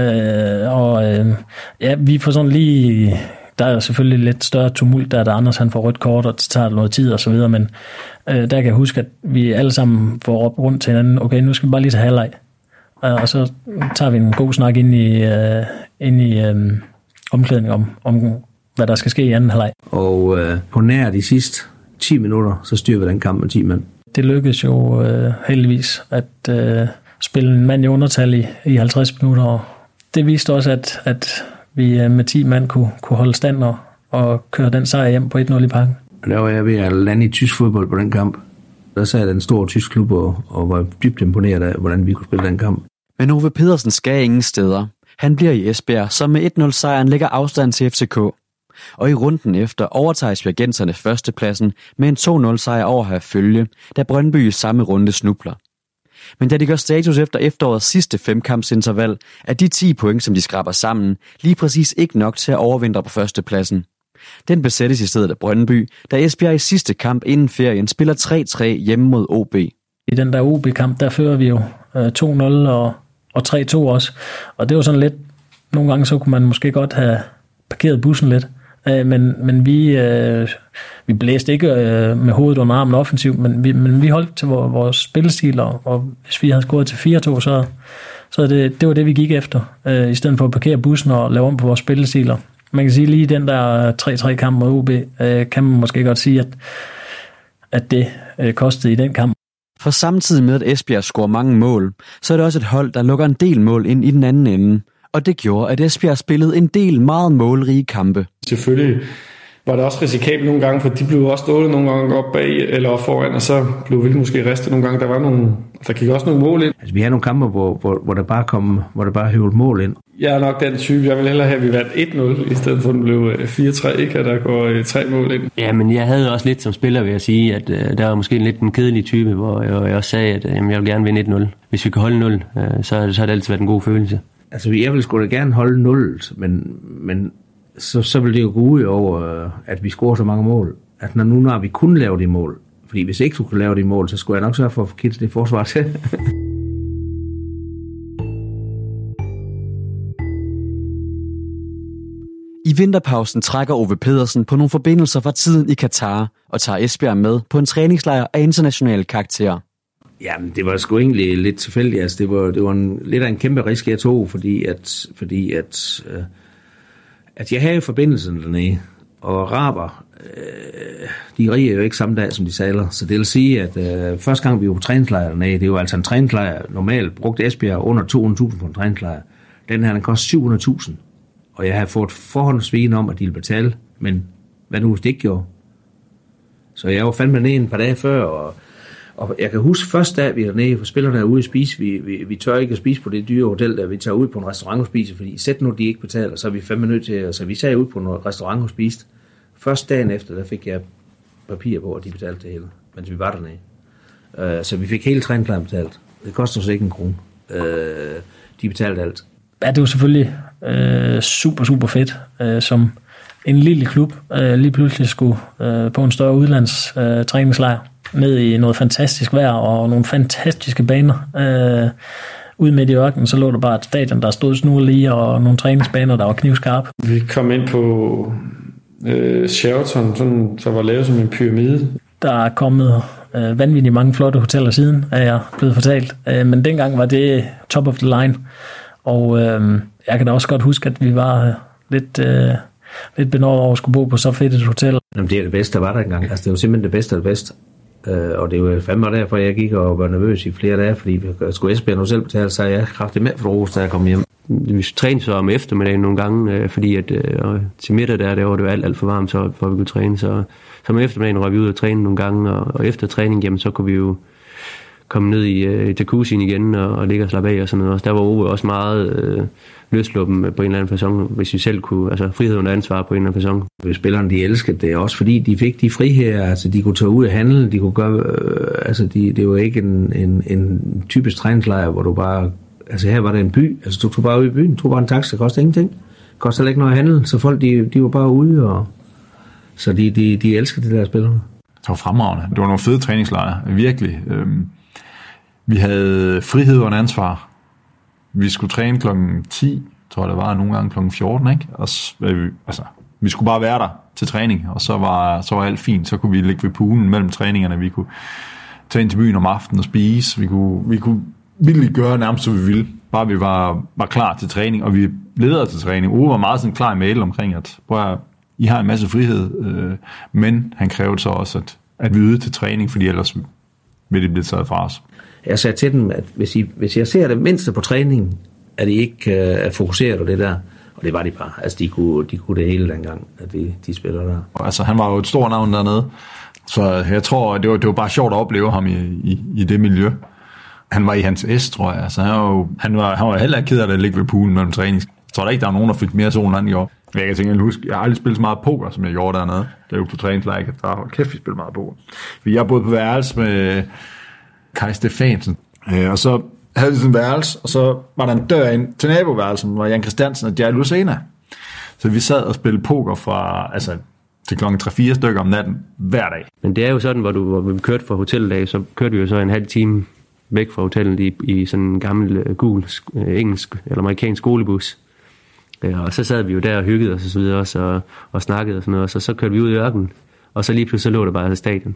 Vi får sådan lige, der er selvfølgelig lidt større tumult, der Anders han får rødt kort, og det tager noget tid og så videre, men der kan jeg huske, at vi alle sammen får op rundt til hinanden, okay, nu skal vi bare lige tage halvleg. Og så tager vi en god snak ind i omklædning om, hvad der skal ske i anden halvleg. Og på nær de sidste 10 minutter, så styrer vi den kamp med 10 mand. Det lykkedes jo heldigvis at spille en mand i undertal i 50 minutter. Og det viste også, at vi med 10 mand kunne holde stand og køre den sejr hjem på 1-0 i parken. Der var jeg ved at lande i tysk fodbold på den kamp. Der sad den store tysk klub og var dybt imponeret af, hvordan vi kunne spille den kamp. Men Ove Pedersen skal ingen steder. Han bliver i Esbjerg, som med 1-0-sejren lægger afstand til FCK. Og i runden efter overtager esbjergenserne førstepladsen med en 2-0-sejr over Herfølge, da Brøndby i samme runde snubler. Men da de gør status efter efterårets sidste 5-kampsinterval, er de 10 point, som de skraber sammen, lige præcis ikke nok til at overvintre på førstepladsen. Den besættes i stedet af Brøndby, da Esbjerg i sidste kamp inden ferien spiller 3-3 hjemme mod OB. I den der OB-kamp, der fører vi jo 2-0 og 3-2 også. Og det var sådan lidt, nogle gange så kunne man måske godt have parkeret bussen lidt. Men vi blæste ikke med hovedet under armen offensivt, men vi holdt til vores spillestil, og hvis vi havde scoret til 4-2, så det var det, vi gik efter, i stedet for at parkere bussen og lave om på vores spillestiler. Man kan sige lige den der 3-3 kamp mod OB, kan man måske godt sige, at det kostede i den kamp. For samtidig med, at Esbjerg scorer mange mål, så er det også et hold, der lukker en del mål ind i den anden ende. Og det gjorde, at Esbjerg spillede en del meget målrige kampe. Selvfølgelig var det også risikabelt nogle gange, for de blev også stålet nogle gange op bag eller op foran, og så blev vi måske ristet nogle gange. Der gik også nogle mål ind. Altså, vi har nogle kampe, hvor der bare høvlet mål ind. Jeg er nok den type, jeg vil hellere have, at vi vandt 1-0, i stedet for at den blev 4-3, ikke? At der går 3 mål ind. Ja, men jeg havde også lidt som spiller, vil jeg sige, at der var måske lidt en kedelig type, hvor jeg også sagde, at jeg vil gerne vinde 1-0. Hvis vi kan holde 0, så har det altid været en god følelse. Altså, jeg ville sgu da gerne holde 0, men så ville det jo gå ud over, at vi scorer så mange mål. At når vi kun laver de mål, fordi hvis ikke du kunne lave de mål, så skulle jeg nok sørge for at få kittet det forsvar til. I vinterpausen trækker Ove Pedersen på nogle forbindelser fra tiden i Katar og tager Esbjerg med på en træningslejr af internationale karakterer. Jamen, det var sgu egentlig lidt tilfældigt. Altså, det var lidt af en kæmpe risk, jeg tog, fordi at jeg havde forbindelsen dernede, og araber, de riger jo ikke samme dag, som de sejler. Så det vil sige, at første gang vi var på træningslejr dernede, det var altså en træningslejr, normalt brugte Esbjerg under 200.000 på en træningslejr. Den her, den kostede 700.000. Og jeg havde fået forhåndsviden om, at de ville betale, men hvad nu hvis det ikke gjorde? Så jeg var fandme nede en par dage før, og jeg kan huske første dag, vi er dernede, for spillerne er ude at spise. Vi tør ikke at spise på det dyre hotel, der vi tager ud på en restaurant og spiser, fordi sæt nu de ikke betaler, så er vi fandme nødt til, så vi sagde ud på en restaurant og spiste. Første dagen efter, der fik jeg papir på, at de betalte det hele, mens vi var dernede. Så vi fik hele træningslejren betalt. Det koster os ikke en krone. De betalte alt. Ja, det var selvfølgelig super, super fedt, som en lille klub lige pludselig skulle på en større udlandstræningslejr ned i noget fantastisk vejr og nogle fantastiske baner. Ude midt i ørkenen, så lå der bare et stadion, der stod snurlige, og nogle træningsbaner, der var knivskarpe. Vi kom ind på Sheraton, sådan, så var lavet som en pyramide. Der er kommet vanvittigt mange flotte hoteller siden, er jeg blevet fortalt. Men dengang var det top of the line. Og jeg kan da også godt huske, at vi var lidt benådet over at skulle bo på så fedt et hotel. Jamen, det er det bedste, der var der engang. Altså, det var simpelthen det bedste af det bedste. Og det var fandme derfor, jeg gik og var nervøs i flere dage, fordi skulle Esbjerg nu selv betale, så jeg kraftigt med for Aarhus, da jeg kom hjem. Vi trænede så om eftermiddagen nogle gange, fordi at til middag der var det jo alt for varmt, så for at vi kunne træne. Så om eftermiddagen røg vi ud og træne nogle gange, og efter træning, jamen, så kunne vi jo komme ned i jacuzzien igen og ligge og slappe af og sådan noget. Der var Ove også meget løsluppen på en eller anden facon, hvis vi selv kunne, altså frihed under ansvar på en eller anden facon. Spillerne, de elskede det også, fordi de fik de friheder, altså de kunne tage ud og handle, de kunne gøre, altså det var ikke en typisk træningslejr, hvor du bare, altså her var det en by, altså du tog bare ud i byen, tog bare en taxa, det kostede ingenting, det kostede ikke noget at handle, så folk, de var bare ude, og så de elskede det der spillerne. Det var fremragende, det var nogle fede træningslejre, virkelig. Vi havde frihed under ansvar. Vi skulle træne klokken 10, tror jeg det var, nogle gange klokken 14, ikke? Og vi skulle bare være der til træning, og så var alt fint. Så kunne vi ligge ved poolen mellem træningerne. Vi kunne tage ind til byen om aftenen og spise. Vi kunne virkelig gøre nærmest, som vi ville. Bare vi var klar til træning, og vi ledte til træning. Ove var meget sådan klar i mail omkring, at I har en masse frihed, men han krævede så også, at vi ydede til træning, fordi ellers vil det blive taget fra os. Jeg sagde til dem, at hvis jeg ser det mindste på træningen, at de ikke er fokuseret på det der, og det var de bare. Altså, de kunne det hele dengang, at de spiller der. Altså, han var jo et stort navn dernede, så jeg tror, det var bare sjovt at opleve ham i det miljø. Han var i hans S, tror jeg. Altså, han var heller ikke ked af at ligge ved poolen mellem træning. Jeg tror da ikke, der var nogen, der fik mere sol, end han gjorde. Jeg kan tænke, jeg har aldrig spillet så meget poker, som jeg gjorde dernede. Det er jo på træningslejr, der kæft, vi spillede meget poker. Jeg boede på værelse med Kai Stefansen, og så havde vi sådan en værelse, og så var der en dør ind til naboværelsen, hvor Jan Christiansen og Jair Lucena. Så vi sad og spillede poker til klokken 3-4 stykker om natten hver dag. Men det er jo sådan, hvor vi kørte fra hotellet, så kørte vi jo så en halv time væk fra hotellet i sådan en gammel gul engelsk eller amerikansk skolebus. Og så sad vi jo der og hyggede os og så videre også, og snakkede og sådan noget, og så kørte vi ud i ørkenen, og så lige pludselig så lå der bare stadion.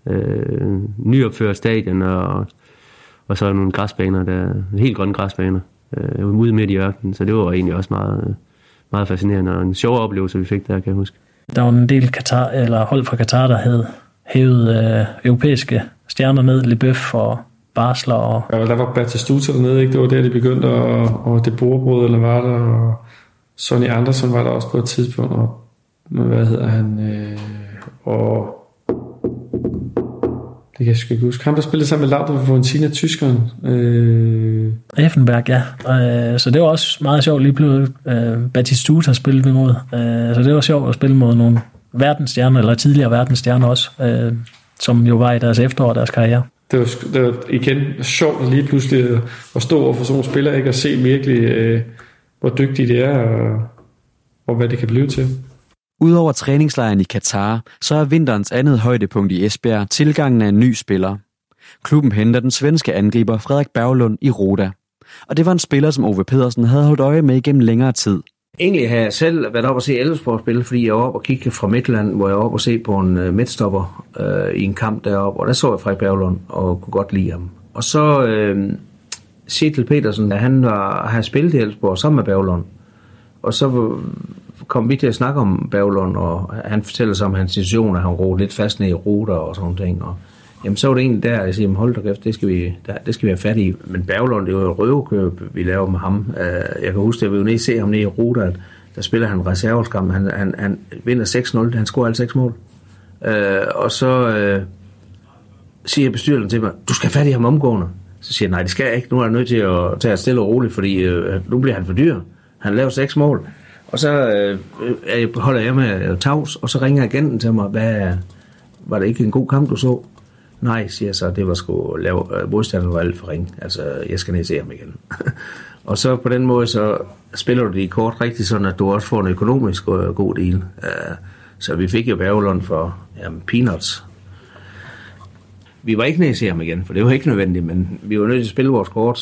Nyopført stadion, og så nogle græsbaner, der helt grønne græsbaner, ude midt i ørkenen, så det var egentlig også meget, meget fascinerende, og en sjov oplevelse, vi fik der, kan jeg huske. Der var en del hold fra Katar, der havde hævet europæiske stjerner ned, Leboeuf og Basler. Og ja, der var Batistuta dernede, ikke? Det var der, de begyndte, og det Boerbrød, eller var der, og Sonny Andersen var der også på et tidspunkt, og hvad hedder han, og det kan jeg sgu ikke huske. Han der spillede sammen med Laudrup Fiorentina, tyskeren. Effenberg, ja. Så det var også meget sjovt. Lige pludselig Batistuta spillede vi mod. Så det var sjovt at spille mod nogle verdensstjerner, eller tidligere verdensstjerner også, som jo var i deres efterår deres karriere. Det var igen sjovt at lige pludselig at stå over for sådan nogle spillere, ikke? Og se virkelig, hvor dygtige de er, og hvad det kan blive til. Udover træningslejren i Katar, så er vinterens andet højdepunkt i Esbjerg tilgangen af en ny spiller. Klubben henter den svenske angriber Frederik Berglund i Roda. Og det var en spiller, som Ove Pedersen havde holdt øje med igennem længere tid. Egentlig har jeg selv været op og se Elfsborg spille, fordi jeg var oppe og kigge fra Midtjylland, hvor jeg var oppe og se på en midtstopper i en kamp deroppe, og der så jeg Frederik Berglund og kunne godt lide ham. Og så Kjetil Petersen, han har spillet i Elfsborg sammen med Berglund, og så kom vi til at snakke om Berglund, og han fortæller sig om hans situation, at han roede lidt fast ned i ruter og sådan ting, og jamen, så var det egentlig der, jeg siger, hold da kæft, det skal vi have fat i. Men Berglund, det var jo et røvekøb, vi lavede med ham. Jeg kan huske, at vi jo nede se ham nede i ruter, der spiller han reserveskamp. Han vinder 6-0, han scorer alle 6 mål. Og så siger bestyrelsen til mig, du skal have fat i ham omgående. Så siger jeg, nej, det skal jeg ikke. Nu er jeg nødt til at tage stille og roligt, fordi nu bliver han for dyr. Han laver 6 mål. Og så holder jeg med tavs, og så ringer agenten til mig, var det ikke en god kamp, du så? Nej, siger så, det var sgu modstanderen var alt for ringe. Altså, jeg skal ned og se ham igen. Og så på den måde, så spiller du de kort rigtigt, sådan at du også får en økonomisk god deal. Så vi fik jo Berglund for peanuts. Vi var ikke ned og se ham igen, for det var ikke nødvendigt, men vi var nødt til at spille vores kort,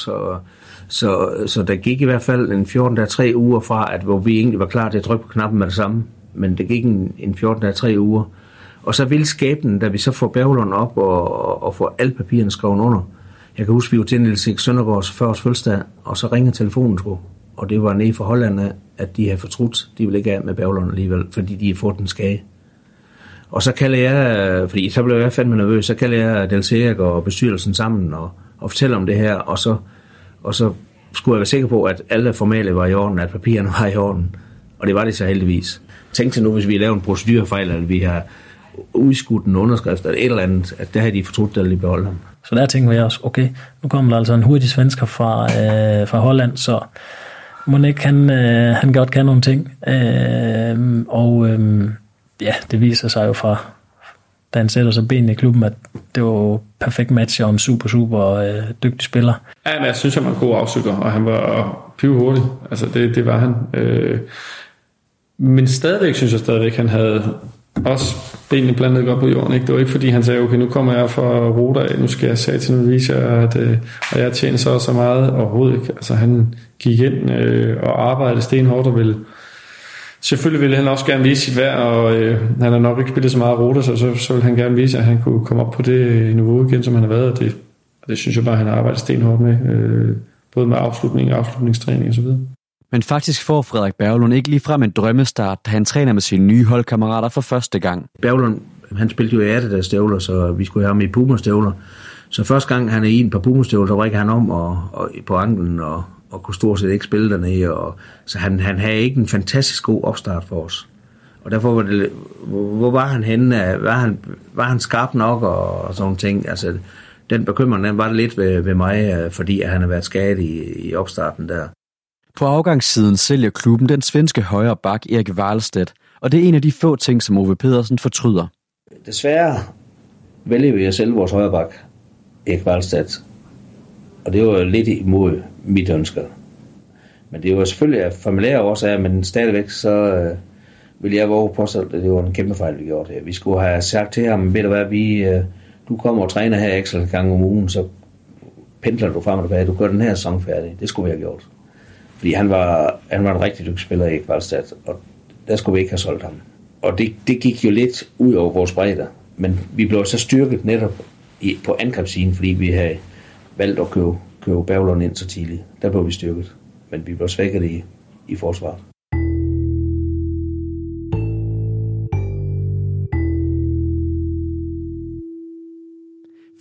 så der gik i hvert fald en 14-3 uger fra, hvor vi egentlig var klar til at trykke på knappen med det samme. Men det gik en 14-3 uger. Og så ville skæbnen, da vi så får Berglund op og får alle papirerne skrevet under. Jeg kan huske, vi var til Niels Erik Søndergaards fødselsdag, og så ringer telefonen sgu. Og det var nede fra Holland, at de havde fortrudt. De ville ikke af med Berglund alligevel, fordi de havde fået den skage. Og så kalder jeg, fordi så blev jeg fandme nervøs, så kalder jeg Niels Erik og bestyrelsen sammen og fortæller om det her. Og så skulle jeg være sikker på, at alle formelle var i orden, at papirerne var i orden. Og det var det så heldigvis. Tænk til nu, hvis vi laver en procedurefejl, eller vi har udskudt en underskrift eller et eller andet, at der havde de fortrudt, at de beholdt ham. Så der tænker jeg også, okay, nu kommer der altså en hurtig svensker fra Holland, så må ikke han godt kan nogle ting. Ja, det viser sig jo fra, da han sætter sig benene i klubben, at det var perfekt match og en super dygtig spiller. Ja, men jeg synes, han var en god afslutter, og han var pivhurtig. Altså, det var han. Men stadigvæk synes jeg han havde også benene blandet godt på jorden. Ikke? Det var ikke fordi han sagde, okay, nu kommer jeg fra Roda, nu skal jeg sige til vise at jeg tjener så meget overhovedet ikke. Altså han gik ind og arbejdede stenhårdt og selvfølgelig ville han også gerne vise sit værd, og han har nok ikke spillet så meget Roda, så ville han gerne vise, at han kunne komme op på det niveau igen, som han har været, og det synes jeg bare, han har arbejdet stenhårdt med, både med afslutning og afslutningstræning og så videre. Men faktisk får Frederik Berglund ikke ligefrem en drømmestart, da han træner med sine nye holdkammerater for første gang. Berglund, han spillede jo i Adidas støvler, så vi skulle have ham i Puma-støvler. Så første gang han er i en par Puma-støvler, så rækker han om og på anklen og kunne stort set ikke spille dernede. Så han havde ikke en fantastisk god opstart for os. Og derfor var det, hvor var han henne? Var han skarp nok og sådan ting? Altså, den bekymring, den var det lidt ved mig, fordi han har været skadet i opstarten der. På afgangssiden sælger klubben den svenske højre bak Erik Wallstedt, og det er en af de få ting, som Ove Pedersen fortryder. Desværre vælger vi at sælge vores højre bak, Erik Wallstedt, og det var lidt imod mit ønske. Men det var selvfølgelig af familiære årsager, men stadigvæk så vil jeg våge på sig, at det var en kæmpe fejl, vi gjorde det. Vi skulle have sagt til ham, ved du hvad, du kommer og træner her ekstra en gang om ugen, så pendler du frem og tilbage, du gør den her sæson færdig. Det skulle vi have gjort. Fordi han var en rigtig dygtig spiller i Valstedt, og der skulle vi ikke have solgt ham. Og det gik jo lidt ud over vores bredder, men vi blev så styrket netop på angrebssiden, fordi vi havde valgt at købe Berglund ind så tidligt. Der blev vi styrket, men vi blev svækket i forsvaret.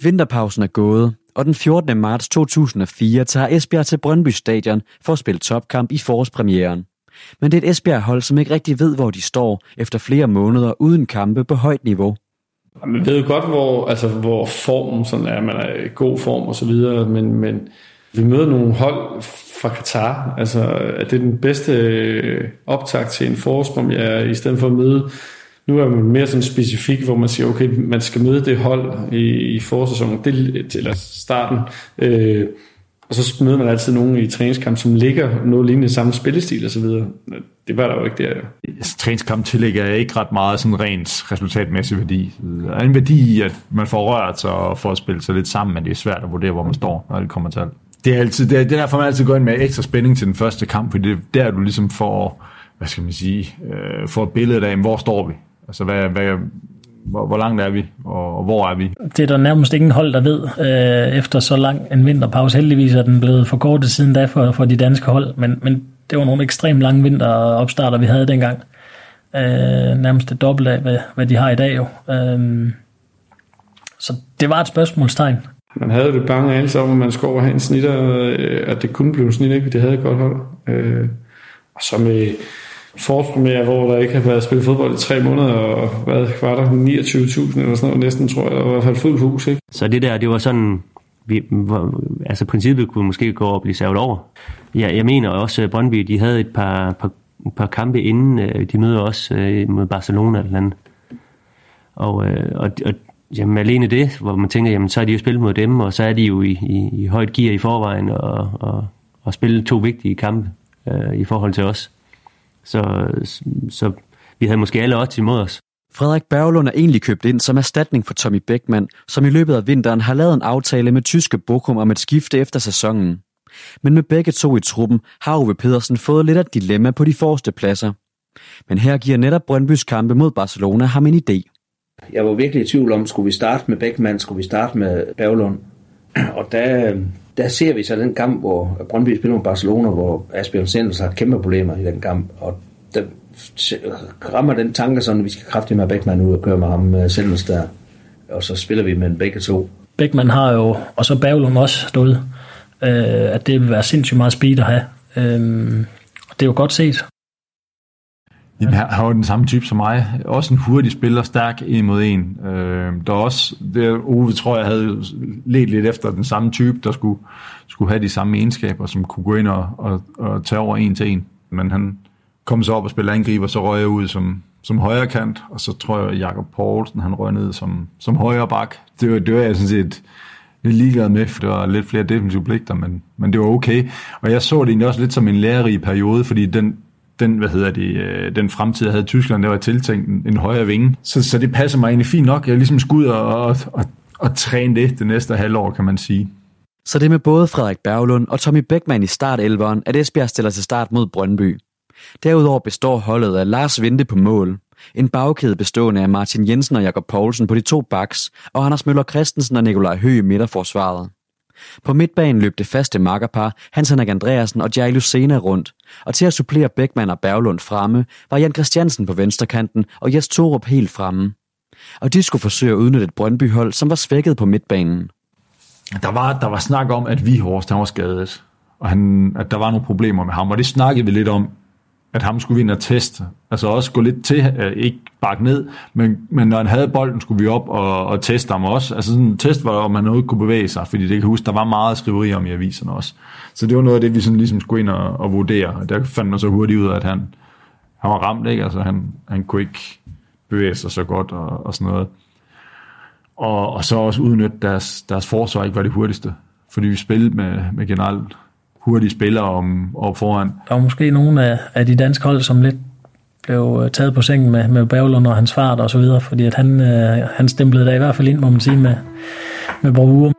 Vinterpausen er gået, og den 14. marts 2004 tager Esbjerg til Brøndby Stadion for at spille topkamp i forårspremieren. Men det er et Esbjerg-hold, som ikke rigtig ved, hvor de står efter flere måneder uden kampe på højt niveau. Man ved jo godt, hvor formen sådan er. Man er i god form og så videre, men vi møder nogle hold fra Katar. Altså, er det den bedste optakt til en forårspremiere, i stedet for at møde... Nu er man mere sådan specifik, hvor man siger, okay, man skal møde det hold i forårssæsonen, eller starten, og så møder man altid nogen i træningskamp, som ligger noget lignende samme spillestil og så videre. Det var der jo ikke der. Træningskamp tillægger ikke ret meget sådan rent resultatmæssig værdi. Der er en værdi i, at man får rørt sig og får spillet sig lidt sammen, men det er svært at vurdere, hvor man står, når det kommer til alt. Det er derfor, man altid går ind med ekstra spænding til den første kamp, fordi det er der, du ligesom får, får et billede af, hvor står vi? Altså, hvor langt er vi, og hvor er vi? Det er der nærmest ingen hold, der ved, efter så lang en vinterpause. Heldigvis er den blevet forkortet siden da for de danske hold, men det var nogle ekstremt lange vinteropstarter, vi havde dengang. Nærmest det dobbelt af, hvad de har i dag jo. Så det var et spørgsmålstegn. Man havde det bange anelse om, at man skulle over have en snitter, at det kunne blive en snitter, ikke? Det havde et godt hold. Og så med forårspremiere, hvor der ikke har været spillet fodbold i 3 måneder, og hvad var der 29.000 eller sådan noget, næsten tror jeg, og i hvert fald fuldt hus, ikke? Så det var sådan, princippet kunne måske gå og blive savet over. Jeg mener også, at Brøndby, de havde et par kampe inden, de møder også mod Barcelona eller andet. Og jamen, alene det, hvor man tænker, jamen så er de jo spillet mod dem, og så er de jo i højt gear i forvejen, og spille 2 vigtige kampe i forhold til os. Så vi havde måske alle odds imod os. Frederik Berglund er egentlig købt ind som erstatning for Tommy Beckmann, som i løbet af vinteren har lavet en aftale med tyske Bochum om et skifte efter sæsonen. Men med begge to i truppen har Ove Pedersen fået lidt af et dilemma på de forreste pladser. Men her giver netop Brøndbys kampe mod Barcelona ham en idé. Jeg var virkelig i tvivl om, skulle vi starte med Beckmann, skulle vi starte med Berglund. Og der ser vi så den kamp, hvor Brøndby spiller mod Barcelona, hvor Asbjørn Senders har kæmpe problemer i den kamp. Og der rammer den tanke sådan, at vi skal kraftigt med Beckmann ud og køre med ham Senders der. Og så spiller vi med begge to. Beckmann har jo, og så Berglund også stået, at det vil være sindssygt meget speed at have. Det er jo godt set. Jamen, han var den samme type som mig. Også en hurtig spiller, stærk en mod en. Der også, Ove tror jeg havde let lidt efter den samme type, der skulle have de samme egenskaber, som kunne gå ind og tage over 1 til 1. Men han kom så op og spille angriber, så røg jeg ud som højre kant, og så tror jeg, Jakob Poulsen, han røg ned som højre bak. Det var jeg sådan set lidt ligeglad med, for der var lidt flere defensive pligter, men det var okay. Og jeg så det egentlig også lidt som en lærerig periode, fordi den fremtid, jeg havde i Tyskland, der var tiltænkt en højre vinge. Så det passer mig egentlig fint nok. Jeg ligesom skulle ud og træne det næste halvår, kan man sige. Så det med både Frederik Berglund og Tommy Beckmann i startelveren, at Esbjerg stiller til start mod Brøndby. Derudover består holdet af Lars Vinde på mål, en bagkæde bestående af Martin Jensen og Jakob Poulsen på de 2 backs, og Anders Møller Christensen og Nikolaj Høgh i midterforsvaret. På midtbanen løb det faste makkerpar Hans Henrik Andreasen og Jair Lucena rundt, og til at supplere Beckmann og Berglund fremme var Jan Christiansen på venstrekanten og Jes Torup helt fremme. Og de skulle forsøge at udnytte et Brøndby-hold, som var svækket på midtbanen. Der var snak om, at Vihorst han var skadet, og at der var nogle problemer med ham, og det snakkede vi lidt om, at ham skulle vi ind og teste. Altså også gå lidt til, ikke bakke ned, men når han havde bolden, skulle vi op og teste ham også. Altså sådan en test var, om man overhovedet kunne bevæge sig, fordi det kan huske, der var meget skriveri om i aviserne også. Så det var noget af det, vi sådan ligesom skulle ind og vurdere. Og der fandt man så hurtigt ud af, at han var ramt, ikke? Altså han kunne ikke bevæge sig så godt og sådan noget. Og så også udnytte deres forsvar ikke var det hurtigste, fordi vi spillede med generelt hurtige spillere om foran. Der var måske nogle af de danske hold, som lidt blev taget på sengen med Berglund og hans fart og så videre, fordi at han stemplede der i hvert fald ind, må man sige, med bravur.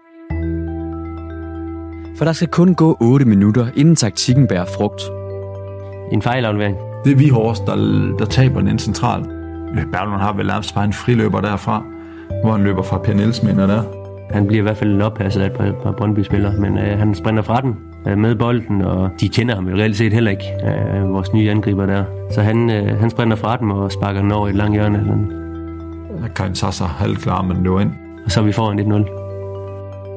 For der skal kun gå 8 minutter, inden taktikken bærer frugt. En fejlaflevering. Det er Vihorst, der taber den centralt. Berglund har vel nærmest bare en friløber derfra, hvor han løber fra Per Nielsen ind og der. Han bliver i hvert fald oppasset af et par Brøndby-spillere, men han sprinter fra den med bolden, og de kender ham jo reelt set heller ikke, vores nye angriber der. Så han sprinter fra den og sparker den over i et langt hjørne. Karin Sasser halvklar, men løber ind. Og så er vi foran 1-0.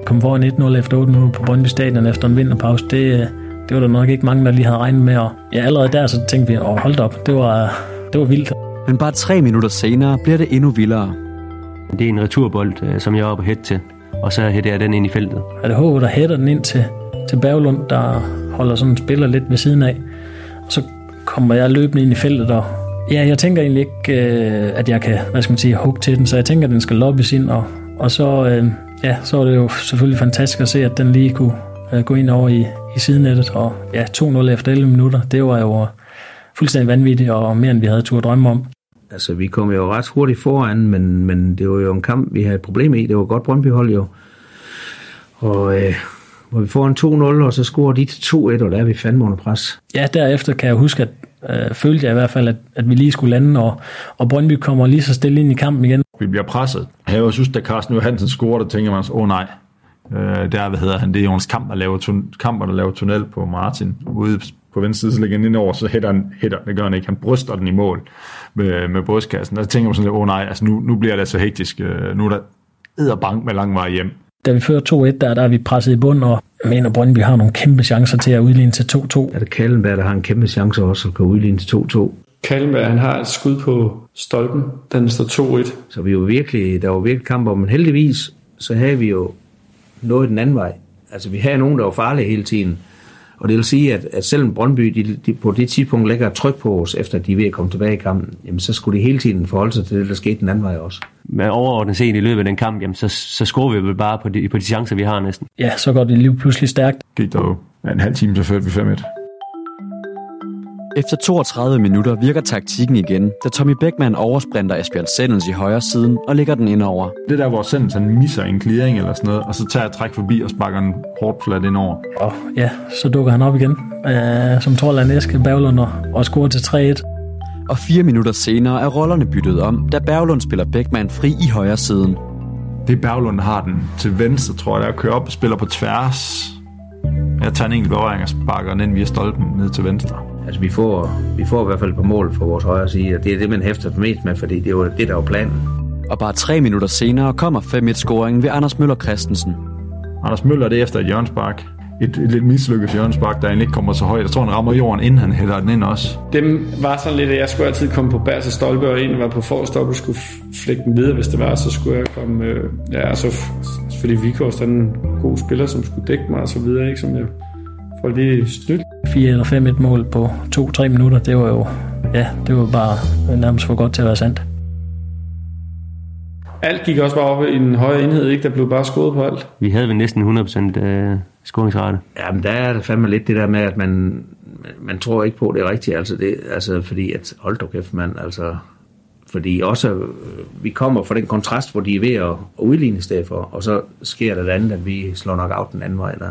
komme foran 1-0 efter 8 minutter på Brøndby Stadion efter en vinterpause, det var der nok ikke mange, der lige havde regnet med. Og ja, allerede der så tænkte vi, hold op, det var vildt. Men bare 3 minutter senere bliver det endnu vildere. Det er en returbold, som jeg er oppe og hætte til, og så hætter jeg den ind i feltet. Er det Håbe, der hætter den ind til Berglund, der holder sådan en spiller lidt ved siden af. Og så kommer jeg løbende ind i feltet, og ja, jeg tænker egentlig ikke, at jeg kan, hugge til den, så jeg tænker, at den skal lobbes ind, og så, så er det jo selvfølgelig fantastisk at se, at den lige kunne gå ind over i sidenettet, og ja, 2-0 efter 11 minutter, det var jo fuldstændig vanvittigt, og mere end vi havde turde drømme om. Altså, vi kom jo ret hurtigt foran, men det var jo en kamp, vi havde et problem i. Det var godt Brøndby-hold jo. Og hvor vi får en 2-0, og så scorer de til 2-1, og der er vi fandme under pres. Ja, derefter kan jeg huske, at følte jeg i hvert fald, at vi lige skulle lande, og Brøndby kommer lige så stille ind i kampen igen. Vi bliver presset. Jeg jo synes, da Carsten Johansen scorer, der tænker man, nej. Det er Jonas Kamp, der laver tunnel på Martin ude på venstre side, så lægger han ind over, så hætter, det gør han ikke. Han bryster den i mål med brystkassen. Der tænker man sådan lidt, nej, altså nu bliver det så hektisk. Nu er der edderbank med lang vej hjem. Da vi fører 2-1, der er vi presset i bund, og jeg mener, Brøndby har nogle kæmpe chancer til at udligne til 2-2. Er det Kallenberg, der har en kæmpe chance også at kunne udligne til 2-2? Kallenberg, han har et skud på stolpen, den står 2-1. Så der var virkelig kamp om, men heldigvis, så havde vi jo noget den anden vej. Altså, vi havde nogen, der var farlige hele tiden. Og det vil sige, at selvom Brøndby de på det tidspunkt lægger tryk på os, efter de er ved at komme tilbage i kampen, jamen, så skulle de hele tiden forholde sig til det, der skete den anden vej også. Men overordnet set i løbet af den kamp, jamen, så scorer vi vel bare på de chancer, vi har næsten. Ja, så går det lige pludselig stærkt. Gik der jo en halv time, så førte vi 5-1. Efter 32 minutter virker taktikken igen, da Tommy Beckmann oversprinter Asbjørn Sendels i højre siden og lægger den ind over. Det der, hvor Sendels han misser en clearing eller sådan noget, og så tager jeg træk forbi og sparker den hårdt flat ind over. Og ja, så dukker han op igen, som Torland Eske Berglund og scorer til 3-1. Og 4 minutter senere er rollerne byttet om, da Berglund spiller Beckmann fri i højre siden. Det er Berglund, der har den til venstre, tror jeg, der kører op og spiller på tværs. Jeg tager en enkelt berøring og sparker den ind via stolpen ned til venstre. Altså, vi får i hvert fald på mål for vores højre side, og det er det, man hæfter mest med, fordi det er jo det, der var planen. Og bare 3 minutter senere kommer 5-1-scoringen ved Anders Møller Christensen. Anders Møller, det er efter et hjørnespark. Et lidt mislykket hjørnespark, der egentlig ikke kommer så højt. Jeg tror, han rammer jorden, inden han hælder den ind også. Dem var sådan lidt, at jeg skulle altid komme på bærse stolpe, og en var på forstop og skulle flække den videre, hvis det var, så skulle jeg komme... fordi Vikors er en god spiller, som skulle dække mig og så videre, ikke, som jeg får lige snydt. 4 eller 5-1 mål på 2-3 minutter, det var jo... Ja, det var bare nærmest for godt til at være sandt. Alt gik også bare op i en højere enhed, ikke? Der blev bare scoret på alt. Vi havde vel næsten 100% scoringsrate. Ja, men der er det fandme lidt det der med, at man tror ikke på, det er rigtigt. Altså fordi at, hold da kæft, fordi også, vi kommer fra den kontrast, hvor de er ved at udligne i stedet for, og så sker der det andet, at vi slår nok out den anden vej der.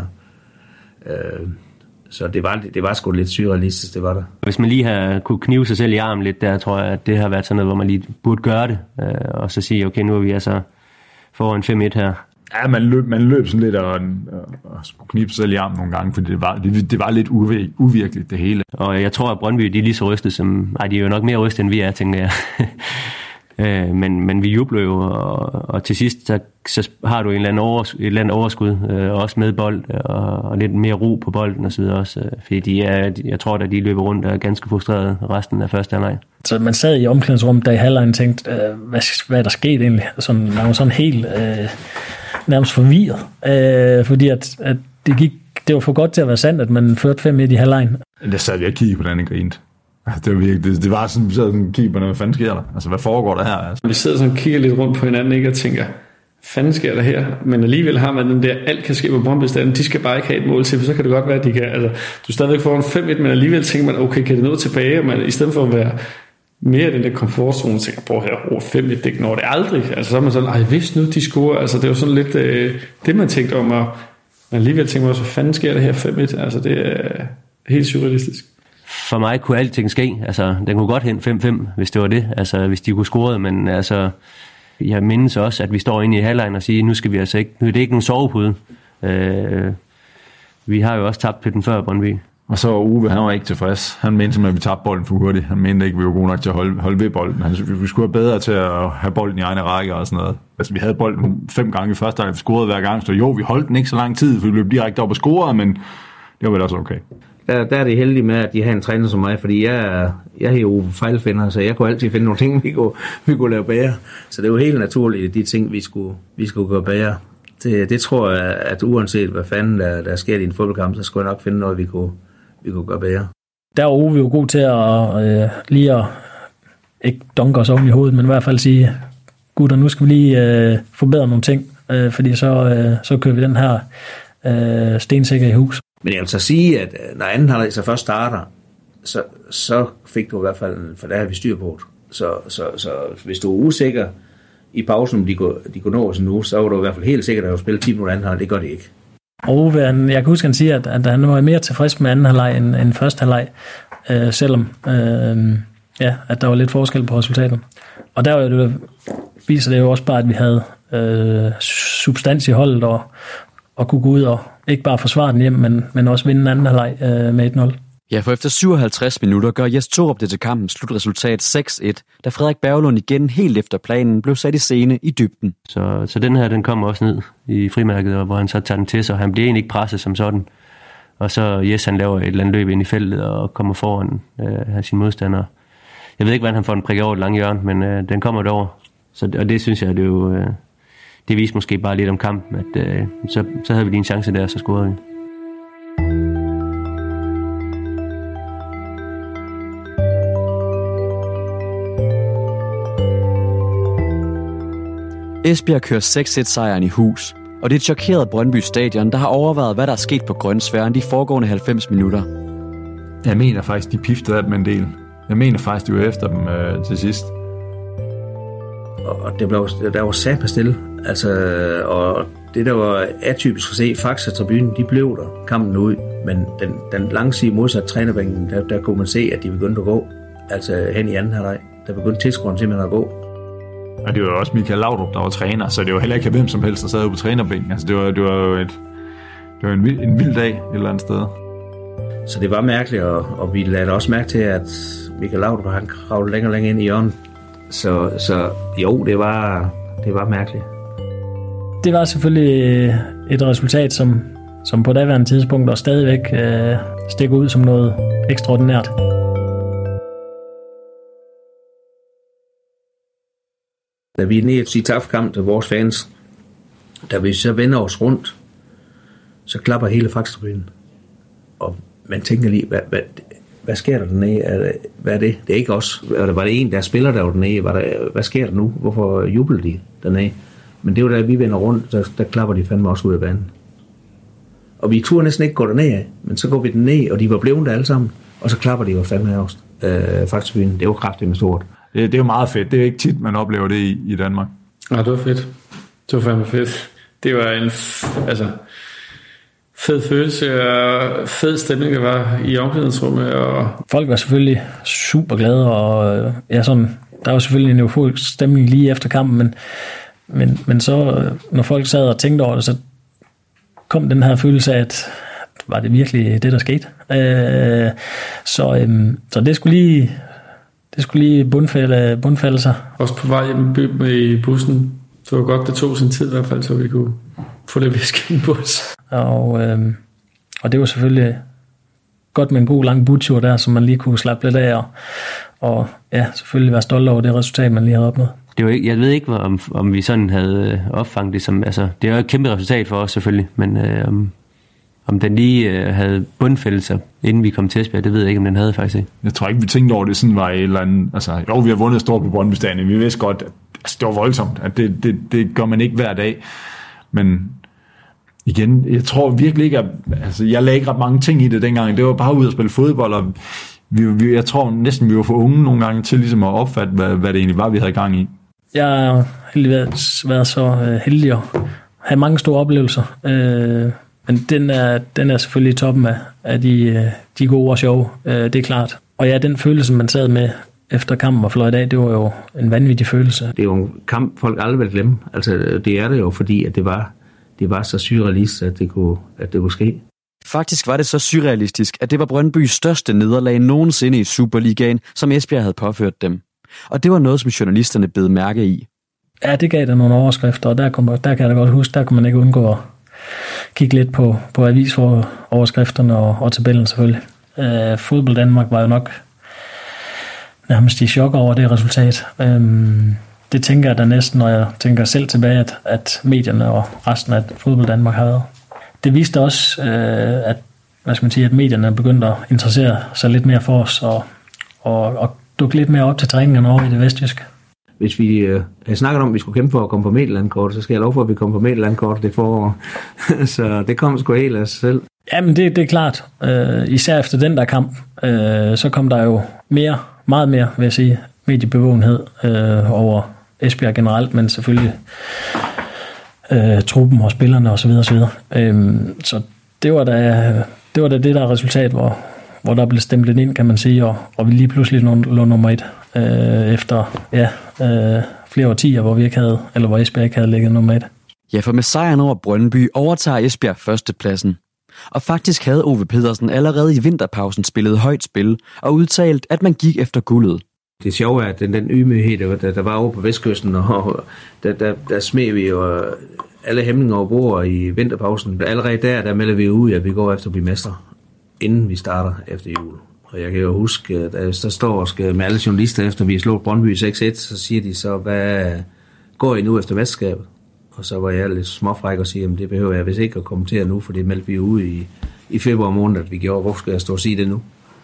Så det var sgu lidt surrealistisk, det var der. Hvis man lige har kunne knive sig selv i armen lidt, der tror jeg, at det har været sådan noget, hvor man lige burde gøre det, og så sige, okay, nu er vi altså foran 5-1 her. Ja, man løb sådan lidt og skulle knibe sig selv i armen nogle gange, fordi det var lidt uvirkeligt, det hele. Og jeg tror, at Brøndby, de er lige så rystet som... de er jo nok mere rystet, end vi er, tænker jeg. Men vi jubler jo, og til sidst så har du et eller andet overskud, også med bold, og lidt mere ro på bolden og så videre også, fordi jeg tror, at de løber rundt og er ganske frustreret resten af første halvleg. Så man sad i omklædningsrummet, da i halvlejen tænkte, hvad er der sket egentlig? Man var sådan helt nærmest forvirret, fordi at det var for godt til at være sandt, at man førte 5-1 i halvlejen. Der sad vi og kiggede på den og grinte. Det var virkelig, det var sådan, vi sad sådan og kiggede på, hvad fanden sker der? Altså, hvad foregår der her? Altså? Vi sidder sådan og kigger lidt rundt på hinanden, ikke, og tænker, fanden sker der her? Men alligevel har man den der, alt kan ske på Brøndby Stadion, de skal bare ikke have et mål til, for så kan det godt være, at de kan, altså, du stadigvæk får en 5-1, men alligevel tænker man, okay, kan det nå tilbage? Og man, i stedet for at være mere i den der komfortzone, tænker, prøv her, 5-1, det når det aldrig. Altså, så er man sådan, hvis nu de scorer, altså, det var sådan lidt det, man tænkte om, og man alligevel tænker også, hvad fanden sker der her 5-1? Altså, det er helt surrealistisk. For mig kunne alting ske. Altså, den kunne godt hen 5-5, hvis det var det. Altså, hvis de kunne score, men altså, jeg mindes også, at vi står inde i halvlejen og siger, nu skal vi altså ikke, nu er det ikke nogen sovepude. Vi har jo også tabt til den før, Brøndby. Og så Uwe, han var ikke tilfreds. Han mente simpelthen, at vi tabte bolden for hurtigt. Han mente ikke, at vi var gode nok til at holde ved bolden. Vi skulle være bedre til at have bolden i egne række og sådan noget. Altså, vi havde bolden 5 gange i første halvleg, vi scorede hver gang. Så jo, vi holdt den ikke så lang tid, for vi løb direkte op og scorede, men det var vel også okay. Der er det heldige med, at de har en træner som mig, fordi jeg er jo fejlfinder, så jeg kunne altid finde nogle ting, vi kunne lave bedre. Så det er jo helt naturligt, de ting, vi skulle gøre bedre. Det tror jeg, at uanset hvad fanden der sker i en fodboldkamp, så skulle jeg nok finde noget, vi kunne gøre bedre. Der var Ove jo god til at lige at ikke dunke os oven i hovedet, men i hvert fald sige, gutter, nu skal vi lige forbedre nogle ting, fordi så kører vi den her stensikker i hus. Men jeg vil så sige, at når anden halvleg så først starter, så fik du i hvert fald, for der har vi styr på det. Så hvis du er usikker i pausen, om de kunne nå os nu, så var du i hvert fald helt sikkert, at du spille 10 minutter anden halvleg. Det gør det ikke. Og jeg kan huske, at han siger, at han var mere tilfreds med anden halvleg end første halvleg, selvom at der var lidt forskel på resultatet. Og der viser det jo også bare, at vi havde substans i holdet og kunne gå ud og ikke bare forsvare den hjem, men også vinde anden halvleg med 1-0. Ja, for efter 57 minutter gør Jes Torup det til kampens slutresultat 6-1, da Frederik Berglund igen helt efter planen blev sat i scene i dybden. Så den her, den kommer også ned i frimærket, hvor han så tager den til sig. Han bliver egentlig ikke presset som sådan. Og så Jes, han laver et eller andet løb ind i feltet og kommer foran af sine modstandere. Jeg ved ikke, hvordan han får den prikket over et langt hjørne, men den kommer derover. Og det synes jeg, det viser måske bare lidt om kampen, at så havde vi lige en chance der, så scorede vi. Esbjerg kører 6-1-sejren i hus, og det er et chokeret Brøndby Stadion, der har overvejet, hvad der er sket på grønsværen de foregående 90 minutter. Jeg mener faktisk, de piftede af dem en del. Jeg mener faktisk, de var efter dem til sidst. Og der var sat stille. Altså, og det der var atypisk at se, Faxe-tribunen, de blev der kampen ud, men den langsige modsat trænerbænken, der kunne man se, at de begyndte at gå, altså hen i anden halvleg. Der begyndte tilskueren simpelthen at gå. Og det var jo også Michael Laudrup, der var træner, så det var heller ikke hvem som helst, der sad på trænerbænken. Altså, det var jo en vild dag et eller andet sted. Så det var mærkeligt, og vi lagde også mærke til, at Michael Laudrup, han kravlede længere ind i hjørnet. Så jo, det var mærkeligt. Det var selvfølgelig et resultat, som på daværende tidspunkt og stadigvæk stikker ud som noget ekstraordinært. Da vi er nede i et CITAF-kamp til vores fans, da vi så vender os rundt, så klapper hele Faxe-tribunen. Og man tænker lige, hvad sker der dernede? Hvad er det? Det er ikke os. Var det en, der spiller der dernede? Hvad sker der nu? Hvorfor jubler de dernede? Men det er jo da vi vender rundt, der klapper de fandme også ud af banen. Og vi turde næsten ikke gå derned af, men så går vi derned, og de var blevet der alle sammen, og så klapper de jo fandme af os. Faxe-tribunen, det er jo kraftigt med stort. Det er jo meget fedt. Det er ikke tit, man oplever det i Danmark. Ja, det var fedt. Det var fandme fedt. Det var en fed følelse og fed stemning, der var i omklædningsrummet. Og folk var selvfølgelig super glade, og der var selvfølgelig en euforisk stemning lige efter kampen, men så, når folk sad og tænkte over det, så kom den her følelse af, at var det virkelig det, der skete? Så det skulle lige bundfælde sig. Også på vej hjem med i bussen. Så var godt, det tog sin tid i hvert fald, så vi kunne få det væske i en bus. Og det var selvfølgelig godt med en god lang budtur der, som man lige kunne slappe lidt af, og ja, selvfølgelig være stolt over det resultat, man lige havde opnået. Det var ikke, jeg ved ikke, om vi sådan havde opfanget det som, altså, det er jo et kæmpe resultat for os selvfølgelig, men om den lige havde bundfældelser, inden vi kom til Esbjerg, det ved jeg ikke, om den havde faktisk ikke. Jeg tror ikke, vi tænkte over det sådan var et eller andet, altså, jo, vi har vundet stort på Brøndby Stadion, vi vidste godt, at det var voldsomt, at det gør man ikke hver dag, men igen, jeg tror virkelig ikke, altså, jeg lagde ikke ret mange ting i det dengang, det var bare ud at spille fodbold, og jeg tror næsten, vi var for unge nogle gange til ligesom at opfatte, hvad det egentlig var, vi havde gang i. Jeg har heldigvis været så heldig at have mange store oplevelser, men den er selvfølgelig i toppen af de gode og sjove, det er klart. Og ja, den følelse, man sad med efter kampen var fløjt af, det var jo en vanvittig følelse. Det er jo en kamp, folk aldrig vil glemme. Altså, det er det jo, fordi at det var så surrealistisk, at det kunne ske. Faktisk var det så surrealistisk, at det var Brøndbys største nederlag nogensinde i Superligaen, som Esbjerg havde påført dem. Og det var noget, som journalisterne bed mærke i. Ja, det gav der nogle overskrifter, og der kan jeg da godt huske, der kunne man ikke undgå at kigge lidt på avisoverskrifterne og tabellen selvfølgelig. Fodbold Danmark var jo nok nærmest i chok over det resultat. Det tænker jeg da næsten, når jeg tænker selv tilbage, at medierne og resten af Fodbold Danmark har været. Det viste også, at medierne begyndte at interessere sig lidt mere for os og dukke lidt mere op til træningerne over i det vestjyske. Hvis vi snakker om, at vi skulle kæmpe for at komme på Midtjylland-kort, så skal jeg lov for, at vi kommer på Midtjylland-kort det forår. Så det kom sgu helt af sig selv. Jamen, det er klart. Især efter den der kamp, så kom der jo meget mere, vil jeg sige, mediebevågenhed over Esbjerg generelt, men selvfølgelig truppen og spillerne osv. Så det var da det der er resultat, hvor der blev stemt ind, kan man sige, og vi lige pludselig lå nummer 1 efter flere årtier, hvor Esbjerg ikke havde ligget nummer 1. Ja, for med sejren over Brøndby overtager Esbjerg førstepladsen. Og faktisk havde Ove Pedersen allerede i vinterpausen spillet højt spil og udtalt, at man gik efter guldet. Det sjove er, at den ydmyghed, der var over på Vestkysten, og der smed vi jo alle hæmninger over bord i vinterpausen. Allerede der melder vi ud, at vi går efter at blive mestre, inden vi starter efter jul. Og jeg kan jo huske, at der står og skal med alle journalister, efter vi har slået Brøndby 6-1, så siger de så, hvad går I nu efter mesterskabet? Og så var jeg lidt småfræk og sige, at det behøver jeg vist ikke at kommentere nu, for det meldte vi ud i februar måned, at vi gjorde. Hvorfor skal jeg stå og sige det nu?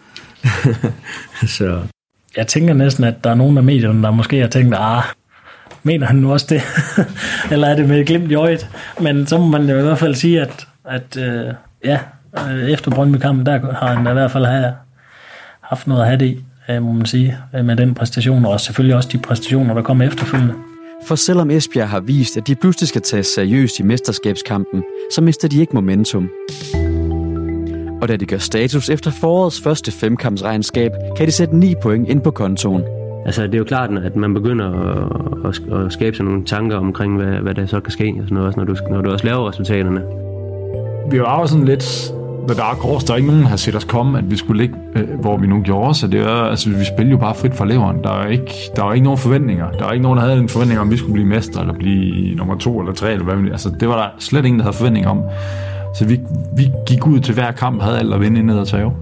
Så. Jeg tænker næsten, at der er nogle af medierne, der måske har tænkt, mener han nu også det? Eller er det med et glimt i øjet? Men så må man jo i hvert fald sige, at efter Brøndby-kampen, der har han i hvert fald haft noget at have det i, må man sige, med den præstation, og selvfølgelig også de præstationer, der kommer efterfølgende. For selvom Esbjerg har vist, at de pludselig skal tages seriøst i mesterskabskampen, så mister de ikke momentum. Og da de gør status efter forårets første 5-kampsregnskab, kan de sætte 9 point ind på kontoen. Altså, det er jo klart, at man begynder at skabe sig nogle tanker omkring, hvad der så kan ske, og sådan noget, når du også laver resultaterne. Vi var jo sådan lidt the dark horse. Der er ikke nogen, der har set os komme, at vi skulle ligge, hvor vi nu gjorde. Så det er, altså, vi spillede jo bare frit fra leveren. Der var ikke nogen forventninger. Der var ikke nogen, der havde en forventning om, at vi skulle blive mestre, eller blive nummer 2 eller 3, eller hvad. Altså, det var der slet ingen, der havde forventning om. Så vi gik ud til hver kamp, havde alt at vinde indad og tage.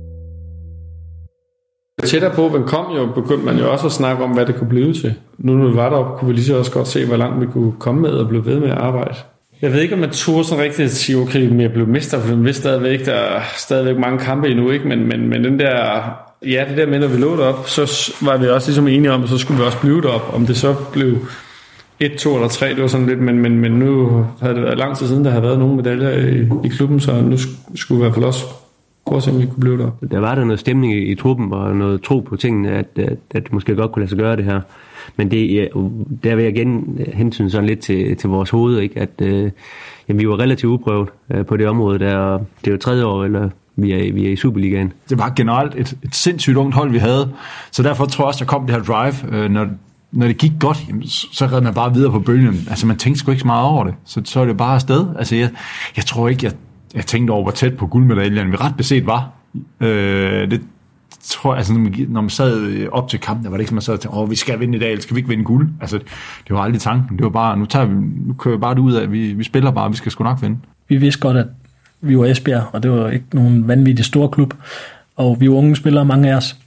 Tættere på, hvem kom jo, begyndte man jo også at snakke om, hvad det kunne blive til. Nu når vi var deroppe, kunne vi lige så også godt se, hvor langt vi kunne komme med og blive ved med at arbejde. Jeg ved ikke, om man turde sådan rigtigt at sige, okay, men jeg blev mester, for vi vidste stadigvæk, der er stadigvæk mange kampe endnu, ikke? Men den der, det der med, når vi lå derop, så var vi også ligesom enige om, at så skulle vi også blive derop. Om det så blev 1, 2 eller 3, det var sådan lidt, men nu havde det været lang tid siden, der havde været nogle medaljer i klubben, så nu skulle vi i hvert fald også prøve at se, om vi kunne blive derop. Der var der noget stemning i truppen, og noget tro på tingene, at det måske godt kunne lade sig gøre det her. Men der vil jeg igen hensyn sådan lidt til vores hoved, ikke? At vi var relativt uprøvet på det område der. Det er jo 3. år, eller vi er i Superligaen. Det var generelt et sindssygt ungt hold, vi havde. Så derfor tror jeg også, der kom det her drive. Når det gik godt, så redde man bare videre på bølgen. Altså man tænkte sgu ikke så meget over det. Så er det bare afsted. Altså jeg tror ikke, jeg tænkte over, hvor tæt på guldmedaljen vi ret beset var. Det tror jeg, altså når man sad op til kampen, var det ikke som man sad og tænkte, vi skal vinde i dag, eller skal vi ikke vinde guld? Altså det var aldrig tanken. Det var bare, nu kører vi bare det ud af, vi spiller bare, vi skal sgu nok vinde. Vi vidste godt, at vi var Esbjerg, og det var ikke nogen vanvittig stor klub, og vi var unge spillere, mange af os.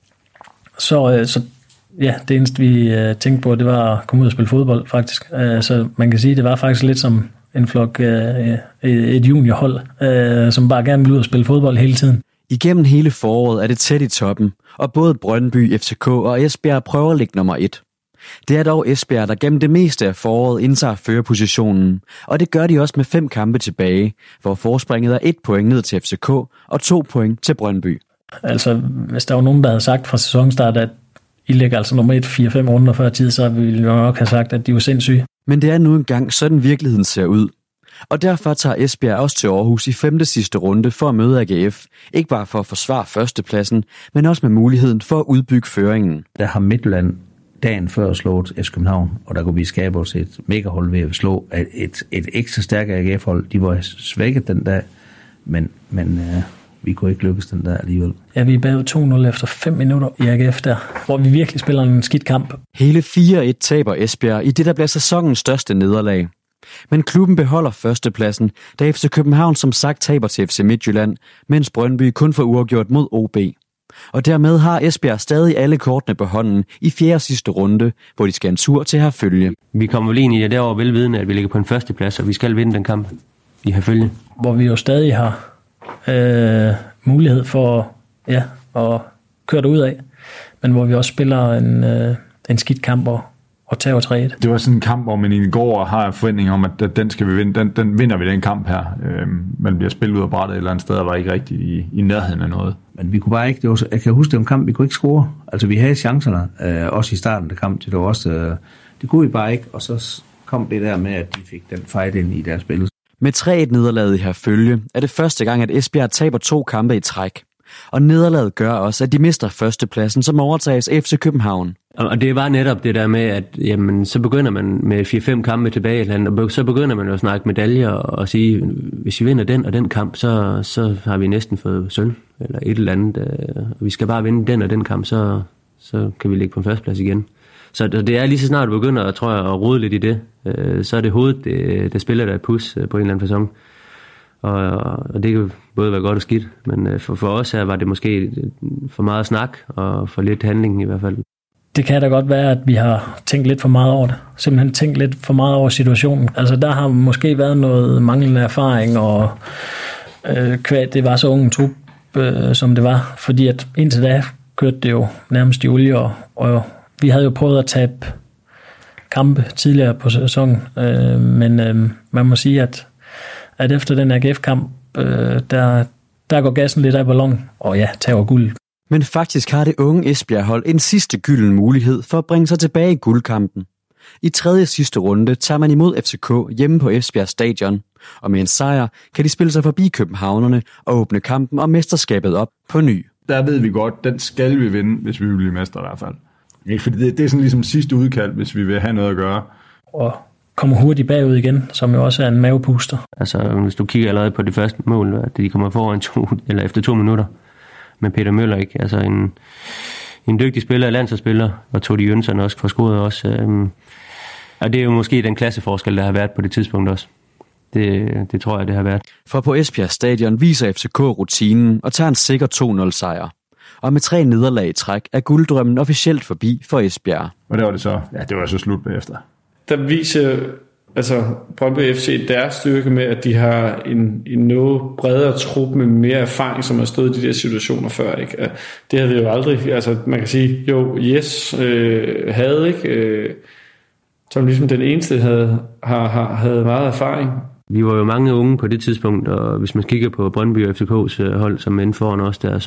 Så det eneste vi tænkte på, det var at komme ud og spille fodbold, faktisk. Så man kan sige, det var faktisk lidt som en flok, et juniorhold, som bare gerne ville ud og spille fodbold hele tiden. Igennem hele foråret er det tæt i toppen, og både Brøndby, FCK og Esbjerg prøver at ligge nummer 1. Det er dog Esbjerg, der gennem det meste af foråret indtager førerpositionen, og det gør de også med 5 kampe tilbage, hvor forspringet er 1 point ned til FCK og 2 point til Brøndby. Altså, hvis der var nogen, der havde sagt fra sæsonstart, at I ligger altså nummer 1 4-5 runder før tid, så ville vi nok have sagt, at de var sindssyge. Men det er nu engang sådan virkeligheden ser ud. Og derfor tager Esbjerg også til Aarhus i 5. sidste runde for at møde AGF. Ikke bare for at forsvare førstepladsen, men også med muligheden for at udbygge føringen. Der har Midtjylland dagen før slået FC København, og der kunne vi skabe os et megahold ved at slå et ekstra stærkt AGF-hold. De var svækket den dag, Men vi kunne ikke lykkes den der alligevel. Ja, vi er bagud 2-0 efter 5 minutter i AGF der, hvor vi virkelig spiller en skidt kamp. Hele 4-1 taber Esbjerg i det, der bliver sæsonens største nederlag. Men klubben beholder førstepladsen, da FC København som sagt taber til FC Midtjylland, mens Brøndby kun får uafgjort mod OB. Og dermed har Esbjerg stadig alle kortene på hånden i 4. sidste runde, hvor de skal en tur til Herfølge. Vi kommer lige ind i det derovre velvidende, at vi ligger på en førsteplads, og vi skal vinde den kamp i Herfølge. Hvor vi jo stadig har mulighed for at køre derud af, men hvor vi også spiller en skidt kamp og tager 3-1. Det var sådan en kamp, hvor man i går har en forventning om, at den skal vi vinde. Den vinder vi, den kamp her. Man bliver spillet ud af brættet et eller andet sted, og var ikke rigtig i nærheden af noget. Men vi kunne bare ikke, jeg kan huske det om kamp, vi kunne ikke score. Altså vi havde chancerne, også i starten af kampen, det var også, det kunne vi bare ikke, og så kom det der med, at de fik den fight ind i deres spil. Med 3-1 nederlaget i Herfølge er det første gang, at Esbjerg taber 2 kampe i træk. Og nederlaget gør også, at de mister førstepladsen, som overtages af FC København. Og det var netop det der med, at jamen, så begynder man med 4-5 kampe tilbage, og så begynder man jo at snakke medaljer og sige, hvis vi vinder den og den kamp, så har vi næsten fået sølv eller et eller andet. Og vi skal bare vinde den og den kamp, så kan vi ligge på en førsteplads igen. Så det er lige så snart du begynder, tror jeg, at rode lidt i det, så er det hovedet, der spiller der et pus på en eller anden facon. Og det kan både være godt og skidt, men for os her var det måske for meget snak og for lidt handling i hvert fald. Det kan da godt være, at vi har tænkt lidt for meget over det. Simpelthen tænkt lidt for meget over situationen. Altså der har måske været noget manglende erfaring, og det var så ung en trup, som det var. Fordi at indtil da kørte det jo nærmest i olie, og vi havde jo prøvet at tabe kampe tidligere på sæsonen. Men man må sige, at efter den AGF-kamp, der går gassen lidt af ballonen, og ja, tager guld. Men faktisk har det unge Esbjerg-hold en sidste gylden mulighed for at bringe sig tilbage i guldkampen. I 3. sidste runde tager man imod FCK hjemme på Esbjerg Stadion, og med en sejr kan de spille sig forbi københavnerne og åbne kampen og mesterskabet op på ny. Der ved vi godt, den skal vi vinde, hvis vi vil blive mester i hvert fald. Ikke, fordi det er sådan ligesom sidste udkald, hvis vi vil have noget at gøre. Og kommer hurtigt bagud igen, som jo også er en mavepuster. Altså, hvis du kigger allerede på det første mål, at de kommer foran efter 2 minutter med Peter Møller, ikke? Altså en dygtig spiller, landsholdsspiller, og Todi Jønsson også fra scoret også. Og det er jo måske den klasseforskel, der har været på det tidspunkt også. Det tror jeg, det har været. For på Esbjerg Stadion viser FCK rutinen og tager en sikker 2-0 sejr. Og med 3 nederlag i træk er gulddrømmen officielt forbi for Esbjerg. Og det var det så. Ja, det var så slut bagefter. Der viser Brøndby FC deres styrke med, at de har en noget bredere trup med mere erfaring, som har stået i de der situationer før. Ikke? Det havde vi jo aldrig. Altså, man kan sige, havde ikke. Som ligesom den eneste havde meget erfaring. Vi var jo mange unge på det tidspunkt, og hvis man kigger på Brøndby og FCK's hold, som endte foran os der,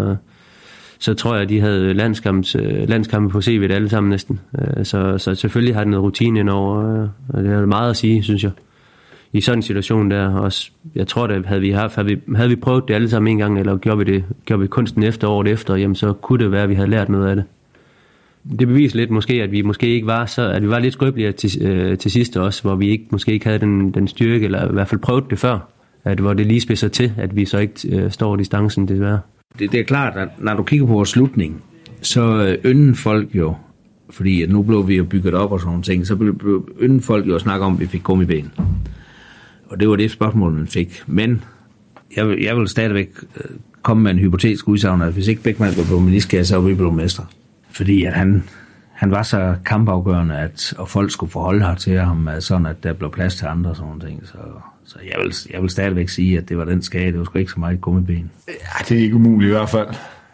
så tror jeg, at de havde landskampe på CV'et alle sammen næsten. Så selvfølgelig har det noget rutine indover, og det har meget at sige, synes jeg. I sådan en situation der også, jeg tror, at havde vi prøvet det alle sammen en gang, eller gjorde vi kunsten efter året efter, jamen så kunne det være, at vi havde lært noget af det. Det beviser lidt måske, at vi måske ikke var så, at vi var lidt skrøbelige til sidst også, hvor vi måske ikke havde den styrke, eller i hvert fald prøvet det før, hvor det lige spidser til, at vi så ikke står distancen, desværre. Det er klart, at når du kigger på vores slutning, så ynden folk jo, fordi at nu blev vi jo bygget op og sådan nogle ting, så blev ynden folk jo at snakke om, at vi fik gummiben. Og det var det spørgsmål, man fik. Men jeg vil stadigvæk komme med en hypotetisk udsagn, at hvis ikke Bækman var på meniskære, så var vi blevet mestre. Fordi at han var så kampafgørende, og folk skulle forholde her til ham, sådan at der blev plads til andre og sådan nogle ting. Så jeg vil stadigvæk sige, at det var den skade. Det var sgu ikke så meget gummiben. Ja, det er ikke umuligt i hvert fald.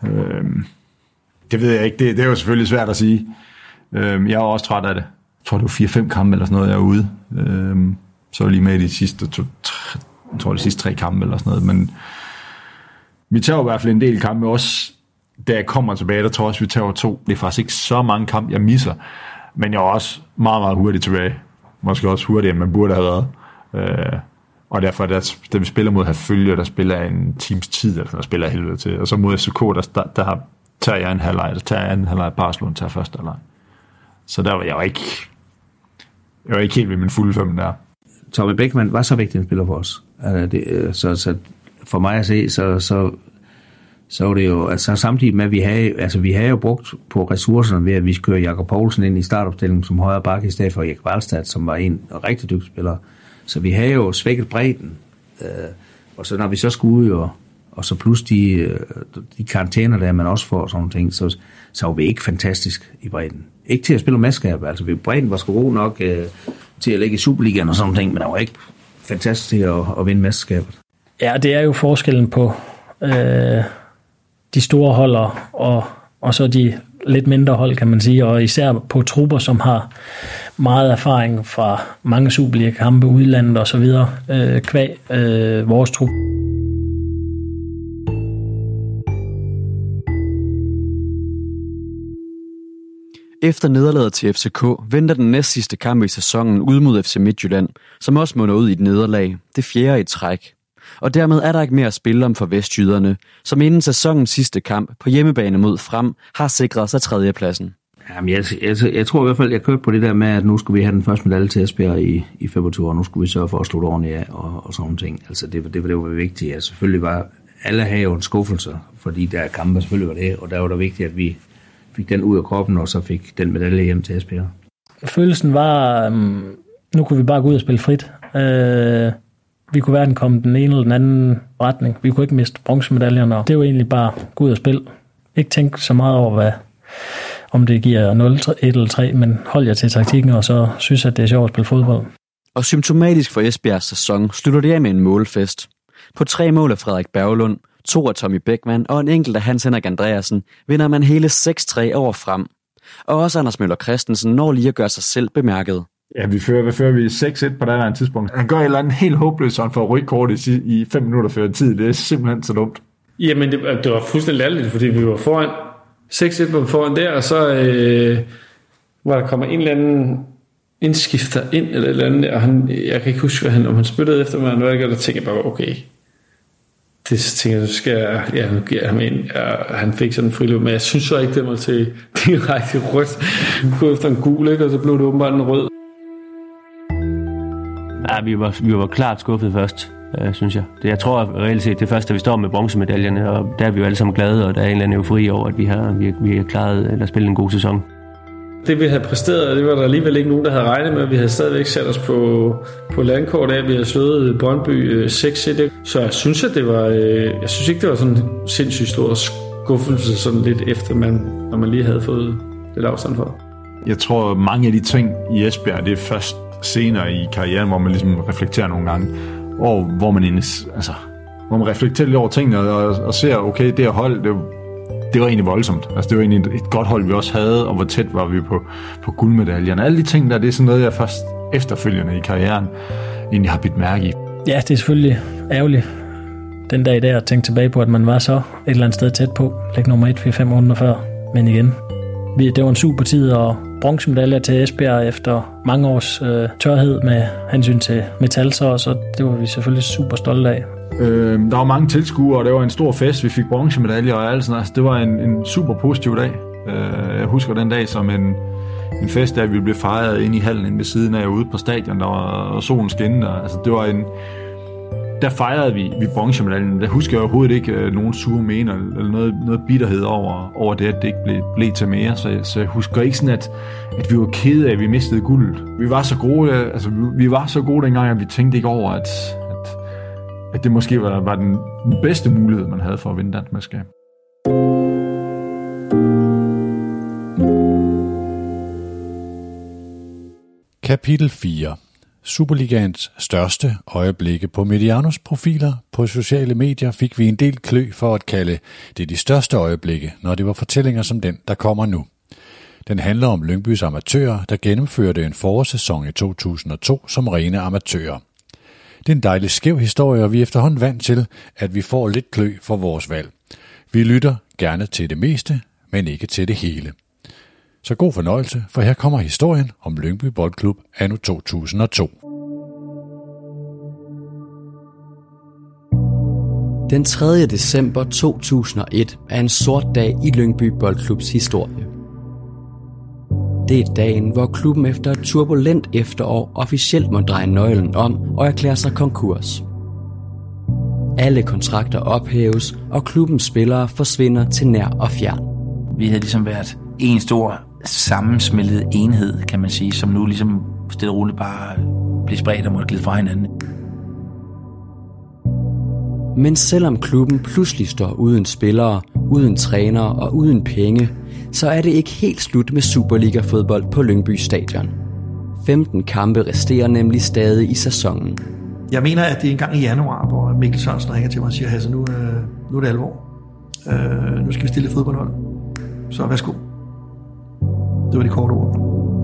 Det ved jeg ikke. Det er jo selvfølgelig svært at sige. Jeg er også træt af det. Jeg tror, det var 4-5 kampe eller sådan noget, jeg er ude. Så var lige med i de sidste, de sidste 3 kampe eller sådan noget. Men vi tager i hvert fald en del kampe også. Da jeg kommer tilbage, der tror jeg også, vi tager 2. Det er faktisk ikke så mange kampe, jeg misser. Men jeg er også meget, meget hurtigt tilbage. Måske også hurtigere, end man burde have været. Og derfor, da vi spiller mod Herfølge, der spiller jeg en times tid, der spiller jeg helvede til. Og så mod FCK, der tager jeg en halvleg, der tager jeg en halvleg, Barcelona tager første halvleg. Så der var jeg var ikke helt ved min fulde 5 der. Tommy Bækman var så vigtig en spiller for os. Så for mig at se, så var det jo, altså samtidig med, at vi havde jo brugt på ressourcerne ved, at vi kører Jakob Poulsen ind i startopstillingen som højre bakke i stedet for Erik Wallstad, som var en rigtig dygtig spiller. Så vi havde jo svækket bredden. Og så når vi så skulle ud, og så plus de karantæner der, man også får sådan nogle ting, så var vi ikke fantastisk i bredden. Ikke til at spille mesterskab, altså bredden var sgu god nok til at ligge i Superligaen og sådan ting, men der var ikke fantastisk til at vinde mesterskabet. Ja, det er jo forskellen på de store hold og så de lidt mindre hold, kan man sige, og især på trupper, som har meget erfaring fra mange Superliga-kampe, udlandet og så videre, kvæg vores trup. Efter nederlaget til FCK venter den næstsidste kamp i sæsonen ud mod FC Midtjylland, som også munder ud i et nederlag, det 4. i træk. Og dermed er der ikke mere at spille om for vestjyderne, som inden sæsonens sidste kamp på hjemmebane mod Frem har sikret sig 3. pladsen. Jamen, jeg tror i hvert fald, jeg købte på det der med, at nu skulle vi have den første medalje til Esbjerg i 25 år, nu skulle vi sørge for at slutte ordentligt af og sådan nogle ting. Altså det var vigtigt. Altså, selvfølgelig var alle havde jo en skuffelse, fordi der kampe selvfølgelig var det, og der var det vigtigt, at vi fik den ud af kroppen, og så fik den medalje hjem til Esbjerg. Følelsen var, nu kunne vi bare gå ud og spille frit. Vi kunne hverken komme den ene eller den anden retning. Vi kunne ikke miste bronzemedaljerne, og det var egentlig bare gå ud og spille. Ikke tænke så meget over, om det giver 0, 1 eller 3, men hold jer til taktikken, og så synes at det er sjovt at spille fodbold. Og symptomatisk for Esbjergs sæson slutter det af med en målfest. På 3 mål af Frederik Berglund, 2 af Tommy Beckmann og en enkelt af Hans Henrik Andreasen vinder man hele 6-3 over Frem. Og også Anders Møller Christensen når lige at gøre sig selv bemærket. Ja, vi fører 6-1 på det her tidspunkt. Han gør et eller andet helt håbløst, han får rødt kort i 5 minutter før tid. Det er simpelthen så dumt. Jamen, det var fuldstændig latterligt, fordi vi var foran 6-1 var foran der, og så hvor der kommer en eller anden indskifter ind, eller et eller andet, og jeg kan ikke huske, om han spyttede efter mig, og der tænkte jeg bare, okay, det tænker jeg, så skal jeg nu giver ham ind, og han fik sådan en friløb, men jeg synes så ikke, det var til direkte rødt, gå efter en gul, ikke? Og så blev det åbenbart en rød. Ja, vi var klart skuffet først, synes jeg. Jeg tror reelt set, det første, vi står med bronzemedaljerne, og der er vi jo alle sammen glade, og der er en eller anden eufori over, at vi har klaret eller spillet en god sæson. Det vi havde præsteret, det var der alligevel ikke nogen, der havde regnet med. Vi havde stadigvæk sat os på landkort af, vi havde slået Brøndby 6-1. Så jeg synes, at det var, jeg synes ikke, det var sådan en sindssygt stor skuffelse, sådan lidt efter, når man lige havde fået lidt afstand for. Jeg tror, mange af de ting i Esbjerg, det er først senere i karrieren, hvor man ligesom reflekterer nogle gange, og hvor man reflekterer lidt over tingene og ser, okay, det her hold, det var egentlig voldsomt. Altså, det var egentlig et godt hold, vi også havde, og hvor tæt var vi på guldmedaljerne. Alle de ting der, det er sådan noget, jeg først efterfølgende i karrieren egentlig har bidt mærke i. Ja, det er selvfølgelig ærgerligt den dag i dag at tænke tilbage på, at man var så et eller andet sted tæt på. Læg nummer 1, 4-5 måneder før. Men igen, det var en super tid, og bronzemedaljer til Esbjerg efter mange års tørhed med hensyn til metal, så det var vi selvfølgelig super stolte af. Der var mange tilskuere, og det var en stor fest. Vi fik bronzemedaljer og alt sådan. Altså, det var en super positiv dag. Jeg husker den dag som en fest, der vi blev fejret inde i hallen inde ved siden af ude på stadion, der var solen skinnende. Altså, det var der fejrede vi bronzemedaljen. Der husker jeg overhovedet ikke nogen sure mener eller noget bitterhed over det, at det ikke blev til mere. Så jeg husker ikke sådan, at vi var kede af, at vi mistede guld. Vi var så gode dengang, at vi tænkte ikke over, at det måske var den bedste mulighed, man havde for at vinde dansk mesterskab. Kapitel 4. Superligaens største øjeblikke. På Medianos profiler på sociale medier fik vi en del klø for at kalde det de største øjeblikke, når det var fortællinger som den, der kommer nu. Den handler om Lyngbys amatører, der gennemførte en forårssæson i 2002 som rene amatører. Det er en dejlig skæv historie, og vi er efterhånden vant til, at vi får lidt klø for vores valg. Vi lytter gerne til det meste, men ikke til det hele. Så god fornøjelse, for her kommer historien om Lyngby Boldklub anno 2002. Den 3. december 2001 er en sort dag i Lyngby Boldklubs historie. Det er dagen, hvor klubben efter et turbulent efterår officielt må dreje nøglen om og erklære sig konkurs. Alle kontrakter ophæves, og klubbens spillere forsvinder til nær og fjern. Vi havde ligesom været en stor sammensmeltet enhed, kan man sige, som nu ligesom stille og roligt bare blev spredt og måtte glide fra hinanden. Men selvom klubben pludselig står uden spillere, uden trænere og uden penge, så er det ikke helt slut med Superliga-fodbold på Lyngby Stadion. 15 kampe resterer nemlig stadig i sæsonen. Jeg mener, at det er en gang i januar, hvor Mikkel Sørensen ringer til mig og siger, Hasse, nu er det alvor. Nu skal vi stille et fodboldhold. Så værsgo. Det var de korte ord.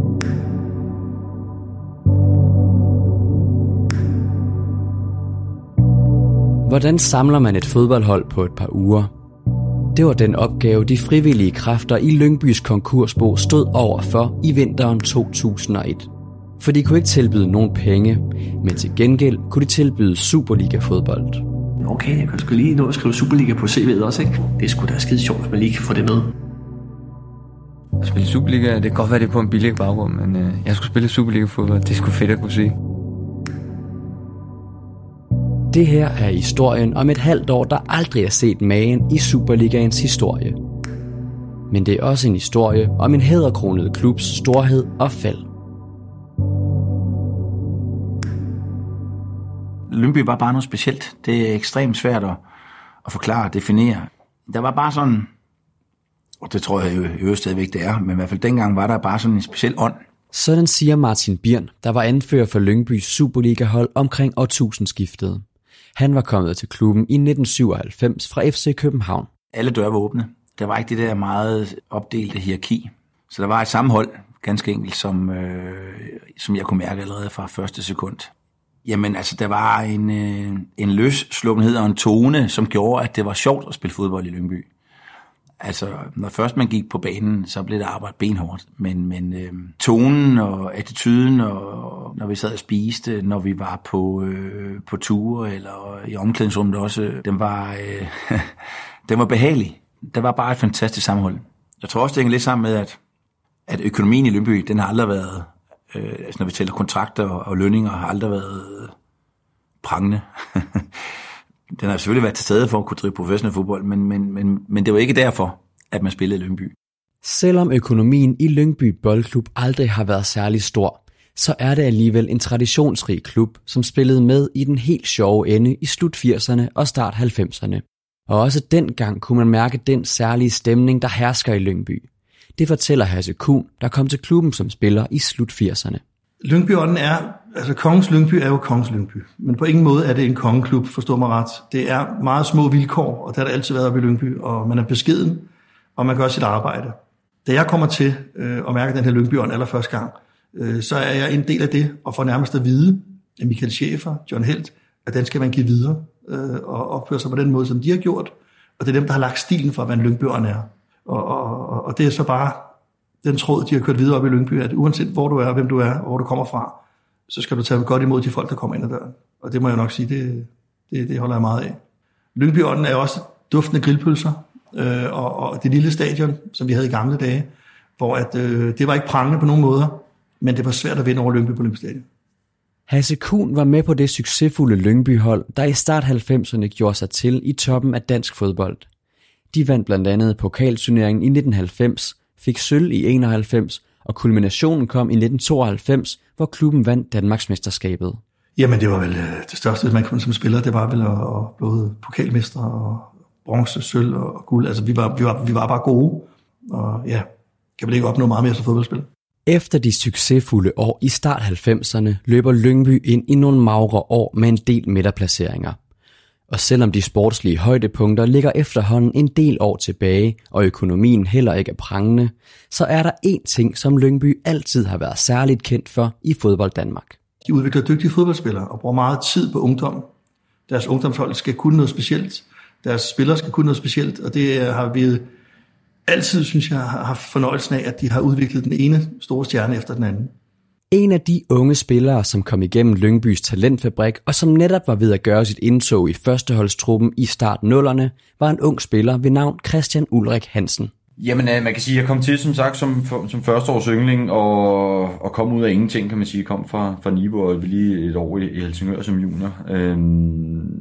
Hvordan samler man et fodboldhold på et par uger? Det var den opgave, de frivillige kræfter i Lyngbys konkursbo stod over for i vinteren 2001. For de kunne ikke tilbyde nogen penge, men til gengæld kunne de tilbyde Superliga-fodbold. Okay, jeg kan sgu lige nå at skrive Superliga på CV'et også, ikke? Det er sgu da skide sjovt, hvis man lige kan få det med. At spille Superliga, det kan godt være, det er på en billig baggrund, men jeg skulle spille Superliga-fodbold. Det er sgu fedt at kunne se. Det her er historien om et halvt år, der aldrig er set magen i Superligaens historie. Men det er også en historie om en hæderkronet klubs storhed og fald. Lyngby var bare noget specielt. Det er ekstremt svært at forklare og definere. Der var bare sådan, og det tror jeg jo stadigvæk det er, men i hvert fald dengang var der bare sådan en speciel ånd. Sådan siger Martin Birn, der var anfører for Lyngbys Superliga-hold omkring årtusindskiftet. Han var kommet til klubben i 1997 fra FC København. Alle døre var åbne. Der var ikke det der meget opdelte hierarki. Så der var et sammenhold, ganske enkelt, som jeg kunne mærke allerede fra første sekund. Jamen altså, der var en løssluppenhed og en tone, som gjorde, at det var sjovt at spille fodbold i Lyngby. Altså, når først man gik på banen, så blev det arbejdet benhårdt. Men tonen og attituden, og når vi sad og spiste, når vi var på ture, eller i omklædningsrummet også, den var behagelig. Der var bare et fantastisk sammenhold. Jeg tror også, det hænger lidt sammen med, at økonomien i Lyngby, den har aldrig været, altså når vi tæller kontrakter og lønninger, har aldrig været prangende. Den har selvfølgelig været til stede for at kunne drive professionel fodbold, men det var ikke derfor, at man spillede i Lyngby. Selvom økonomien i Lyngby Boldklub aldrig har været særlig stor, så er det alligevel en traditionsrig klub, som spillede med i den helt sjove ende i slut 80'erne og start 90'erne. Og også dengang kunne man mærke den særlige stemning, der hersker i Lyngby. Det fortæller Hasse Kuhn, der kom til klubben som spiller i slut 80'erne. Lyngbyånden er, altså Kongens Lyngby er jo Kongens Lyngby, men på ingen måde er det en kongeklub, forstår mig ret. Det er meget små vilkår, og det har der altid været oppe i Lyngby, og man er beskeden, og man gør sit arbejde. Da jeg kommer til at mærke den her Lyngbyånd allerførste gang, så er jeg en del af det, og får nærmest at vide af Michael Schäfer, John Helt, at den skal man give videre, og opføre sig på den måde, som de har gjort, og det er dem, der har lagt stilen for, hvad en Lyngbyånd er. Og det er så bare den tråd, de har kørt videre op i Lyngby, at uanset hvor du er, hvem du er, og hvor du kommer fra, så skal du tage godt imod de folk, der kommer ind ad døren. Og det må jeg nok sige, det holder jeg meget af. Lyngbyånden er også duftende grillpølser, og det lille stadion, som vi havde i gamle dage, hvor det var ikke prangende på nogen måder, men det var svært at vinde over Lyngby på Lyngby Stadion. Hasse Kuhn var med på det succesfulde Lyngby-hold, der i start 90'erne gjorde sig til i toppen af dansk fodbold. De vandt blandt andet pokalturneringen i 1990, fik sølv i 91, og kulminationen kom i 1992, hvor klubben vandt Danmarksmesterskabet. Jamen det var vel det største, man kunne som spiller, det var vel at både pokalmester og bronze, sølv og guld. Altså vi var bare gode, og ja, kan vel ikke opnå meget mere som fodboldspiller. Efter de succesfulde år i start 90'erne løber Lyngby ind i nogle magre år med en del midterplaceringer. Og selvom de sportslige højdepunkter ligger efterhånden en del år tilbage, og økonomien heller ikke er prangende, så er der én ting, som Lyngby altid har været særligt kendt for i fodbold Danmark. De udvikler dygtige fodboldspillere og bruger meget tid på ungdom. Deres ungdomshold skal kunne noget specielt. Deres spillere skal kunne noget specielt, og det har vi altid, synes jeg, har haft fornøjelsen af, at de har udviklet den ene store stjerne efter den anden. En af de unge spillere, som kom igennem Lyngbys talentfabrik, og som netop var ved at gøre sit indtog i førsteholdstruppen i start 0'erne, var en ung spiller ved navn Christian Ulrik Hansen. Jamen, man kan sige, at jeg kom til, som sagt, som førsteårs yngling, og kom ud af ingenting, kan man sige. Kom fra Niveau og lige et år i Helsingør som junior.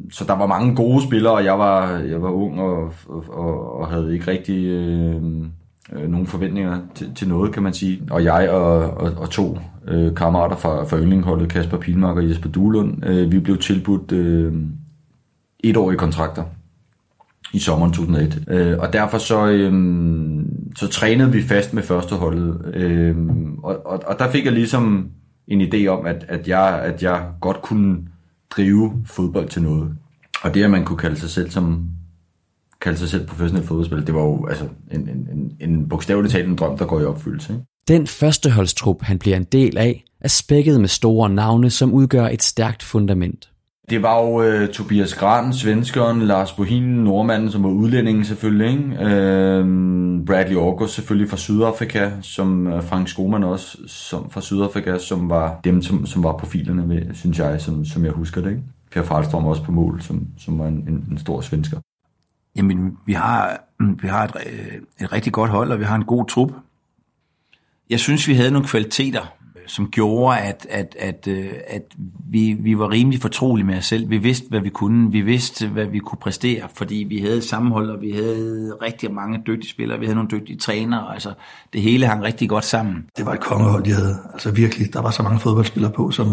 så der var mange gode spillere, og jeg var ung og havde ikke rigtig nogen forventninger til noget, kan man sige. Og jeg og to kammerater fra yndlingholdet, Kasper Pilmark og Jesper Duelund, vi blev tilbudt 1-årige kontrakter i sommeren 2001. Og derfor så trænede vi fast med førsteholdet. Og der fik jeg ligesom en idé om, at jeg godt kunne drive fodbold til noget. Og det, at man kunne kalde sig selv professionel fodboldspiller, det var jo altså en bogstaveligt talt en drøm, der går i opfyldelse. Ikke? Den førsteholdstrup, han bliver en del af, er spækket med store navne, som udgør et stærkt fundament. Det var jo Tobias Gran, svenskeren, Lars Bohin, nordmanden, som var udlændingen selvfølgelig, ikke? Bradley August selvfølgelig fra Sydafrika, som Frank Skoman også som fra Sydafrika, som var dem, som var profilerne med, synes jeg, som jeg husker det. Ikke? Per Falstrøm også på mål, som var en stor svensker. Jamen, vi har et rigtig godt hold, og vi har en god trup. Jeg synes, vi havde nogle kvaliteter, som gjorde, at vi var rimelig fortrolige med os selv. Vi vidste, hvad vi kunne. Vi vidste, hvad vi kunne præstere, fordi vi havde sammenhold, og vi havde rigtig mange dygtige spillere. Vi havde nogle dygtige trænere. Altså, det hele hang rigtig godt sammen. Det var et kongehold, de havde. Altså virkelig, der var så mange fodboldspillere på, som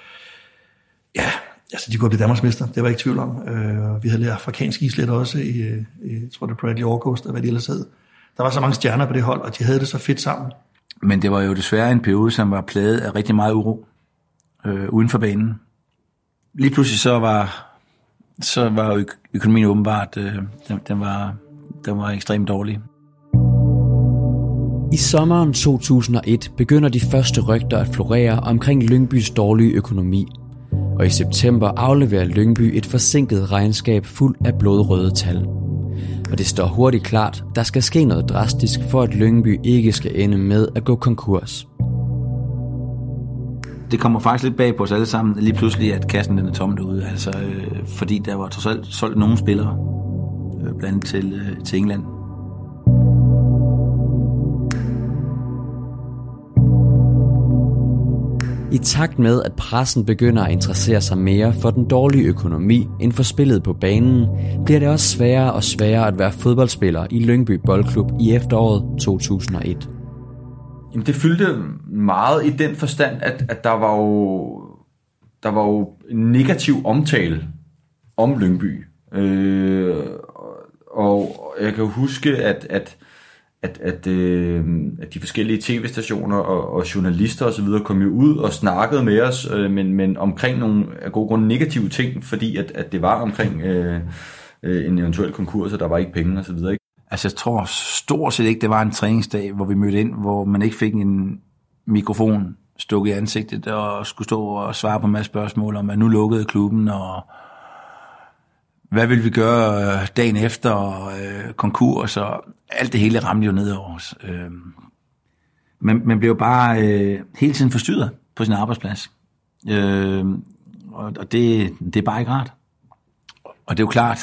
de kunne blive Danmarksmester. Det var jeg ikke tvivl om. Vi havde lidt afrikansk islet også i jeg tror det Bradley August, og hvad de ellers hed. Der var så mange stjerner på det hold, og de havde det så fedt sammen. Men det var jo desværre en periode, som var plaget af rigtig meget uro uden for banen. Lige pludselig så var økonomien åbenbart, den var ekstremt dårlig. I sommeren 2001 begynder de første rygter at florere omkring Lyngbys dårlige økonomi. Og i september afleverer Lyngby et forsinket regnskab fuld af blodrøde tal. Og det står hurtigt klart, der skal ske noget drastisk, for at Lyngby ikke skal ende med at gå konkurs. Det kommer faktisk lidt bag på os alle sammen, lige pludselig, at kassen den er tom derude. Altså, fordi der var trods alt solgt nogle spillere, blandt til England. I takt med, at pressen begynder at interessere sig mere for den dårlige økonomi end for spillet på banen, bliver det også sværere og sværere at være fodboldspiller i Lyngby Boldklub i efteråret 2001. Jamen, det fyldte meget i den forstand, at der var jo en negativ omtale om Lyngby. Og jeg kan huske, at de forskellige tv-stationer og journalister og så videre kom jo ud og snakkede med os, men omkring nogle af gode grunde negative ting, fordi at det var omkring en eventuel konkurs, og der var ikke penge og så videre. Ikke? Altså jeg tror stort set ikke, det var en træningsdag, hvor vi mødte ind, hvor man ikke fik en mikrofon stukket i ansigtet og skulle stå og svare på en masse spørgsmål om, at nu lukkede klubben, og hvad vil vi gøre dagen efter konkurs, og alt det hele ramte jo ned over os. Man blev bare hele tiden forstyrret på sin arbejdsplads. Og det er bare ikke rart. Og det er jo klart,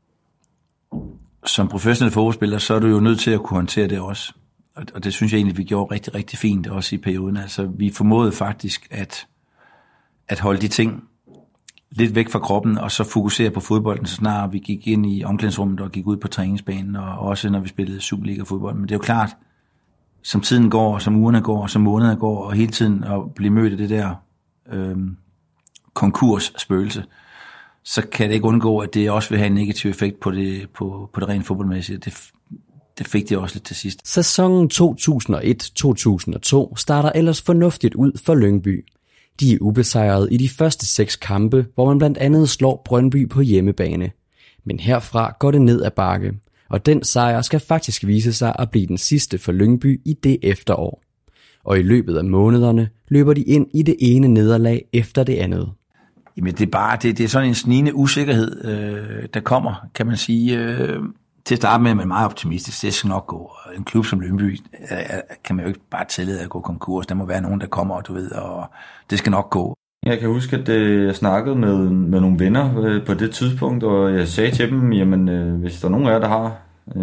som professionel fodboldspiller, så er du jo nødt til at kunne håndtere det også. Og det synes jeg egentlig, vi gjorde rigtig, rigtig fint også i perioden. Altså, vi formåede faktisk at holde de ting lidt væk fra kroppen, og så fokusere på fodbolden, så snart vi gik ind i omklædningsrummet og gik ud på træningsbanen, og også når vi spillede Superliga-fodbold. Men det er jo klart, som tiden går, som ugerne går, som månederne går, og hele tiden at blive mødt af det der konkursspøgelse, så kan det ikke undgå, at det også vil have en negativ effekt på det rent fodboldmæssige. Det fik det også lidt til sidst. Sæsonen 2001-2002 starter ellers fornuftigt ud for Lyngby. De er ubesejrede i de første 6 kampe, hvor man blandt andet slår Brøndby på hjemmebane. Men herfra går det ned ad bakke, og den sejr skal faktisk vise sig at blive den sidste for Lyngby i det efterår. Og i løbet af månederne løber de ind i det ene nederlag efter det andet. Jamen det er sådan en snigende usikkerhed, der kommer, kan man sige. Til at starte med, at man er meget optimistisk. Det skal nok gå. En klub som Lyngby kan man jo ikke bare tillade at gå konkurs. Der må være nogen, der kommer, du ved, og det skal nok gå. Jeg kan huske, at jeg snakkede med nogle venner på det tidspunkt, og jeg sagde til dem, jamen hvis der er nogen af jer, der har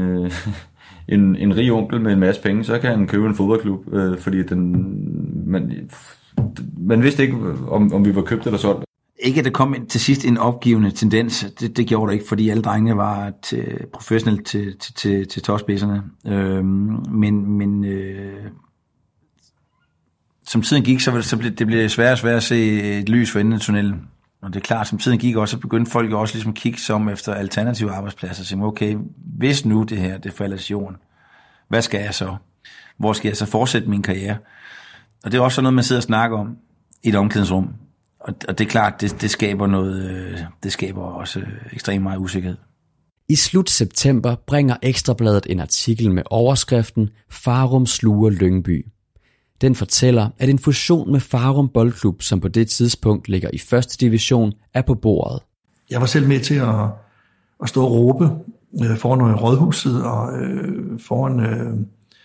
en rig onkel med en masse penge, så kan han købe en fodboldklub, fordi man vidste ikke, om vi var købt eller solgt. Ikke at der kom til sidst en opgivende tendens, det gjorde der ikke, fordi alle drengene var professionelle til topspidserne. Men som tiden gik, så blev det sværere og sværere at se et lys for enden af tunnelen. Og det er klart, som tiden gik også, så begyndte folk også ligesom at kigge sig om efter alternative arbejdspladser. Så okay, hvis nu det her, det falder til jorden, hvad skal jeg så? Hvor skal jeg så fortsætte min karriere? Og det er også sådan noget, man sidder og snakker om i et omklædningsrum. Og det er klart, det skaber noget, det skaber også ekstremt meget usikkerhed. I slut september bringer Ekstrabladet en artikel med overskriften Farum sluger Lyngby. Den fortæller, at en fusion med Farum Boldklub, som på det tidspunkt ligger i første division, er på bordet. Jeg var selv med til at stå og råbe foran rådhuset og foran...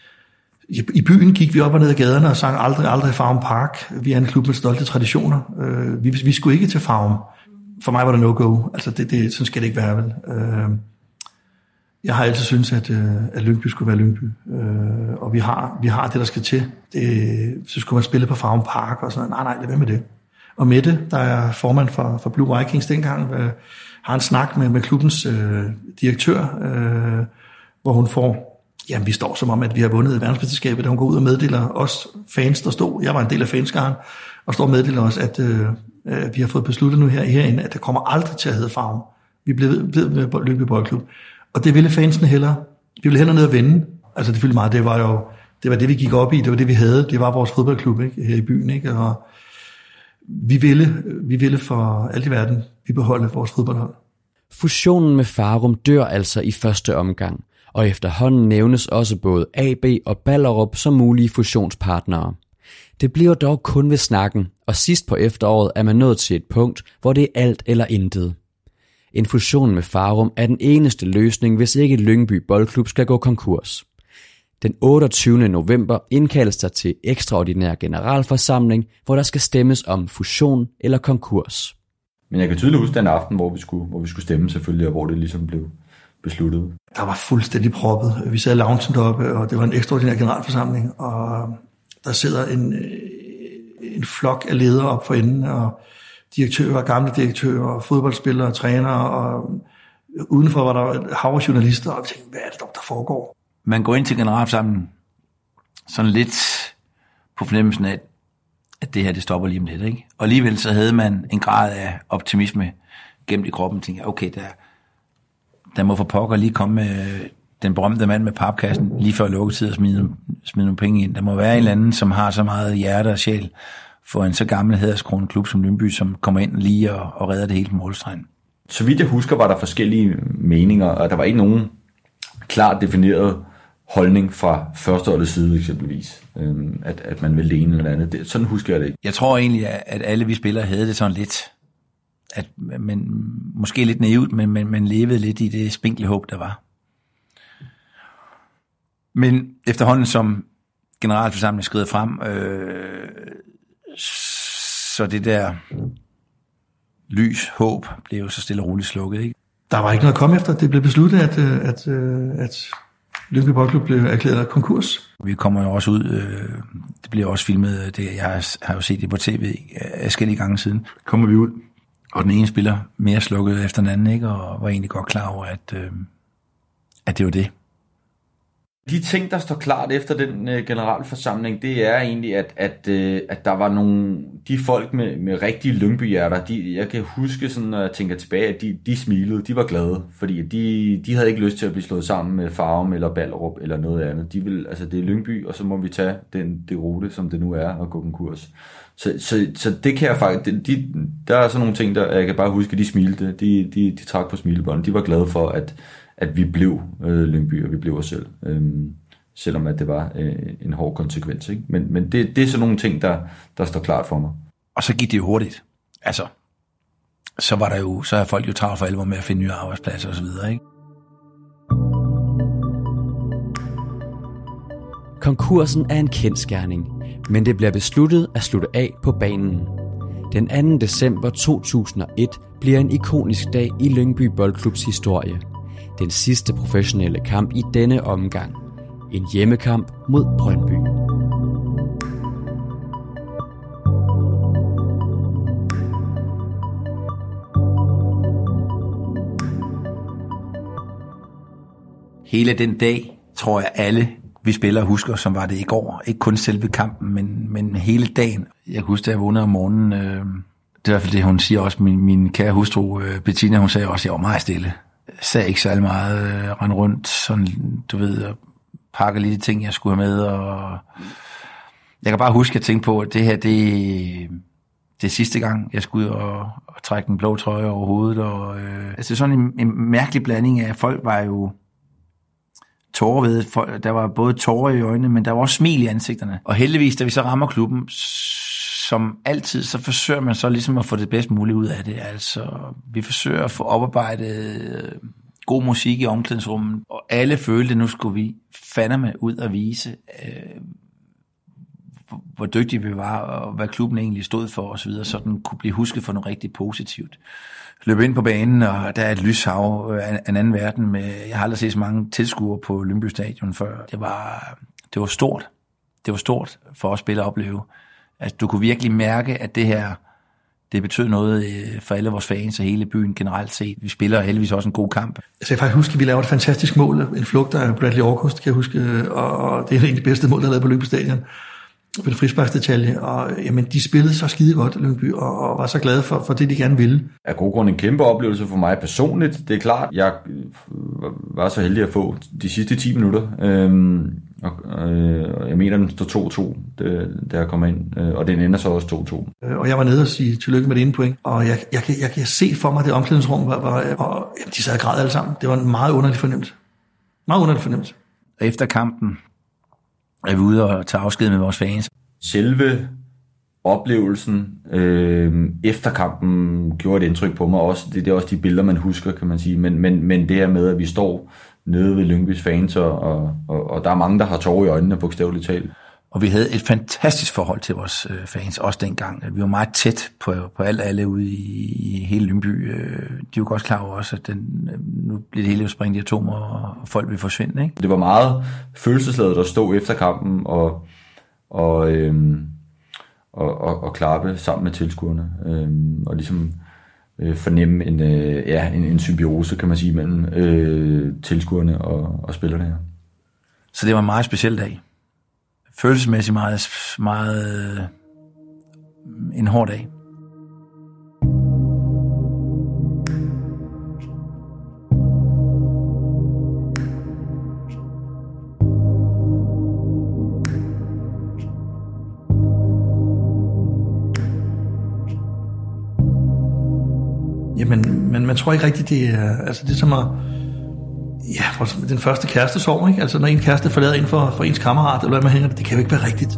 I byen gik vi op og ned ad gaderne og sang aldrig Farum Park. Vi er en klub med stolte traditioner. Vi skulle ikke til Farum. For mig var det no-go. Altså sådan skal det ikke være, vel? Jeg har altid syntes, at Lyngby skulle være Lyngby. Og vi har det, der skal til. Så skulle man spille på Farum Park og sådan. Nej, lad være med det. Og Mette, der er formand for Blue Vikings dengang, har en snak med klubbens direktør, hvor hun får... Jamen, vi står som om, at vi har vundet verdensmesterskabet, da hun går ud og meddeler os fans, der stod. Jeg var en del af fanskaren, og står og meddeler os, at vi har fået besluttet nu herinde, at det kommer aldrig til at hedde Farum. Vi blev ved med Lyngby Boldklub. Og det ville fansene hellere. Vi ville hellere ned og vinde. Altså, det fyldte meget. Det var det, vi gik op i. Det var det, vi havde. Det var vores fodboldklub, ikke? Her i byen, ikke? Og vi ville for alt i verden, vi beholde vores fodboldhold. Fusionen med Farum dør altså i første omgang. Og efterhånden nævnes også både AB og Ballerup som mulige fusionspartnere. Det bliver dog kun ved snakken, og sidst på efteråret er man nået til et punkt, hvor det er alt eller intet. En fusion med Farum er den eneste løsning, hvis ikke Lyngby Boldklub skal gå konkurs. Den 28. november indkaldes der til ekstraordinær generalforsamling, hvor der skal stemmes om fusion eller konkurs. Men jeg kan tydeligt huske den aften, hvor vi skulle stemme selvfølgelig, og hvor det ligesom blev besluttet. Der var fuldstændig proppet. Vi sad i loungen deroppe, og det var en ekstraordinær generalforsamling, og der sidder en flok af ledere op for enden, og direktører, gamle direktører, fodboldspillere, trænere, og udenfor var der et hav af journalister, og vi tænkte, hvad er det der foregår? Man går ind til generalforsamlingen sådan lidt på fornemmelsen af, at det her, det stopper lige om lidt, ikke? Og alligevel så havde man en grad af optimisme gemt i kroppen, tænkte okay, der må for pokker lige komme med den berømte mand med papkassen lige før lukketid og smide nogle penge ind. Der må være en eller anden, som har så meget hjerte og sjæl for en så gammel hæderskronet klub som Lyngby, som kommer ind lige og redder det hele på målstregen. Så vidt jeg husker, var der forskellige meninger, og der var ikke nogen klart defineret holdning fra førsteholdets side eksempelvis, at man ville det ene eller andet. Sådan husker jeg det ikke. Jeg tror egentlig, at alle vi spillere havde det sådan lidt, at man måske lidt naivt, men man levede lidt i det spinkle håb, der var. Men efterhånden som generalforsamlingen skrider frem, så det der håb, blev jo så stille og roligt slukket, ikke? Der var ikke noget at komme efter. Det blev besluttet, at Lyngby Boldklub blev erklæret konkurs. Vi kommer jo også ud, det bliver også filmet, jeg har jo set det på tv forskellige gange siden. Kommer vi ud, og den ene spiller mere slukket efter den anden, ikke? Og var egentlig godt klar over, at det var det. De ting, der står klart efter den generalforsamling, det er egentlig, at der var de folk med rigtige Lyngby-hjerter, jeg kan huske, sådan, når jeg tænker tilbage, at de smilede, de var glade, fordi de havde ikke lyst til at blive slået sammen med Farum eller Ballerup eller noget andet. De ville, altså det er Lyngby, og så må vi tage det rute, som det nu er, og gå konkurs. Så det kan jeg faktisk, der er sådan nogle ting, der jeg kan bare huske, de smilte, de trak på smilebåndet, de var glade for, at vi blev Lyngby, og vi blev os selv. Selvom at det var en hård konsekvens. Ikke? Men det er sådan nogle ting, der står klart for mig. Og så gik det jo hurtigt. Altså, så har folk jo travlt for alvor med at finde nye arbejdspladser osv., ikke? Konkursen er en kendsgerning, men det bliver besluttet at slutte af på banen. Den 2. december 2001 bliver en ikonisk dag i Lyngby Boldklubs historie. Den sidste professionelle kamp i denne omgang. En hjemmekamp mod Brøndby. hele den dag, tror jeg alle vi spillere husker, som var det i går. Ikke kun selve kampen, men hele dagen. Jeg kan huske, da jeg vågnede om morgenen, det er i hvert fald det, hun siger også, min kære hustru Bettina, hun sagde også, at jeg var meget stille. Jeg sagde ikke særlig meget, rende rundt, sådan, du ved, pakke lige de ting, jeg skulle have med, og jeg kan bare huske, at jeg tænkte på, at det her, det er sidste gang, jeg skulle ud og trække den blå trøje over hovedet, og altså, det er sådan en mærkelig blanding af, folk var jo tårer ved, der var både tårer i øjnene, men der var også smil i ansigterne. Og heldigvis, da vi så rammer klubben, som altid, så forsøger man så ligesom at få det bedst muligt ud af det. Altså, vi forsøger at få oparbejdet god musik i omklædningsrummet, og alle følte, at nu skulle vi fandeme ud og vise, hvor dygtige vi var, og hvad klubben egentlig stod for osv., så den kunne blive husket for noget rigtig positivt. Løb ind på banen, og der er et lyshav af en anden verden. Jeg har aldrig set så mange tilskuere på Lyngby Stadion før. Det var stort. Det var stort for os spillere at opleve. Altså, du kunne virkelig mærke, at det her, det betød noget for alle vores fans og hele byen generelt set. Vi spiller heldigvis også en god kamp. Altså, jeg kan faktisk huske, at vi lavede et fantastisk mål. En flugt af Bradley August, kan jeg huske. Og det er egentlig det bedste mål, der er lavet på Lyngby Stadion. På det frisparksdetalje, og jamen, de spillede så skide godt, Lyngby, og var så glade for det, de gerne ville. Af god grund en kæmpe oplevelse for mig personligt. Det er klart, jeg var så heldig at få de sidste 10 minutter, og jeg mener, den står 2-2, da jeg kom ind, og den ender så også 2-2. Og jeg var nede og sige tillykke med det ene point, og jeg kan se for mig, det omklædningsrum og jamen, de sad og græd alle sammen. Det var meget underligt fornemt. Meget underligt fornemt. Efter kampen er vi ude og tage afsked med vores fans. Selve oplevelsen efter kampen gjorde et indtryk på mig også. Det er også de billeder, man husker, kan man sige. Men det her med, at vi står nede ved Lyngbys fans, og der er mange, der har tårer i øjnene, bogstaveligt talt. Og vi havde et fantastisk forhold til vores fans, også dengang. Vi var meget tæt på alle ude i hele Lyngby. De var godt klar over også, at nu bliver det hele jo sprængt i atomer, og folk vil forsvinde. Ikke? Det var meget følelsesladet at stå efter kampen og klappe sammen med tilskuerne. Og ligesom fornemme en symbiose, kan man sige, mellem tilskuerne og spillerne her. Så det var en meget speciel dag. Følelsesmæssigt meget en hård dag. Jamen, men man tror ikke rigtigt, det er, altså det som at, ja, den første kærestesorg, ikke? Altså når en kæreste forlader en for ens kammerat, eller hvad man hænger, det kan jo ikke være rigtigt.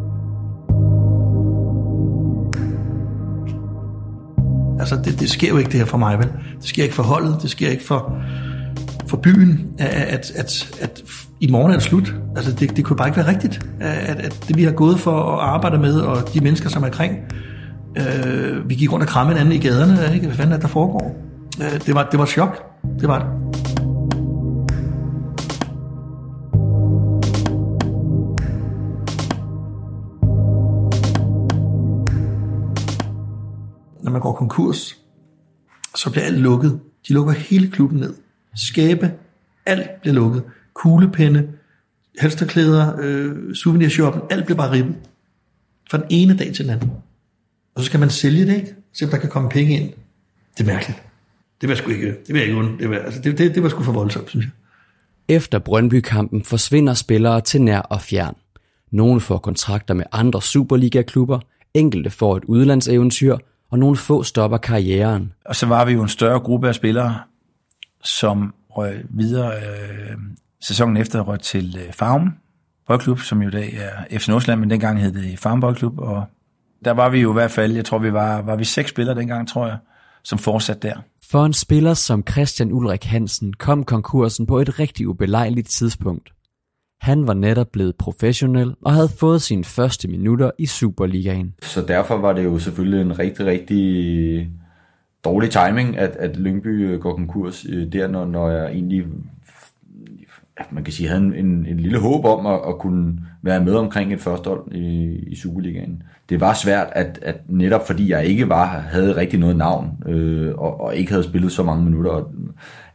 Altså det sker jo ikke det her for mig, vel? Det sker ikke for holdet, det sker ikke for byen, at i morgen er det slut. Altså det kunne bare ikke være rigtigt, at det vi har gået for at arbejde med, og de mennesker, som er kring, vi gik rundt og kramme hinanden i gaderne, ikke? Hvad fanden er der foregår? Det var et chok, det var det. Når man går konkurs, så bliver alt lukket. De lukker hele klubben ned. Skabe, alt bliver lukket. Kuglepenne, halsterklæder, souvenirshoppen, alt bliver bare ribbet. Fra den ene dag til den anden. Og så skal man sælge det, ikke? Så der kan komme penge ind. Det er mærkeligt. Det vil jeg ikke undre. Det var sgu for voldsomt, synes jeg. Efter Brøndby-kampen forsvinder spillere til nær og fjern. Nogle får kontrakter med andre Superliga-klubber, enkelte får et udlandseventyr, og nogle få stopper karrieren. Og så var vi jo en større gruppe af spillere, som røg videre sæsonen efter røg til Farum Boldklub, som jo i dag er FC Nordsjælland, men dengang hed det Farum Boldklub, og der var vi jo i hvert fald, jeg tror vi var 6 spillere dengang, tror jeg, som fortsatte der. For en spiller som Christian Ulrik Hansen kom konkursen på et rigtig ubelejligt tidspunkt. Han var netop blevet professionel og havde fået sine første minutter i Superligaen. Så derfor var det jo selvfølgelig en rigtig, rigtig dårlig timing, at Lyngby går konkurs der, når jeg egentlig, man kan sige, havde en lille håb om at kunne være med omkring et førstehold i Superligaen. Det var svært, at netop fordi jeg ikke havde rigtig noget navn, og ikke havde spillet så mange minutter,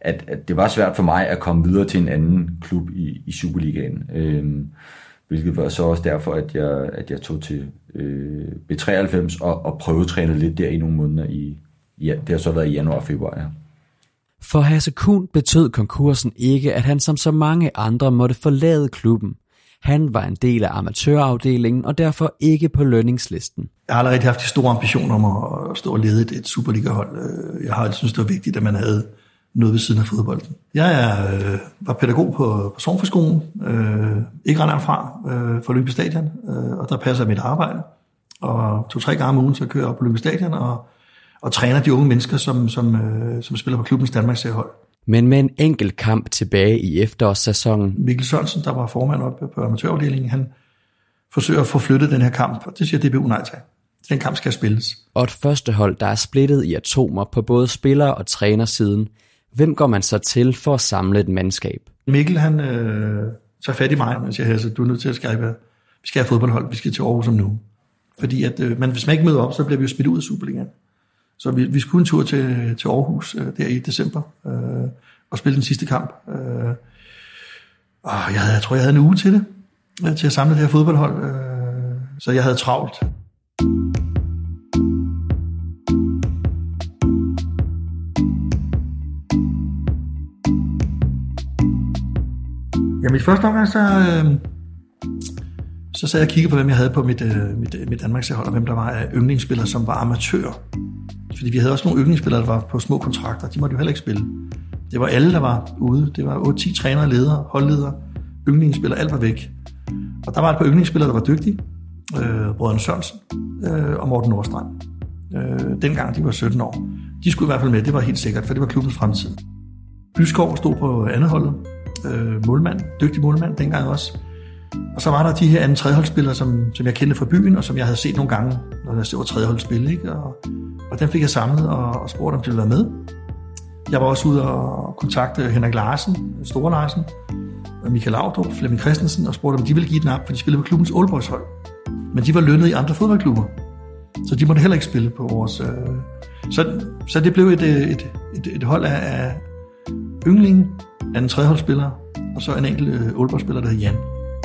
at det var svært for mig at komme videre til en anden klub i Superligaen. Hvilket var så også derfor, at jeg tog til B93 og prøvetrænede lidt der i nogle måneder. Det har så været i januar og februar, ja. For Hasse Kuhn betød konkursen ikke, at han som så mange andre måtte forlade klubben. Han var en del af amatørafdelingen og derfor ikke på lønningslisten. Jeg har aldrig rigtig haft de store ambitioner om at stå og lede et Superliga-hold. Jeg har altid syntes, det var vigtigt, at man havde noget ved siden af fodbolden. Jeg var pædagog på Sorgenfriskolen, ikke ret langt fra, for Lyngby Stadion, og der passer mit arbejde. Og 2-3 gange om ugen, så kører jeg op på Lyngby Stadion og træner de unge mennesker, som spiller på klubbens Danmarksseriehold. Men med en enkelt kamp tilbage i efterårssæsonen. Mikkel Sørensen, der var formand oppe på amatørafdelingen, han forsøger at få flyttet den her kamp, og det siger DBU nej til. Den kamp skal spilles. Og et første hold, der er splittet i atomer på både spiller- og trænersiden. Hvem går man så til for at samle et mandskab? Mikkel, han tager fat i mig og siger, Hasse, du er nødt til at skrive, vi skal have fodboldhold, vi skal til Aarhus om nu. Fordi at, hvis man ikke møder op, så bliver vi jo smidt ud af Superligaen. Så vi skulle en tur til Aarhus der i december og spille den sidste kamp. Og jeg tror, jeg havde en uge til det, til at samle det her fodboldhold. Så jeg havde travlt. Ja, mit første omgang, så sad jeg og kiggede på, hvem jeg havde på mit Danmarksseriehold, og hvem der var af yndlingsspillere, som var amatører. Fordi vi havde også nogle yndlingsspillere, der var på små kontrakter. De måtte jo heller ikke spille. Det var alle, der var ude. Det var 8-10 trænere, ledere, holdledere, yndlingsspillere, alt var væk. Og der var et par yndlingsspillere, der var dygtige. Brødrene Sørensen og Morten Nordstrand. Dengang de var 17 år. De skulle i hvert fald med, det var helt sikkert, for det var klubbens fremtid. Byskov stod på andet holdet. Målmand, dygtig målmand dengang også. Og så var der de her anden tredjeholdsspillere, som jeg kendte fra byen, og som jeg havde set nogle gange, når jeg så tredjeholdsspil, ikke? Og dem fik jeg samlet og spurgte, om de ville være med. Jeg var også ude og kontakte Henrik Larsen, Store Larsen, Michael Laudrup, Flemming Christensen, og spurgte, om de ville give den op, for de spillede på klubbens Aalborgs hold. Men de var lønnet i andre fodboldklubber, så de måtte heller ikke spille på vores... Så det blev et hold af yndlinge, anden tredjeholdsspillere, og så en enkelt Aalborg-spiller, der hed Jan.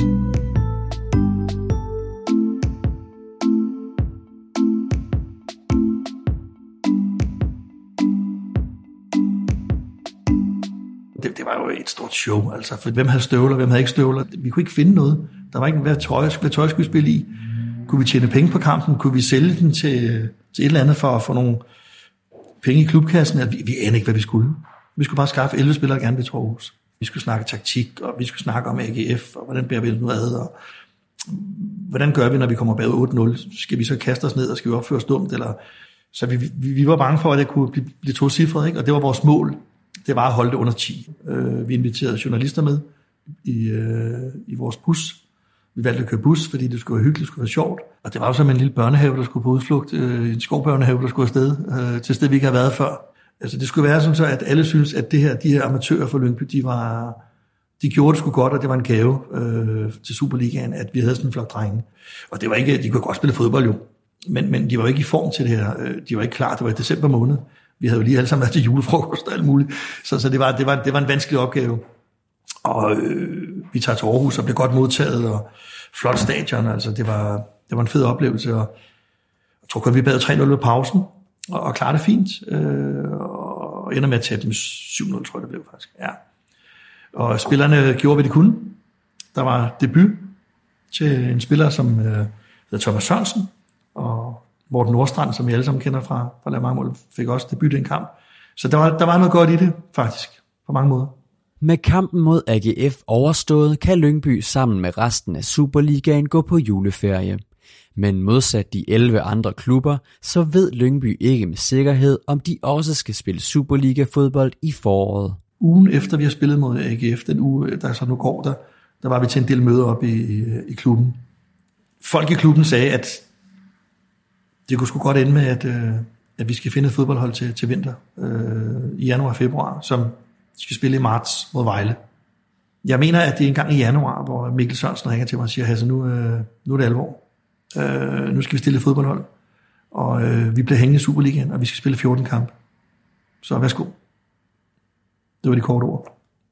Det var jo et stort show, altså, for hvem havde støvler, hvem havde ikke støvler. Vi kunne ikke finde noget. Der var ikke hvad tøj skulle vi spille i. Kunne vi tjene penge på kampen? Kunne vi sælge den til et eller andet for at få nogle penge i klubkassen? Vi anede ikke, hvad vi skulle. Vi skulle bare skaffe 11 spillere gerne ved Aarhus. Vi skulle snakke taktik, og vi skulle snakke om AGF, og hvordan bærer vi det nu ad, og hvordan gør vi, når vi kommer bag 8-0? Skal vi så kaste os ned, og skal vi opføre os dumt? Eller... Så vi var bange for, at det kunne blive tocifret, ikke? Og det var vores mål. Det var at holde det under 10. Vi inviterede journalister med i vores bus. Vi valgte at køre bus, fordi det skulle være hyggeligt, det skulle være sjovt. Og det var jo som en lille børnehave, der skulle på udflugt. En skovbørnehave, der skulle afsted til sted, vi ikke har været før. Altså det skulle være sådan så, at alle synes, at de her amatører for Lyngby, de gjorde det sgu godt, og det var en gave til Superligaen, at vi havde sådan en flok drenge. Og det var ikke, de kunne godt spille fodbold jo, men de var jo ikke i form til det her. De var ikke klar, det var i december måned. Vi havde jo lige alle sammen været til julefrokost og alt muligt. Så det var en vanskelig opgave. Og vi tager til Aarhus og blev godt modtaget, og flot stadion, altså det var en fed oplevelse. Og jeg tror kun, vi bad 3-0 ved pausen, og klarede det fint. Og ender med at tabe med 7-0, tror jeg det blev faktisk. Ja. Og spillerne gjorde, hvad de kunne. Der var debut til en spiller, som hedder Thomas Sørensen, og Morten Nordstrand, som I alle sammen kender fra La Marmol, fik også debut i en kamp. Så der var noget godt i det, faktisk, på mange måder. Med kampen mod AGF overstået, kan Lyngby sammen med resten af Superligaen gå på juleferie. Men modsat de 11 andre klubber, så ved Lyngby ikke med sikkerhed, om de også skal spille Superliga-fodbold i foråret. Ugen efter vi har spillet mod AGF, den uge, der så nu går, der var vi til en del møder op i klubben. Folk i klubben sagde, at det kunne sgu godt ende med, at vi skal finde et fodboldhold til vinter i januar og februar, som skal spille i marts mod Vejle. Jeg mener, at det er en gang i januar, hvor Mikkel Sørensen ringer til mig og siger, Hasse, nu er det alvor. Nu skal vi stille et fodboldhold, og vi bliver hængende i Superligaen, og vi skal spille 14 kamp. Så værsgo. Det var de korte ord.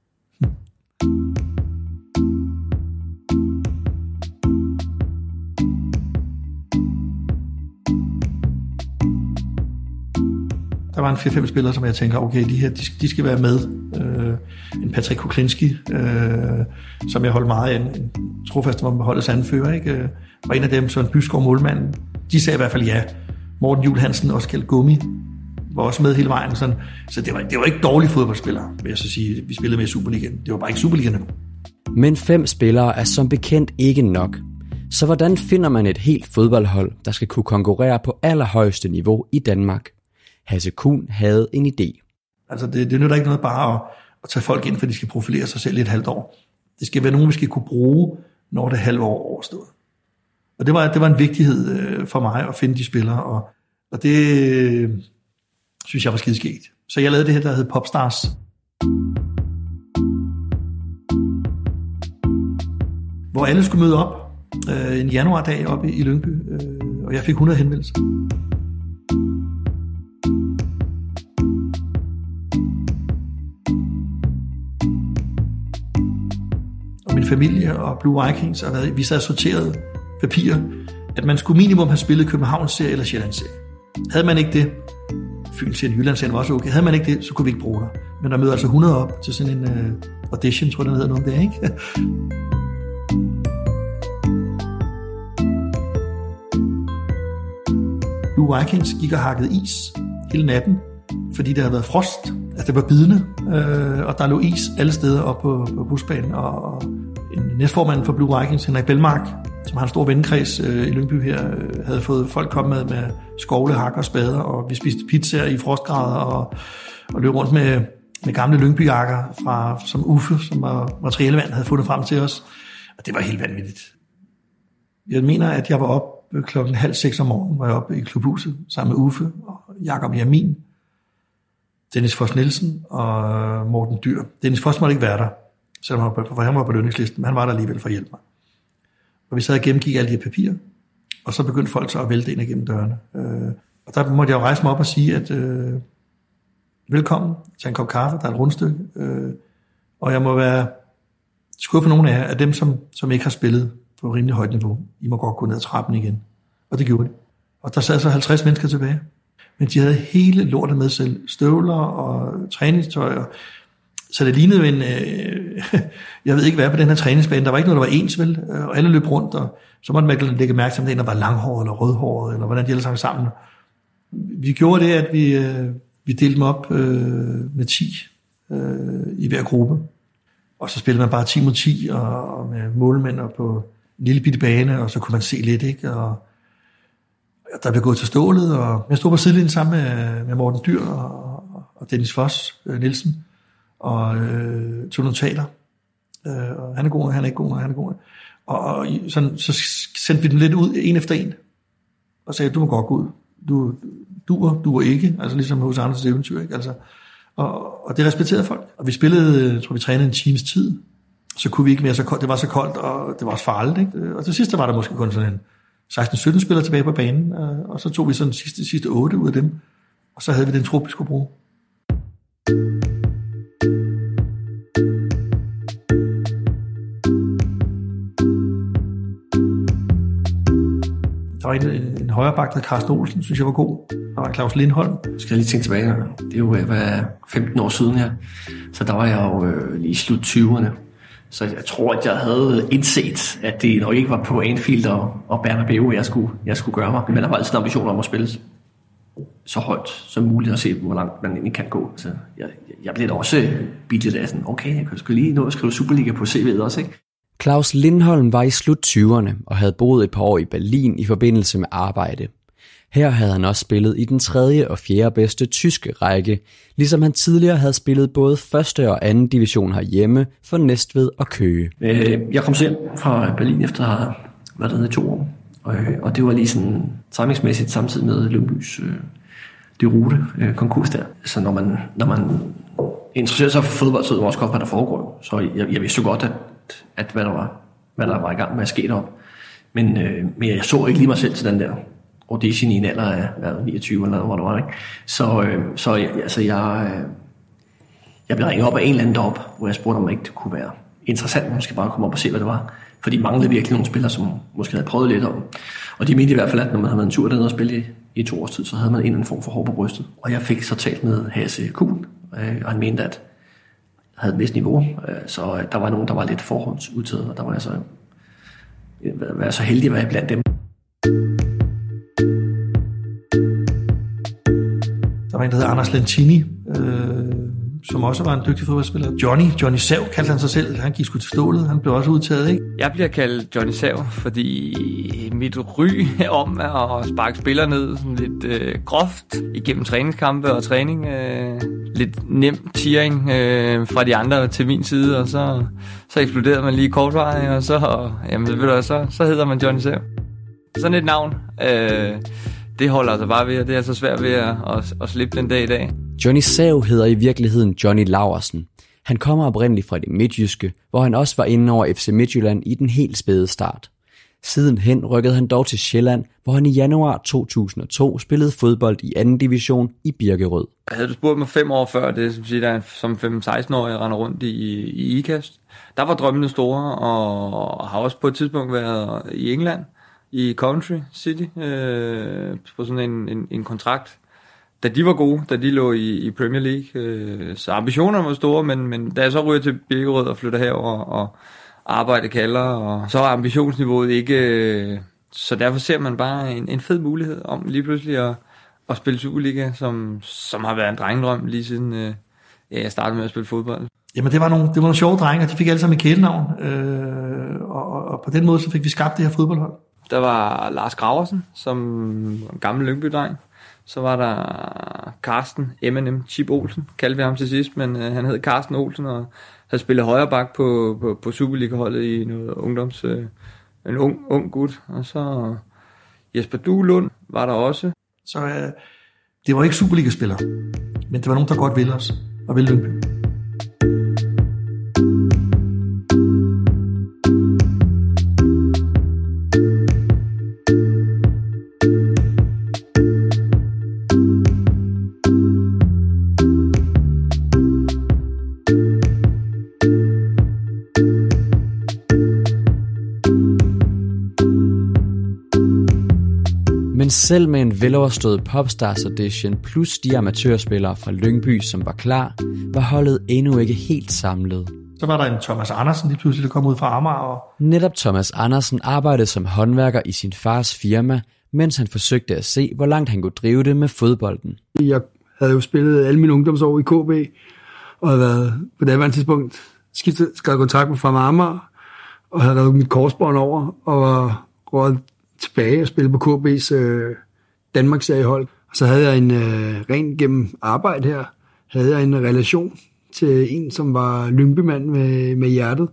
Der var en 4-5 spillere, som jeg tænker, okay, de her, de skal være med. En Patrick Kuklinski, som jeg holdt meget af, en trofast var med holdets anfører, ikke? Var en af dem, Søren Byskov, målmanden. De sagde i hvert fald ja. Morten Juhl Hansen, også kaldt Gummi, var også med hele vejen. Sådan. Så det var ikke dårlige fodboldspillere, vil jeg så sige. Vi spillede med i Superligaen. Det var bare ikke Superligaen. Men 5 spillere er som bekendt ikke nok. Så hvordan finder man et helt fodboldhold, der skal kunne konkurrere på allerhøjeste niveau i Danmark? Hasse Kuhn havde en idé. Altså det nytter ikke noget bare at tage folk ind, for de skal profilere sig selv i et halvt år. Det skal være nogen, vi skal kunne bruge, når det halve år overstået. Og det var en vigtighed for mig at finde de spillere, og det synes jeg var skideskægt. Så jeg lavede det her, der hed Popstars. Hvor alle skulle møde op en januardag oppe i Lyngby, og jeg fik 100 henvendelser. Og min familie og Blue Vikings, vi sad sorteret papirer, at man skulle minimum have spillet Københavns-serie eller Sjællands-serie. Havde man ikke det, Fyns-serien, Jyllands-serien var også okay, havde man ikke det, så kunne vi ikke bruge dig. Men der møder altså 100 op til sådan en audition, tror jeg, den hedder noget om det, ikke? Blue Vikings gik og hakkede is hele natten, fordi der havde været frost, altså det var bidende, og der lå is alle steder op på busbanen, og en næstformand for Blue Vikings, Henrik Bellmark, som har en stor vennekreds i Lyngby her, havde fået folk komme med skovle, hakker og spader, og vi spiste pizzaer i frostgrader, og løb rundt med gamle Lyngby-jakker, som Uffe, som var materialevand, havde fundet frem til os, og det var helt vanvittigt. Jeg mener, at jeg var op 5:30 om morgenen, var jeg oppe i klubhuset sammen med Uffe og Jakob Jamin, Dennis Foss Nielsen og Morten Dyr. Dennis Foss måtte ikke være der, for han var på lønningslisten, men han var der alligevel for at hjælpe mig. Og vi sad og gennemgik alle de her papirer, og så begyndte folk så at vælte ind igennem dørene. Og der måtte jeg jo rejse mig op og sige, at velkommen, tage en kop kaffe, der er et rundstykke, og jeg må være skuffet nogle af jer, af dem, som ikke har spillet på rimelig højt niveau. I må godt gå ned ad trappen igen. Og det gjorde de. Og der sad så 50 mennesker tilbage. Men de havde hele lortet med selv. Støvler og træningstøj. Så det lignede en... jeg ved ikke, hvad på den her træningsbane. Der var ikke noget, der var ens, vel? Og alle løb rundt, og så måtte man lægge mærke til, om der var langhåret eller rødhåret, eller hvordan de alle sang sammen. Vi gjorde det, at vi delte dem op med 10 i hver gruppe. Og så spillede man bare 10 mod 10, og med målmænd og på en lille bitte bane, og så kunne man se lidt, ikke? Og der blev gået til stålet, og jeg stod på sidelinjen sammen med Morten Dyr og Dennis Foss Nielsen, og tog notater. Og han er god, han er ikke god, han er god. Og sådan, så sendte vi dem lidt ud, en efter en, og sagde, du må godt gå ud. Du ikke, altså ligesom hos Anders eventyr, ikke? Altså, og det respekterede folk. Og vi spillede, jeg tror vi trænede en times tid, så kunne vi ikke mere, så koldt, det var så koldt, og det var også farligt, ikke? Og til sidst var der måske kun sådan en 16-17 spillere tilbage på banen, og så tog vi sådan sidste 8 ud af dem, og så havde vi den trup, vi skulle bruge. Der var en højreback, der Carsten Olsen, synes jeg var god. Der var Claus Lindholm. Skal jeg lige tænke tilbage her. Det er jo 15 år siden her. Så der var jeg jo lige i slut 20'erne. Så jeg tror, at jeg havde indset, at det nok ikke var på Anfield og Bernabeu, jeg skulle gøre mig. Men der var altid en ambition om at spille så højt som muligt og se, hvor langt man egentlig kan gå. Så jeg blev da også billigt af sådan, okay, jeg kan sgu lige nå at skrive Superliga på CV'et også, ikke? Claus Lindholm var i slut 20'erne og havde boet et par år i Berlin i forbindelse med arbejde. Her havde han også spillet i den 3. og 4. bedste tyske række, ligesom han tidligere havde spillet både 1. og 2. division herhjemme for Næstved og Køge. Jeg kom selv fra Berlin efter at have været der i 2 år, og det var lige sådan timingsmæssigt samtidig med Lyngbys det rute konkurs der. Så når man interesserer sig for fodbold, så ved man også godt, hvad der foregår. Så jeg vidste jo godt, at hvad der var i gang med at ske derop. Men jeg så ikke lige mig selv til den der audition i en alder af 29 eller hvor det var, ikke? Så Jeg blev ringet op af en eller anden deroppe, hvor jeg spurgte, om ikke det kunne være interessant, måske bare komme op og se, hvad det var. For de manglede virkelig nogle spillere, som måske havde prøvet lidt om. Og de mente i hvert fald, at når man havde været en tur dernede og spille i 2 års tid, så havde man en eller anden form for hår på brystet. Og jeg fik så talt med Hasse Kuhn, og han mente, at jeg havde et vist niveau. Så der var nogen, der var lidt forhåndsudtaget, og der var jeg så heldig at være blandt dem. Der var en, der hedder Anders Lentini, som også var en dygtig fodboldspiller. Johnny Sav kaldte han sig selv. Han gik sgu til stålet. Han blev også udtaget, ikke? Jeg bliver kaldt Johnny Sav, fordi mit ry om at sparke spillere ned sådan lidt groft igennem træningskampe og træning. Lidt nem tearing fra de andre til min side, og så eksploderede man lige kortvarigt, og så hedder man Johnny Sav. Sådan et navn. Det holder altså bare ved, og det er så svært ved at slippe den dag i dag. Johnny Sav hedder i virkeligheden Johnny Laursen. Han kommer oprindeligt fra det midtjyske, hvor han også var inde over FC Midtjylland i den helt spæde start. Sidenhen rykkede han dog til Sjælland, hvor han i januar 2002 spillede fodbold i 2. division i Birkerød. Havde du spurgt mig 5 år før, det som siger, som 15-16-årig render rundt i IKAST, der var drømmene store, og har også på et tidspunkt været i England, i Coventry City, på sådan en kontrakt, da de var gode, da de lå i Premier League. Så ambitionerne var store, men da jeg så ryger til Birkerød og flytter herover og arbejde kalder, og så er ambitionsniveauet ikke... Så derfor ser man bare en fed mulighed om lige pludselig at spille Superliga, som har været en drengedrøm lige siden jeg startede med at spille fodbold. Jamen det var nogle sjove drenge, og de fik alle sammen et kælenavn, og på den måde så fik vi skabt det her fodboldhold. Der var Lars Graversen, som en gammel Lyngby-dreng. Så var der Carsten M&M Chip Olsen, kaldte vi ham til sidst, men han hed Carsten Olsen og havde spillet højre bak på Superliga-holdet i noget ungdoms... en ung gut. Og så Jesper Duelund var der også. Så det var ikke Superliga-spillere, men det var nogen, der godt ville os og ville Lyngby. Men selv med en veloverstået Popstars Audition plus de amatørspillere fra Lyngby, som var klar, var holdet endnu ikke helt samlet. Så var der en Thomas Andersen lige pludselig, der kom ud fra Amager. Og... Netop Thomas Andersen arbejdede som håndværker i sin fars firma, mens han forsøgte at se, hvor langt han kunne drive det med fodbolden. Jeg havde jo spillet alle mine ungdomsår i KB, og havde været på det tidspunkt skrevet kontrakt med fra Amager, og havde revet mit korsbånd over, og var rådet tilbage og spille på KB's Danmarksseriehold. Og så havde jeg en rent gennem arbejde her, havde jeg en relation til en, som var Lyngby-mand med hjertet,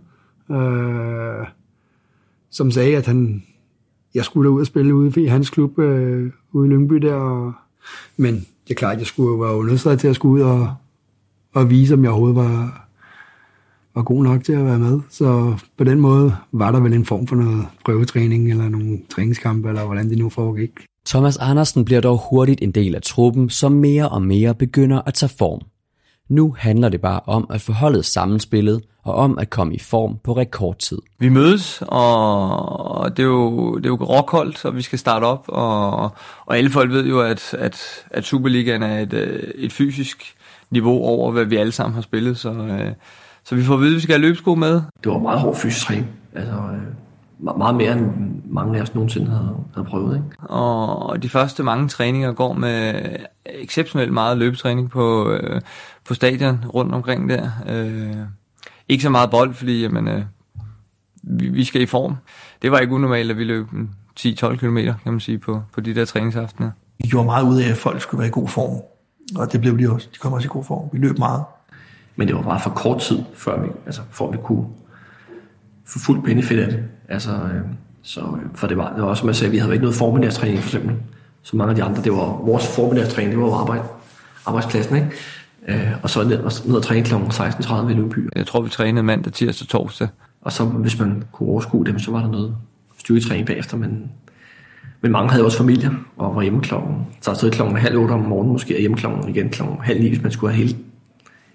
som sagde, at jeg skulle derud og spille ude i hans klub ude i Lyngby der. Men det er klart, at jeg skulle være understreget til at skulle ud og vise, om jeg overhovedet var god nok til at være med. Så på den måde var der vel en form for noget prøvetræning eller nogle træningskampe, eller hvordan det nu foregik. Thomas Andersen bliver dog hurtigt en del af truppen, som mere og mere begynder at tage form. Nu handler det bare om at få holdet sammenspillet og om at komme i form på rekordtid. Vi mødes, og det er jo råkoldt, og vi skal starte op, og alle folk ved jo, at Superligaen er et fysisk niveau over, hvad vi alle sammen har spillet, så vi får at vide, at vi skal have løbesko med. Det var meget hård fysisk træning. Altså, meget mere end mange af os nogensinde havde prøvet. Ikke? Og de første mange træninger går med exceptionelt meget løbetræning på stadion rundt omkring der. Ikke så meget bold, fordi vi skal i form. Det var ikke unormalt, at vi løb 10-12 kilometer, kan man sige, på de der træningsaftener. Vi gjorde meget ud af, at folk skulle være i god form. Og det blev de også. De kom også i god form. Vi løb meget. Men det var bare for kort tid, for vi kunne få fuld benefit af det. For det var også, som jeg sagde, vi havde ikke noget formiddagstræning for eksempel. Så mange af de andre, det var vores formiddagstræning, det var arbejdspladsen, ikke? Og så ned og træne kl. 16:30 i Lyngby. Jeg tror, vi trænede mandag, tirsdag, torsdag. Og så, hvis man kunne overskue dem, så var der noget styrketræning bagefter, men mange havde også familier og var hjemme så afsted 7:30 om morgenen, måske hjemme igen 7:30, hvis man skulle have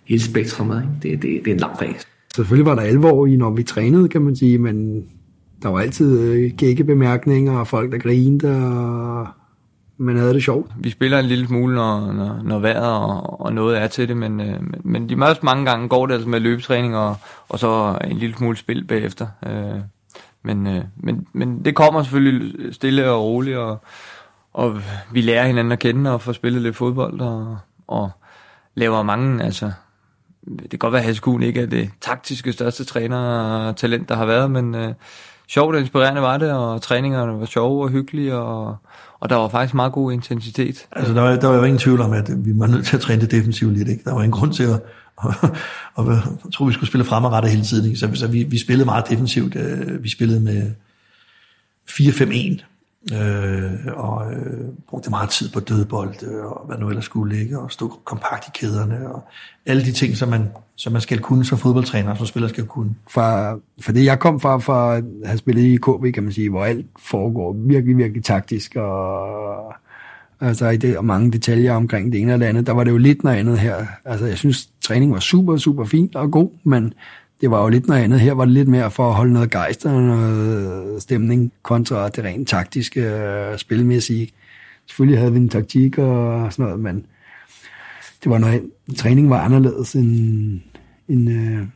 hele spektrummet. Ikke? Det er en lang dag. Selvfølgelig var der alvor i, når vi trænede, kan man sige, men der var altid gække bemærkninger, og folk, der grinte, og man havde det sjovt. Vi spiller en lille smule, når vejret og noget er til det, men de mest mange gange går det altså med løbetræning og så en lille smule spil bagefter. Men det kommer selvfølgelig stille og roligt, og vi lærer hinanden at kende og får spillet lidt fodbold og laver mange, altså det kan godt være, at HSK'en ikke er det taktiske største trænertalent, der har været, men sjovt og inspirerende var det, og træningerne var sjove og hyggelige, og der var faktisk meget god intensitet. Altså, der var jo ingen tvivl om, at vi var nødt til at træne det defensivt lidt, ikke? Der var ingen grund til at tro, vi skulle spille fremadrettet hele tiden, ikke? Så vi spillede meget defensivt. Vi spillede med 4-5-1, og brugte meget tid på dødbold, og hvad nu ellers skulle ligge, og stå kompakt i kæderne, og alle de ting, som man skal kunne som fodboldtræner, som spiller skal kunne. For det, jeg kom fra at have spillet i KB, kan man sige, hvor alt foregår virkelig, virkelig taktisk, og og mange detaljer omkring det ene og det andet, der var det jo lidt noget andet her. Altså, jeg synes, træning var super, super fint og god, men det var jo lidt noget andet. Her var det lidt mere for at holde noget gejst og noget stemning kontra det rent taktiske spilmæssige. Selvfølgelig havde vi en taktik og sådan noget, men det var noget, træning var anderledes end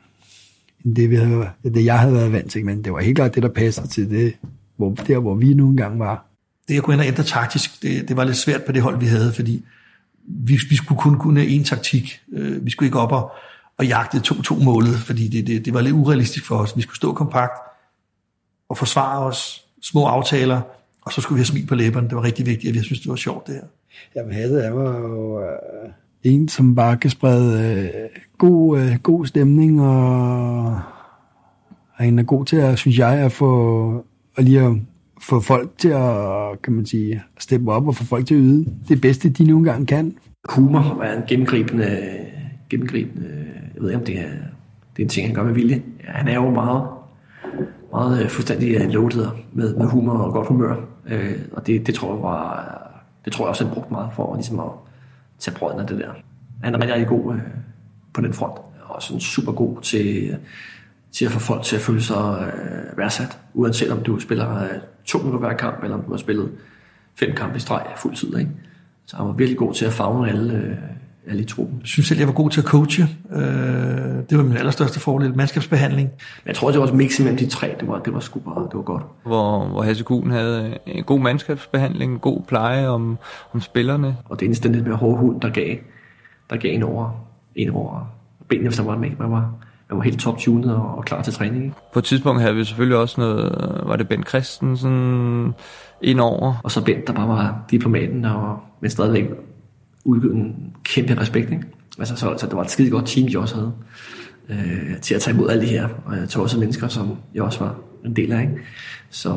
det jeg havde været vant til, men det var helt klart det, der passer til det, hvor vi nu engang var. Det at gå ind og ændre taktisk, det var lidt svært på det hold, vi havde, fordi vi skulle kun kunne en taktik. Vi skulle ikke op og jagte 2-2 målet, fordi det var lidt urealistisk for os. Vi skulle stå kompakt og forsvare os, små aftaler, og så skulle vi have smil på læberne. Det var rigtig vigtigt, at vi synes, det var sjovt det her. Jamen, Hasse var jo en, som bare kan sprede god stemning, og en er god til at, synes jeg, at få folk til at, kan man sige, steppe op og få folk til at yde det bedste, de nogle gange kan. Humor er en gennemgribende, jeg ved ikke, om det er en ting, han gør med vilje. Ja, han er jo meget fuldstændig loaded med humor og godt humør, og det tror jeg også, han brugte meget for ligesom at tage brøden af det der. Han er rigtig god på den front, og sådan super god til at få folk til at føle sig værdsat, uanset om du spiller 2 minutter hver kamp, eller om du har spillet 5 kampe i streg fuld tid, ikke? Så han var virkelig god til at favne alle i truppen. Jeg synes selv, jeg var god til at coache. Det var min allerstørste fordel, mandskabsbehandling. Men jeg tror, det var også mix imellem de tre. Det var sgu bare, det var godt. Hvor HSK'en havde en god mandskabsbehandling, en god pleje om spillerne. Og det eneste lidt mere hårde hund, der gav en over benene, hvis der var med. Man var helt top-tunet og klar til træning. Ikke? På et tidspunkt havde vi selvfølgelig også noget, var det Bent Christensen indover. Og så Bent, der bare var diplomaten, men stadigvæk udgivet en kæmpe respekt. Ikke? Altså, så det var et skide godt team, de også havde, til at tage imod alle de her, og til også mennesker, som jeg også var en del af. Ikke? Så,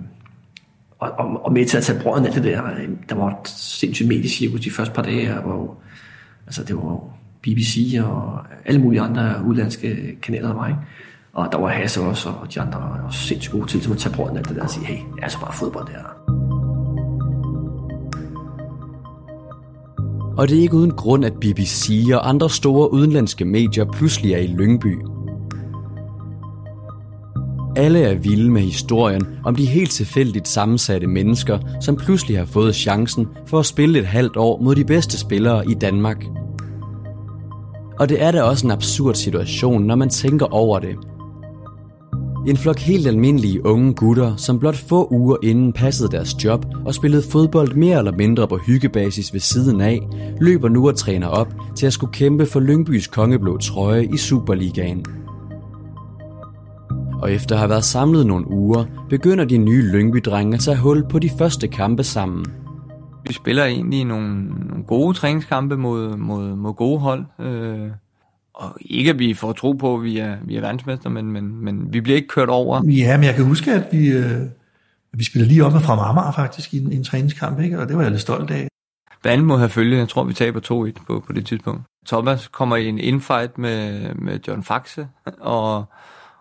og med til at tage brøden af det der var et sindssygt mediecirkus de første par dage, hvor det var BBC og alle mulige andre udlandske kanaler, der var, ikke? Og der var Hasse også, og de andre var også sindssygt gode til at tage brøden af det der og sige, hey, det er altså bare fodbold der. Og det er ikke uden grund, at BBC og andre store udenlandske medier pludselig er i Lyngby. Alle er vilde med historien om de helt tilfældigt sammensatte mennesker, som pludselig har fået chancen for at spille et halvt år mod de bedste spillere i Danmark. Og det er da også en absurd situation, når man tænker over det. En flok helt almindelige unge gutter, som blot få uger inden passede deres job og spillede fodbold mere eller mindre på hyggebasis ved siden af, løber nu og træner op til at skulle kæmpe for Lyngbys kongeblå trøje i Superligaen. Og efter at have været samlet nogle uger, begynder de nye Lyngby-drenge at tage hul på de første kampe sammen. Vi spiller egentlig nogle gode træningskampe mod gode hold. Og ikke at vi får tro på, at vi er verdensmester, men vi bliver ikke kørt over. Ja, men jeg kan huske, at vi spiller lige op med fra Amager faktisk i en træningskamp, ikke? Og det var jeg lidt stolt af. Blandt andet må have følge, jeg tror vi taber 2-1 på det tidspunkt. Thomas kommer i en infight med John Faxe,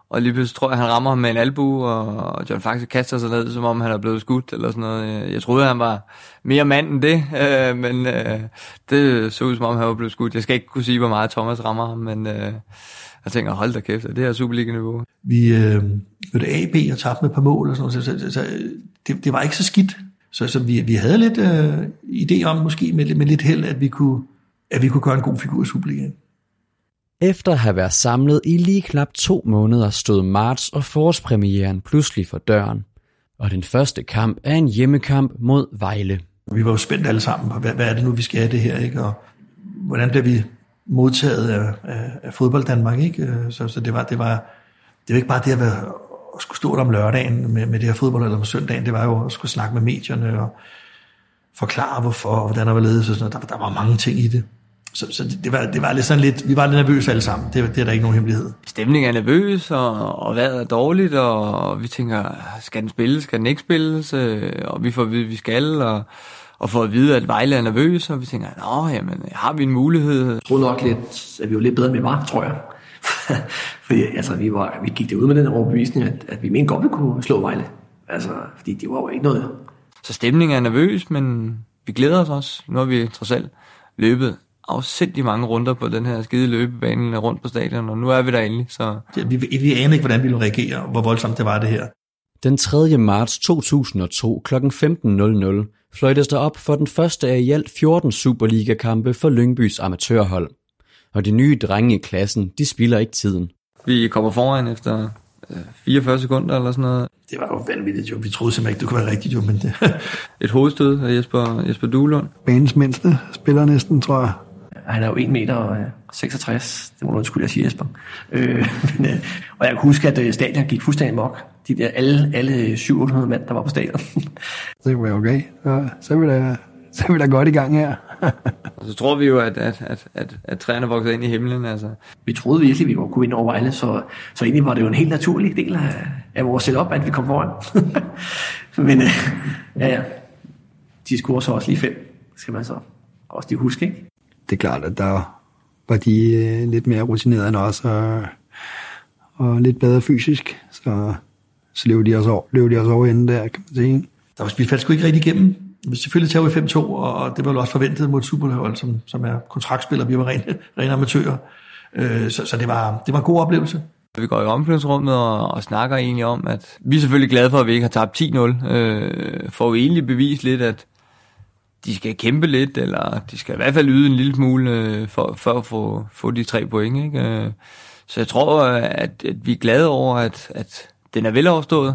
Og lige pludselig tror jeg, han rammer ham med en albue, og John Faxe kaster sig ned, som om han er blevet skudt, eller sådan noget. Jeg troede, han var mere mand end det, men det så ud, som om han var blevet skudt. Jeg skal ikke kunne sige, hvor meget Thomas rammer ham, men jeg tænker, hold da kæft, det er Superliga-niveau. Vi mødte AB og tabte med et par mål og sådan noget, så det var ikke så skidt. Så vi havde lidt idé om, måske med lidt held, at vi kunne gøre en god figur i Superligaen. Efter at have været samlet i lige knap 2 måneder, stod marts- og forårspremieren pludselig for døren. Og den første kamp er en hjemmekamp mod Vejle. Vi var jo spændt alle sammen på, hvad er det nu, vi skal have det her, ikke? Og hvordan bliver vi modtaget af fodbold Danmark, ikke? Så det var ikke bare det at skulle stå der om lørdagen med det her fodbold, eller om søndagen. Det var jo at skulle snakke med medierne og forklare hvorfor, og hvordan der var ledet og sådan noget. Der var mange ting i det. Så det var lidt sådan lidt, vi var lidt nervøse alle sammen. Det er der ikke nogen hemmelighed. Stemningen er nervøs, og vejret er dårligt, og vi tænker, skal den spilles, skal den ikke spilles? Og vi får at vide, at vi skal, og får at vide, at Vejle er nervøs, og vi tænker, jamen, har vi en mulighed? Jeg tror nok lidt, at vi var lidt bedre, end vi var, tror jeg. Fordi altså, vi gik derud med den overbevisning, at vi mente godt, vi kunne slå Vejle. Altså, fordi det var jo ikke noget. Så stemningen er nervøs, men vi glæder os også. Nu har vi trods alt løbet afsindig mange runder på den her skide løbebane rundt på stadion, og nu er vi der endelig. Så. Vi aner ikke, hvordan vi vil reagere, hvor voldsomt det var det her. Den 3. marts 2002 kl. 15.00 fløjtes der op for den første af i alt 14 Superliga-kampe for Lyngbys amatørhold. Og de nye drenge i klassen, de spilder ikke tiden. Vi kommer foran efter 44 sekunder eller sådan noget. Det var jo vanvittigt, jo. Vi troede simpelthen ikke, det kunne være rigtigt, jo. Men det... Et hovedstød af Jesper Duelund. Banens mindste spiller næsten, tror jeg. Han er jo 1,66 meter. Det må du undskylde, jeg siger, Jesper. Og jeg kan huske, at stadion gik fuldstændig mok. De der alle 700-800 mand, der var på stadion. Det var okay. Så er vi da godt i gang her. Og så tror vi jo, at træerne voksede ind i himlen. Altså. Vi troede virkelig, vi kunne vinde over Vejle, så egentlig var det jo en helt naturlig del af vores setup, at vi kom foran. Men ja, de scorer så også lige 5, skal man så også lige huske, ikke? Det er klart, at der var de lidt mere rutinerede end os, og lidt bedre fysisk, så løb de også over inden der, kan man sige. Vi faldt sgu ikke rigtig igennem. Selvfølgelig tager vi 5-2, og det var jo også forventet mod Superliga, som er kontraktspillere. Vi var rene amatører. Så det var en god oplevelse. Vi går i omklædningsrummet og snakker egentlig om, at vi er selvfølgelig glade for, at vi ikke har tabt 10-0. For jo egentlig bevise lidt, at de skal kæmpe lidt, eller de skal i hvert fald yde en lille smule for at få de 3 point. Ikke? Så jeg tror, at vi er glade over, at den er veloverstået.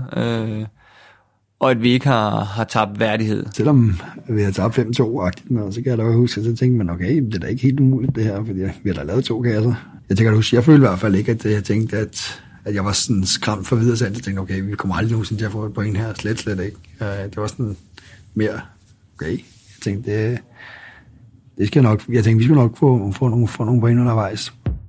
Og at vi ikke har tabt værdighed. Selvom vi har tabt 5-2-agtigt, så kan jeg da huske, at jeg tænkte, men okay, det er da ikke helt umuligt det her, fordi vi har da lavet 2 kasser. Jeg følte i hvert fald ikke, at jeg tænkte, at jeg var sådan skræmt for videre, så jeg tænkte, okay, vi kommer aldrig nogensinde til at få et point her, slet ikke. Det var sådan mere, okay, jeg tænkte, det skal nok, jeg tænkte, vi skulle nok få nogle point undervejs.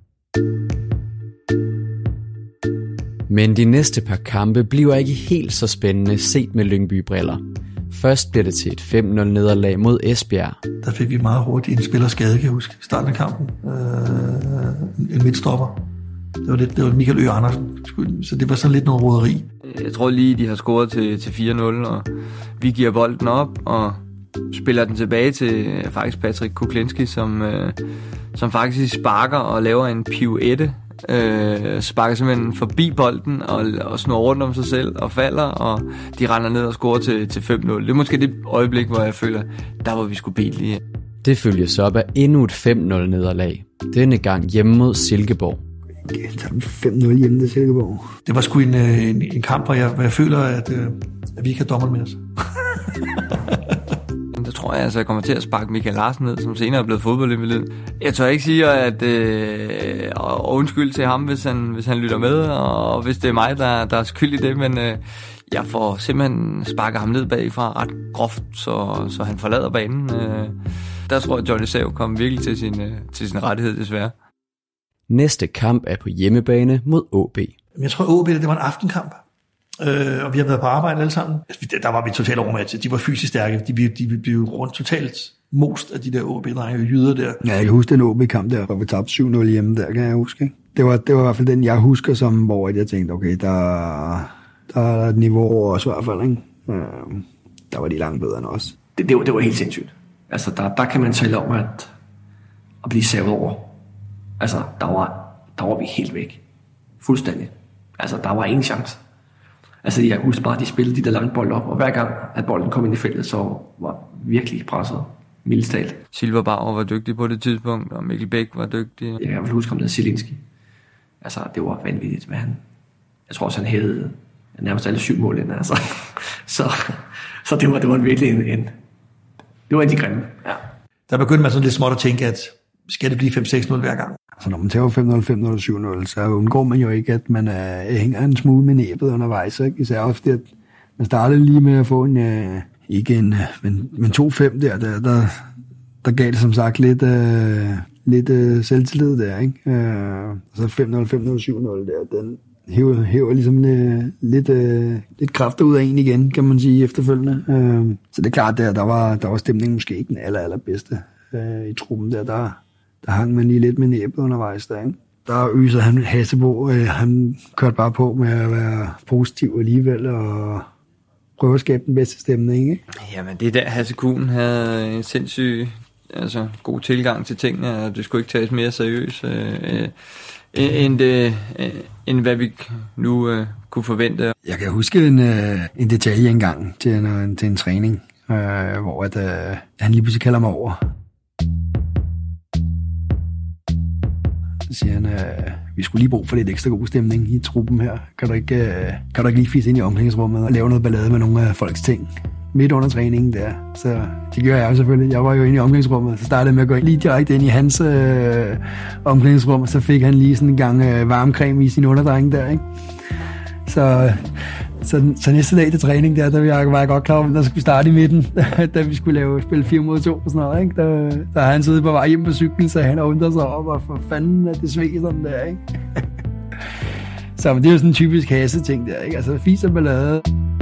Men de næste par kampe bliver ikke helt så spændende set med Lyngby-briller. Først bliver det til et 5-0-nederlag mod Esbjerg. Der fik vi meget hurtigt en spillerskade, kan jeg huske, i starten af kampen. En midtstopper. Det var Michael Ø. Andersen, så det var sådan lidt noget roderi. Jeg tror lige, de har scoret til 4-0, og vi giver bolden op og spiller den tilbage til faktisk Patrick Kuklinski, som faktisk sparker og laver en pirouette. Sparker simpelthen forbi bolden og snor rundt om sig selv og falder, og de render ned og scorer til 5-0. Det er måske det øjeblik, hvor jeg føler, der var vi sgu billige. Det følges op af endnu et 5-0-nederlag. Denne gang hjemme mod Silkeborg. 5-0 hjemme til Silkeborg. Det var sgu en kamp, hvor jeg føler, at vi ikke har dommeren med os. Der tror jeg, jeg kommer til at sparke Michael Larsen ned, som senere er blevet fodboldinvalid. Jeg tør ikke sige, at og undskyld til ham, hvis han lytter med, og hvis det er mig, der er skyld i det, men jeg får simpelthen sparket ham ned bagfra ret groft, så han forlader banen. Der tror jeg, Johnny Sav kom virkelig til sin rettighed, desværre. Næste kamp er på hjemmebane mod AaB. Jeg tror, AaB det var en aftenkamp. og vi har været på arbejde alle sammen. Der var vi totalt overmatchet. De var fysisk stærke. De blev rundt totalt most af de der OB-drenge og jyder der. Ja, jeg kan huske den OB-kamp der, hvor vi tabte 7-0 hjemme der, kan jeg huske. Ikke? Det var i hvert fald den, jeg husker, som, hvor jeg tænkte, okay, der er et niveau over os i hvert fald, ikke? Der var de langt bedre end os. Det var helt sindssygt. Altså, der kan man tale om at blive savet over. Altså, der var vi helt væk. Fuldstændig. Altså, der var ingen chance. Altså, jeg husker bare, at de spillede de der lange bold op, og hver gang, at bolden kom ind i feltet, så var virkelig presset. Mildest talt. Silver Bauer var dygtig på det tidspunkt, og Mikkel Bæk var dygtig. Jeg kan huske om det Zielinski. Altså, det var vanvittigt, hvad han... Jeg tror også, han hævede nærmest alle 7 mål ind, altså. Så det var virkelig en... Det var en de grimme, ja. Der begyndte man sådan lidt småt at tænke, at skal det blive 5-6-0 hver gang? Så når man tager 5-0, 5-0, 7-0, så undgår man jo ikke, at man hænger en smule med næbet undervejs. Ikke? Især ofte, at man startede lige med at få en, men 2-5 der gav det som sagt lidt selvtillid der. Ikke? Så 5-0, 5-0, 7-0 der, den hæver ligesom lidt kræfter ud af en igen, kan man sige, efterfølgende. Så det er klart, der var stemningen måske ikke den allerbedste i truppen der hang man lige lidt med næbet undervejs der, ikke? Der øser han Hassebo, han kørte bare på med at være positiv alligevel og prøve at skabe den bedste stemning, ikke? Jamen, det der Hasse Kuhn havde en sindssyg, god tilgang til tingene, og det skulle ikke tages mere seriøst end hvad vi nu kunne forvente. Jeg kan huske en detalje engang til en træning, hvor han lige pludselig kalder mig over. Så siger han, vi skulle lige brug for lidt ekstra god stemning i truppen her. Kan du ikke lige fisse ind i omklædningsrummet og lave noget ballade med nogle af folks ting? Midt under træningen der. Så det gjorde jeg jo selvfølgelig. Jeg var jo inde i omklædningsrummet, så startede jeg med at gå lige direkte ind i hans omklædningsrum, og så fik han lige sådan en gang varmecreme i sin underdreng der, ikke? Så næste dag til træning der var jeg godt klar over, at der skulle starte i midten, da vi skulle spille 4 mod 2 og sådan noget, ikke? Der har han siddet på vej hjem på cyklen, så han undrede sig op, og for fanden at det sveg sådan der, ikke? Så men det er jo sådan en typisk Hasse-ting der, ikke? Altså fis og ballade.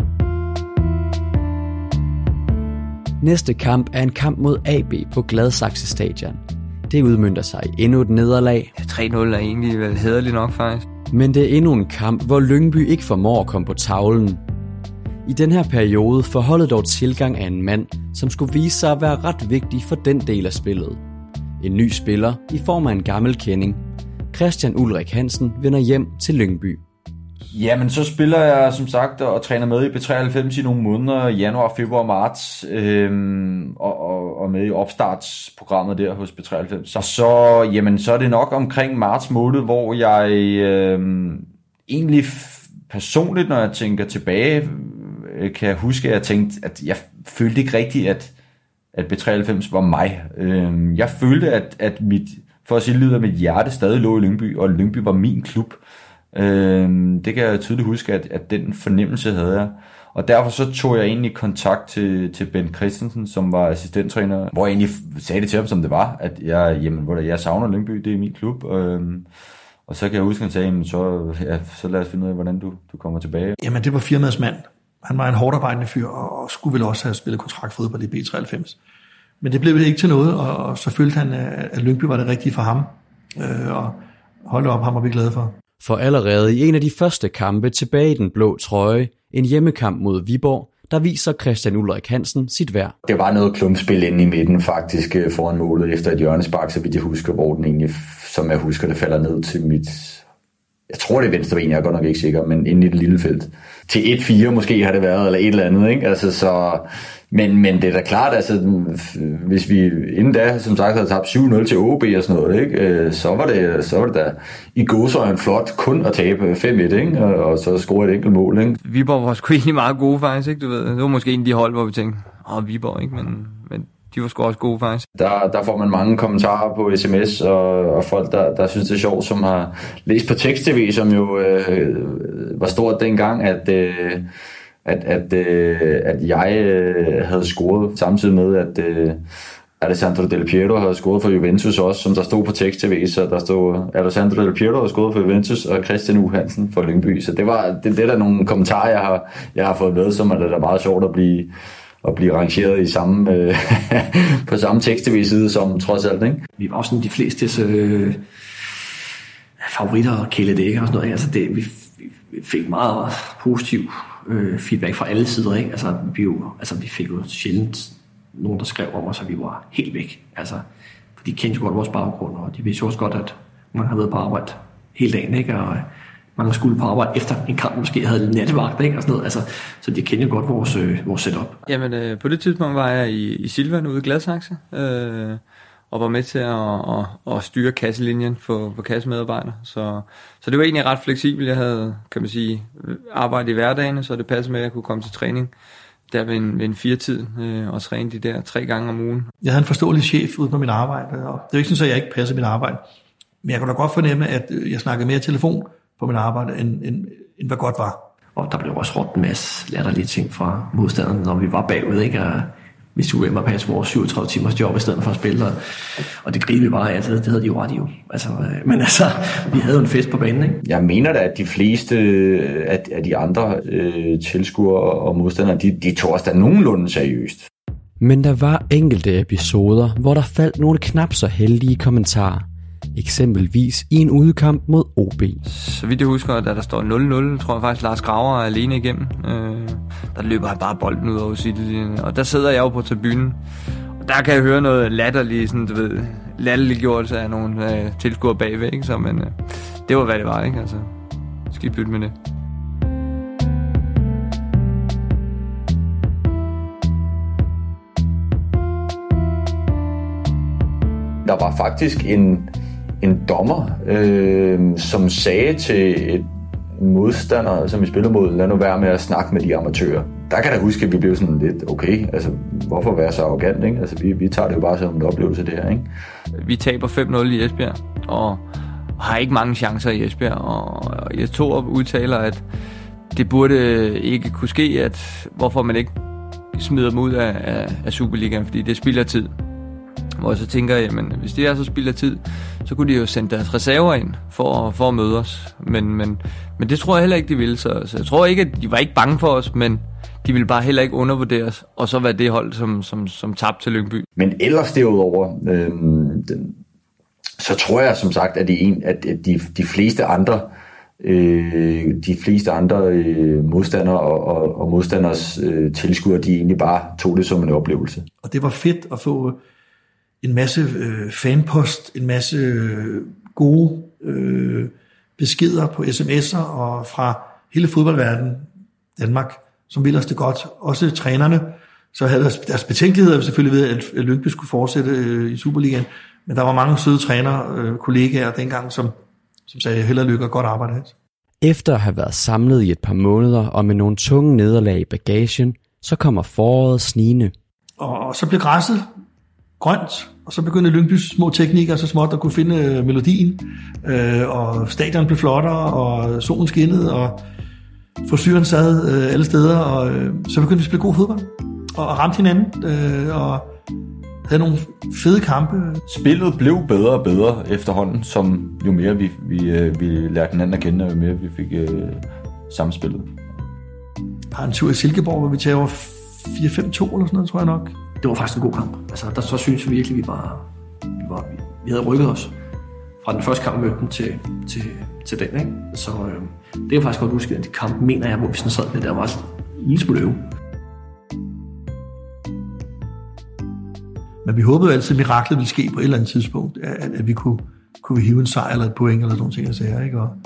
Næste kamp er en kamp mod AB på Gladsaxe Stadion. Det udmønter sig i endnu et nederlag. 3-0 er egentlig vel hæderligt nok faktisk. Men det er endnu en kamp, hvor Lyngby ikke formår at komme på tavlen. I den her periode får holdet dog tilgang af en mand, som skulle vise sig at være ret vigtig for den del af spillet. En ny spiller i form af en gammel kending. Christian Ulrik Hansen vender hjem til Lyngby. Jamen, så spiller jeg som sagt og træner med i B93 i nogle måneder, januar, februar og marts, og med i opstartsprogrammet der hos B93. Så er det nok omkring marts måned, hvor jeg egentlig personligt, når jeg tænker tilbage, kan jeg huske, at jeg tænkte, at jeg følte ikke rigtigt, at B93 var mig. Jeg følte, at for at sige lyder, at mit hjerte stadig lå i Lyngby, og Lyngby var min klub. Det kan jeg tydeligt huske, at den fornemmelse havde jeg. Og derfor så tog jeg egentlig kontakt til Bent Christensen, som var assistenttræner, hvor jeg egentlig sagde det til ham, som det var, at jeg savner Lyngby, det er min klub. Og så kan jeg huske, at han sagde, så lad os finde ud af, hvordan du kommer tilbage. Jamen, det var firmadsmand. Han var en hårdarbejdende fyr, og skulle vel også have spillet kontraktfodbold i B93. Men det blev ikke til noget, og så følte han, at Lyngby var det rigtige for ham. Og holde op, ham var vi glade for. For allerede i en af de første kampe tilbage i den blå trøje, en hjemmekamp mod Viborg, der viser Christian Ulrik Hansen sit værd. Det var noget klumpspil inde i midten faktisk foran målet efter et hjørnespark, så vidt jeg husker, hvor den egentlig, som jeg husker, det falder ned til mit... Jeg tror, det er venstre ben, jeg er godt nok ikke sikker, men inde i det lille felt. Til 1-4 måske har det været, eller et eller andet, ikke? Altså, så... Men det er da klart, altså, hvis vi inden da, som sagt, havde tabt 7-0 til OB og sådan noget, ikke? Så var det da i gåseøjne flot kun at tabe 5-1, ikke? Og så score et enkelt mål, ikke? Viborg var sgu egentlig meget gode faktisk, ikke? Du ved, det var måske en af de hold, hvor vi tænkte, Viborg, ikke? Men de var sgu også gode faktisk. Der får man mange kommentarer på sms, og folk, der synes, det er sjovt, som har læst på tekst-tv, som jo var stort dengang, at jeg havde scoret, samtidig med, Alessandro Del Piero havde scoret for Juventus også, som der stod på tekst-tv, så der stod Alessandro Del Piero havde scoret for Juventus, og Christian U. Hansen for Lyngby. Så det er der nogle kommentarer, jeg har fået med, som er da meget sjovt at blive rangeret i samme, på samme tekst-tv-side som trods alt, ikke? Vi var også sådan de fleste favoritter og Kjelle Dækker og sådan noget. Altså vi fik meget positiv feedback fra alle sider, ikke? Altså vi fik jo sjældent nogen, der skrev om os, at vi var helt væk. Altså, for de kendte jo godt vores baggrund, og de vidste jo også godt, at man har været på arbejde hele dagen, ikke? Og man skulle på arbejde efter en kamp, måske havde nattevagt, ikke? Og sådan noget. Altså, så de kendte jo godt vores setup. Jamen, på det tidspunkt var jeg i Silvan ude i Gladsaxe, og var med til at styre kasselinjen for kassemedarbejdere. Så det var egentlig ret fleksibelt. Jeg havde, kan man sige, arbejde i hverdagen, så det passede med, at jeg kunne komme til træning der ved en 4-tid og træne de der 3 gange om ugen. Jeg havde en forståelig chef ude på mit arbejde, og det er jo ikke sådan, at jeg ikke passer mit arbejde. Men jeg kunne da godt fornemme, at jeg snakkede mere telefon på mit arbejde, end hvad godt var. Og der blev også råbt en masse latterlige ting fra modstanderne, når vi var bagud, ikke? Og vi skulle hjem og passe vores 37 timers job i stedet for at spille, og det gribede vi bare af, det havde de jo ret i jo. Men vi havde jo en fest på banen, ikke? Jeg mener da, at de fleste af de andre tilskuere og modstandere, de tog os da nogenlunde seriøst. Men der var enkelte episoder, hvor der faldt nogle knap så heldige kommentarer. Eksempelvis i en udekamp mod OB. Så vidt jeg husker, da der står 0-0, tror jeg faktisk, Lars Graver er alene igennem. Der løber han bare bolden ud over sidelinjen, og der sidder jeg jo på tribunen. Og der kan jeg høre noget latterligt, sådan, du ved, latterliggjørelse af nogle tilskuere bagved, ikke? Så, men det var, hvad det var, ikke? Altså, skal I bytte med det. Der var faktisk en dommer, som sagde til en modstander, som vi spillede mod, lad nu være med at snakke med de amatører. Der kan jeg huske, at vi blev sådan lidt, okay, altså hvorfor være så arrogant, ikke? Altså vi tager det jo bare som en oplevelse, det her, ikke? Vi taber 5-0 i Esbjerg, og har ikke mange chancer i Esbjerg, og jeg udtaler, at det burde ikke kunne ske, at hvorfor man ikke smider dem ud af Superligaen, fordi det spilder tid. Hvor jeg så tænker, jamen, hvis det er så spild af tid, så kunne de jo sende deres reserver ind for at møde os. Men det tror jeg heller ikke, de ville. Så jeg tror ikke, at de var ikke bange for os, men de ville bare heller ikke undervurdere os, og så være det hold, som tabte til Lyngby. Men ellers derudover, så tror jeg som sagt, at de fleste andre modstandere og modstanders tilskuere, de egentlig bare tog det som en oplevelse. Og det var fedt at få en masse fanpost, en masse gode beskeder på sms'er og fra hele fodboldverdenen, Danmark, som ville os det godt. Også trænerne, så havde deres betænkeligheder selvfølgelig ved, at Lyngby skulle fortsætte i Superligaen, men der var mange søde trænere, kollegaer dengang, som sagde held og lykke og godt arbejde. Efter at have været samlet i et par måneder og med nogle tunge nederlag i bagagen, så kommer foråret snigende. Og så blev græsset grønt, og så begyndte Lyngbys små teknikere så småt at kunne finde melodien, og stadion blev flottere, og solen skinnede, og forsyren sad alle steder, og så begyndte vi at spille god fodbold, og ramte hinanden, og havde nogle fede kampe. Spillet blev bedre og bedre efterhånden, som jo mere vi lærte hinanden at kende, og jo mere vi fik samspillet. Har en tur i Silkeborg, hvor vi tager 4-5-2 eller sådan noget, tror jeg nok. Det var faktisk en god kamp. Altså, der så synes vi virkelig, vi havde rykket os fra den første kamp, mødte den til den, ikke? Så det er faktisk godt huske, at de kampe, mener jeg, hvor vi sådan sad med, der var en lille smule øve. Men vi håbede jo altid, at miraklet ville ske på et eller andet tidspunkt, at vi kunne hive en sejr eller et point eller sådan nogle ting, jeg sagde, ikke? Og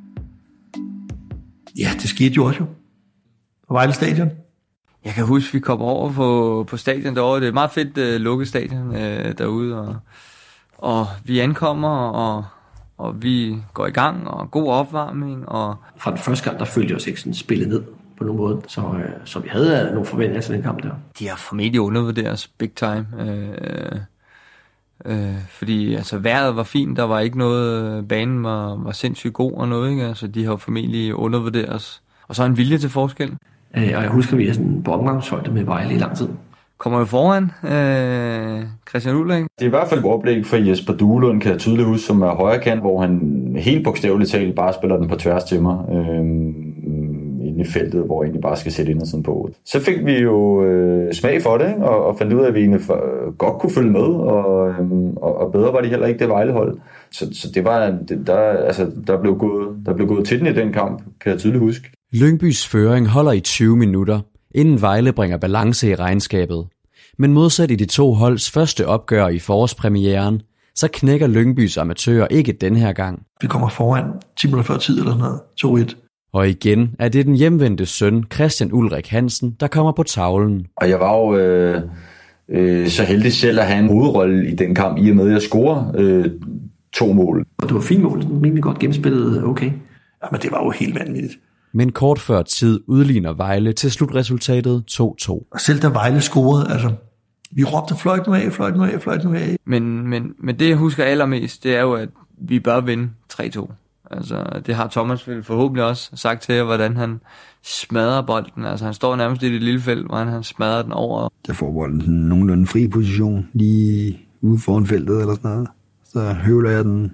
ja, det skete jo også på Vejle Stadion. Jeg kan huske, vi kom over på stadion derovre. Det er et meget fedt lukket stadion derude, og vi ankommer, og vi går i gang, og god opvarmning. Og fra den første gang, der følte jeg os ikke sådan spillet ned på nogen måde, så vi havde nogle forventninger til den kamp der. De har formentlig undervurderet os big time. Fordi altså, vejret var fint, der var ikke noget, banen var sindssygt god og noget, ikke? Altså, de har formentlig undervurderet os. Og så en vilje til forskel. Og jeg husker, vi er sådan på omgangshøjde med Vejle i lang tid. kommer jo foran Christian Ulrik. Det er i hvert fald et overblik for Jesper Duelund, kan jeg tydeligt huske, som er højre kant, hvor han helt bogstaveligt talt bare spiller den på tværs til mig. Inde i feltet, hvor jeg egentlig bare skal sætte ind og sådan på. Så fik vi jo smag for det, ikke? Og fandt ud af, at vi egentlig godt kunne følge med, og bedre var det heller ikke det Vejle-hold. Så det var, der blev gået til den i den kamp, kan jeg tydeligt huske. Lyngbys føring holder i 20 minutter, inden Vejle bringer balance i regnskabet. Men modsat i de to holds første opgør i forårspremieren, så knækker Lyngbys amatører ikke den her gang. Vi kommer foran 10 minutter før tid eller sådan noget, 2-1. Og igen er det den hjemvendte søn, Christian Ulrik Hansen, der kommer på tavlen. Og jeg var jo så heldig selv at have en hovedrolle i den kamp, i og med at jeg scorer 2 mål. Og det var fint mål, rimelig godt gennemspillet, okay. Ja, men det var jo helt vanvittigt. Men kort før tid udligner Vejle til slutresultatet 2-2. Og selv da Vejle scorede, altså, vi råbte fløjt nu af, fløjt nu af, fløjt nu af. Men det, jeg husker allermest, det er jo, at vi bør vinde 3-2. Altså, det har Thomas forhåbentlig også sagt til jer, hvordan han smadrer bolden. Altså, han står nærmest i det lille felt, hvor han smadrer den over. Der får bolden sådan nogenlunde fri position, lige ude foran feltet eller sådan noget. Så høvler jeg den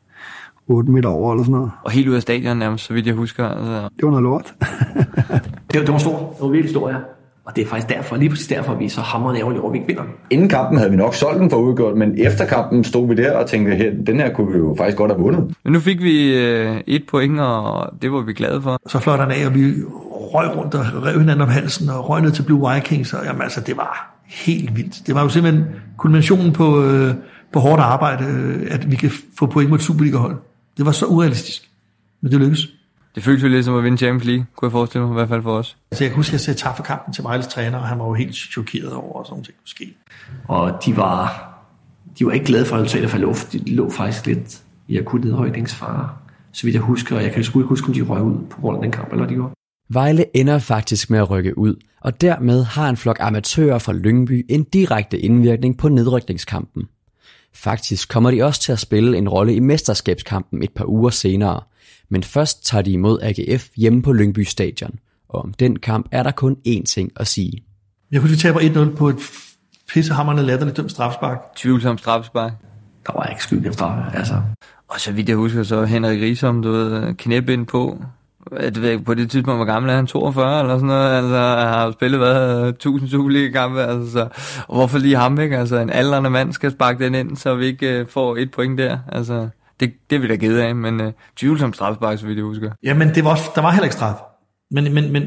8 meter over eller sådan noget. Og helt ud af stadion nærmest, så vidt jeg husker. Altså. Det var noget lort. det var stort. Det var virkelig stort, ja. Og det er faktisk derfor, lige præcis derfor, vi er så hamrende ærgerlige over, vi ikke vinder. Inden kampen havde vi nok solgt den for udgjort, men efter kampen stod vi der og tænkte, den her kunne vi jo faktisk godt have vundet. Men nu fik vi 1 point, og det var vi glade for. Så fløjt han af, og vi røg rundt og rev hinanden om halsen og røg ned til Blue Vikings. Og jamen, altså, det var helt vildt. Det var jo simpelthen kulminationen på hårdt arbejde, at vi kan få point mod Superliga-hold. Det var så urealistisk, men det lykkedes. Det føltes jo lidt som at vinde Champions League, kunne jeg forestille mig, i hvert fald for os. Altså, jeg kan huske, at jeg sagde tak for kampen til Vejles træner, og han var jo helt chokeret over, at sådan ting kunne ske. Og de var ikke glade for resultatet, for de lå faktisk lidt i akut nedrykningsfare, så vidt jeg husker, og jeg kan sgu ikke huske, om de røg ud på grund af den kamp, eller de gjorde. Vejle ender faktisk med at rykke ud, og dermed har en flok amatører fra Lyngby en direkte indvirkning på nedrykningskampen. Faktisk kommer de også til at spille en rolle i mesterskabskampen et par uger senere, men først tager de imod AGF hjemme på Lyngby Stadion, og om den kamp er der kun én ting at sige. Jeg kunne vi taber 1-0 på et pissehammerende latterligt dømt strafspark. Tvivlsom strafspark. Der var ikke skyldig straffe, altså. Og så vidt jeg husker, så Henrik Riesom, knæb ind på. På det tidspunkt, hvor gammel er han? 42 eller sådan noget? Altså, han har jo spillet 1000 Superliga-kampe, altså. Og hvorfor lige ham, ikke? Altså, en aldrende mand skal sparke den ind, så vi ikke får 1 point der. Altså, det er vi da givet af, men tvivlsom strafspark, så vidt jeg husker. Jamen, der var heller ikke straf. Men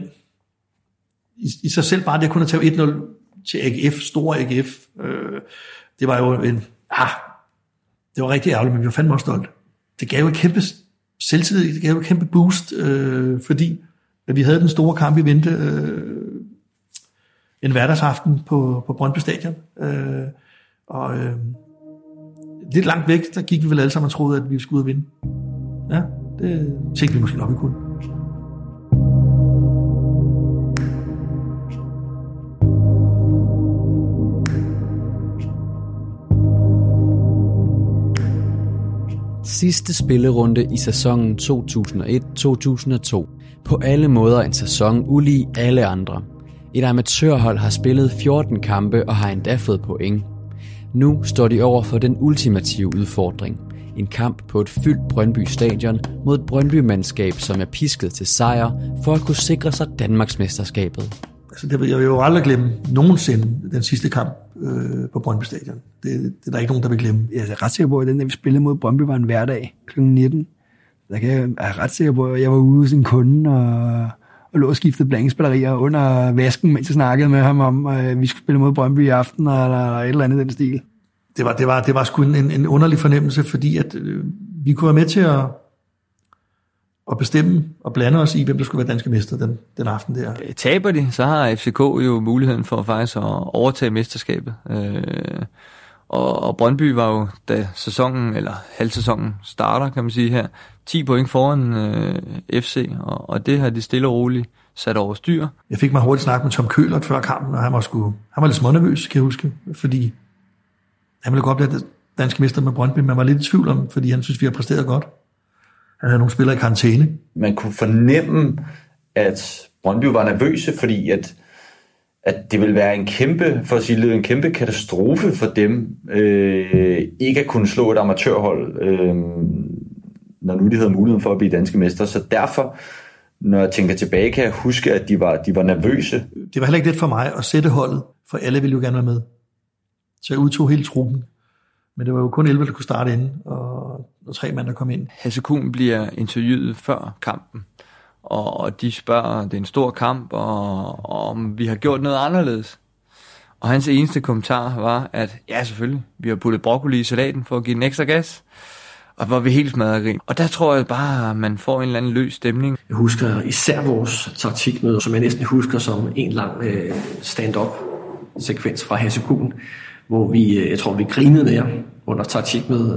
i sig selv bare det at kunne tage 1-0 til AGF, store AGF, det var jo det var rigtig ærgerligt, men vi var fandme også stolt. Det gav jo et kæmpe selvtillid, det gav jo et kæmpe boost, fordi at vi havde den store kamp i vente en hverdagsaften på Brøndby Stadion. Lidt langt væk, der gik vi vel alle sammen og troede, at vi skulle ud og vinde. Ja, det tænkte vi måske nok, vi kunne. Sidste spillerunde i sæsonen 2001-2002. På alle måder en sæson ulig alle andre. Et amatørhold har spillet 14 kampe og har endda fået point. Nu står de over for den ultimative udfordring. En kamp på et fyldt Brøndby Stadion mod et Brøndby-mandskab, som er pisket til sejr for at kunne sikre sig Danmarksmesterskabet. Altså, jeg vil jo aldrig glemme nogensinde den sidste kamp på Brøndby Stadion. Det er der ikke nogen, der vil glemme. Jeg er ret sikker på, at den, der vi spillede mod Brøndby, var en hverdag kl. 19. Jeg er ret sikker på, at jeg var ude hos en kunde og lå og skiftede blandingsbatterier under vasken, mens jeg snakkede med ham om, at vi skulle spille mod Brøndby i aften, eller et eller andet den stil. Det var sgu en underlig fornemmelse, fordi at vi kunne være med til at bestemme og blande os i, hvem der skulle være danske mester den aften der. Taber de, så har FCK jo muligheden for faktisk at overtage mesterskabet. Og Brøndby var jo, da sæsonen, eller halvsæsonen starter, kan man sige her, 10 point foran FC, og det har de stille og roligt sat over styr. Jeg fik mig hurtigt snakket med Tom Køhlert før kampen, og han var lidt smånervøs, kan jeg huske, fordi han ville godt blive danske mester med Brøndby, men var lidt i tvivl om, fordi han synes, vi har præsteret godt. Han havde nogle spillere i karantæne. Man kunne fornemme, at Brøndby var nervøse, fordi at at det vil være en kæmpe, for at sige en kæmpe katastrofe for dem, ikke at kunne slå et amatørhold, når nu de havde muligheden for at blive danske mestre. Så derfor, når jeg tænker tilbage, kan jeg huske, at de var nervøse. Det var heller ikke let for mig at sætte holdet, for alle ville jo gerne være med. Så jeg udtog hele truppen. Men det var jo kun 11, der kunne starte inden, og 3 mand, der kom ind. Hasse Kuhn bliver interviewet før kampen, og de spørger, det er en stor kamp, og om vi har gjort noget anderledes. Og hans eneste kommentar var, at ja, selvfølgelig, vi har puttet broccoli i salaten for at give den ekstra gas. Og hvor vi helt smadret grin. Og der tror jeg bare, at man får en eller anden løs stemning. Jeg husker især vores taktikmøde, som jeg næsten husker som en lang stand-up-sekvens fra Hasse Kuhn, hvor jeg tror, vi grinede der under taktikmødet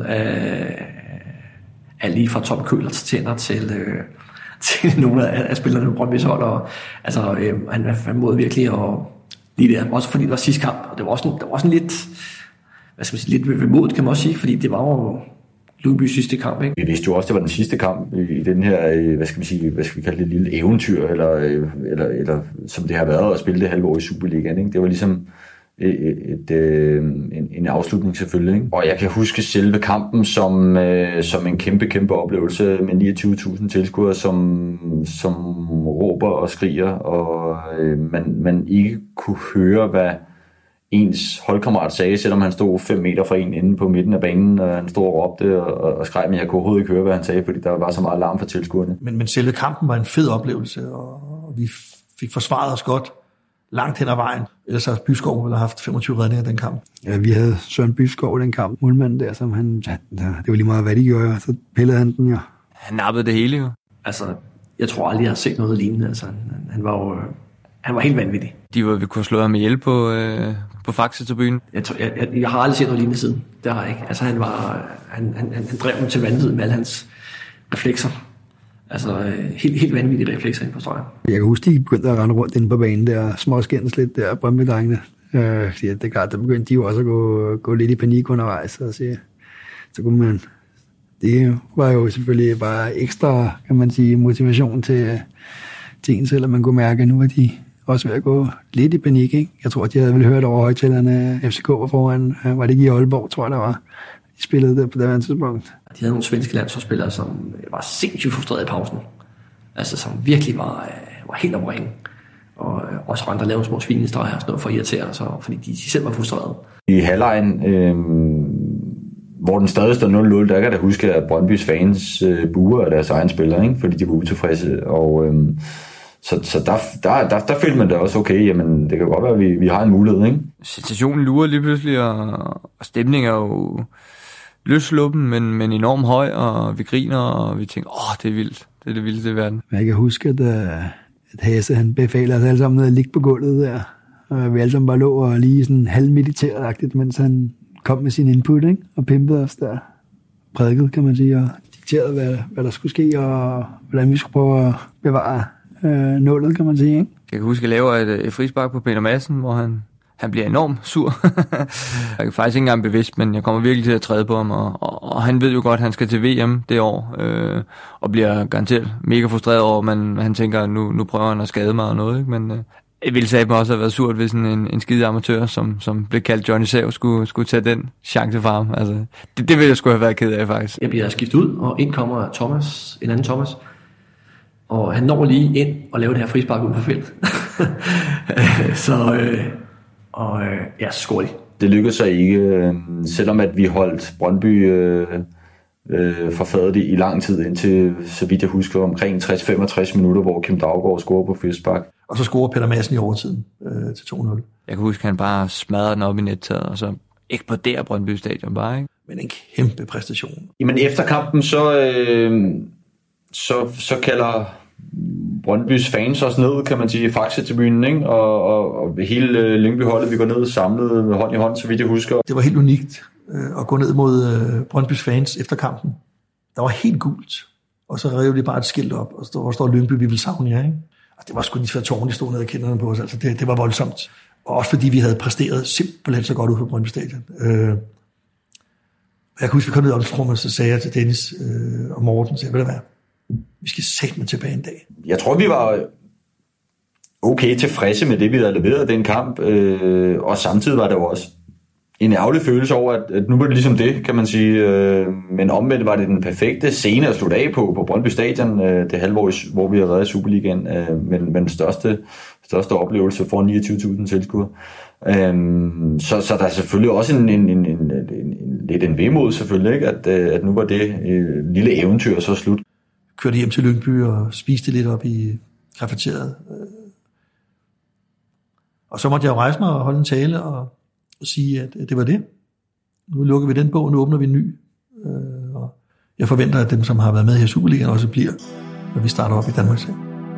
af lige fra Tom Køhlers tænder til nogle af spillerne på Brøndbys hold. Og, altså, han måtte virkelig lige der, også fordi det var sidste kamp. Og det var også lidt, hvad skal man sige, lidt ved mod, kan man også sige, fordi det var jo Lyngby's sidste kamp, ikke? Vi vidste jo også, det var den sidste kamp i den her, hvad skal vi kalde det, lille eventyr, eller som det har været at spille det halve år i Superligaen, ikke? Det var ligesom en afslutning selvfølgelig, ikke? Og jeg kan huske selve kampen som en kæmpe oplevelse med 29.000 tilskuere, som råber og skriger, og man ikke kunne høre, hvad ens holdkammerat sagde, selvom han stod 5 meter fra en inde på midten af banen, og han stod og råbte og skreg, men jeg kunne overhovedet ikke høre, hvad han sagde, fordi der var så meget larm fra tilskuerne. Men selve kampen var en fed oplevelse, og vi fik forsvaret os godt langt hen ad vejen. Ellers har Byskov vel haft 25 redninger den kamp. Ja, vi havde Søren Byskov den kamp, målmanden der, som det var lige meget, hvad de gjorde, så pillede han den, ja. Han nappede det hele jo. Altså, jeg tror aldrig, jeg har set noget lignende. Altså, han var helt vanvittig. Vi kunne slå ham ihjel på Faxe-tribunen. Jeg har aldrig set noget lignende siden. Det har jeg ikke. Altså, han drev dem til vanvid med alle hans reflekser. Altså, helt vanvittige reflekser ind på stregen. Jeg kan huske, de begyndte at rende rundt inde på banen der, småskændes lidt der, Brøndby-drengene. Det er klart, der begyndte de jo også at gå lidt i panik undervejs, så kunne man. Det var jo selvfølgelig bare ekstra, kan man sige, motivation til en selv, at man kunne mærke, at nu var de også ved at gå lidt i panik, ikke? Jeg tror, de havde vel hørt over højtalerne, FCK var foran, var det ikke i Aalborg, tror jeg, der var. De spillede der på det andet tidspunkt. De havde nogle svenske landsholdsspillere, som var sindssygt frustreret i pausen. Altså, som virkelig var helt omringen. Og også andre lavede små svinestreger og sådan noget for at irritere sig, fordi de selv var frustrerede. I halvlejen, hvor den stadig står 0-0, der kan jeg da huske, at Brøndbys fans buer af deres egen spillere, ikke? Fordi de var utilfredse. Og så der følte man da også, okay, jamen det kan godt være, at vi har en mulighed, ikke? Situationen lurer lige pludselig, og stemningen er jo løsluppen, men enormt høj, og vi griner, og vi tænker, det er vildt. Det er det vildeste i verden. Jeg kan huske, at Hasse, han befaler os alle sammen ned at ligge på gulvet der, og vi alle sammen bare lå og lige sådan halvmediteret-agtigt, mens han kom med sin input, ikke? Og pimpede os der. Prædikede, kan man sige, og dikterede, hvad der skulle ske, og hvordan vi skulle prøve at bevare nålet, kan man sige, ikke? Jeg kan huske, at jeg laver et frispark på Peter Madsen, hvor han bliver enormt sur. Jeg er faktisk ikke engang bevidst, men jeg kommer virkelig til at træde på ham, og han ved jo godt, at han skal til VM det år, og bliver garanteret mega frustreret over, men han tænker, at nu prøver han at skade mig og noget, ikke? Men jeg ville sige mig også have været surt, hvis en skide amatør, som blev kaldt Johnny Sav, skulle tage den chance fra ham. Altså, det ville jeg sgu have været ked af, faktisk. Jeg bliver skiftet ud, og ind kommer Thomas, en anden Thomas, og han når lige ind og laver det her frispark ud på feltet. Så scorer de. Det lykkedes sig ikke, selvom at vi holdt Brøndby for fadet i lang tid, indtil, så vidt jeg husker, omkring 60-65 minutter, hvor Kim Daugaard scorer på frispark. Og så scorer Peter Madsen i overtiden til 2-0. Jeg kan huske, at han bare smadrede den op i nettaget, og så eksploderer Brøndby Stadion bare, ikke? Men en kæmpe præstation. Jamen efter kampen, så kalder Brøndbys fans også ned, kan man sige, i Faxe-tribunen, ikke? Og hele Lyngby-holdet, vi går ned samlet hånd i hånd, så vidt jeg husker. Det var helt unikt at gå ned mod Brøndbys fans efter kampen. Der var helt gult, og så rev de bare et skilt op, og hvor står Lyngby, vi vil savne jer, ikke? Og det var sgu de svære tårne, de stod ned og kendte på os, altså det var voldsomt. Og også fordi vi havde præsteret simpelthen så godt ud på Brøndby Stadion. Jeg kan huske, vi kom ned i omklædningsrummet, så sagde jeg til Dennis og Morten, ved du hvad, vi skal satme tilbage en dag. Jeg tror, vi var okay tilfredse med det, vi havde leveret den kamp, og samtidig var det jo også en ærgerlig følelse over, at nu var det ligesom det, kan man sige, men omvendt var det den perfekte scene at slutte af på Brøndby Stadion, det halvår, hvor vi har været i Superligaen, med den største oplevelse for 29.000 tilskuere. Så der er selvfølgelig også lidt en vemod selvfølgelig, ikke? At nu var det lille eventyr så slut. Kørte hjem til Lyngby og spiste lidt op i kafeteriet. Og så måtte jeg jo rejse mig og holde en tale og sige, at det var det. Nu lukker vi den bog, nu åbner vi en ny. Og jeg forventer, at dem, som har været med her i Superligaen, også bliver, når vi starter op i Danmark.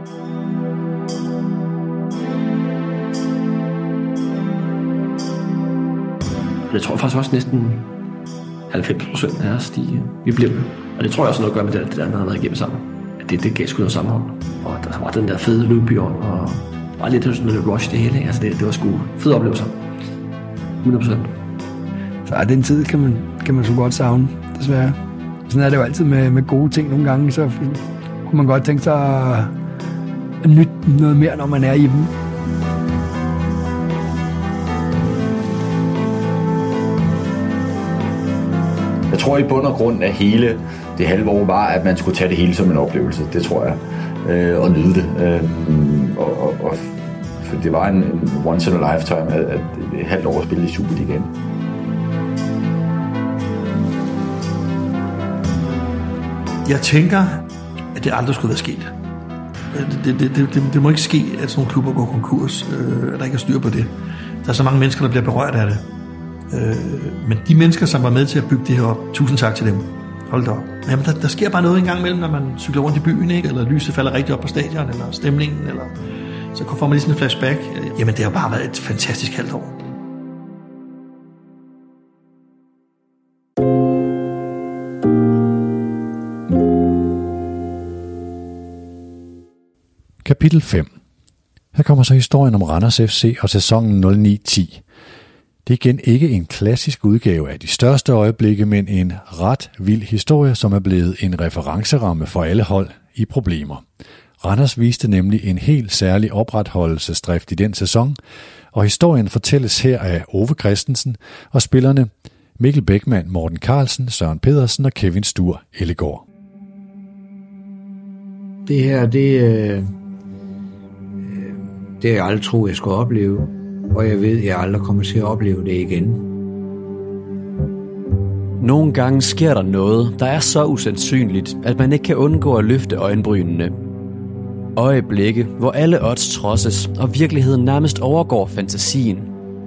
Jeg tror faktisk også næsten 90% af os, vi blev. Og det tror jeg også noget at gøre med det der, der har været igennem sammen. At det gav sgu noget sammenhold. Og der var den der fede Lyngby-ånd, og bare lidt sådan noget rush det hele. Altså det var sgu fede oplevelser. 100%. Så den tid kan man så godt savne, desværre. Sådan er det jo altid med gode ting nogle gange, så kunne man godt tænke sig at nytte noget mere, når man er i dem. Jeg tror i bund og grund, at hele det halve år var, at man skulle tage det hele som en oplevelse. Det tror jeg. Og nyde det. For det var en once in a lifetime, at et halvt år spille i Superligaen. Jeg tænker, at det aldrig skulle være sket. Det må ikke ske, at sådan nogle klubber går konkurs, at der ikke er styr på det. Der er så mange mennesker, der bliver berørt af det. Men de mennesker, som var med til at bygge det her op, tusind tak til dem. Hold da op. Jamen, der sker bare noget en gang imellem, når man cykler rundt i byen, ikke? Eller lyset falder rigtig op på stadion, eller stemningen, eller så får man lige sådan en flashback. Jamen, det har bare været et fantastisk halvt år. Kapitel 5. Her kommer så historien om Randers FC og sæsonen 09-10. Det er igen ikke en klassisk udgave af de største øjeblikke, men en ret vild historie, som er blevet en referenceramme for alle hold i problemer. Randers viste nemlig en helt særlig opretholdelsesdrift i den sæson, og historien fortælles her af Ove Christensen og spillerne Mikkel Bækman, Morten Carlsen, Søren Pedersen og Kevin Stur Ellegaard. Det her, det jeg aldrig troede, jeg skulle opleve, og jeg ved, at jeg aldrig kommer til at opleve det igen. Nogle gange sker der noget, der er så usandsynligt, at man ikke kan undgå at løfte øjenbrynene. Øjeblikke, hvor alle odds trodses, og virkeligheden nærmest overgår fantasien.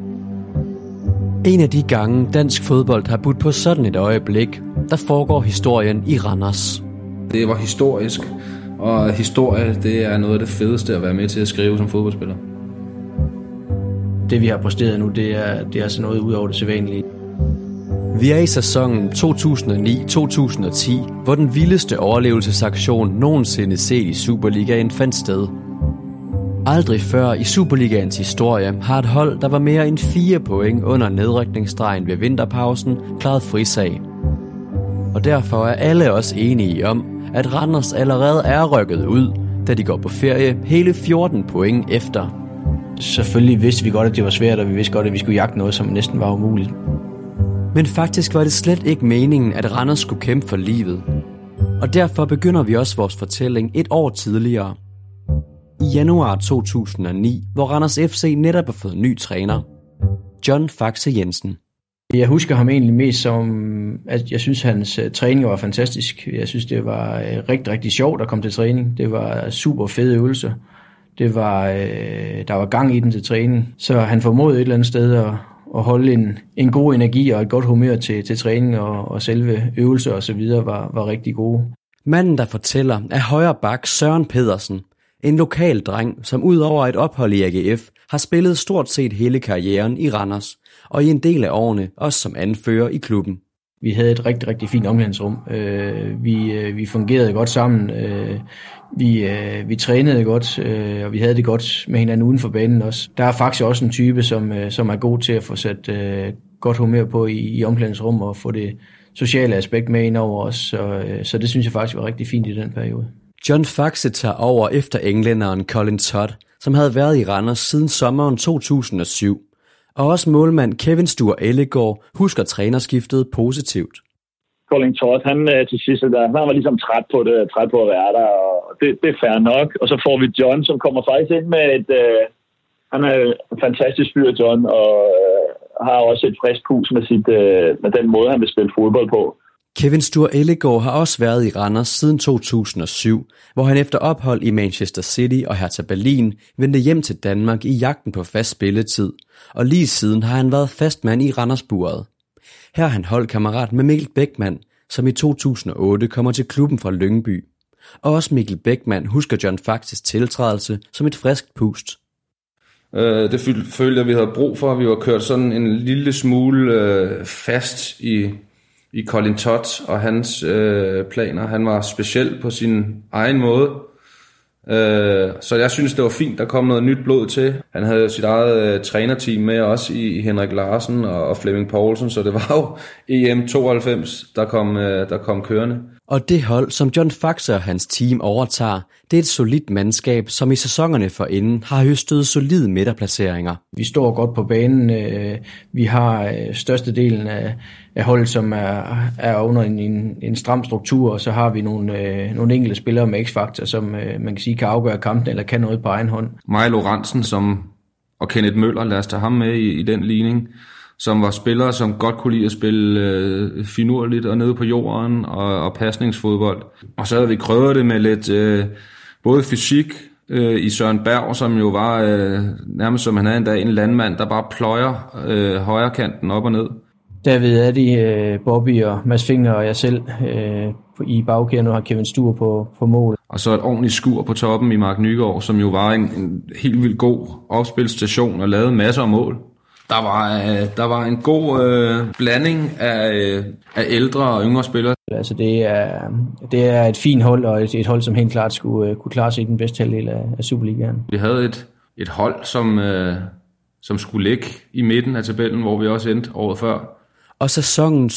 En af de gange, dansk fodbold har budt på sådan et øjeblik, der foregår historien i Randers. Det var historisk, og historie, det er noget af det fedeste at være med til at skrive som fodboldspiller. Det vi har præsteret nu, det er altså noget ud over det sædvanlige. Vi er i sæsonen 2009-2010, hvor den vildeste overlevelsesaktion nogensinde set i Superligaen fandt sted. Aldrig før i Superligaens historie har et hold, der var mere end 4 point under nedrykningsstregen ved vinterpausen, klaret frisag. Og derfor er alle også enige om, at Randers allerede er rykket ud, da de går på ferie hele 14 point efter. Selvfølgelig vidste vi godt, at det var svært, og vi vidste godt, at vi skulle jagte noget, som næsten var umuligt. Men faktisk var det slet ikke meningen, at Randers skulle kæmpe for livet. Og derfor begynder vi også vores fortælling et år tidligere. I januar 2009, hvor Randers FC netop har fået ny træner. John Faxe Jensen. Jeg husker ham egentlig mest som, at jeg synes, hans træning var fantastisk. Jeg synes, det var rigtig, rigtig sjovt at komme til træning. Det var super fede øvelser. Der var gang i den til træning. Så han formåede et eller andet sted at holde en god energi og et godt humør til træning, og selve øvelser og så videre var rigtig gode. Manden, der fortæller, er højre bak Søren Pedersen. En lokal dreng, som ud over et ophold i AGF, har spillet stort set hele karrieren i Randers, og i en del af årene også som anfører i klubben. Vi havde et rigtig, rigtig fint omklædningsrum. Vi fungerede godt sammen. Vi trænede godt, og vi havde det godt med hinanden uden for banen også. Der er faktisk også en type, som er god til at få sat godt humør på i omklædningsrum og få det sociale aspekt med ind over os. Så det synes jeg faktisk var rigtig fint i den periode. John Faxe tager over efter englænderen Colin Todd, som havde været i Randers siden sommeren 2007. Og også målmand Kevin Sture Ellegaard husker trænerskiftet positivt. Colin Todd, han til sidst, han var ligesom træt på at være der, og det er fair nok. Og så får vi John, som kommer faktisk ind med han er en fantastisk fyr, John, og har også et frisk pus med den måde, han vil spille fodbold på. Kevin Sture Ellegaard har også været i Randers siden 2007, hvor han efter ophold i Manchester City og Hertha Berlin vendte hjem til Danmark i jagten på fast spilletid, og lige siden har han været fastmand i Randersburet. Her er han holdkammerat med Mikkel Bækman, som i 2008 kommer til klubben fra Lyngby. Og også Mikkel Bækman husker John Faxes tiltrædelse som et friskt pust. Det følte jeg, vi havde brug for. Vi var kørt sådan en lille smule fast i Colin Todd og hans planer. Han var speciel på sin egen måde. Så jeg synes, det var fint, der kom noget nyt blod til. Han havde sit eget trænerteam med også i Henrik Larsen og Flemming Poulsen, så det var jo EM92, der kom kørende. Og det hold, som John Faxe og hans team overtager, det er et solidt mandskab, som i sæsonerne forinden har høstet solide midterplaceringer. Vi står godt på banen. Vi har størstedelen af holdet, som er under en stram struktur, og så har vi nogle enkelte spillere med X-faktor, som man kan sige kan afgøre kampen eller kan noget på egen hånd. Maja Lorentzen og Kenneth Møller, lad os tage ham med i den ligning, som var spillere, som godt kunne lide at spille finurligt og nede på jorden og pasningsfodbold. Og så havde vi krøvet det med lidt både fysik i Søren Berg, som jo var nærmest som han havde en dag en landmand, der bare pløjer højre kanten op og ned. David Addy, Bobby og Mads Finger og jeg selv i bagkæden, nu har Kevin Sture på mål. Og så et ordentligt skur på toppen i Mark Nygaard, som jo var en helt vildt god opspilstation og lavede masser af mål. Der var en god blanding af ældre og yngre spillere. Altså det er et fint hold, og et hold, som helt klart kunne klare sig i den bedste halvdel af Superligaen. Vi havde et hold, som skulle ligge i midten af tabellen, hvor vi også endte året før. Og sæsonen 2008-2009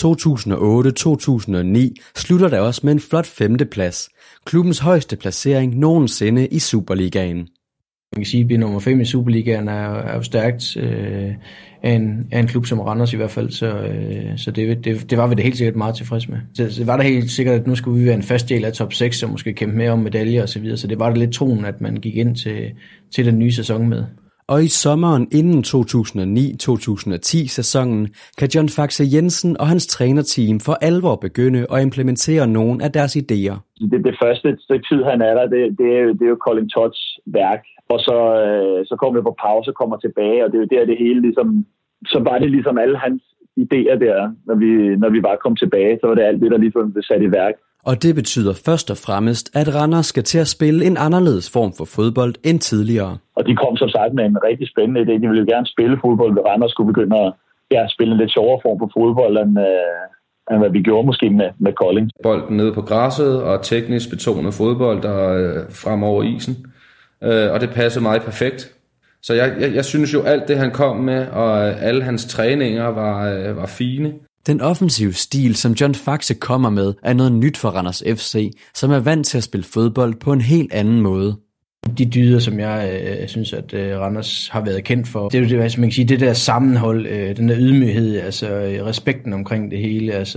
slutter der også med en flot 5. plads. Klubbens højeste placering nogensinde i Superligaen. Man kan sige, at blive nummer 5 i Superligaen er jo stærkt af en klub som Randers i hvert fald, så det var vi da helt sikkert meget tilfreds med. Så det var da helt sikkert, at nu skulle vi være en fast del af top 6, og måske kæmpe mere om medaljer og så videre, så det var da lidt troen, at man gik ind til den nye sæson med. Og i sommeren inden 2009-2010 sæsonen kan John Faxe Jensen og hans trænerteam for alvor begynde at implementere nogle af deres idéer. Det første stykke tid, han er der, det er jo Colin Todds værk. Og så kommer vi på pause og kommer tilbage, og det er jo der det hele ligesom, så var det ligesom alle hans idéer der, når vi bare kom tilbage, så var det alt det, der ligesom blev sat i værk. Og det betyder først og fremmest, at Randers skal til at spille en anderledes form for fodbold end tidligere. Og de kom som sagt med en rigtig spændende idé. De ville jo gerne spille fodbold, ved Randers skulle begynde at spille en lidt sjovere form for fodbold, end hvad vi gjorde måske med Kolding. Bolden nede på græsset og teknisk betonet fodbold, der frem over isen. Og det passede mig perfekt. Så jeg synes jo, alt det han kom med, og alle hans træninger var fine. Den offensive stil, som John Faxe kommer med, er noget nyt for Randers FC, som er vant til at spille fodbold på en helt anden måde. De dyder, som jeg synes, at Randers har været kendt for, det er jo det, altså man kan sige, det der sammenhold, den der ydmyghed, altså respekten omkring det hele, altså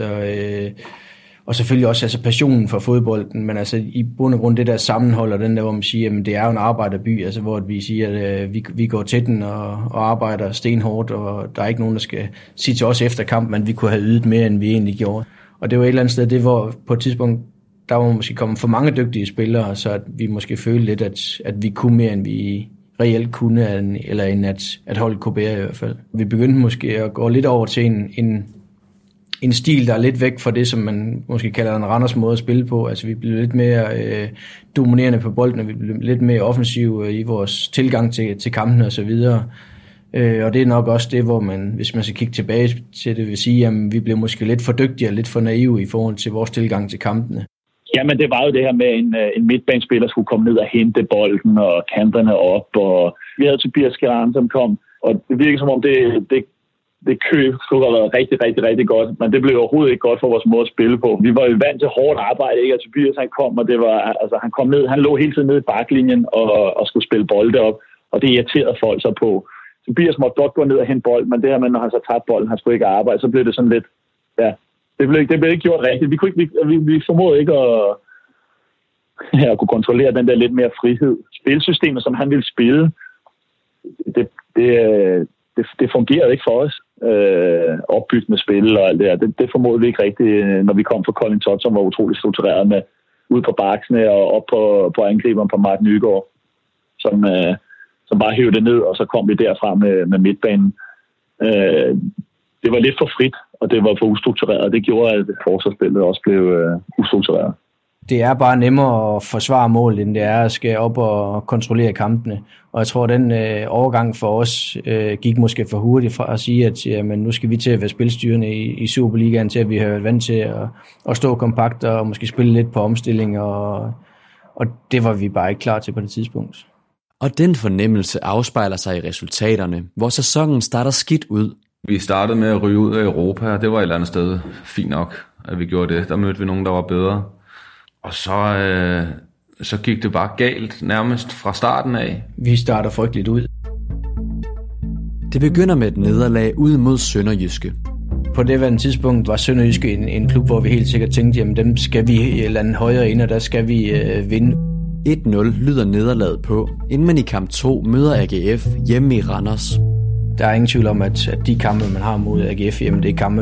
og selvfølgelig også altså passionen for fodbolden, men altså i bund og grund det der sammenhold, og den der, hvor man siger, at det er jo en arbejderby, altså hvor vi siger, at vi går til den og arbejder stenhårdt, og der er ikke nogen, der skal sige til os efter kampen, at vi kunne have ydet mere, end vi egentlig gjorde. Og det var et eller andet sted, det hvor på et tidspunkt, der var måske kommet for mange dygtige spillere, så at vi måske følte lidt, at vi kunne mere, end vi reelt kunne, eller end at holdet kunne bære i hvert fald. Vi begyndte måske at gå lidt over til en stil, der er lidt væk fra det, som man måske kalder en Randers måde at spille på. Altså vi blev lidt mere dominerende på bolden, og vi blev lidt mere offensive i vores tilgang til kampene og så videre. Og det er nok også det, hvor man, hvis man skal kigge tilbage til det, vil sige, at vi blev måske lidt for dygtige og lidt for naive i forhold til vores tilgang til kampene. Jamen det var jo det her med, en midtbanespiller skulle komme ned og hente bolden og kanterne op, og vi havde Tobias Geran, som kom, og det virkede som om det det køb skulle have været rigtig, rigtig, rigtig godt, men det blev overhovedet ikke godt for vores måde at spille på. Vi var jo vant til hårdt arbejde, ikke? Og Tobias han kom, og det var, altså han kom ned, han lå hele tiden nede i baklinjen og skulle spille bolde op, og det irriterede folk så på. Tobias måtte godt gå ned og hente bold, men det her med, når han så tabte bolden, han skulle ikke arbejde, så blev det sådan lidt, ja, det blev ikke gjort rigtigt. Vi formåede ikke at kunne kontrollere den der lidt mere frihed. Spilsystemet, som han ville spille, det fungerede ikke for os. Opbyggende spil og alt det der. Det formåede vi ikke rigtigt, når vi kom fra Colin Todd, som var utroligt struktureret med ud på baksene og op på angriberen på Mark Nygaard, som bare hævde det ned, og så kom vi derfra med midtbanen. Det var lidt for frit, og det var for ustruktureret. Det gjorde, at forsvarsspillet også blev ustruktureret. Det er bare nemmere at forsvare mål, end det er at skal op og kontrollere kampene. Og jeg tror, at den overgang for os gik måske for hurtigt fra at sige, at jamen, nu skal vi til at være spilstyrende i Superligaen, til at vi har været vant til at stå kompakt og måske spille lidt på omstilling, og det var vi bare ikke klar til på det tidspunkt. Og den fornemmelse afspejler sig i resultaterne, hvor sæsonen starter skidt ud. Vi startede med at ryge ud af Europa, og det var et eller andet sted fint nok, at vi gjorde det. Der mødte vi nogen, der var bedre. Og så gik det bare galt nærmest fra starten af. Vi starter frygteligt ud. Det begynder med et nederlag ud mod Sønderjyske. På det tidspunkt var Sønderjyske en klub, hvor vi helt sikkert tænkte, jamen dem skal vi lande højere ind, og der skal vi vinde. 1-0 lyder nederlaget på, inden man i kamp 2 møder AGF hjemme i Randers. Der er ingen tvivl om, at de kampe, man har mod AGF hjemme, det er kampe,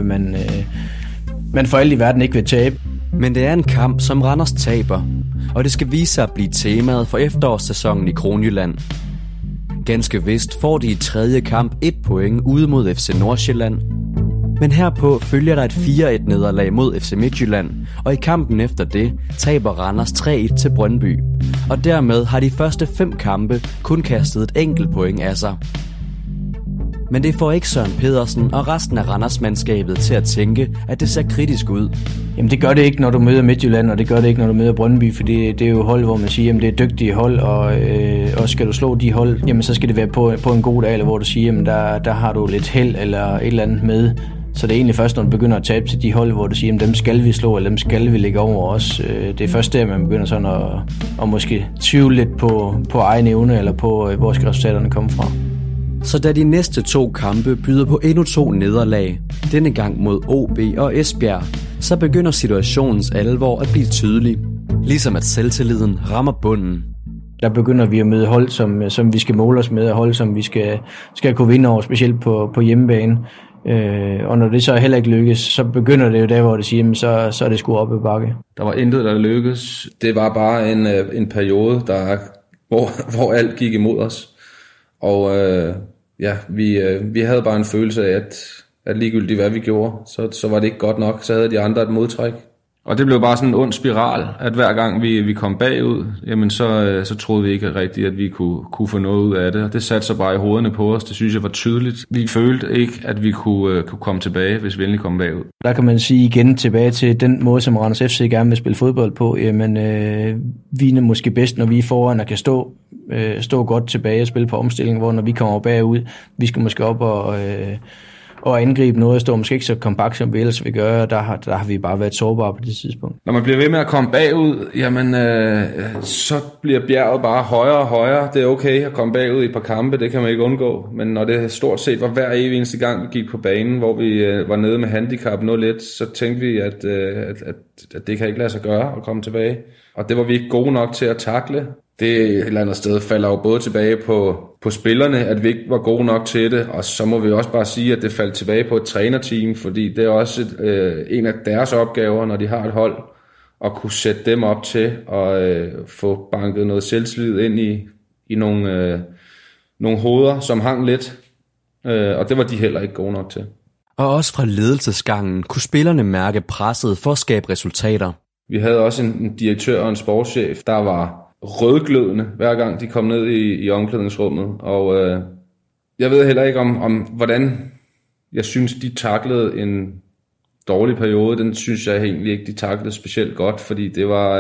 man for alt i verden ikke vil tabe. Men det er en kamp, som Randers taber, og det skal vise sig at blive temaet for efterårssæsonen i Kronjylland. Ganske vist får de i tredje kamp 1 point ude mod FC Nordsjælland. Men herpå følger der et 4-1 nederlag mod FC Midtjylland, og i kampen efter det taber Randers 3-1 til Brøndby. Og dermed har de første 5 kampe kun kastet et enkelt point af sig. Men det får ikke Søren Pedersen og resten af Randers-mandskabet til at tænke, at det ser kritisk ud. Jamen det gør det ikke, når du møder Midtjylland, og det gør det ikke, når du møder Brøndby, for det er jo hold, hvor man siger, at det er dygtige hold, og skal du slå de hold, jamen så skal det være på en god dag, eller hvor du siger, jamen der har du lidt held eller et eller andet med. Så det er egentlig først, når du begynder at tabe til de hold, hvor du siger, at dem skal vi slå, eller dem skal vi lægge over os. Det er først der, man begynder sådan at måske tvivle lidt på egen evne, eller på, hvor skal resultaterne komme fra. Så da de næste 2 kampe byder på endnu 2 nederlag, denne gang mod OB og Esbjerg, så begynder situationens alvor at blive tydelig. Ligesom at selvtilliden rammer bunden. Der begynder vi at møde hold, som vi skal måle os med, og hold, som vi skal kunne vinde over, specielt på hjemmebane. Og når det så heller ikke lykkes, så begynder det jo der, hvor det siger, så er det sgu op ad bakke. Der var intet, der lykkedes. Det var bare en periode, hvor alt gik imod os. Og vi havde bare en følelse af, at ligegyldigt hvad vi gjorde, så var det ikke godt nok. Så havde de andre et modtræk. Og det blev bare sådan en ond spiral, at hver gang vi kom bagud, jamen så troede vi ikke rigtigt, at vi kunne få noget ud af det. Og det satte sig bare i hovederne på os. Det synes jeg var tydeligt. Vi følte ikke, at vi kunne komme tilbage, hvis vi endelig kom bagud. Der kan man sige igen tilbage til den måde, som Randers FC gerne vil spille fodbold på. Jamen, vi er måske bedst, når vi er foran og kan stå godt tilbage og spille på omstilling, hvor når vi kommer bagud, vi skal måske op og angribe noget, og stå måske ikke så kompakt, som vi ellers vil gøre, der har vi bare været sårbare på det tidspunkt. Når man bliver ved med at komme bagud, jamen, så bliver bjerget bare højere og højere. Det er okay at komme bagud i et par kampe, det kan man ikke undgå. Men når det stort set var hver evig eneste gang, vi gik på banen, hvor vi var nede med handicap 0-1, så tænkte vi, at det kan ikke lade sig gøre at komme tilbage. Og det var vi ikke gode nok til at takle. Det et eller andet sted falder jo både tilbage på spillerne, at vi ikke var gode nok til det, og så må vi også bare sige, at det faldt tilbage på et trænerteam, fordi det er også en af deres opgaver, når de har et hold, at kunne sætte dem op til at få banket noget selvtillid ind i nogle hoveder, som hang lidt, og det var de heller ikke gode nok til. Og også fra ledelsesgangen kunne spillerne mærke presset for at skabe resultater. Vi havde også en direktør og en sportschef, der var rødglødende, hver gang de kom ned i omklædningsrummet. Og jeg ved heller ikke om hvordan jeg synes, de taklede en dårlig periode. Den synes jeg egentlig ikke, de taklede specielt godt, fordi det var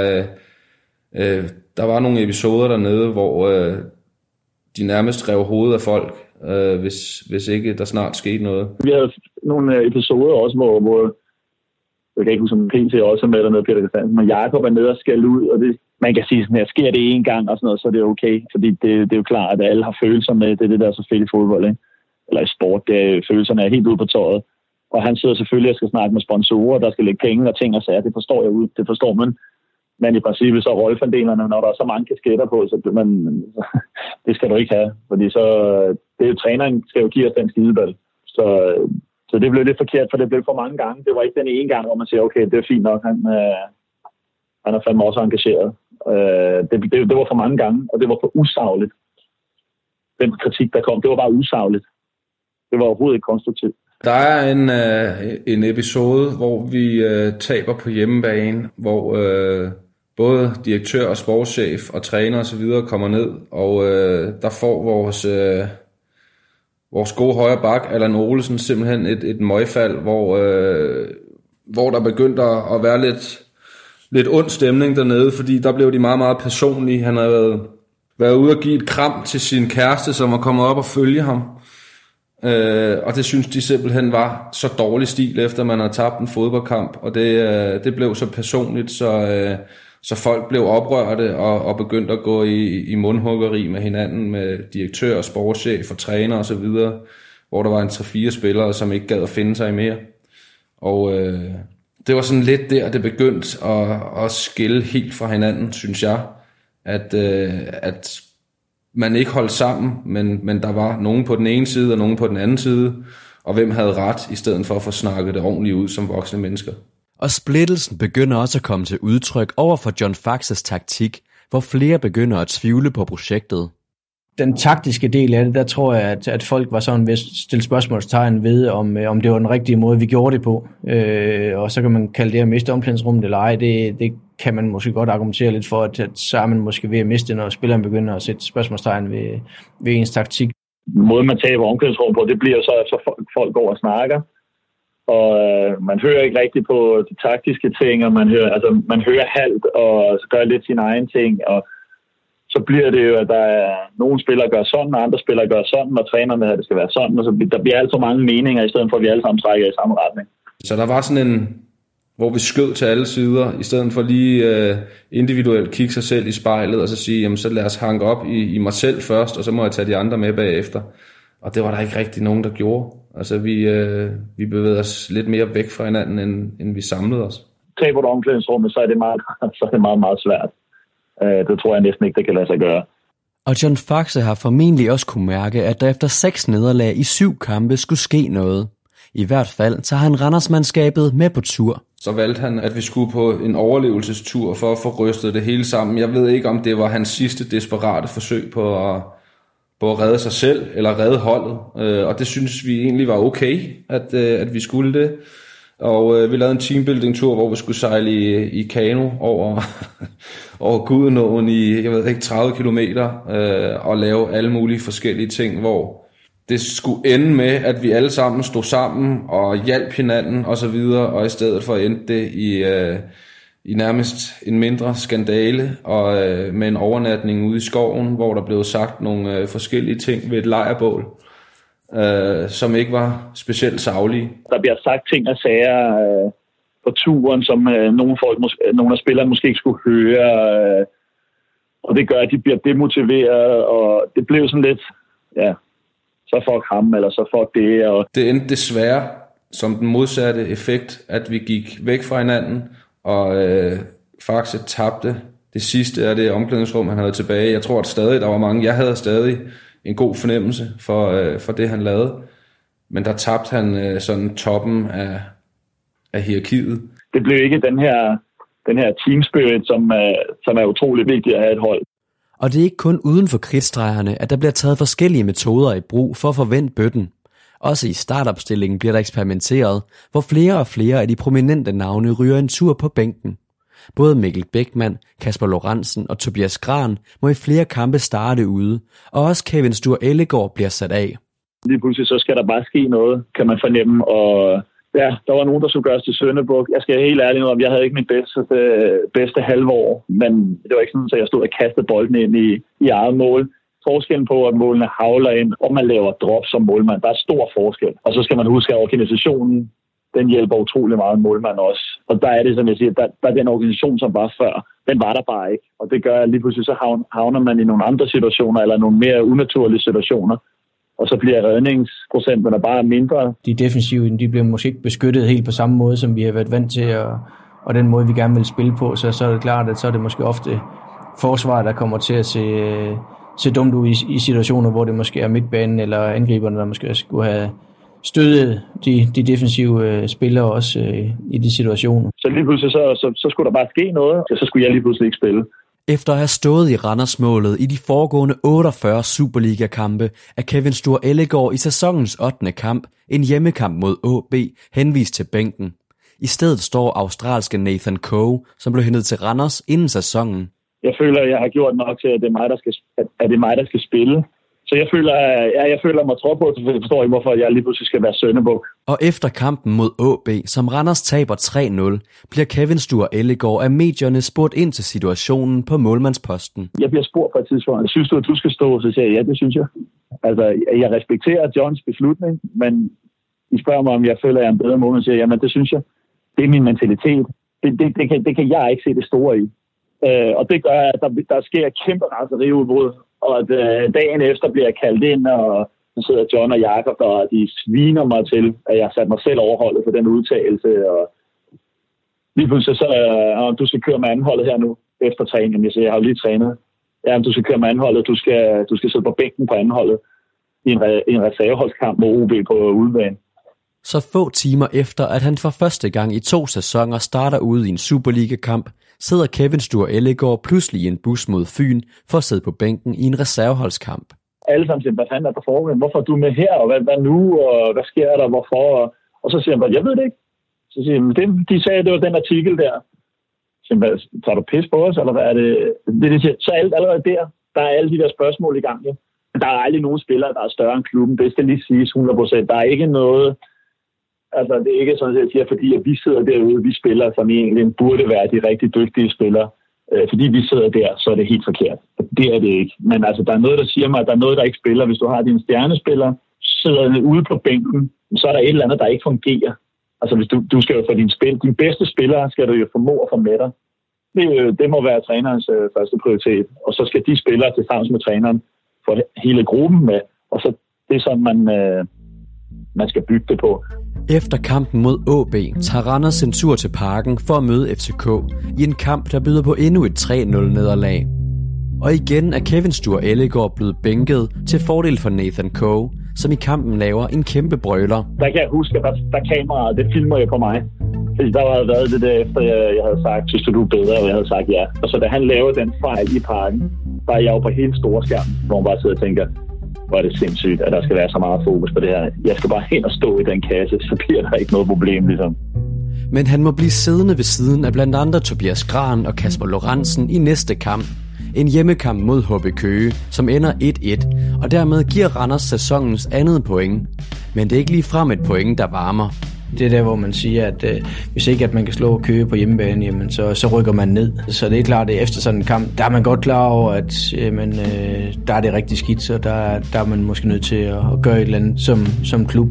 der var nogle episoder dernede, hvor de nærmest rev hovedet af folk hvis ikke der snart skete noget. Vi havde nogle episoder også, hvor jeg kan ikke huske, om PC også er med dernede, Peter Christiansen, men Jakob er nede og skal ud, og det, man kan sige sådan her, sker det en gang og sådan noget, så er det okay, fordi det er jo klart, at alle har følelser med, det er det, der er så fedt i fodbold, ikke? Eller i sport, følelserne er helt ude på tøjet, og han sidder selvfølgelig og skal snakke med sponsorer, der skal lægge penge og ting og sager, det forstår jeg ud, det forstår man, men i princippet så rollefordelerne, når der er så mange kasketter på, så det skal du ikke have, fordi så, det er jo træneren, skal jo give os den skideball, så det blev lidt forkert, for det blev for mange gange. Det var ikke den ene gang, hvor man siger, okay, det er fint nok, han er fandme også engageret. Det var for mange gange, og det var for usagligt. Den kritik, der kom, det var bare usagligt. Det var overhovedet ikke konstruktivt. Der er en episode, hvor vi taber på hjemmebane, hvor både direktør og sportschef og træner og så videre kommer ned, og der får vores gode højre bak, Allan Olesen, simpelthen et møgfald, hvor der begyndte at være lidt ond stemning dernede, fordi der blev de meget, meget personlige. Han havde været ude og give et kram til sin kæreste, som var kommet op og følge ham. Og det synes de simpelthen var så dårlig stil, efter man havde tabt en fodboldkamp, og det blev så personligt, så folk blev oprørte og begyndte at gå i mundhuggeri med hinanden, med direktør, sportschef og træner og så videre, hvor der var en 3-4 spillere, som ikke gad at finde sig mere. Og det var sådan lidt der, det begyndte at skille helt fra hinanden, synes jeg, at man ikke holdt sammen, men der var nogen på den ene side og nogen på den anden side, og hvem havde ret, i stedet for at få snakket det ordentligt ud som voksne mennesker. Og splittelsen begynder også at komme til udtryk over for John Faxes taktik, hvor flere begynder at tvivle på projektet. Den taktiske del af det, der tror jeg, at folk var sådan ved at stille spørgsmålstegn ved, om det var den rigtige måde, vi gjorde det på. Og så kan man kalde det at miste omklædningsrummet eller ej. Det kan man måske godt argumentere lidt for, at så er man måske ved at miste, når spilleren begynder at sætte spørgsmålstegn ved ens taktik. Måden man taber omklædningsrummet på, det bliver så, at folk går og snakker. Og man hører ikke rigtigt på de taktiske ting, og man hører halvt, og så gør lidt sin egen ting, og så bliver det jo, at der er nogle spillere gør sådan, og andre spillere gør sådan, og trænerne at det skal være sådan, og så der bliver altså mange meninger, i stedet for at vi alle sammen trækker i samme retning. Så der var sådan en, hvor vi skød til alle sider, i stedet for lige individuelt kigge sig selv i spejlet, og så sige, jamen så lad os hanke op i mig selv først, og så må jeg tage de andre med bagefter. Og det var der ikke rigtig nogen, der gjorde. Altså vi bevægede os lidt mere væk fra hinanden, end vi samlede os. Taber du omklædningsrummet, så er det meget, meget svært. Det tror jeg næsten ikke, det kan lade sig gøre. Og John Faxe har formentlig også kunne mærke, at der efter 6 nederlag i 7 kampe skulle ske noget. I hvert fald tager han Randersmandskabet med på tur. Så valgte han, at vi skulle på en overlevelsestur for at få rystet det hele sammen. Jeg ved ikke, om det var hans sidste desperate forsøg på at redde sig selv eller redde holdet. Og det synes vi egentlig var okay, at vi skulle det. Og vi lavede en teambuilding-tur, hvor vi skulle sejle i kano over Gudenåen i, 30 kilometer, og lave alle mulige forskellige ting, hvor det skulle ende med, at vi alle sammen stod sammen og hjalp hinanden og så videre, og i stedet for endte det i nærmest en mindre skandale, og med en overnatning ude i skoven, hvor der blev sagt nogle forskellige ting ved et lejrbål, som ikke var specielt saglige. Der bliver sagt ting og sager på turen, som nogle af spillerne måske ikke skulle høre, og det gør, at de bliver demotiveret, og det blev sådan lidt, så fuck ham, eller så fuck det. Og det endte desværre som den modsatte effekt, at vi gik væk fra hinanden, og faktisk tabte det sidste af det omklædningsrum, han havde tilbage. Jeg tror, at stadig der var mange. Jeg havde stadig en god fornemmelse for det, han lavede. Men der tabte han sådan toppen af hierarkiet. Det blev ikke den her team spirit, som er utrolig vigtig at have et hold. Og det er ikke kun uden for kridtstregerne, at der bliver taget forskellige metoder i brug for at forvente bøtten. Også i startopstillingen bliver der eksperimenteret, hvor flere og flere af de prominente navne ryger en tur på bænken. Både Mikkel Bækman, Kasper Lorentzen og Tobias Gran må i flere kampe starte ude, og også Kevin Sture Ellegaard bliver sat af. Lige pludselig så skal der bare ske noget, kan man fornemme, og der var nogen, der skulle gøres til Sønderbuk. Jeg skal helt ærligt om, jeg havde ikke mit bedste halve år, men det var ikke sådan, at jeg stod og kastede bolden ind i eget mål. forskellen på, at målene havler ind, og man laver drop som målmand. Der er stor forskel. Og så skal man huske, at organisationen, den hjælper utrolig meget målmand også. Og der er det, som jeg siger, der er den organisation, som var før, den var der bare ikke. Og det gør, at lige pludselig så havner man i nogle andre situationer, eller nogle mere unaturlige situationer. Og så bliver redningsprocenterne bare mindre. De defensive, de bliver måske ikke beskyttet helt på samme måde, som vi har været vant til, og den måde, vi gerne vil spille på. Så er det klart, at så er det måske ofte forsvaret, der kommer til at se dumt ud i situationer, hvor det måske er midtbanen eller angriberne, der måske skulle have støttet de defensive spillere også i de situationer. Så lige pludselig så skulle der bare ske noget, og så skulle jeg lige pludselig ikke spille. Efter at have stået i Randers-målet i de foregående 48 Superliga-kampe, er Kevin Sture Ellegaard i sæsonens 8. kamp, en hjemmekamp mod AaB, henvist til bænken. I stedet står australske Nathan Coe, som blev hentet til Randers inden sæsonen. Jeg føler, at jeg har gjort nok til, at det er mig, der skal spille. Så jeg føler mig tro på, at jeg forstår ikke, hvorfor jeg lige pludselig skal være søndebuk. Og efter kampen mod AaB, som Randers taber 3-0, bliver Kevin Sture Ellegaard af medierne spurgt ind til situationen på målmandsposten. Jeg bliver spurgt på et tidspunkt, synes du, at du skal stå? Så siger jeg, ja, det synes jeg. Altså, jeg respekterer Johns beslutning, men I spørger mig, om jeg føler, at jeg er en bedre målmand. Så siger jeg, jamen, det synes jeg. Det er min mentalitet. Det kan jeg ikke se det store i. Og det gør, at der sker kæmpe raseriudbrud. Og at dagen efter bliver jeg kaldt ind, og så sidder John og Jakob, og de sviner mig til, at jeg har sat mig selv overholdet for den udtalelse. Og lige pludselig så du skal køre med anholdet her nu, efter træningen. Jeg har jo lige trænet. Ja, du skal køre med anholdet, du skal sidde på bænken på anholdet i en reserveholdskamp mod OB på udebane. Så få timer efter, at han for første gang i 2 sæsoner starter ude i en Superliga-kamp, sidder Kevin Sture Ellegaard pludselig i en bus mod Fyn for at sidde på bænken i en reserveholdskamp. Alle sammen siger, hvad fanden er der foregår? Hvorfor er du med her? Og hvad nu? Og hvad sker der? Hvorfor? Og så siger han bare, jeg ved det ikke. Så siger han, de sagde, at det var den artikel der. Så siger han, tager du pis på os? Eller hvad er det? Så allerede der er alle de der spørgsmål i gang. Ja. Der er aldrig nogen spillere, der er større end klubben. Det skal lige siges 100%. Der er ikke noget... Altså, det er ikke sådan, at jeg siger, fordi at vi sidder derude, vi spiller, som egentlig burde være de rigtig dygtige spillere. Fordi vi sidder der, så er det helt forkert. Det er det ikke. Men altså, der er noget, der siger mig, at der er noget, der ikke spiller. Hvis du har dine stjernespillere, sidder ude på bænken, så er der et eller andet, der ikke fungerer. Altså, hvis du skal jo få dine bedste spillere, skal du jo formå at få med dig. Det må være trænerens første prioritet. Og så skal de spillere til sammen med træneren få hele gruppen med. Og så det er sådan, man skal bygge det på. Efter kampen mod AaB tager Randers en tur til parken for at møde FCK i en kamp, der byder på endnu et 3-0-nederlag. Og igen er Kevin Sture Ellegaard blevet bænket til fordel for Nathan Coe, som i kampen laver en kæmpe brøler. Der kan jeg huske, at der kameraet, det filmer jeg på mig. Fordi der havde været det der efter, jeg havde sagt, synes du er bedre, og jeg havde sagt ja. Og så da han laver den fejl i parken, der er jeg jo på helt store skærm, hvor man bare sidder og tænker, hvor er det sindssygt, at der skal være så meget fokus på det her. Jeg skal bare hen og stå i den kasse, så bliver der ikke noget problem, ligesom. Men han må blive siddende ved siden af blandt andre Tobias Gran og Kasper Lorentzen i næste kamp. En hjemmekamp mod HB Køge, som ender 1-1, og dermed giver Randers sæsonens andet point. Men det er ikke ligefrem et point, der varmer. Det er der, hvor man siger, at hvis ikke at man kan slå Køge på hjemmebane, jamen, så rykker man ned. Så det er klart, at efter sådan en kamp, der er man godt klar over, at der er det rigtig skidt, så der er man måske nødt til at gøre et eller andet som klub.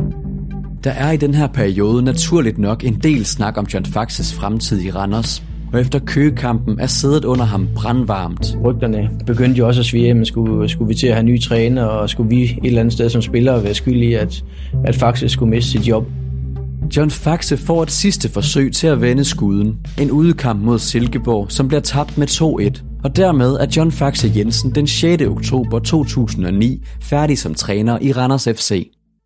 Der er i den her periode naturligt nok en del snak om John Faxes fremtid i Randers. Og efter Køgekampen er sædet under ham brandvarmt. Rygterne begyndte jo også at svige, men skulle vi til at have nye træner, og skulle vi et eller andet sted som spillere være skyldige, at Faxe skulle miste sit job. John Faxe får et sidste forsøg til at vende skuden. En udekamp mod Silkeborg, som bliver tabt med 2-1. Og dermed er John Faxe Jensen den 6. oktober 2009 færdig som træner i Randers FC.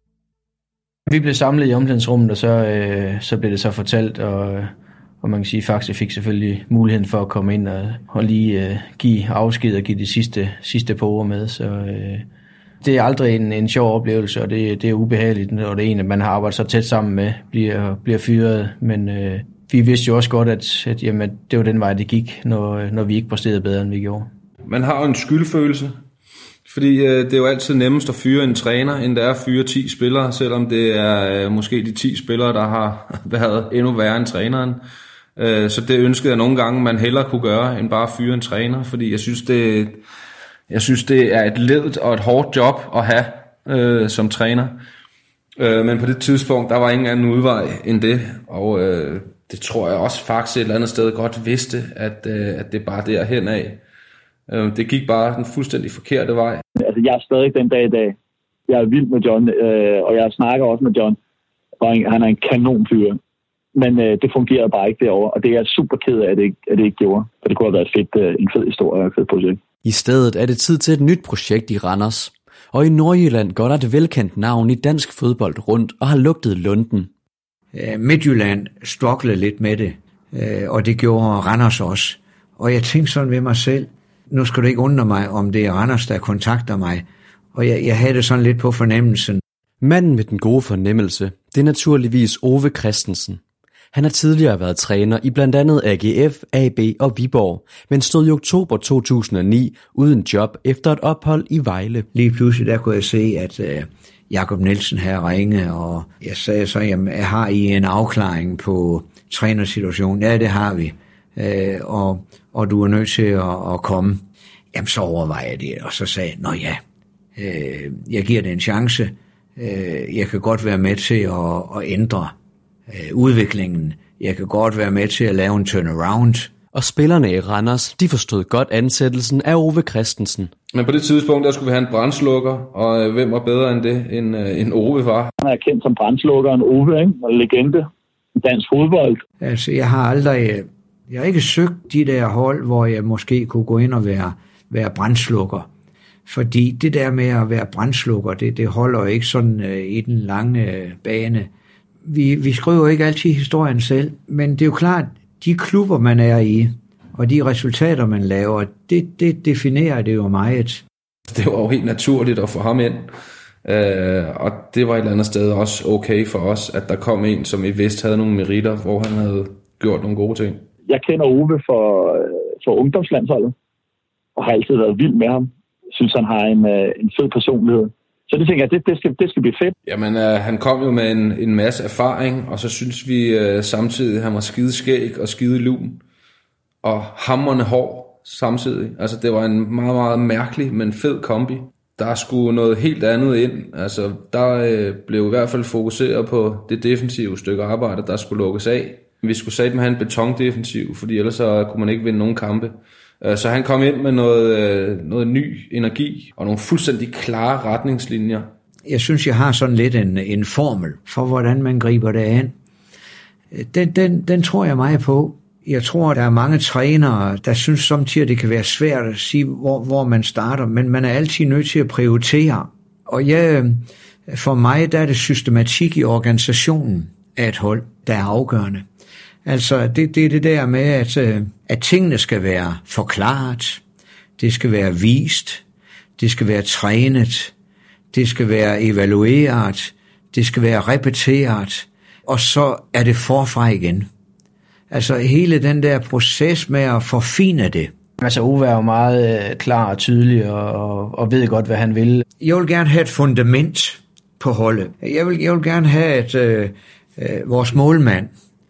Vi blev samlet i omklædningsrummet, og så blev det så fortalt, og man kan sige, at Faxe fik selvfølgelig muligheden for at komme ind og lige give afsked og give det sidste på ord med. Så det er aldrig en sjov oplevelse, og det er ubehageligt, og det er en, at man har arbejdet så tæt sammen med, bliver fyret. Men vi vidste jo også godt, at jamen, det var den vej, det gik, når vi ikke præsterede bedre, end vi gjorde. Man har jo en skyldfølelse, fordi det er jo altid nemmest at fyre en træner, end det er at fyre 10 spillere, selvom det er måske de 10 spillere, der har været endnu værre end træneren. Så det ønskede jeg nogle gange, man hellere kunne gøre, end bare fyre en træner, fordi jeg synes, det Jeg synes, det er et ledet og et hårdt job at have som træner. Men på det tidspunkt, der var ingen anden udvej end det, og det tror jeg også faktisk et eller andet sted godt vidste, at det bare derhen af. Det gik bare den fuldstændig forkerte vej. Altså, jeg er stadig den dag i dag. Jeg er vild med John, og jeg snakker også med John, og han er en kanonfyr. Men det fungerede bare ikke derovre, og det er jeg super ked af, at det ikke gjorde. For det kunne have været en fed historie og et fedt projekt. I stedet er det tid til et nyt projekt i Randers. Og i Nordjylland går der et velkendt navn i dansk fodbold rundt og har lugtet lunden. Midtjylland struglede lidt med det, og det gjorde Randers også. Og jeg tænkte sådan ved mig selv, nu skal du ikke undre mig, om det er Randers, der kontakter mig. Og jeg havde det sådan lidt på fornemmelsen. Manden med den gode fornemmelse, det er naturligvis Ove Christensen. Han har tidligere været træner i blandt andet AGF, AB og Viborg, men stod i oktober 2009 uden job efter et ophold i Vejle. Lige pludselig der kunne jeg se, at Jakob Nielsen havde ringet, og jeg sagde så, jamen, har I en afklaring på trænersituationen? Ja, det har vi, og du er nødt til at komme. Jamen, så overvejede jeg det, og så sagde jeg, nå ja, jeg giver det en chance. Jeg kan godt være med til at ændre udviklingen. Jeg kan godt være med til at lave en turnaround. Og spillerne i Randers, de forstod godt ansættelsen af Ove Christensen. Men på det tidspunkt, der skulle vi have en brandslukker, og hvem var bedre end det, end Ove var? Han er kendt som brandslukkeren Ove, ikke? Og legende i dansk fodbold. Altså, jeg har ikke søgt de der hold, hvor jeg måske kunne gå ind og være brandslukker. Fordi det der med at være brandslukker, det holder ikke sådan i den lange bane. Vi skriver ikke altid historien selv, men det er jo klart, de klubber, man er i, og de resultater, man laver, det definerer det jo meget. Det var jo helt naturligt at få ham ind, og det var et eller andet sted også okay for os, at der kom en, som vi vidste havde nogle meritter, hvor han havde gjort nogle gode ting. Jeg kender Ove for ungdomslandsholdet, og har altid været vild med ham. Jeg synes, han har en fed personlighed. Så det tænker jeg, det skal blive fedt. Jamen, han kom jo med en masse erfaring, og så synes vi samtidig, at han var skide skæg og skide lun, og hamrende hår samtidig. Altså, det var en meget, meget mærkelig, men fed kombi. Der skulle noget helt andet ind. Altså, der blev i hvert fald fokuseret på det defensive stykke arbejde, der skulle lukkes af. Vi skulle satme have en betondefensiv, fordi ellers så kunne man ikke vinde nogen kampe. Så han kom ind med noget ny energi og nogle fuldstændig klare retningslinjer. Jeg synes, jeg har sådan lidt en formel for, hvordan man griber det an. Den tror jeg meget på. Jeg tror, der er mange trænere, der synes samtidig, det kan være svært at sige, hvor man starter, men man er altid nødt til at prioritere. Og for mig, der er det systematik i organisationen af et hold, der er afgørende. Altså, det er det der med, at tingene skal være forklaret, det skal være vist, det skal være trænet, det skal være evalueret, det skal være repeteret, og så er det forfra igen. Altså, hele den der proces med at forfine det. Altså, Ove er jo meget klar og tydelig og ved godt, hvad han vil. Jeg vil gerne have et fundament på holdet. Jeg vil gerne have, at vores målmand,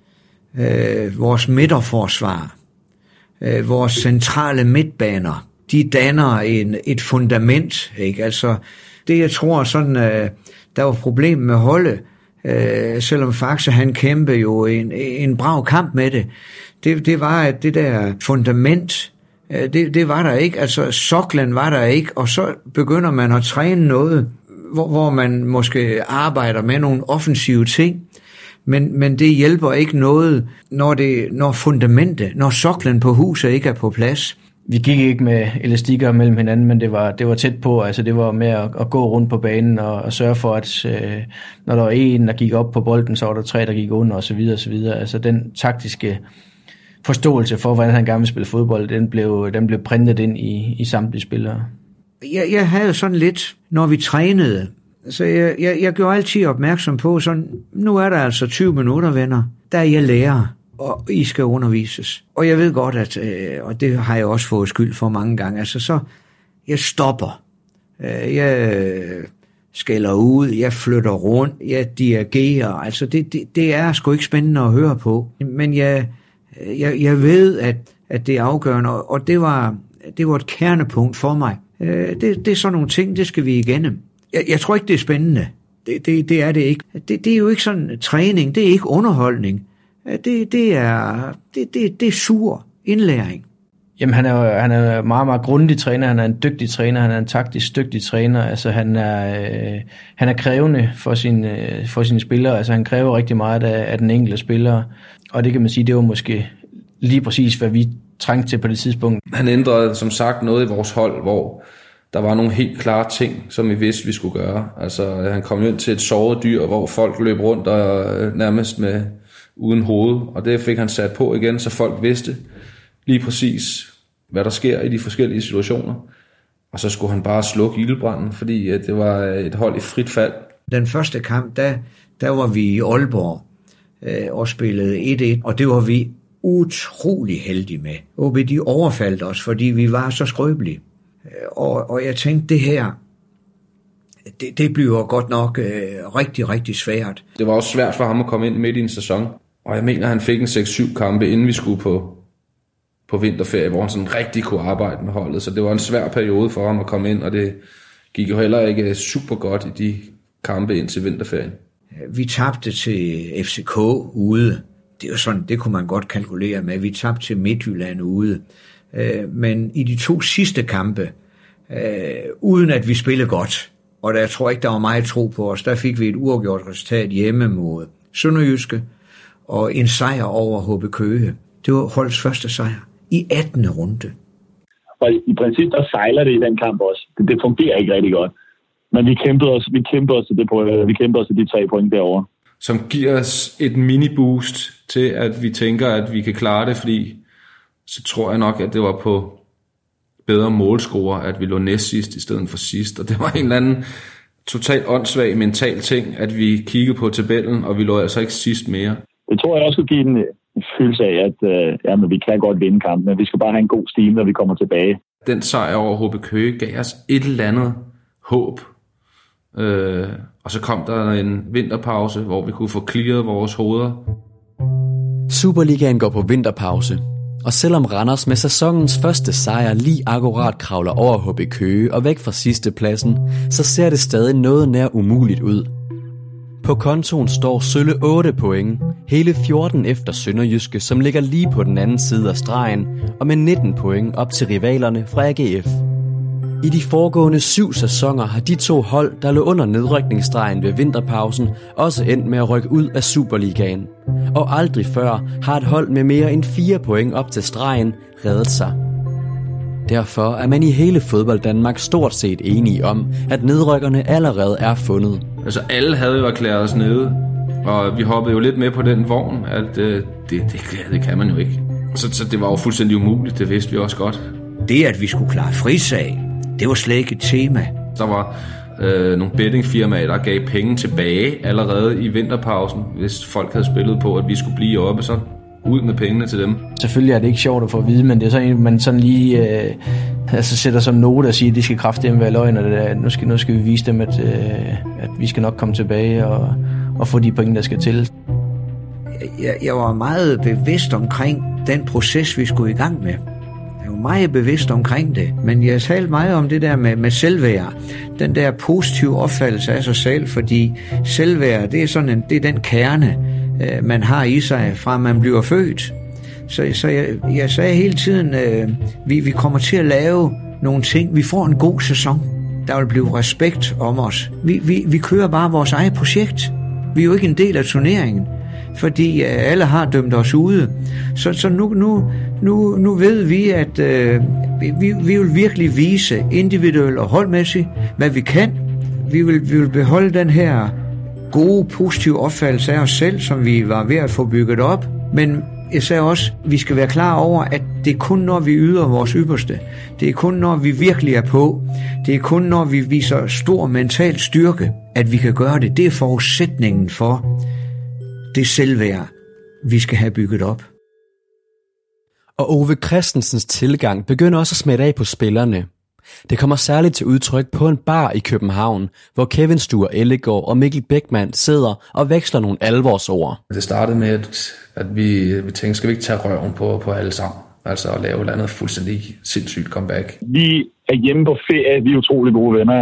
vores midterforsvar, vores centrale midtbaner, de danner et fundament, ikke? Altså, det jeg tror sådan, der var problem med holdet, selvom Faxe han kæmpede jo en brav kamp med det var, at det der fundament, det var der ikke, altså soklen var der ikke, og så begynder man at træne noget, hvor man måske arbejder med nogle offensive ting, men det hjælper ikke noget, når fundamentet, når soklen på huset ikke er på plads. Vi gik ikke med elastikker mellem hinanden, men det var tæt på. Altså det var med at gå rundt på banen og sørge for, at når der var en, der gik op på bolden, så var der 3, der gik under osv. osv. Altså den taktiske forståelse for, hvordan han gerne vil spille fodbold, den blev printet ind i samtlige spillere. Jeg havde sådan lidt, når vi trænede, så jeg gjorde altid opmærksom på, sådan, nu er der altså 20 minutter, venner, der er jeg lærer, og I skal undervises. Og jeg ved godt, at, og det har jeg også fået skyld for mange gange, altså så, jeg stopper, jeg skælder ud, jeg flytter rundt, jeg dirigerer, altså det er sgu ikke spændende at høre på, men jeg ved, at det er afgørende, og det var et kernepunkt for mig, Det er sådan nogle ting, det skal vi igennem. Jeg tror ikke, det er spændende. Det er det ikke. Det er jo ikke sådan træning, det er ikke underholdning. Det er sur indlæring. Jamen, han er meget, meget grundig træner, han er en dygtig træner, han er en taktisk dygtig træner, altså han er krævende for sine spillere, altså han kræver rigtig meget af den enkelte spiller, og det kan man sige, det var måske lige præcis, hvad vi trængte til på det tidspunkt. Han ændrede som sagt noget i vores hold, hvor der var nogle helt klare ting, som vi vidste, vi skulle gøre. Altså han kom ind til et såret dyr, hvor folk løb rundt og nærmest uden hoved, og det fik han sat på igen, så folk vidste lige præcis, hvad der sker i de forskellige situationer. Og så skulle han bare slukke ildebranden, fordi det var et hold i frit fald. Den første kamp, der var vi i Aalborg og spillede 1-1, og det var vi utrolig heldige med. OB, de overfaldt os, fordi vi var så skrøbelige. Og jeg tænkte, det her, det bliver godt nok rigtig, rigtig svært. Det var også svært for ham at komme ind midt i en sæson. Og jeg mener, han fik en 6-7 kampe, inden vi skulle på vinterferie, hvor han sådan rigtig kunne arbejde med holdet. Så det var en svær periode for ham at komme ind, og det gik jo heller ikke super godt i de kampe ind til vinterferien. Vi tabte til FCK ude. Det er jo sådan, det kunne man godt kalkulere med. Vi tabte til Midtjylland ude. Men i de 2 sidste kampe, uden at vi spillede godt, og der tror ikke, der var meget tro på os, der fik vi et uafgjort resultat hjemme mod Sønderjyske, og en sejr over HB Køge. Det var holdets første sejr i 18. runde. Og i princippet, der sejler det i den kamp også. Det fungerer ikke rigtig godt. Men vi kæmpede os til de 3 point derovre. Som giver os et mini-boost til, at vi tænker, at vi kan klare det, fordi så tror jeg nok, at det var på bedre målscorer, at vi lå næst sidst i stedet for sidst. Og det var en eller anden totalt åndssvag mental ting, at vi kiggede på tabellen, og vi lå altså ikke sidst mere. Det tror jeg også kunne give en følelse af, at men vi kan godt vinde kampen, men vi skal bare have en god stil, når vi kommer tilbage. Den sejr over HB Køge gav os et eller andet håb. Og så kom der en vinterpause, hvor vi kunne få clearet vores hoveder. Superligaen går på vinterpause, og selvom Randers med sæsonens første sejr lige akkurat kravler over HB Køge og væk fra sidste pladsen, så ser det stadig noget nær umuligt ud. På kontoen står sølle 8 point, hele 14 efter Sønderjyske, som ligger lige på den anden side af stregen, og med 19 point op til rivalerne fra AGF. I de foregående 7 sæsoner har de 2 hold, der lå under nedrykningsstregen ved vinterpausen, også endt med at rykke ud af Superligaen. Og aldrig før har et hold med mere end 4 point op til stregen reddet sig. Derfor er man i hele fodbold Danmark stort set enige om, at nedrykkerne allerede er fundet. Altså alle havde jo erklæret os nede, og vi hoppede jo lidt med på den vogn, at det kan man jo ikke. Så det var jo fuldstændig umuligt, det vidste vi også godt. Det, at vi skulle klare frisag, det var slet ikke et tema. Der var nogle bettingfirmaer, der gav penge tilbage allerede i vinterpausen, hvis folk havde spillet på, at vi skulle blive oppe, så ud med pengene til dem. Selvfølgelig er det ikke sjovt at få at vide, men det er sådan, man sådan lige sætter som note og siger, at de skal kraftedeme være løgn, og nu skal vi vise dem, at vi skal nok komme tilbage og få de penge, der skal til. Jeg var meget bevidst omkring den proces, vi skulle i gang med. Jeg var meget bevidst omkring det, men jeg talte meget om det der med selvværd. Den der positive opfattelse af sig selv, fordi selvværd, det er den kerne, man har i sig, fra man bliver født. Så jeg sagde hele tiden, vi kommer til at lave nogle ting. Vi får en god sæson. Der vil blive respekt om os. Vi kører bare vores eget projekt. Vi er jo ikke en del af turneringen, fordi alle har dømt os ude. Så nu ved vi, at vi vil virkelig vise individuelt og holdmæssigt, hvad vi kan. Vi vil beholde den her gode, positive opfattelse af os selv, som vi var ved at få bygget op. Men jeg sagde også, at vi skal være klar over, at det er kun, når vi yder vores ypperste. Det er kun, når vi virkelig er på. Det er kun, når vi viser stor mental styrke, at vi kan gøre det. Det er forudsætningen for det selvværd, vi skal have bygget op. Og Ove Christensens tilgang begynder også at smitte af på spillerne. Det kommer særligt til udtryk på en bar i København, hvor Kevin Sture Ellegaard og Mikkel Bäckman sidder og veksler nogle alvorsord. Det startede med, at vi tænkte, skal vi ikke tage røven på alle sammen? Altså at lave et eller andet fuldstændig sindssygt comeback. Vi er hjemme på ferie, vi er utrolig gode venner.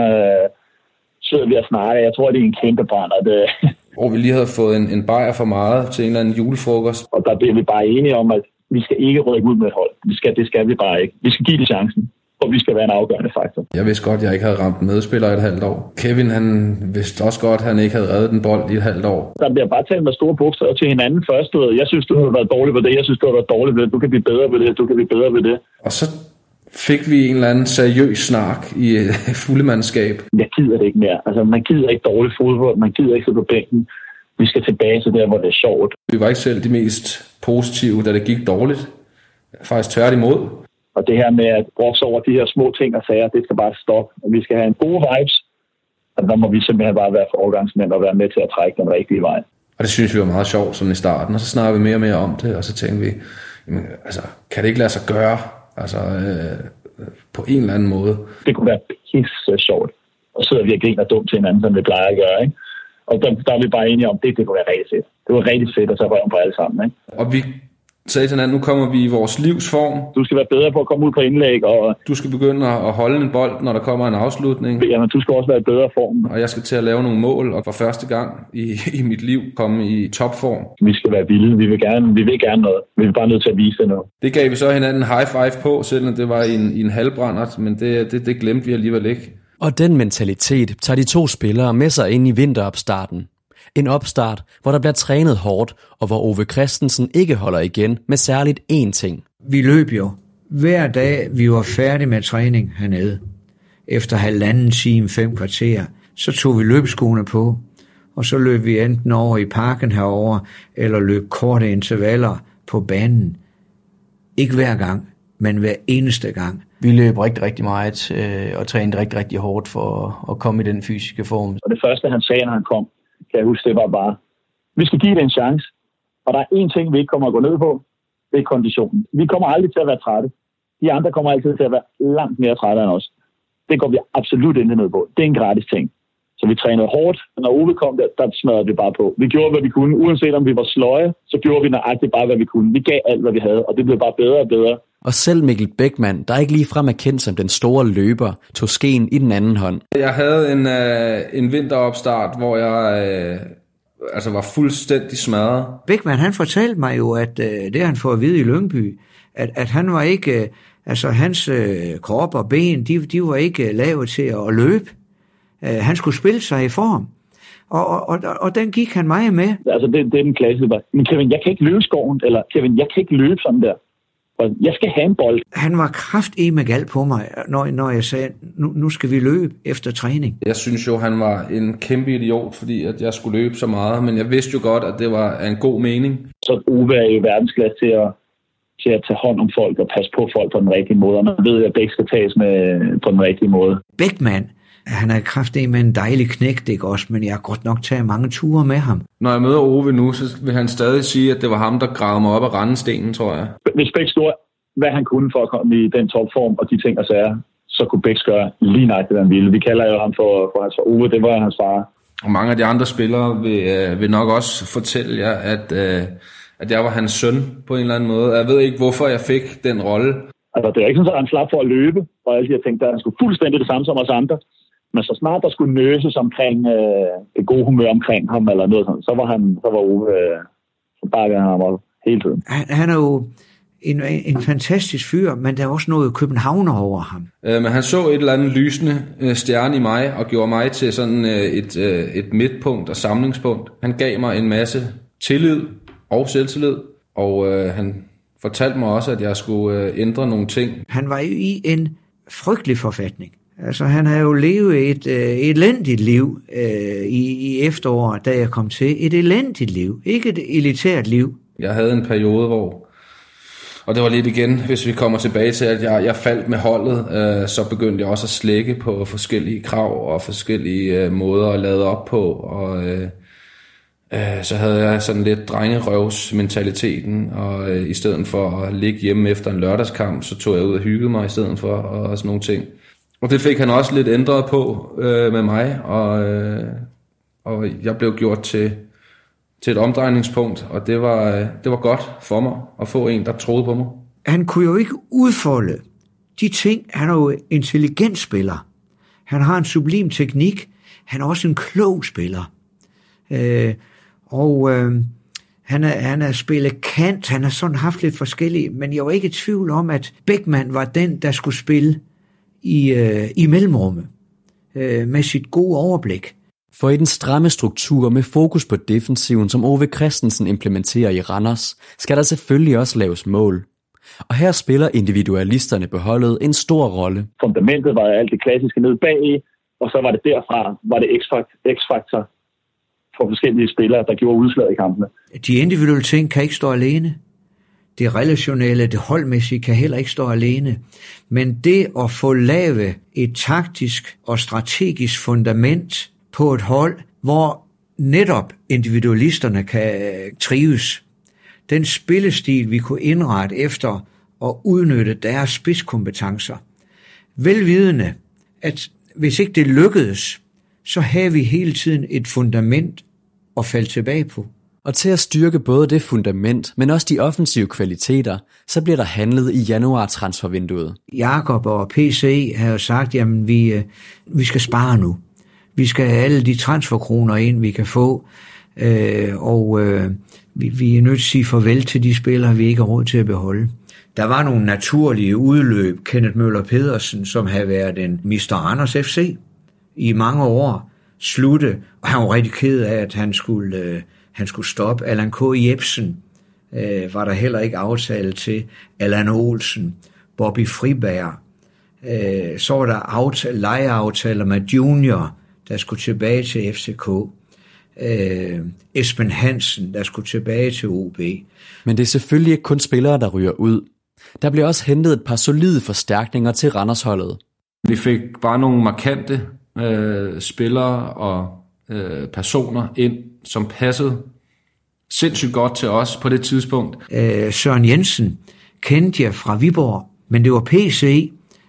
Sidder vi og snakker. Jeg tror, det er en kæmpe brænder. Hvor vi lige havde fået en bajer for meget til en eller anden julefrokost. Og der bliver vi bare enige om, at vi skal ikke rykke ud med et hold. Det skal vi bare ikke. Vi skal give det chancen. Og vi skal være en afgørende faktor. Jeg vidste godt, at jeg ikke havde ramt en medspiller i et halvt år. Kevin, han vidste også godt, at han ikke havde reddet den bold i et halvt år. Der bliver bare talt med store bogstaver til hinanden først. Jeg synes, du har været dårlig ved det. Jeg synes, du har været dårlig ved det. Du kan blive bedre ved det. Du kan blive bedre ved det. Og så fik vi en eller anden seriøs snak i fuldemandskab. Jeg gider det ikke mere. Altså, man gider ikke dårlig fodbold. Man gider ikke sidde på bænken. Vi skal tilbage til der, hvor det er sjovt. Vi var ikke selv de mest positive, da det gik dårligt. Faktisk tværtimod. Og det her med at brokse over de her små ting og sager, det skal bare stoppe. Og vi skal have en gode vibes, og der må vi simpelthen bare være foregangsmænd og være med til at trække den rigtige vej. Og det synes vi var meget sjovt sådan i starten, og så snakker vi mere og mere om det, og så tænker vi, jamen, altså, kan det ikke lade sig gøre altså, på en eller anden måde? Det kunne være pisse sjovt. Og så sidder vi og griner dumt til hinanden, som vi plejer at gøre, ikke? Og der er vi bare enige om, det kunne være rigtig fedt. Det var rigtig fedt, og så var på alle sammen, ikke? Og vi sagde til hinanden, nu kommer vi i vores livsform. Du skal være bedre på at komme ud på indlæg. Og du skal begynde at holde en bold, når der kommer en afslutning. Jamen, du skal også være i bedre form. Og jeg skal til at lave nogle mål, og for første gang i mit liv komme i topform. Vi skal være vilde. Vi vil gerne noget. Vi er bare nødt til at vise det nu. Det gav vi så hinanden high five på, selvom det var i en halvbrændert, men det glemte vi alligevel ikke. Og den mentalitet tager de to spillere med sig ind i vinteropstarten. En opstart, hvor der bliver trænet hårdt, og hvor Ove Christensen ikke holder igen med særligt én ting. Vi løb jo. Hver dag, vi var færdige med træning hernede. Efter 1,5 time, 5 kvarter, så tog vi løbskoene på, og så løb vi enten over i parken herover eller løb korte intervaller på banen. Ikke hver gang, men hver eneste gang. Vi løb rigtig, rigtig meget og trænede rigtig, rigtig hårdt for at komme i den fysiske form. Og det første, han sagde, når han kom, kan jeg huske, det var bare, vi skal give det en chance. Og der er én ting, vi ikke kommer at gå ned på, det er konditionen. Vi kommer aldrig til at være trætte. De andre kommer altid til at være langt mere trætte end os. Det går vi absolut ikke ned på. Det er en gratis ting. Så vi trænede hårdt, og når Ove kom der smadrede vi bare på. Vi gjorde, hvad vi kunne. Uanset om vi var sløje, så gjorde vi nøjagtigt bare, hvad vi kunne. Vi gav alt, hvad vi havde, og det blev bare bedre og bedre. Og selv Mikkel Bäckman, der ikke ligefrem er kendt som den store løber, tog skeen i den anden hånd. Jeg havde en vinteropstart, hvor jeg var fuldstændig smadret. Bäckman, han fortalte mig jo, at det han får at vide i Lyngby, at han var ikke, altså hans krop og ben, de var ikke lavet til at løbe. Han skulle spille sig i form. Og den gik han meget med. Altså det er den klasse. Men Kevin, jeg kan ikke løbe skoven, eller Kevin, jeg kan ikke løbe sådan der. Jeg skal have en bold. Han var kraftedme gal på mig, når jeg sagde, nu skal vi løbe efter træning. Jeg synes jo, han var en kæmpe idiot, fordi at jeg skulle løbe så meget, men jeg vidste jo godt, at det var en god mening. Så Ove er jo verdensklasse til at tage hånd om folk og passe på folk på den rigtige måde, og man ved, at begge skal tages med på den rigtige måde. Bäckman, han er kraftedme med en dejlig knægt, ikke også, men jeg har godt nok taget mange ture med ham. Når jeg møder Ove nu, så vil han stadig sige, at det var ham, der gravede mig op af rendestenen, tror jeg. Hvis Bæk stod, hvad han kunne for at komme i den topform og de ting og sager, så kunne Bæk gøre lige nøjagtigt, hvad han ville. Vi kalder jo ham for hans far. Ove, det var hans far. Og mange af de andre spillere vil nok også fortælle jer, at jeg var hans søn på en eller anden måde. Jeg ved ikke, hvorfor jeg fik den rolle. Altså, det er ikke sådan, at han slap for at løbe, og alle de her ting, der han skulle fuldstændig det samme som os andre. Men så snart der skulle nøses omkring det gode humør omkring ham, eller noget sådan, så var Ove, så bakkede han ham op hele tiden. Han er jo en fantastisk fyr, men der er også noget københavner over ham. Men han så et eller andet lysende stjerne i mig, og gjorde mig til sådan et midtpunkt og samlingspunkt. Han gav mig en masse tillid og selvtillid, og han fortalte mig også, at jeg skulle ændre nogle ting. Han var jo i en frygtelig forfatning. Altså, han har jo levet et elendigt liv i efteråret, da jeg kom til. Et elendigt liv, ikke et elitært liv. Jeg havde en periode, hvor, og det var lidt igen, hvis vi kommer tilbage til, at jeg faldt med holdet, så begyndte jeg også at slække på forskellige krav og forskellige måder at lade op på, og så havde jeg sådan lidt drengerøvsmentaliteten, og i stedet for at ligge hjemme efter en lørdagskamp, så tog jeg ud og hyggede mig i stedet for, og sådan nogle ting. Og det fik han også lidt ændret på med mig, og jeg blev gjort til et omdrejningspunkt, og det var godt for mig at få en, der troede på mig. han kunne jo ikke udfolde de ting. Han er jo intelligent spiller. Han har en sublim teknik. Han er også en klog spiller. Han er spillet kant. Han har sådan haft lidt forskellige, men jeg var ikke i tvivl om, at Beckmann var den, der skulle spille i mellemrummet med sit gode overblik. For i den stramme struktur med fokus på defensiven, som Ove Christensen implementerer i Randers, skal der selvfølgelig også laves mål. Og her spiller individualisterne på holdet en stor rolle. Fundamentet var alt det klassiske ned bag, og så var det derfra, var det x-faktor for forskellige spillere, der gjorde udslag i kampene. De individuelle ting kan ikke stå alene. Det relationelle, det holdmæssige kan heller ikke stå alene. Men det at få lavet et taktisk og strategisk fundament på et hold, hvor netop individualisterne kan trives. Den spillestil, vi kunne indrette efter at udnytte deres spidskompetencer. Velvidende, at hvis ikke det lykkedes, så havde vi hele tiden et fundament at falde tilbage på. Og til at styrke både det fundament, men også de offensive kvaliteter, så bliver der handlet i januar-transfervinduet. Jakob og PC har jo sagt, jamen vi skal spare nu. Vi skal have alle de transferkroner ind, vi kan få, vi er nødt til at sige farvel til de spillere, vi ikke har råd til at beholde. Der var nogle naturlige udløb. Kenneth Møller Pedersen, som havde været en Mr. Randers FC i mange år, slutte, og han var rigtig ked af, at han skulle stoppe. Allan K. Jebsen var der heller ikke aftale til. Allan Olsen, Bobby Friberg. Så var der lejeaftaler med Junior, der skulle tilbage til FCK. Esben Hansen, der skulle tilbage til OB. Men det er selvfølgelig ikke kun spillere, der ryger ud. Der bliver også hentet et par solide forstærkninger til Randersholdet. Vi fik bare nogle markante spillere og personer ind, som passede sindssygt godt til os på det tidspunkt. Søren Jensen kendte jeg fra Viborg, men det var PC,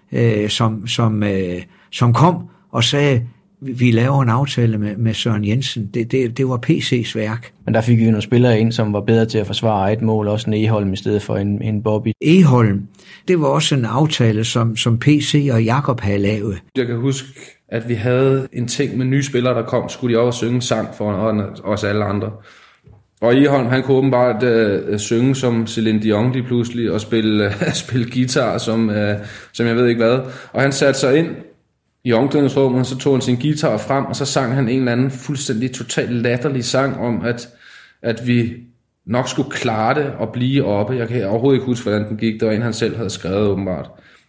som kom og sagde, vi laver en aftale med Søren Jensen. Det var PC's værk. Men der fik vi jo nogle spillere ind, som var bedre til at forsvare et mål, også en Egholm i stedet for en Bobby. Egholm, det var også en aftale, som PC og Jakob havde lavet. Jeg kan huske, at vi havde en ting med nye spillere, der kom, skulle de også synge sang for os alle andre. Og Egholm, han kunne åbenbart synge som Celine Dion lige pludselig, og spille guitar som jeg ved ikke hvad. Og han satte sig ind i omklædningsrummet, og så tog han sin guitar frem, og så sang han en eller anden fuldstændig totalt latterlig sang om, at vi nok skulle klare det og blive oppe. Jeg kan overhovedet ikke huske, hvordan den gik. Det var en, han selv havde skrevet åbenbart.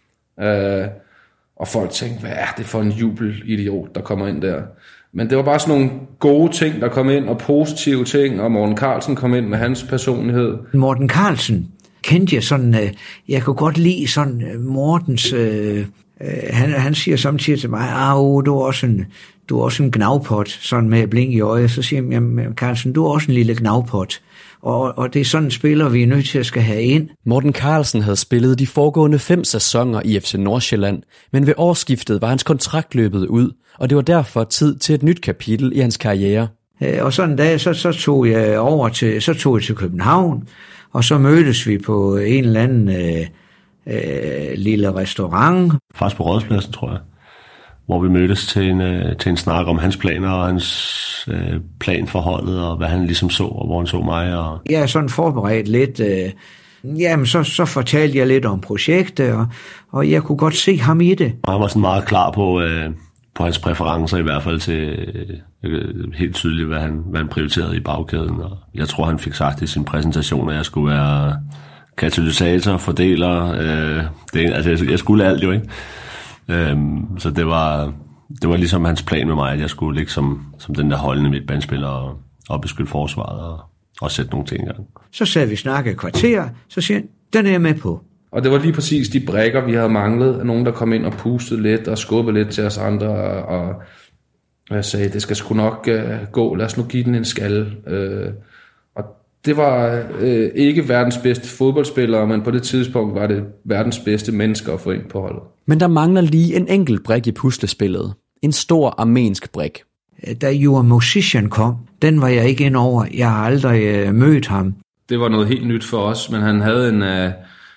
Og folk tænkte, hvad er det for en jubelidiot, der kommer ind der? Men det var bare sådan nogle gode ting, der kom ind, og positive ting, og Morten Carlsen kom ind med hans personlighed. Morten Carlsen kendte jeg sådan, jeg kunne godt lide sådan Mortens... Han siger samtidig til mig, du er også en gnavpot, sådan med blink i øjet. Så siger jeg, Carlsen, du er også en lille gnavpot. Og det er sådan en spiller, vi er nødt til at skal have ind. Morten Carlsen havde spillet de foregående 5 sæsoner i FC Nordsjælland, men ved årsskiftet var hans kontrakt løbet ud, og det var derfor tid til et nyt kapitel i hans karriere. Og sådan en dag, så tog jeg til København, og så mødtes vi på en eller anden... lille restaurant. Faktisk på Rådspladsen, tror jeg. Hvor vi mødtes til en snak om hans planer og hans plan for holdet, og hvad han ligesom så, og hvor han så mig. Og... Jeg er sådan forberedt lidt. Jamen, så fortalte jeg lidt om projektet, og jeg kunne godt se ham i det. Og han var sådan meget klar på hans præferencer, i hvert fald til helt tydeligt, hvad han prioriterede i bagkæden. Og jeg tror, han fik sagt i sin præsentation, at jeg skulle være... katalysator, fordeler, jeg skulle alt jo, ikke? Så det var ligesom hans plan med mig, at jeg skulle ligge som den der holdende midtbanespiller og beskytte forsvaret og sætte nogle ting i gang. Så sagde vi snakke et kvarter, så siger han, den er jeg med på. Og det var lige præcis de brækker, vi havde manglet. Nogen, der kom ind og pustede lidt og skubbede lidt til os andre, og jeg sagde, det skal sgu nok gå, lad os nu give den en skalle. Det var ikke verdens bedste fodboldspillere, men på det tidspunkt var det verdens bedste mennesker at få ind på holdet. Men der mangler lige en enkelt brik i puslespillet. En stor armensk brik. Da You Are Musician kom, den var jeg ikke ind over. Jeg har aldrig mødt ham. Det var noget helt nyt for os, men han havde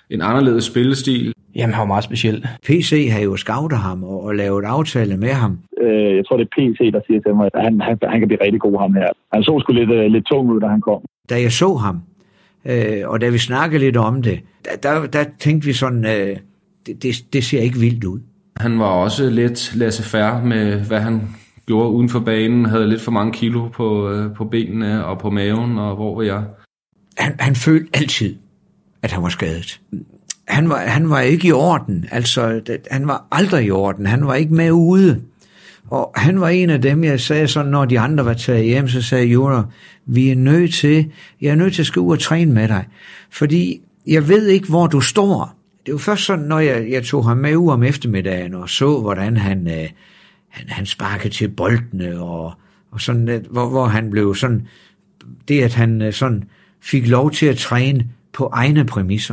en anderledes spillestil. Jamen, han var meget speciel. PC har jo scoutet ham og lavet aftale med ham. Jeg tror, det er PC, der siger til mig, at han kan blive rigtig god, ham her. Han så sgu lidt tung ud, da han kom. Da jeg så ham, og da vi snakkede lidt om det, der tænkte vi sådan, det ser ikke vildt ud. Han var også lidt laissez-faire med, hvad han gjorde uden for banen. Havde lidt for mange kilo på benene og på maven, og hvor var jeg? Han følte altid, at han var skadet. Han var ikke i orden. Altså, han var aldrig i orden. Han var ikke med ude. Og han var en af dem, jeg sagde sådan, når de andre var taget hjem, så sagde Jura, jeg er nødt til at skulle ud og træne med dig. Fordi jeg ved ikke, hvor du står. Det var først sådan, når jeg tog ham med ud om eftermiddagen og så, hvordan han sparkede til boldene og sådan, hvor han blev sådan, det at han sådan fik lov til at træne på egne præmisser.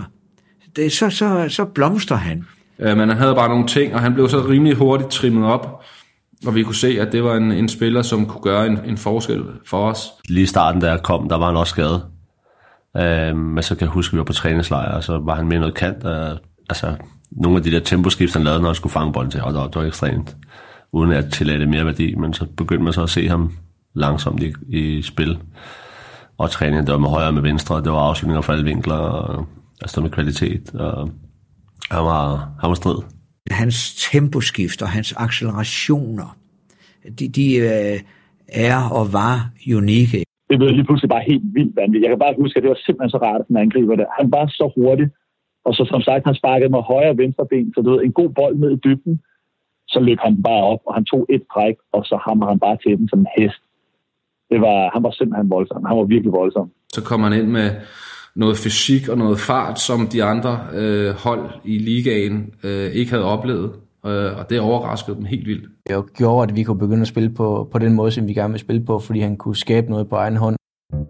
Så blomster han. Men han havde bare nogle ting, og han blev så rimelig hurtigt trimmet op, og vi kunne se, at det var en spiller, som kunne gøre en forskel for os. Lige i starten, da jeg kom, der var han også skadet. Men så kan jeg huske, at vi var på træningslejr, og så var han med noget kant. Altså, nogle af de der temposkift, han lavede, når han skulle fange bolden til, og det var ekstremt, uden at tillade mere værdi. Men så begyndte man så at se ham langsomt i spil. Og træningen, det var med højre og med venstre, det var afslutninger fra alle vinkler, og altså med kvalitet, og han var strid. Hans temposkift og hans accelerationer, de er og var unikke. Det blev lige pludselig bare helt vildt vanvittigt. Jeg kan bare huske, at det var simpelthen så rart, at han angriber det. Han var så hurtig, og så som sagt, han sparkede med højre og venstre ben, så du ved, en god bold ned i dybden, så løb han bare op, og han tog et træk, og så hammer han bare til den som en hest. Han var simpelthen voldsom. Han var virkelig voldsom. Så kom han ind med noget fysik og noget fart, som de andre hold i ligaen ikke havde oplevet, og det overraskede dem helt vildt. Det gjorde, at vi kunne begynde at spille på den måde, som vi gerne vil spille på, fordi han kunne skabe noget på egen hånd.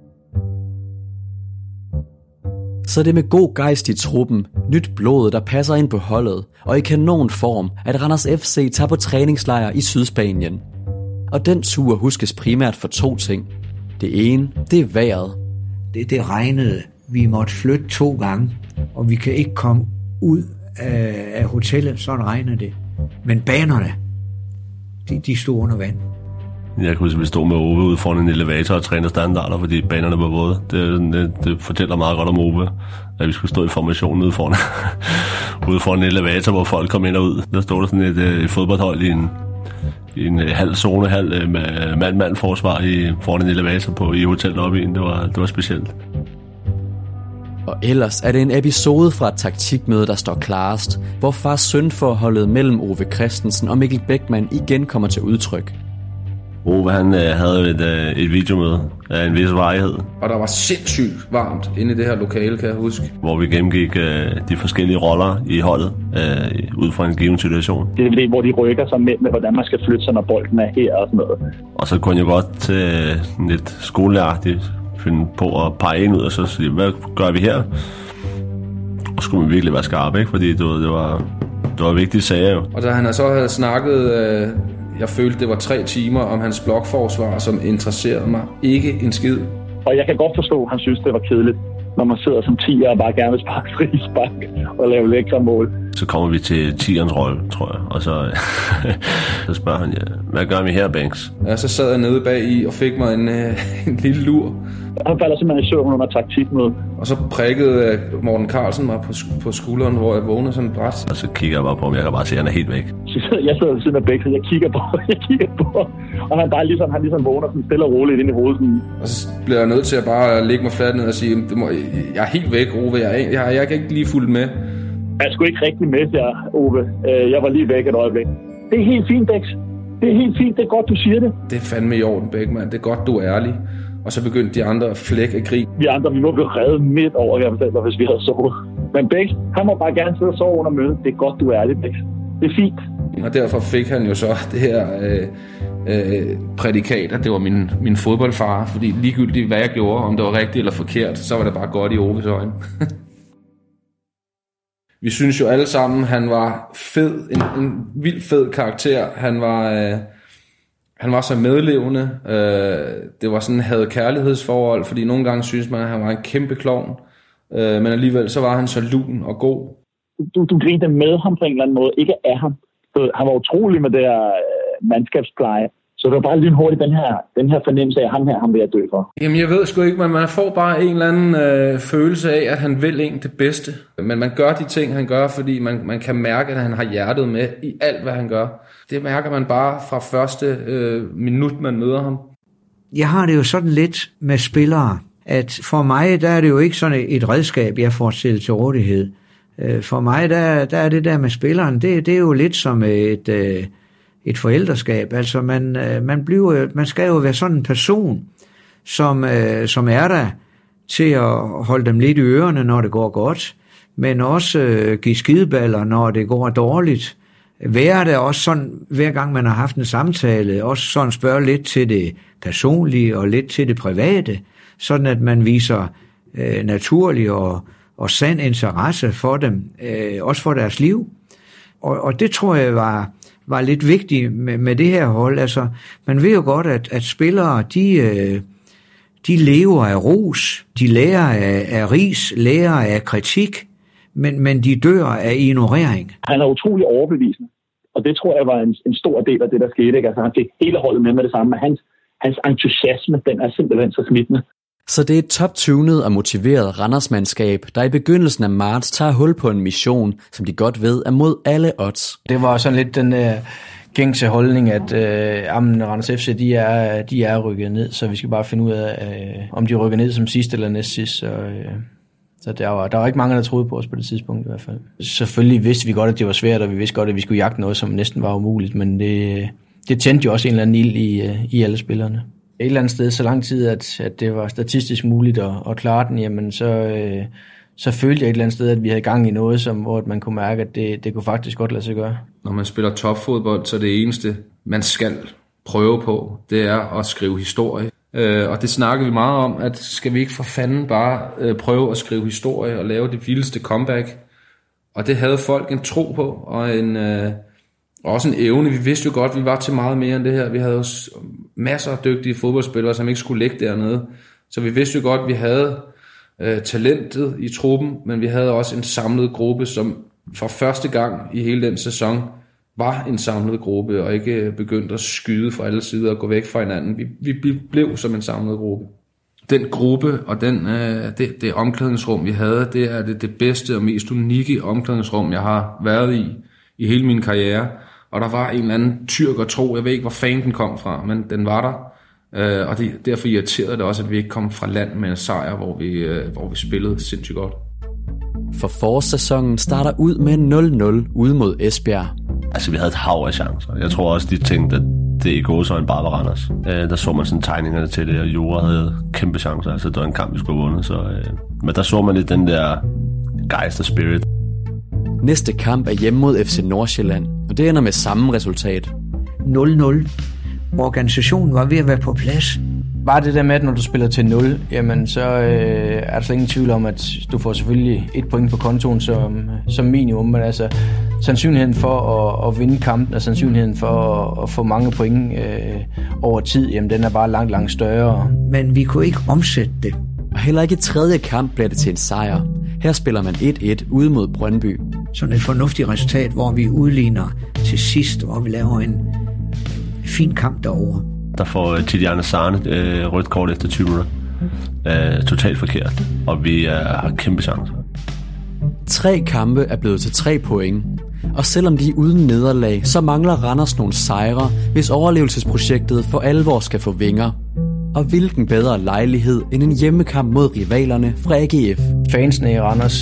Så det med god gejst i truppen, nyt blod, der passer ind på holdet, og i kanonform, at Randers FC tager på træningslejr i Sydspanien. Og den tur huskes primært for 2 ting. Det ene, det er vejret. Det regnede. Vi måtte flytte 2 gange, og vi kan ikke komme ud af hotellet, så regner det. Men banerne, de stod under vand. Jeg kunne huske, at vi stod med Ove ude foran en elevator og trænede standarder, fordi banerne var våde. Det fortæller meget godt om Ove, at vi skulle stå i formationen ude foran en elevator, hvor folk kom ind og ud. Der stod der sådan et fodboldhold i en halv zone, med mand-mand forsvar foran en elevator i hotellobbyen. Det var specielt. Og ellers er det en episode fra et taktikmøde, der står klarest, hvor far-søn-forholdet mellem Ove Christensen og Mikkel Bäckman igen kommer til udtryk. Ove, han havde et videomøde af en vis varighed. Og der var sindssygt varmt inde i det her lokale, kan jeg huske. Hvor vi gennemgik de forskellige roller i holdet ud fra en given situation. Det er det, hvor de rykker sig med, hvordan man skal flytte sig, når bolden er her og sådan noget. Og så kunne jeg jo godt til lidt skolelæragtigt finde på at pege ind ud og så sige, hvad gør vi her? Og skulle man virkelig være skarp, ikke? Fordi det var vigtige sager jo. Og da han så havde snakket, jeg følte det var 3 timer om hans blokforsvar, som interesserede mig ikke en skid. Og jeg kan godt forstå, at han synes, det var kedeligt, når man sidder som 10'er og bare gerne vil sparke frispark og lave lækre mål. Så kommer vi til 10'ernes rolle, tror jeg, og så spørger han, hvad gør vi her, Banks? Ja, så sad jeg nede bag i og fik mig en lille lur. Han falder simpelthen i søvn under taktikmødet. Og så prikkede Morten Carlsen mig på skulderen, hvor jeg vågnede sådan bræt. Og så kigger jeg bare på ham, jeg kan bare se, at han er helt væk. Jeg sidder ved siden af Bæk, så jeg kigger på. Og han ligesom vågner sådan stille og roligt ind i hovedet. Sådan. Og så bliver jeg nødt til at bare lægge mig fladt ned og sige, jeg er helt væk, Ove. Jeg kan ikke lige fulgt med. Jeg skulle ikke rigtig med jer, Ove. Jeg var lige væk et øjeblik. Det er helt fint, Bæk. Det er helt fint. Det er godt, du siger det. Det er fandme i orden, Bæk, mand. Det er godt, du er ærlig. Og så begyndte de andre at flække af grin. Vi andre, vi må blive reddet midt over, jeg fortæller, hvis vi havde sovet. Men Bæk, han må bare gerne sidde og sove under mødet. Det er godt, du er ærlig, Bæk. Det er fint. Og derfor fik han jo så det her prædikat, at det var min fodboldfar. Fordi ligegyldigt, hvad jeg gjorde, om det var rigtigt eller forkert, så var det bare godt i Oves øjne. Vi synes jo alle sammen, han var fed, en vildt fed karakter. Han var så medlevende. Det var sådan, havde kærlighedsforhold, fordi nogle gange synes man, at han var en kæmpe klovn. Men alligevel så var han så lun og god. Du grinte med ham på en eller anden måde, ikke af ham. Så han var utrolig med det her mandskabspleje. Så det var bare lynhurtigt den her fornemmelse af, ham vil jeg dø for. Jamen jeg ved sgu ikke, men man får bare en eller anden følelse af, at han vil en det bedste. Men man gør de ting, han gør, fordi man kan mærke, at han har hjertet med i alt, hvad han gør. Det mærker man bare fra første minut, man møder ham. Jeg har det jo sådan lidt med spillere, at for mig, der er det jo ikke sådan et redskab, jeg får stillet til rådighed. For mig, der er det der med spilleren, det er jo lidt som et forældreskab. Altså man skal jo være sådan en person, som er der til at holde dem lidt i ørerne, når det går godt, men også give skideballer, når det går dårligt. Være der også sådan, hver gang man har haft en samtale, også sådan spørge lidt til det personlige og lidt til det private, sådan at man viser naturlig og sand interesse for dem, også for deres liv. Og det tror jeg var lidt vigtigt med det her hold. Altså, man ved jo godt, at spillere, de lever af ros, de lærer af ris, lærer af kritik, men de dør af ignorering. Han er utrolig overbevisende, og det tror jeg var en stor del af det, der skete. Ikke? Altså, han fik hele holdet med det samme, men hans entusiasme, den er simpelthen så smittende. Så det er et top-tunet og motiveret Randers-mandskab, der i begyndelsen af marts tager hul på en mission, som de godt ved er mod alle odds. Det var sådan lidt den gængse holdning, at Randers FC, de er rykket ned, så vi skal bare finde ud af, om de rykker ned som sidst eller næst sidst. Så der var ikke mange, der troede på os på det tidspunkt i hvert fald. Selvfølgelig vidste vi godt, at det var svært, og vi vidste godt, at vi skulle jagte noget, som næsten var umuligt, men det tændte jo også en eller anden ild i alle spillerne. Et eller andet sted, så lang tid, at det var statistisk muligt at klare den, jamen så følte jeg et eller andet sted, at vi havde gang i noget, hvor man kunne mærke, at det kunne faktisk godt lade sig gøre. Når man spiller topfodbold, så det eneste, man skal prøve på, det er at skrive historie. Og det snakker vi meget om, at skal vi ikke for fanden bare prøve at skrive historie og lave det vildeste comeback. Og det havde folk en tro på, og også en evne. Vi vidste jo godt, at vi var til meget mere end det her. Vi havde jo masser af dygtige fodboldspillere, som ikke skulle ligge dernede. Så vi vidste jo godt, at vi havde talentet i truppen, men vi havde også en samlet gruppe, som for første gang i hele den sæson var en samlet gruppe, og ikke begyndte at skyde fra alle sider og gå væk fra hinanden. Vi blev som en samlet gruppe. Den gruppe og det omklædningsrum, vi havde, det er det bedste og mest unikke omklædningsrum, jeg har været i hele min karriere. Og der var en eller anden tyrkertro, jeg ved ikke, hvor fanden den kom fra, men den var der. Og derfor irriterede det også, at vi ikke kom fra land med en sejr, hvor vi spillede sindssygt godt. For forårssæsonen starter ud med 0-0 ude mod Esbjerg. Altså, vi havde et hav af chancer. Jeg tror også, de tænkte, at det i gåseøjne bare var Randers. Der så man sådan tegningerne til det, og Jura havde kæmpe chancer. Altså, det var en kamp, vi skulle have vundet. Men der så man lidt den der gejst og spirit. Næste kamp er hjemme mod FC Nordsjælland, og det ender med samme resultat. 0-0. Organisationen var ved at være på plads. Bare det der med, at når du spiller til 0, jamen så er der slet ingen tvivl om, at du får selvfølgelig 1 point på kontoen som minimum, men altså sandsynligheden for at vinde kampen og sandsynligheden for at få mange point over tid, jamen den er bare langt, langt større. Men vi kunne ikke omsætte det. Og heller ikke i tredje kamp bliver det til en sejr. Her spiller man 1-1 ude mod Brøndby. Sådan et fornuftigt resultat, hvor vi udligner til sidst, hvor vi laver en fin kamp derovre. Der får Tidiane Sarne rødt kort efter 20 minutter. Totalt forkert. Og vi har kæmpe chancer. 3 kampe er blevet til 3 point. Og selvom de er uden nederlag, så mangler Randers nogle sejre, hvis overlevelsesprojektet for alvor skal få vinger. Og hvilken bedre lejlighed end en hjemmekamp mod rivalerne fra AGF. Fansene i Randers,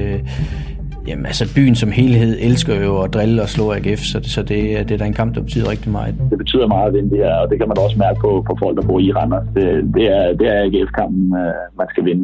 jamen altså byen som helhed elsker jo at drille og slå AGF, så det er da en kamp, der betyder rigtig meget. Det betyder meget at vinde det her, og det kan man også mærke på folk, der bor i Randers. Det er AGF-kampen, man skal vinde.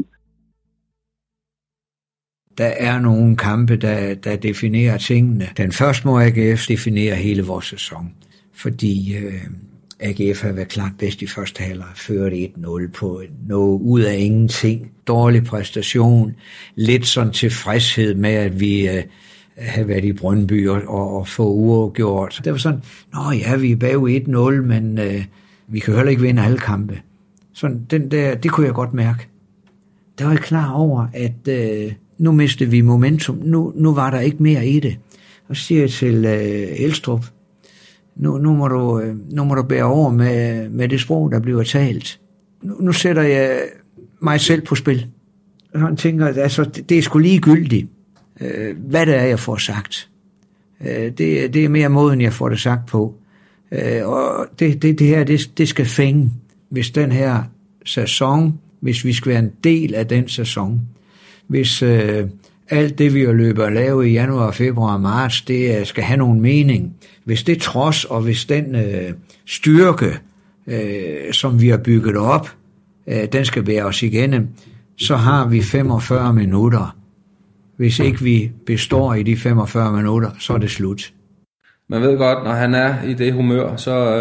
Der er nogle kampe, der definerer tingene. Den første må AGF definere hele vores sæson, fordi AGF har været klart bedst i første halvleg, ført 1-0 på noget ud af ingenting. Dårlig præstation, lidt sådan tilfredshed med, at vi havde været i Brøndby og få uafgjort. Det var sådan, vi er bagud 1-0, men vi kan heller ikke vinde alle kampe. Sådan, det kunne jeg godt mærke. der var jeg klar over, at nu mistede vi momentum. Nu var der ikke mere i det. Og så siger jeg til Elstrup, nu må du bære over med det sprog, der bliver talt. Nu sætter jeg mig selv på spil. Og han tænker, altså, det er sgu ligegyldigt, hvad det er, jeg får sagt. Det er mere måden, jeg får det sagt på. Og det her, det skal fænge, hvis den her sæson, hvis vi skal være en del af den sæson, hvis alt det, vi har løbet og lavet i januar, februar og marts, det skal have nogen mening. Hvis det trods, og hvis den styrke, som vi har bygget op, den skal bære os igennem, så har vi 45 minutter. Hvis ikke vi består i de 45 minutter, så er det slut. Man ved godt, når han er i det humør,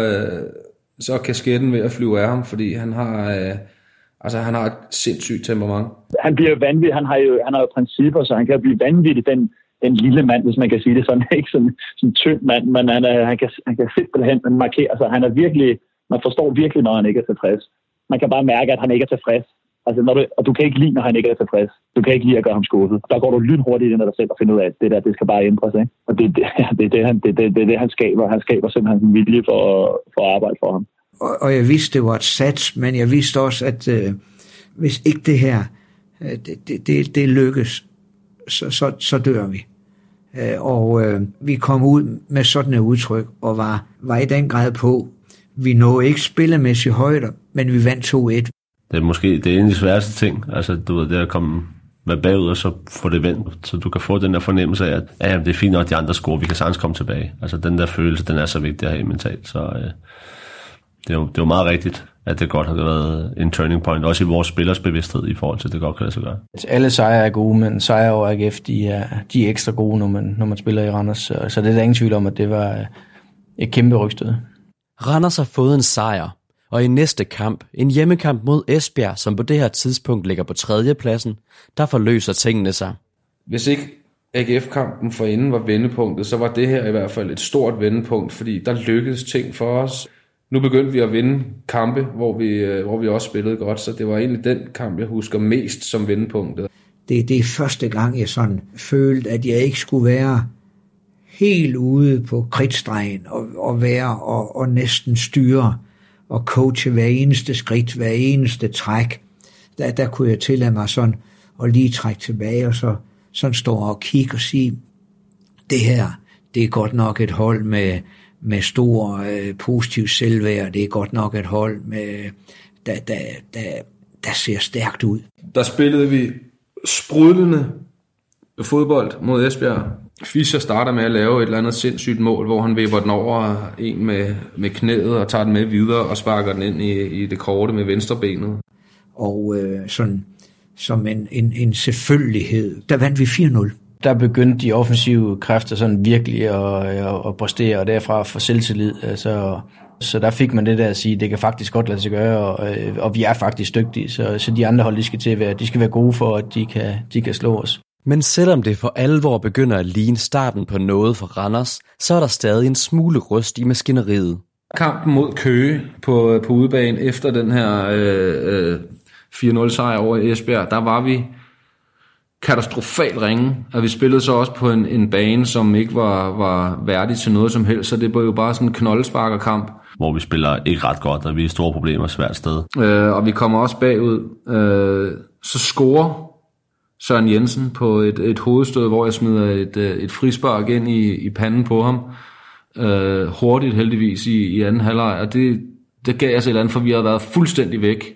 så er kasketten ved at flyve af ham, fordi han har et sindssygt temperament. Han bliver vanvittig. Han har jo principper, så han kan blive vanvittig, den lille mand, hvis man kan sige det sådan. Ikke sådan en tynd mand, men han kan simpelthen markere sig. Han er virkelig, man forstår virkelig, når han ikke er tilfreds. Man kan bare mærke, at han ikke er tilfreds. Altså, og du kan ikke lide, når han ikke er tilfreds. Du kan ikke lide at gøre ham skuffet. Der går du lynhurtigt ind af dig selv og finder ud af, at det skal bare ændres. Ikke? Og det er det, han skaber. Han skaber simpelthen en vilje for at arbejde for ham. Og jeg vidste, det var et sats, men jeg vidste også, at hvis ikke det her det lykkes, så dør vi. Og vi kom ud med sådan et udtryk, og var i den grad på. Vi nåede ikke spillemæssige højder, men vi vandt 2-1. Det er måske en af de sværeste ting, altså du ved, det at komme med bagud og så få det vendt, så du kan få den der fornemmelse af, at det er fint nok, at de andre scorer, vi kan sagtens komme tilbage. Altså den der følelse, den er så vigtig at have mentalt, så det er jo meget rigtigt, at det godt har været en turning point, også i vores spillers bevidsthed i forhold til, at det godt kan lade sig gøre. Alle sejre er gode, men sejre over AGF, de er ekstra gode, når man spiller i Randers, så det er der ingen tvivl om, at det var et kæmpe rygstød. Randers har fået en sejr, og i næste kamp, en hjemmekamp mod Esbjerg, som på det her tidspunkt ligger på 3. pladsen, der forløser tingene sig. Hvis ikke AGF-kampen forinden var vendepunktet, så var det her i hvert fald et stort vendepunkt, fordi der lykkedes ting for os. Nu begyndte vi at vinde kampe, hvor vi også spillede godt, så det var egentlig den kamp, jeg husker mest som vendepunktet. Det er første gang, jeg sådan følte, at jeg ikke skulle være helt ude på kridtstregen og være og næsten styre og coache hver eneste skridt, hver eneste træk. Der kunne jeg tillade mig sådan at lige trække tilbage og så sådan stå og kigge og sige, det her, det er godt nok et hold med stor positiv selvværd. Det er godt nok et hold, der ser stærkt ud. Der spillede vi sprudlende fodbold mod Esbjerg. Fischer starter med at lave et eller andet sindssygt mål, hvor han vipper den over en med knæet og tager den med videre og sparker den ind i det korte med venstrebenet. Og sådan som en selvfølgelighed, der vandt vi 4-0. Der begyndte de offensive kræfter sådan virkelig at præstere, og derfra få selvtillid. Altså, så der fik man det der at sige, det kan faktisk godt lade sig gøre, og vi er faktisk dygtige, så de andre hold, de skal være gode for, at de kan slå os. Men selvom det for alvor begynder at ligne starten på noget for Randers, så er der stadig en smule rust i maskineriet. Kampen mod Køge på udebane efter den her 4-0 sejr over Esbjerg, der var vi katastrofalt ringe, og vi spillede så også på en bane, som ikke var værdig til noget som helst, så det var jo bare sådan en knoldesparkerkamp. Hvor vi spiller ikke ret godt, og vi er store problemer svært sted. Og vi kommer også bagud. Så scorer Søren Jensen på et hovedstød, hvor jeg smider et frispark ind i panden på ham. Hurtigt heldigvis i anden halvleg, og det gav os et eller andet, for vi havde været fuldstændig væk.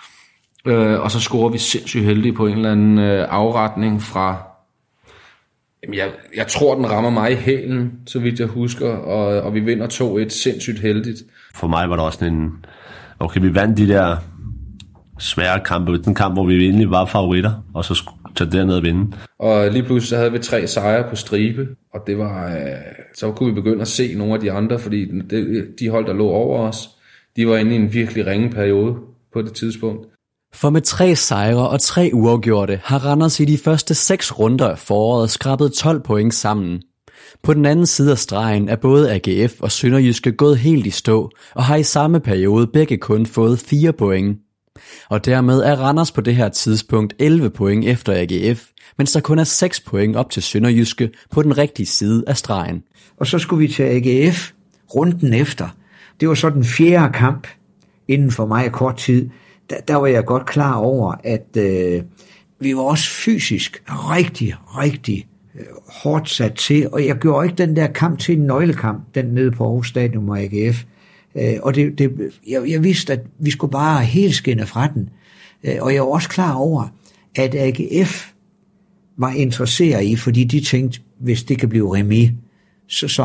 Og så scorer vi sindssygt heldigt på en eller anden afretning fra... Jamen jeg tror, den rammer mig i hælen, så vidt jeg husker, og vi vinder 2-1 sindssygt heldigt. For mig var der også sådan en... Okay, vi vandt de der svære kampe, den kamp, hvor vi egentlig var favoritter, og så tage derned og vinde. Og lige pludselig så havde vi 3 sejre på stribe, og det var... Så kunne vi begynde at se nogle af de andre, fordi de hold, der lå over os, de var inde i en virkelig ringe periode på det tidspunkt. For med 3 sejre og 3 uafgjorte har Randers i de første 6 runder af foråret skrabet 12 point sammen. På den anden side af stregen er både AGF og Sønderjyske gået helt i stå og har i samme periode begge kun fået 4 point. Og dermed er Randers på det her tidspunkt 11 point efter AGF, mens der kun er 6 point op til SønderjyskE på den rigtige side af stregen. Og så skulle vi til AGF runden efter. Det var så den 4. kamp inden for mig kort tid. Der var jeg godt klar over, at vi var også fysisk rigtig hårdt sat til, og jeg gjorde ikke den der kamp til en nøglekamp, den nede på Aarhus Stadion og AGF. Og jeg vidste, at vi skulle bare helt skinne fra den. Og jeg var også klar over, at AGF var interesseret i, fordi de tænkte, hvis det kan blive remis, så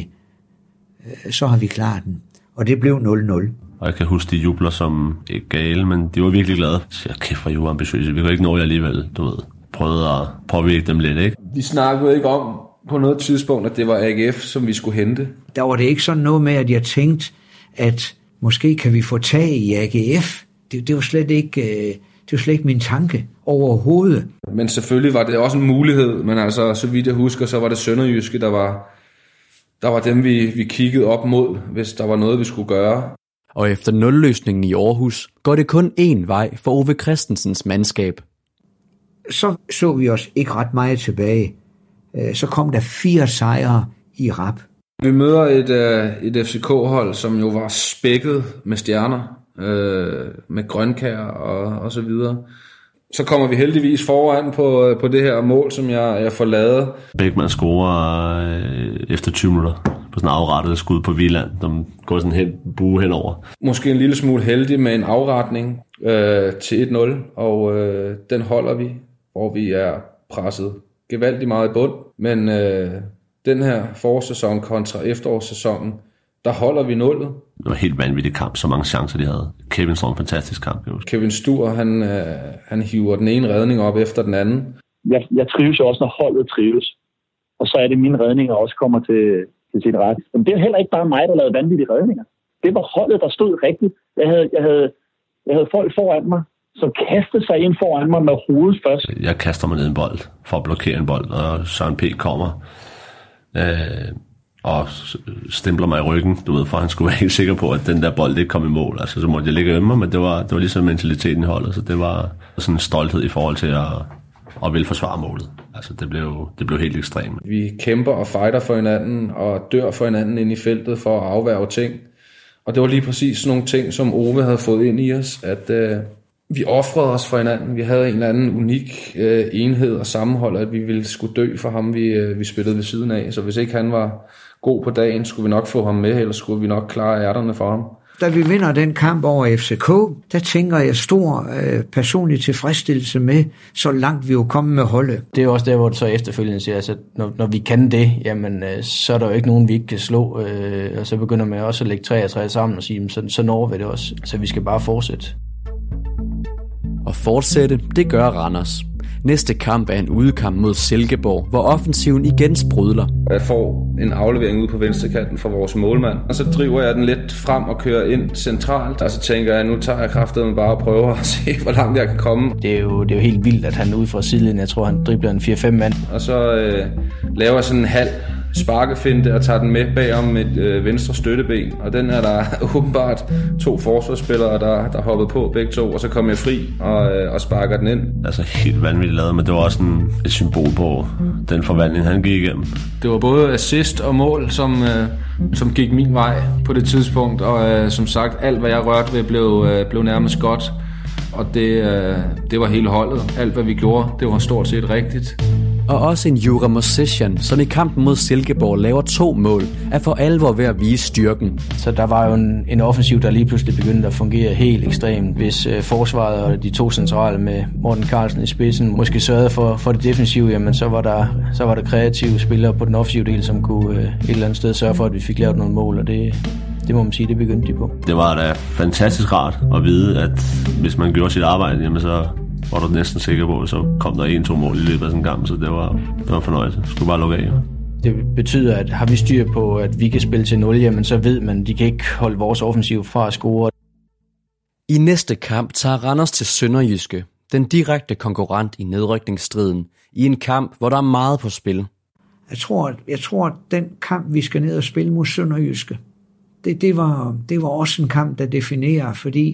har vi klaret den. Og det blev 0-0. Og jeg kan huske, de jubler som ikke gale, men de var virkelig glade. Så jeg kæft, hvor I var ambitiøse. Vi kunne ikke nå jer alligevel, du ved. Prøvede at påvirke dem lidt, ikke? Vi snakkede ikke om på noget tidspunkt, at det var AGF, som vi skulle hente. Der var det ikke sådan noget med, at jeg tænkte, at måske kan vi få tag i AGF. Det var slet ikke min tanke overhovedet. Men selvfølgelig var det også en mulighed, men altså, så vidt jeg husker, så var det SønderjyskE, der var dem, vi kiggede op mod, hvis der var noget, vi skulle gøre. Og efter nulløsningen i Aarhus, går det kun én vej for Ove Christensens mandskab. Så vi os ikke ret meget tilbage. Så kom der 4 sejre i rap. Vi møder et FCK-hold, som jo var spækket med stjerner, med Grønkær og så videre. Så kommer vi heldigvis foran på det her mål, som jeg får lavet. Bækman scorer efter 20 minutter på sådan en afrettet skud på Wieland, som går sådan bue henover. Måske en lille smule heldig med en afretning til 1-0, og den holder vi, hvor vi er presset gevaldigt meget i bund. Men den her forårssæson kontra efterårssæsonen, der holder vi nullet. Det var helt vanvittig kamp, så mange chancer de havde. Kevin står en fantastisk kamp. Kevin Stur, han hiver den ene redning op efter den anden. Jeg trives jo også, når holdet trives. Og så er det mine redninger også kommer til sit ret. Men det er heller ikke bare mig, der lavede vanvittige redninger. Det var holdet, der stod rigtigt. Jeg havde folk foran mig, som kastede sig ind foran mig med hovedet først. Jeg kaster mig ned en bold for at blokere en bold, og Søren P. kommer og stempler mig i ryggen, du ved, for han skulle være helt sikker på, at den der bold ikke kom i mål. Altså, så måtte jeg ligge ømme, men det var ligesom mentaliteten i holdet, så det var sådan en stolthed i forhold til at ville forsvare målet. Altså, det blev helt ekstremt. Vi kæmper og fighter for hinanden, og dør for hinanden ind i feltet for at afværge ting. Og det var lige præcis sådan nogle ting, som Ove havde fået ind i os, at vi ofrede os for hinanden. Vi havde en eller anden unik enhed og sammenhold, at vi ville skulle dø for ham, vi spillede ved siden af. Så hvis ikke han var god på dagen, skulle vi nok få ham med, eller skulle vi nok klare ærterne for ham. Da vi vinder den kamp over FCK, der tænker jeg stor personlig tilfredsstillelse med, så langt vi jo kommet med holdet. Det er også der, hvor det så efterfølgende siger, altså, når vi kan det, jamen, så er der jo ikke nogen, vi ikke kan slå, og så begynder man også at lægge 3 og 3 sammen og sige, så når vi det også. Så vi skal bare fortsætte. Og fortsætte, det gør Randers. Næste kamp er en udekamp mod Silkeborg, hvor offensiven igen sprudler. Jeg får en aflevering ud på venstrekanten fra vores målmand, og så driver jeg den lidt frem og kører ind centralt. Og så tænker jeg, nu tager jeg kraftedeme bare og prøver at se, hvor langt jeg kan komme. Det er jo helt vildt, at han er ude fra sidelinjen. Jeg tror, han dribler en 4-5 mand. Og så laver jeg sådan en halv sparkefinte og tager den med bagom et venstre støtteben. Og den er der åbenbart 2 forsvarsspillere, der hoppede på begge to, og så kom jeg fri og sparker den ind. Altså helt vanvittigt lavet, men det var også et symbol på den forvandling, han gik igennem. Det var både assist og mål, som gik min vej på det tidspunkt, og som sagt, alt hvad jeg rørte ved blev nærmest godt. Og det var hele holdet. Alt hvad vi gjorde, det var stort set rigtigt. Og også en Jura Mosesian, som i kampen mod Silkeborg laver 2 mål, er for alvor ved at vise styrken. Så der var jo en offensiv, der lige pludselig begyndte at fungere helt ekstremt. Hvis forsvaret og de 2 centrale med Morten Carlsen i spidsen måske sørgede for det defensive, jamen så var der kreative spillere på den offensive del, som kunne et eller andet sted sørge for, at vi fik lavet nogle mål, og det må man sige, det begyndte de på. Det var da fantastisk rart at vide, at hvis man gjorde sit arbejde, jamen så var du næsten sikker på, så kom der 1-2 mål i løbet af sådan en gang, så det var en fornøjelse. Skulle bare lukke af. Jo. Det betyder, at har vi styr på, at vi kan spille til 0, jamen så ved man, at de kan ikke holde vores offensiv fra at score. I næste kamp tager Randers til SønderjyskE, den direkte konkurrent i nedrykningsstriden, i en kamp, hvor der er meget på spil. Jeg tror, at den kamp, vi skal ned og spille mod SønderjyskE, det var også en kamp, der definerer, fordi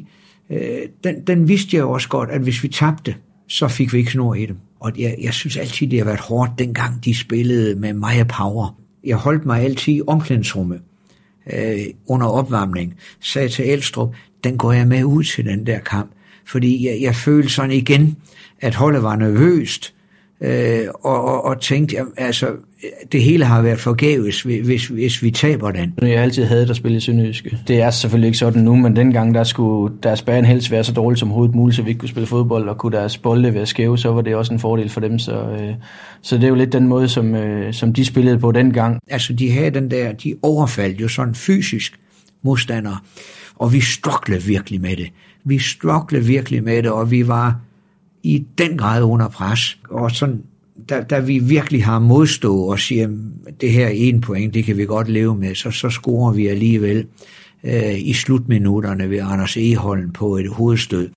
den vidste jeg også godt, at hvis vi tabte, så fik vi ikke snor i dem. Og jeg synes altid, det har været hårdt, dengang de spillede med Maya Power. Jeg holdt mig altid i omklædningsrummet under opvarmning, sagde til Elstrup, den går jeg med ud til den der kamp. Fordi jeg følte sådan igen, at holdet var nervøst, og tænkte, altså, det hele har været forgæves, hvis vi taber den. Jeg har altid hadet at spille i Sønderjyske. Det er selvfølgelig ikke sådan nu, men dengang der skulle deres bane helst være så dårligt som overhovedet muligt, så vi ikke kunne spille fodbold, og kunne deres bolde være skæve, så var det også en fordel for dem. Så det er jo lidt den måde, som de spillede på dengang. Altså, de havde de overfaldt jo sådan fysisk modstandere, og vi struglede virkelig med det. Og vi var i den grad under pres, og sådan, da vi virkelig har modstået og siger, det her 1 point, det kan vi godt leve med, så scorer vi alligevel i slutminutterne ved Anders Egholm på et hovedstød.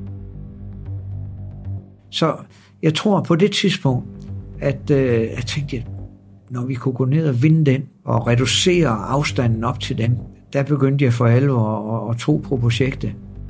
Så jeg tror på det tidspunkt, at jeg tænkte, når vi kunne gå ned og vinde den, og reducere afstanden op til dem, der begyndte jeg for alvor at tro på projektet.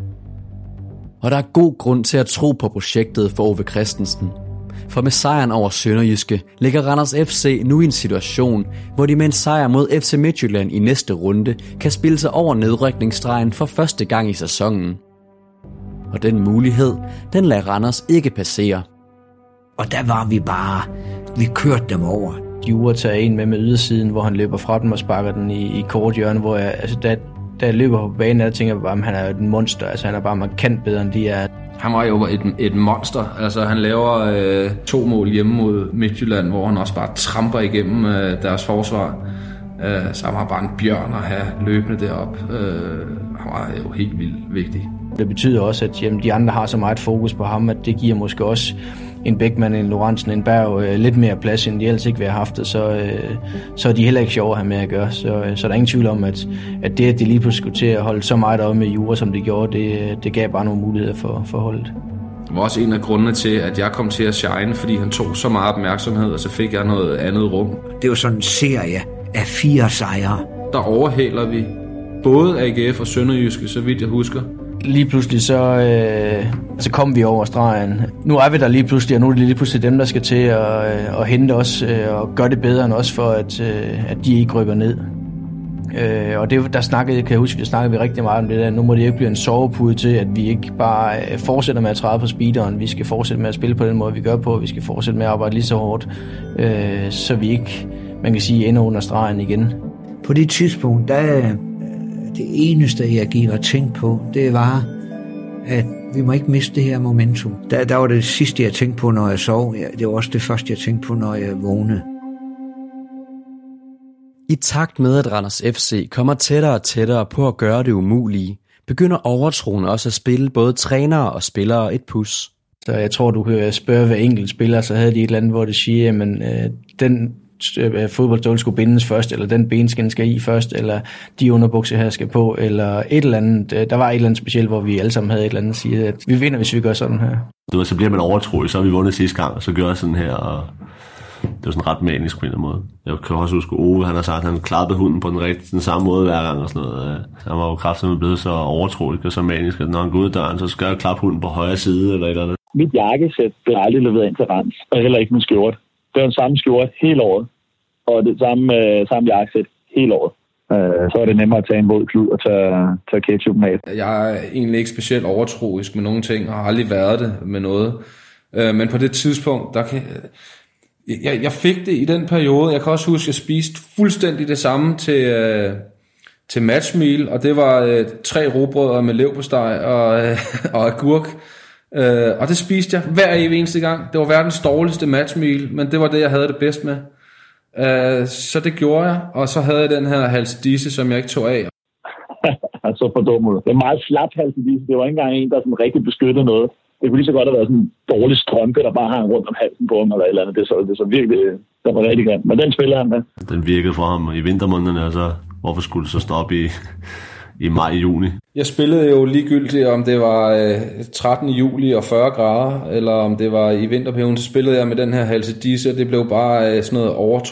Og der er god grund til at tro på projektet for Ove Christensen. For med sejren over Sønderjyske ligger Randers FC nu i en situation, hvor de med en sejr mod FC Midtjylland i næste runde kan spille sig over nedrykningsstregen for første gang i sæsonen. Og den mulighed, den lader Randers ikke passere. Og der var vi kørte dem over. Jure tager en med ydersiden, hvor han løber fra dem og sparker den i kort hjørne, hvor da jeg løber på banen, der tænker jeg bare, at han er et monster. Altså, han er bare markant bedre, end de er. Han var jo et monster. Altså, han laver 2 mål hjemme mod Midtjylland, hvor han også bare tramper igennem deres forsvar. Så han var bare en bjørn at have løbende derop. Han var jo helt vildt vigtig. Det betyder også, at de andre har så meget fokus på ham, at det giver måske også en Bækman, en Lorentzen, en Berg lidt mere plads, end de ellers ikke vil have haft det, så er de heller ikke sjove at have med at gøre. Så der er ingen tvivl om, at det, at de lige pludselig skulle til at holde så meget op med Jure, som det gjorde, det gav bare nogle muligheder for holdet. Det var også en af grundene til, at jeg kom til at shine, fordi han tog så meget opmærksomhed, og så fik jeg noget andet rum. Det var sådan en serie af 4 sejre. Der overhaler vi både AGF og Sønderjyske, så vidt jeg husker. Lige pludselig så kom vi over stregen. Nu er vi der lige pludselig, og nu er det lige pludselig dem, der skal til at hente os og gøre det bedre end os, for at de ikke rykker ned. Og det, kan jeg huske, vi snakkede rigtig meget om det der. Nu må det ikke blive en sovepude til, at vi ikke bare fortsætter med at træde på speederen. Vi skal fortsætte med at spille på den måde, vi gør på. Vi skal fortsætte med at arbejde lige så hårdt, så vi ikke, man kan sige, ender under stregen igen. På det tidspunkt, det eneste, jeg gik og tænkte på, det var, at vi må ikke miste det her momentum. Der var det sidste, jeg tænkte på, når jeg sov. Det var også det første, jeg tænkte på, når jeg vågnede. I takt med, at Randers FC kommer tættere og tættere på at gøre det umulige, begynder overtroen også at spille både trænere og spillere et pus. Så jeg tror, du kan spørge hver enkelt spiller, så havde de et eller andet, hvor det siger, at den fodboldstål skulle bindes først, eller den benskin skal i først, eller de underbukser her skal på, eller et eller andet. Der var et eller andet specielt, hvor vi alle sammen havde et eller andet at sige, at vi vinder, hvis vi gør sådan her. Så bliver man overtroet, så har vi vundet sidste gang, og så gør jeg sådan her, og det var sådan ret manisk på en eller anden måde. Jeg kan også huske, Ove, han har sagt, at han klappede hunden på den samme måde hver gang og sådan noget. Så han var jo kraftigt blevet så overtroet og så manisk, at når han går ud af døren, så skal jeg klappe hunden på højre side eller et eller andet. Mit jakkesæt blev aldrig leveret ind til Randers, og heller ikke min skjorte. Det var den samme skjorte hele året, og det samme jakkesæt hele året. Så er det nemmere at tage en våd klud og tage ketchupen af. Jeg er egentlig ikke specielt overtroisk med nogle ting, og har aldrig været det med noget. Men på det tidspunkt, jeg fik det i den periode. Jeg kan også huske, at jeg spiste fuldstændig det samme til matchmeal, og det var 3 rugbrødder med leverpostej og agurk. Og det spiste jeg hver eneste gang. Det var verdens dårligste matchmeal, men det var det, jeg havde det bedst med. Så det gjorde jeg, og så havde jeg den her halsdisse, som jeg ikke tog af. Så for dum ud. Det er meget slap halsdisse. Det var ikke engang en, der sådan rigtig beskyttede noget. Det kunne lige så godt have været sådan en dårlig strømpe, der bare hang rundt om halsen på ham, eller et eller andet. Det så virkelig, der var rigtig grimt. Men den spiller han med. Den virkede for ham i vintermånederne, og så hvorfor skulle det så stoppe i maj-juni? Jeg spillede jo ligegyldigt, om det var 13. juli og 40 grader, eller om det var i vinterperioden, så spillede jeg med den her halsedisse, og det blev bare sådan noget overtro.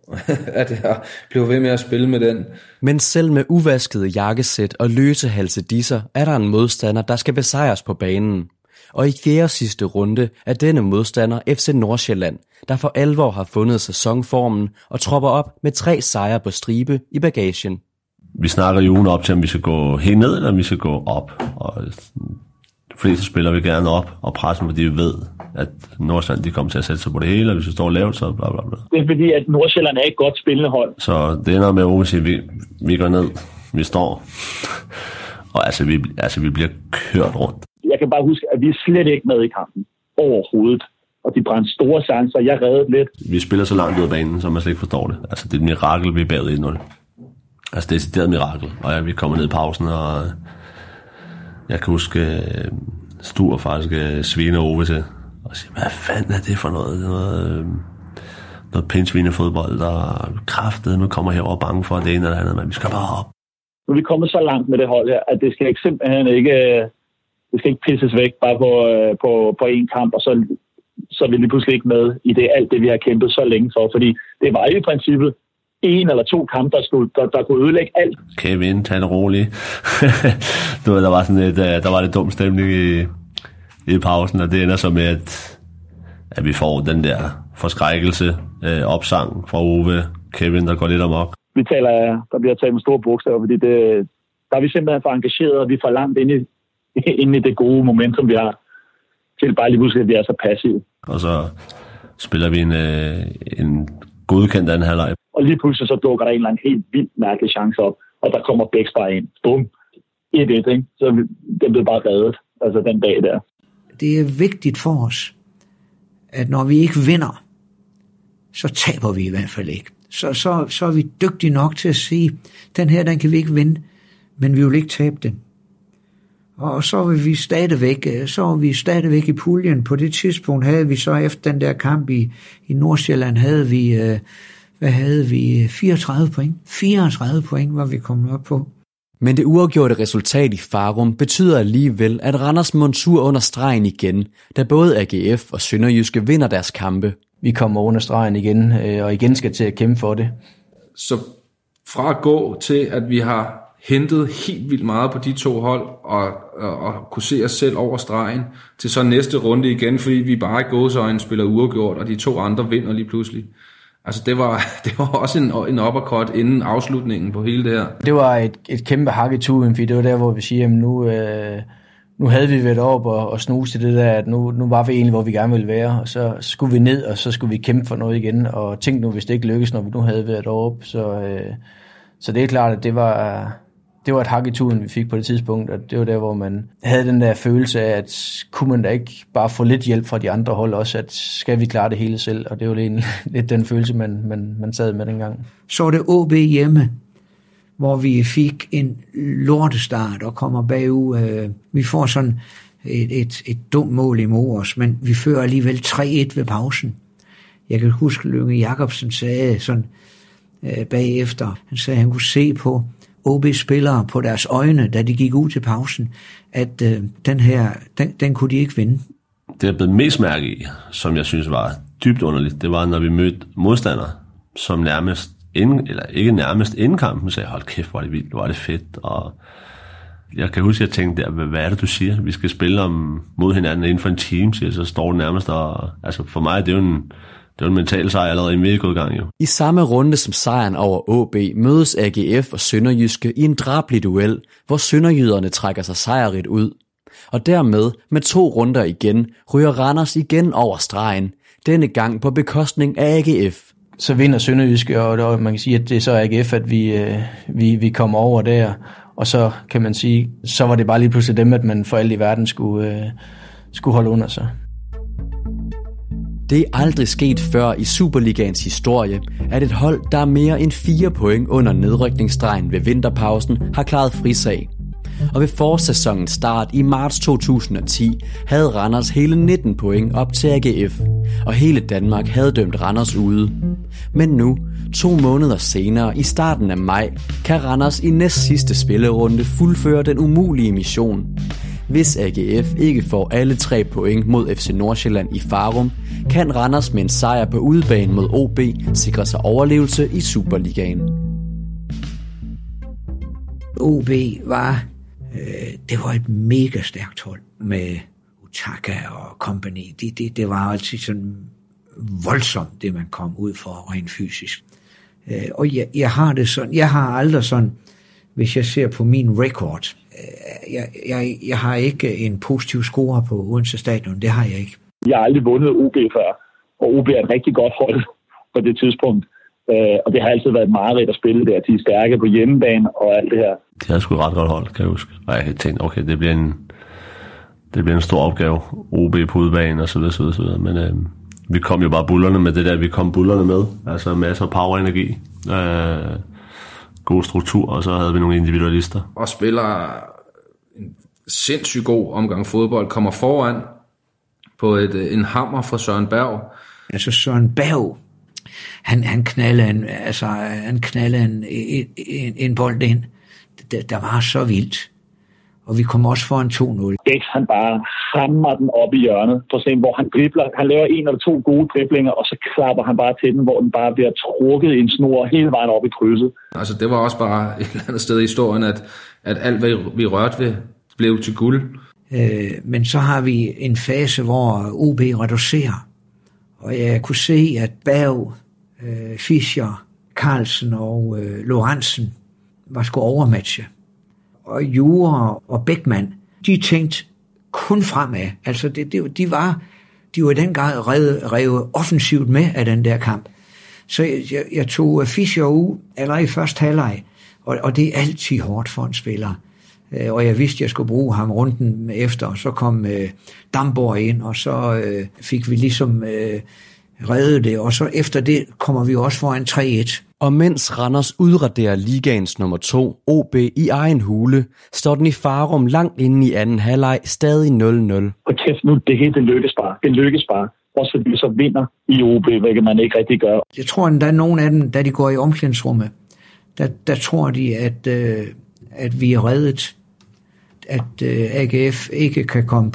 at jeg blev ved med at spille med den. Men selv med uvaskede jakkesæt og løse halsedisser er der en modstander, der skal besejres på banen. Og i fjerde sidste runde er denne modstander FC Nordsjælland, der for alvor har fundet sæsonformen og tropper op med 3 sejre på stribe i bagagen. Vi snakker jo ugen op til, om vi skal gå helt ned, eller om vi skal gå op. Og de fleste spiller vi gerne op og pressen, fordi vi ved, at Nordsjælland de kommer til at sætte sig på det hele, og hvis vi står lavt, så bla bla bla. Det er fordi, at Nordsjælland er et godt spillende hold. Så det ender med at sige, at vi går ned, vi står, og vi bliver kørt rundt. Jeg kan bare huske, at vi er slet ikke med i kampen overhovedet. Og de brændte store chancer, jeg reddede lidt. Vi spiller så langt ud af banen, så man slet ikke forstår det. Altså det er et mirakel, vi er bagud 1-0. Altså det er et decideret mirakel. Og vi kommer ned i pausen, og jeg kan huske Stur faktisk sviner Ove til og siger, hvad fanden er det for noget? Noget pindsvinefodbold, der kraftede, nu kommer herover bange for det ene eller andet, men vi skal bare op. Nu er vi kommet så langt med det hold her, at det skal ikke simpelthen ikke, det skal ikke pisses væk bare på én kamp, og så er vi lige pludselig ikke med i det alt det, vi har kæmpet så længe for, fordi det var jo i princippet 1 eller 2 kampe, der kunne ødelægge alt. Kevin, tag det roligt. Der var lidt dum stemning i pausen, og det ender så med, at vi får den der forskrækkelse, opsang fra Ove, Kevin, der går lidt amok. Der bliver talt med store bogstaver, fordi der er vi simpelthen for engageret, og vi er for langt inde i det gode momentum, vi har, til bare lige pludselig, at vi er så passive. Og så spiller vi en godkendt anden halvleg. Og lige pludselig så dukker der en eller anden helt vildt mærkelig chance op, og der kommer Bæks bare ind. Bum. 1-1, ikke? Så den blev bare reddet, altså den dag der. Det er vigtigt for os, at når vi ikke vinder, så taber vi i hvert fald ikke. Så er vi dygtige nok til at sige, den her, den kan vi ikke vinde, men vi vil ikke tabe den. Og så var vi stadigvæk i puljen. På det tidspunkt havde vi så efter den der kamp i Nordsjælland, havde vi 34 point. 34 point var vi kommet op på. Men det uafgjorte resultat i Farum betyder alligevel, at Randers må en tur under stregen igen, da både AGF og Sønderjyske vinder deres kampe. Vi kommer under stregen igen, og igen skal til at kæmpe for det. Så fra at gå til, at vi har hentet helt vildt meget på de 2 hold, og kunne se os selv over stregen, til så næste runde igen, fordi vi bare i gåseøjne spiller uafgjort, og de 2 andre vinder lige pludselig. Altså det var også en uppercut inden afslutningen på hele det her. Det var et kæmpe hak i tuden, fordi det var der, hvor vi siger, at nu havde vi været op og snuse til det der, at nu var vi egentlig, hvor vi gerne ville være, og så skulle vi ned, og så skulle vi kæmpe for noget igen, og tænk nu, hvis det ikke lykkes, når vi nu havde været op. Så det er klart, at det var et hak i tuden, vi fik på det tidspunkt, og det var der, hvor man havde den der følelse af, at kunne man da ikke bare få lidt hjælp fra de andre hold også, at skal vi klare det hele selv, og det var lidt den følelse, man sad med dengang. Så var det OB hjemme, hvor vi fik en lortestart og kommer bagud. Vi får sådan et dumt mål imod os, men vi fører alligevel 3-1 ved pausen. Jeg kan huske, Lønge Jacobsen sagde sådan bagefter, han sagde, at han kunne se på OB-spillere på deres øjne, da de gik ud til pausen, at den kunne de ikke vinde. Det er blevet mest mærke i, som jeg synes var dybt underligt, det var, når vi mødte modstandere, som nærmest inden kampen sagde, hold kæft, hvor er det vildt, hvor er det fedt, og jeg kan huske, at jeg tænkte, hvad er det, du siger? Vi skal spille mod hinanden inden for en time, så står det nærmest, og altså for mig, det er jo en mental sejr allerede i medgådgang jo. I samme runde som sejren over OB mødes AGF og Sønderjyske i en drabelig duel, hvor sønderjyderne trækker sig sejrigt ud. Og dermed, med 2 runder igen, ryger Randers igen over stregen, denne gang på bekostning af AGF. Så vinder Sønderjyske, og man kan sige, at det er så AGF, at vi kommer over der, og så kan man sige, så var det bare lige pludselig dem, at man for alt i verden skulle holde under sig. Det er aldrig sket før i Superligaens historie, at et hold, der er mere end 4 point under nedrykningsstregen ved vinterpausen, har klaret frisag. Og ved forårssæsonens start i marts 2010 havde Randers hele 19 point op til AGF, og hele Danmark havde dømt Randers ude. Men nu, 2 måneder senere i starten af maj, kan Randers i næst sidste spillerunde fuldføre den umulige mission. Hvis AGF ikke får alle 3 point mod FC Nordsjælland i Farum, kan Randers med en sejr på udebane mod OB sikre sig overlevelse i Superligaen. OB var et mega stærkt hold med Utaka og company. Det var altid sådan voldsomt, det man kom ud for rent fysisk. Og jeg har det sådan, jeg har aldrig sådan, hvis jeg ser på min record, jeg har ikke en positiv score på Odense Stadion, det har jeg ikke. Jeg har aldrig vundet OB før, og OB er et rigtig godt hold på det tidspunkt. Og det har altid været et mareridt at spille der. De er stærke på hjemmebane og alt det her. Det havde sgu ret godt hold, kan jeg huske. Og jeg tænkte, okay, det bliver en stor opgave. OB på udebane og så videre. Men vi kom jo bare bullerne med det der, vi kom bullerne med. Altså masser af power-energi. God struktur, og så havde vi nogle individualister. Og spiller en sindssygt god omgang fodbold. Kommer foran på en hammer fra Søren Berg. Altså Søren Berg, han knaldede en bold ind, der var så vildt. Og vi kom også foran 2-0. Bæk, han bare hammer den op i hjørnet, for at se, hvor han dribler. Han laver 1 eller 2 gode driblinger, og så klapper han bare til den, hvor den bare bliver trukket i en snor hele vejen op i krydset. Altså, det var også bare et eller andet sted i historien, at alt, hvad vi rørte ved, blev til guld. Men så har vi en fase, hvor OB reducerer. Og jeg kunne se, at Berg, Fischer, Carlsen og Lorentzen var sgu overmatche. Og Jure og Beckmann, de tænkte kun fremad. Altså, de var i den grad revet offensivt med af den der kamp. Så jeg tog Fischer ud allerede i første halvleg, og det er altid hårdt for en spiller. Og jeg vidste, at jeg skulle bruge ham runden efter, og så kom Damborg ind, og så fik vi ligesom reddet det, og så efter det kommer vi også foran 3-1. Og mens Randers udraderer ligaens nummer 2, OB i egen hule, står den i Farum langt inde i anden halvleg stadig 0-0. Og kæft nu, det hele det lykkes bare. Også fordi vi så vinder i OB, hvilket man ikke rigtig gør. Jeg tror, at der er nogen af dem, da de går i omklædningsrummet, der tror de, at vi er reddet, at AGF ikke kan komme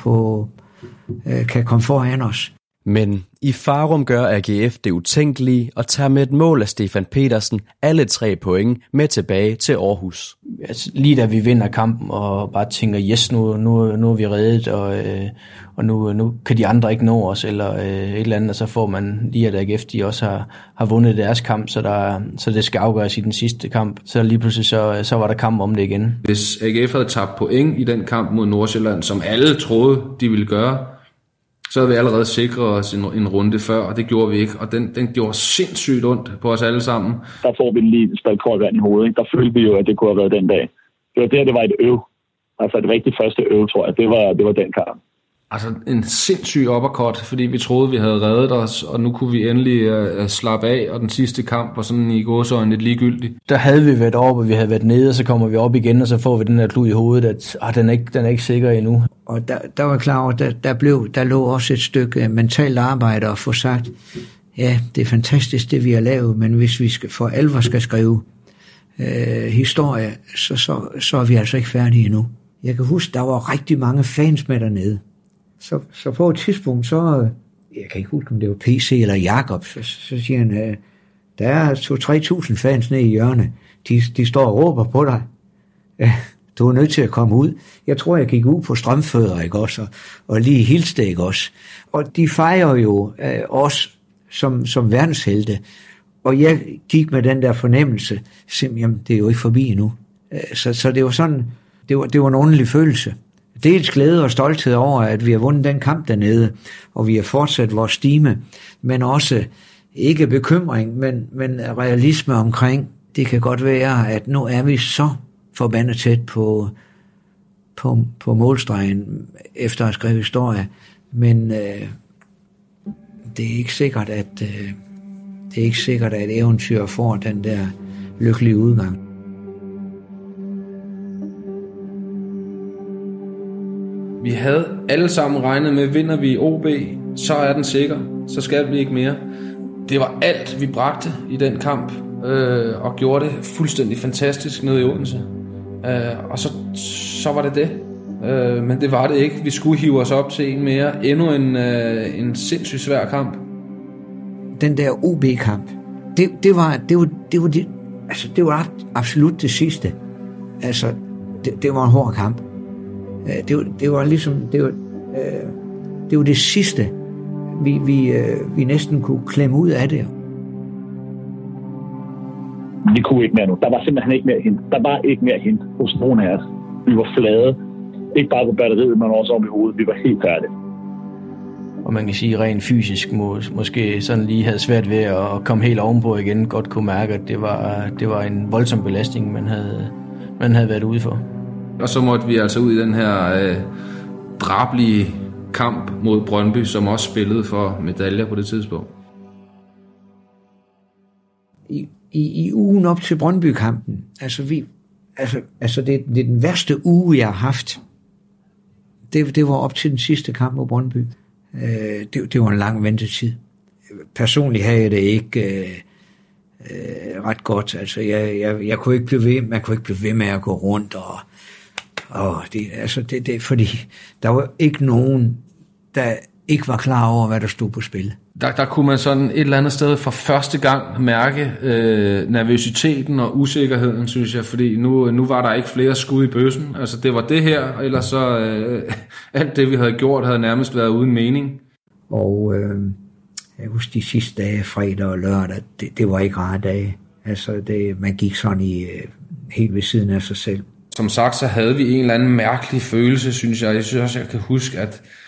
foran os. Men i Farum gør AGF det utænkelige og tager med et mål af Stefan Petersen alle 3 point med tilbage til Aarhus. Altså, lige da vi vinder kampen og bare tænker, yes, nu er vi reddet, og nu kan de andre ikke nå os, eller et eller andet, og så får man lige, at AGF de også har vundet deres kamp, så det skal afgøres i den sidste kamp. Så lige pludselig så var der kamp om det igen. Hvis AGF havde tabt point i den kamp mod Nordsjælland, som alle troede, de ville gøre, så havde vi allerede sikret os en runde før, og det gjorde vi ikke. Og den gjorde sindssygt ondt på os alle sammen. Der får vi lige et spil koldt vand i hovedet. Der følte vi jo, at det kunne have været den dag. Det var et øv. Altså et rigtig første øv, tror jeg. Det var den kamp. Altså en sindssyg uppercut, fordi vi troede, vi havde reddet os, og nu kunne vi endelig slappe af, og den sidste kamp var sådan i gåseøjne lidt ligegyldig. Der havde vi været oppe, og vi havde været nede, og så kommer vi op igen, og så får vi den her klud i hovedet, at den er ikke sikker endnu. Og der var klar over, der lå også et stykke mentalt arbejde at få sagt, ja, det er fantastisk, det vi har lavet, men hvis vi for alvor skal skrive historie, så er vi altså ikke færdige endnu. Jeg kan huske, der var rigtig mange fans med dernede. Så på et tidspunkt, jeg kan ikke huske, om det var PC eller Jakob, så siger han, der er 2-3.000 fans nede i hjørnet. De står og råber på dig. Du er nødt til at komme ud. Jeg tror, jeg gik ud på strømfødder, ikke også? Og lige hilste, ikke også? Og de fejrer jo os som verdenshelte. Og jeg gik med den der fornemmelse, simpelthen, det er jo ikke forbi endnu. Så det var sådan, det var en underlig følelse. Dels glæde og stolthed over, at vi har vundet den kamp dernede, og vi har fortsat vores stime, men også ikke bekymring, men realisme omkring. Det kan godt være, at nu er vi så forbandet tæt på målstregen efter at skrive historie, men det er ikke sikkert, at eventyr får den der lykkelige udgang. Vi havde alle sammen regnet med, vinder vi i OB, så er den sikker, så skal vi ikke mere. Det var alt, vi bragte i den kamp, og gjorde det fuldstændig fantastisk nede i Odense. Og så var det. men det var det ikke. Vi skulle hive os op til en mere. Endnu en sindssygt svær kamp. Den der OB-kamp, det var absolut det sidste. Altså, det var en hård kamp. Det var ligesom, det var det sidste, vi næsten kunne klemme ud af det. Vi kunne ikke mere nu. Der var simpelthen ikke mere at hente. Der var ikke mere at hente hos nogen af os. Vi var flade. Ikke bare på batteriet, men også om i hovedet. Vi var helt færdige. Og man kan sige, rent fysisk måske sådan lige havde svært ved at komme helt ovenpå igen. Godt kunne mærke, at det var en voldsom belastning, man havde været ude for. Og så måtte vi altså ud i den her drablige kamp mod Brøndby, som også spillede for medaljer på det tidspunkt. I ugen op til Brøndby-kampen, altså det er den værste uge, jeg har haft. Det var op til den sidste kamp mod Brøndby. Det var en lang ventetid. Personligt havde jeg det ikke ret godt. Altså jeg kunne ikke blive ved, man kunne ikke blive ved med at gå rundt og det fordi der var ikke nogen, der ikke var klar over, hvad der stod på spil. Der kunne man sådan et eller andet sted for første gang mærke nervøsiteten og usikkerheden, synes jeg, fordi nu var der ikke flere skud i bøssen. Altså det var det her, ellers så alt det vi havde gjort havde nærmest været uden mening. Og jeg husker de sidste dage, fredag og lørdag, det var ikke rare dage. Altså man gik sådan helt ved siden af sig selv. Som sagt, så havde vi en eller anden mærkelig følelse, synes jeg. Jeg synes også, jeg kan huske,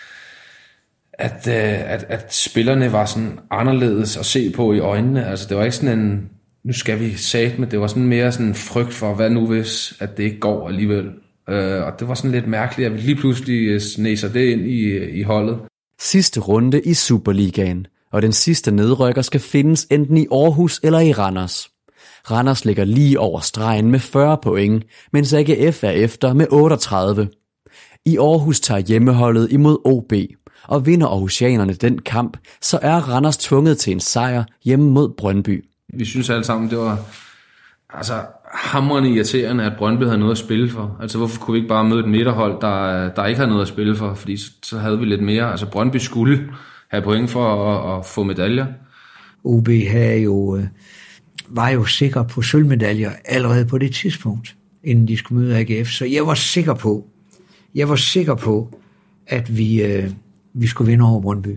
at spillerne var sådan anderledes at se på i øjnene. Altså det var ikke sådan en, nu skal vi satme, det var sådan mere sådan en frygt for, hvad nu hvis, at det ikke går alligevel. Og det var sådan lidt mærkeligt, at vi lige pludselig sneser det ind i holdet. Sidste runde i Superligaen, og den sidste nedrykker skal findes enten i Aarhus eller i Randers. Randers ligger lige over stregen med 40 point, mens AGF er efter med 38. I Aarhus tager hjemmeholdet imod OB, og vinder aarhusianerne den kamp, så er Randers tvunget til en sejr hjemme mod Brøndby. Vi synes alle sammen, det var hamrende irriterende, at Brøndby havde noget at spille for. Altså hvorfor kunne vi ikke bare møde et midterhold, der ikke havde noget at spille for, fordi så havde vi lidt mere. Altså Brøndby skulle have point for at få medaljer. OB var jo sikker på sølvmedaljer allerede på det tidspunkt, inden de skulle møde AGF. Så jeg var sikker på, at vi skulle vinde over Brøndby.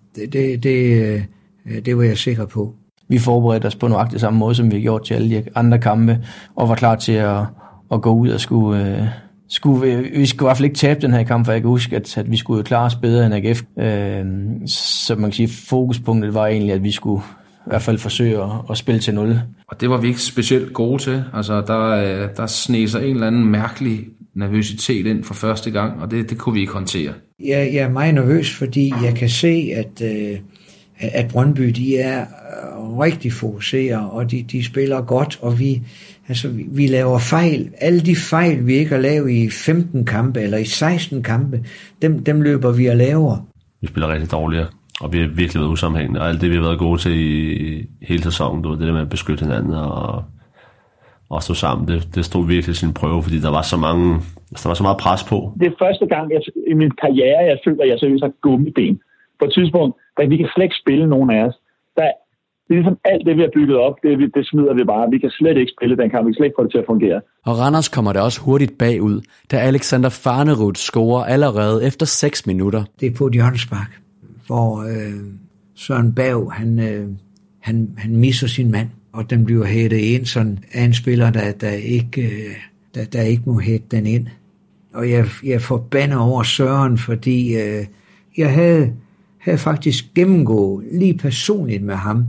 Det var jeg sikker på. Vi forberedte os på nøjagtigt samme måde, som vi har gjort til alle de andre kampe, og var klar til at gå ud og vi skulle i hvert fald ikke tabe den her kamp, for jeg kan huske, at vi skulle klare os bedre end AGF. Så man kan sige, fokuspunktet var egentlig, at vi skulle i hvert fald forsøge at spille til 0. Og det var vi ikke specielt gode til. Altså der sneg sig en eller anden mærkelig nervøsitet ind for første gang, og det kunne vi ikke håndtere. Jeg er meget nervøs, fordi jeg kan se, at Brøndby, de er rigtig fokuseret, og de spiller godt, og vi laver fejl. Alle de fejl, vi ikke har lavet i 15 kampe, eller i 16 kampe, dem løber vi og laver. Vi spiller rigtig dårligere, og vi har virkelig været usammenhængende, og alt det, vi har været gode til i hele sæsonen, det der med at beskytte hinanden og stå sammen, det stod virkelig sin prøve, fordi der var så meget pres på. Det er første gang i min karriere, jeg føler, at jeg seriøst har gummiben. På et tidspunkt, da vi kan slet ikke spille nogen af os. Det er ligesom alt det, vi har bygget op, det smider vi bare. Vi kan slet ikke spille den kamp, vi kan slet ikke få det til at fungere. Og Randers kommer det også hurtigt bagud, da Alexander Farnerud scorer allerede efter 6 minutter. Det er på et hjørnespark, hvor Søren Berg, han misser sin mand, og den bliver hættet ind sådan af en spiller, der ikke må hætte den ind. Og jeg forbander over Søren, fordi jeg havde faktisk gennemgået lige personligt med ham.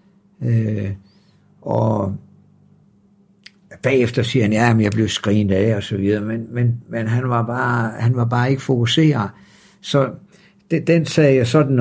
Og bagefter siger han, ja, men jeg blev skrinet af og så videre, men han var bare ikke fokuseret. Så den sad jeg sådan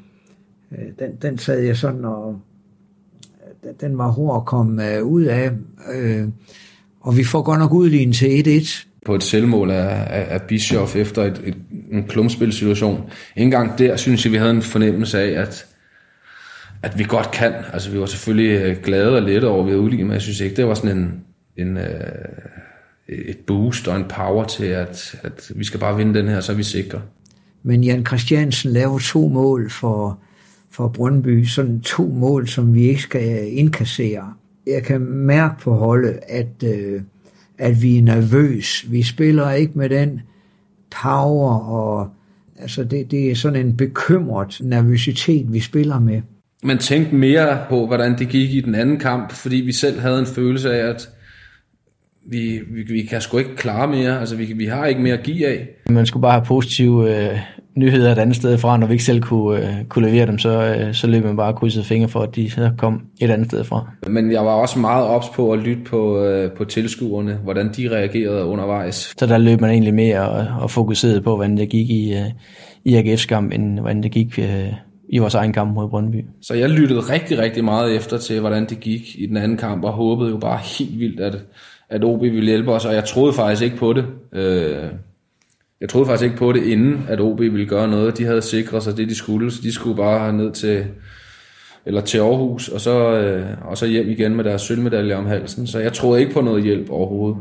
og den var hård at komme ud af, og vi får godt nok udlignet til 1-1. På et selvmål af Bischoff efter en klumpspilsituation. En gang der synes jeg, vi havde en fornemmelse af, at vi godt kan. Altså vi var selvfølgelig glade og lette over, at vi havde udlignet, men jeg synes ikke, det var sådan et boost og en power til, at vi skal bare vinde den her, så er vi sikre. Men Jan Christiansen laver 2 mål for Brøndby, sådan 2 mål, som vi ikke skal indkassere. Jeg kan mærke på holdet, at vi er nervøs. Vi spiller ikke med den power, og altså det er sådan en bekymret nervøsitet, vi spiller med. Man tænkte mere på, hvordan det gik i den anden kamp, fordi vi selv havde en følelse af, at vi kan sgu ikke klare mere. Altså, vi har ikke mere at give af. Man skulle bare have positive nyheder et andet sted fra. Når vi ikke selv kunne levere dem, så løb man bare krydset fingre for, at de så kom et andet sted fra. Men jeg var også meget ops på at lytte på tilskuerne, hvordan de reagerede undervejs. Så der løb man egentlig mere og fokuserede på, hvordan det gik i AGF's kamp, end hvordan det gik i vores egen kamp mod Brøndby. Så jeg lyttede rigtig, rigtig meget efter til, hvordan det gik i den anden kamp, og håbede jo bare helt vildt, at OB ville hjælpe os, og jeg troede faktisk ikke på det. Jeg troede faktisk ikke på det, inden at OB ville gøre noget. De havde sikret sig det, de skulle, så de skulle bare ned til Aarhus, og så hjem igen med deres sølvmedalje om halsen. Så jeg troede ikke på noget hjælp overhovedet.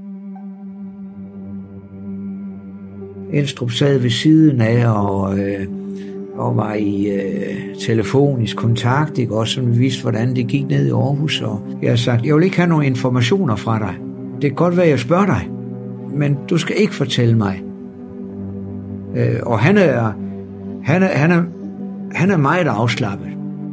Elstrup sad ved siden af og var i telefonisk kontakt, ikke? Også som vidste, hvordan det gik ned i Aarhus. Og jeg har sagt, jeg vil ikke have nogle informationer fra dig. Det kan godt være, jeg spørger dig, men du skal ikke fortælle mig. Og han er meget afslappet.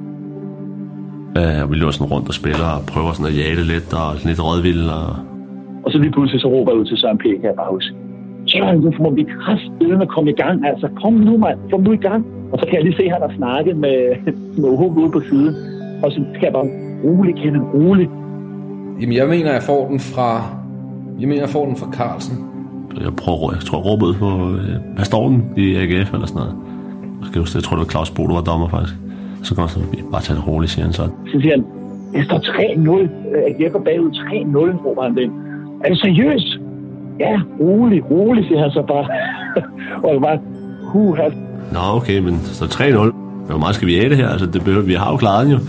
Vi løber sådan rundt og spiller og prøver sådan at jage det lidt og lidt rødvild. Og så lige pludselig så råber jeg ud til Søren P. kan jeg bare huske. Søren, du må vi kraftedeme komme i gang. Altså, kom nu, mand. Kom nu i gang. Og så kan jeg lige se, at han har snakket med Håb ude på siden. Og så kan jeg bare roligt. Jamen, jeg mener, jeg får den fra Carlsen. Jeg tror, jeg råber ud på Pastoren i AGF eller sådan noget. Jeg tror, det var Claus Bo, der var dommer faktisk. Så kan man bare tage det roligt, siger han så. Så siger han, det står 3-0. AGF er bagud 3-0, råber han den. Er det seriøst? Ja, roligt, siger han så bare. Og jeg bare, Nå, okay, men så 3-0. Hvor meget skal vi have det her? Altså, vi har jo klaret den jo.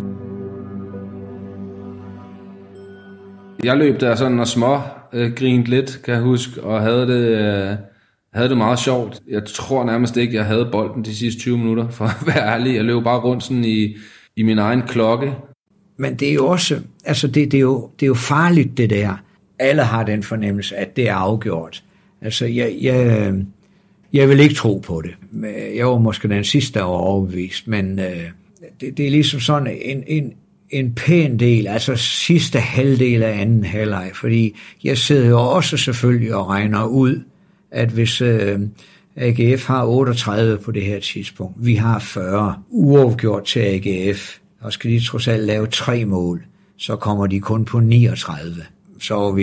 Jeg løb der sådan og grinte lidt, kan jeg huske, og havde det meget sjovt. Jeg tror nærmest ikke, jeg havde bolden de sidste 20 minutter, for at være ærlig. Jeg løb bare rundt sådan i min egen klokke. Men det er jo også, altså det er jo farligt det der. Alle har den fornemmelse, at det er afgjort. Altså jeg vil ikke tro på det. Jeg var måske den sidste, der var overbevist, men det er ligesom sådan en pæn del, altså sidste halvdel af anden halvleg, fordi jeg sidder jo også selvfølgelig og regner ud, at hvis AGF har 38 på det her tidspunkt, vi har 40 uafgjort til AGF, og skal de trods alt lave 3 mål, så kommer de kun på 39. Så er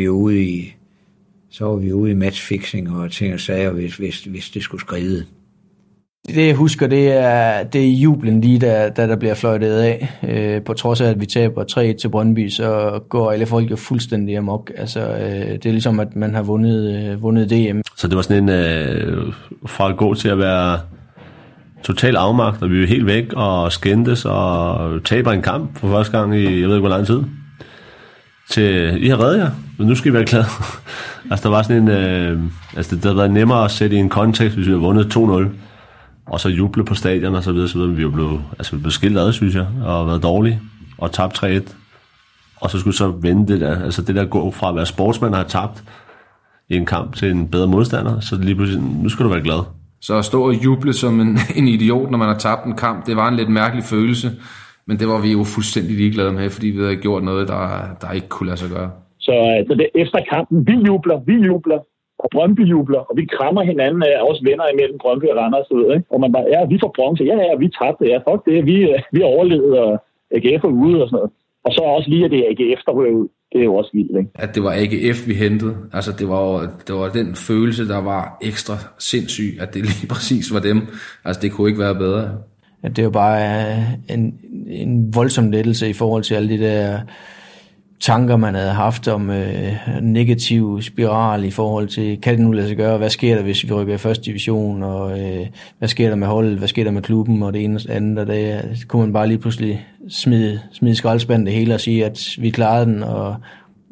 vi ude i matchfixing og ting og sager, hvis det skulle skride. Det jeg husker, det er jublen lige, der bliver fløjtet af. På trods af, at vi taber 3 til Brøndby, så går alle folk jo fuldstændig amok. Altså, det er ligesom, at man har vundet DM. Så det var sådan en fra at gå til at være total afmagt, og vi er helt væk og skændtes og taber en kamp for første gang i, jeg ved ikke hvor lang tid, til, I har reddet jer, men nu skal I være glade. Altså, der var sådan en, det havde været nemmere at sætte i en kontekst, hvis vi havde vundet 2-0, og så juble på stadion og så videre, så videre. Vi blev skilt ad, synes jeg, og været dårlige, og tabt 3-1. Og så skulle så vende det der, altså det der gå fra at være sportsmand og have tabt i en kamp til en bedre modstander, så lige pludselig, nu skal du være glad. Så at stå og juble som en idiot, når man har tabt en kamp, det var en lidt mærkelig følelse, men det var vi jo fuldstændig ligeglade med, fordi vi havde gjort noget, der ikke kunne lade sig gøre. Så det efter kampen, vi jubler, og Brøndby jubler, og vi krammer hinanden af også venner imellem Brøndby og Randers, ikke? Og man bare, ja, vi får bronze, ja, vi tabte, ja, fuck det, vi overlevede, og AGF er ude og sådan noget. Og så også lige, at det er AGF, der rører ud. Det er jo også vildt, ikke? At det var AGF, vi hentede. Altså, det var den følelse, der var ekstra sindssyg, at det lige præcis var dem. Altså, det kunne ikke være bedre. At det er jo bare en voldsom lettelse i forhold til alle de der tanker, man havde haft om negativ spiral i forhold til, kan det nu lade sig gøre, hvad sker der, hvis vi rykker i første division, og hvad sker der med holdet, hvad sker der med klubben, og det ene og andet, og det kunne man bare lige pludselig smide skraldespanden det hele og sige, at vi klarede den, og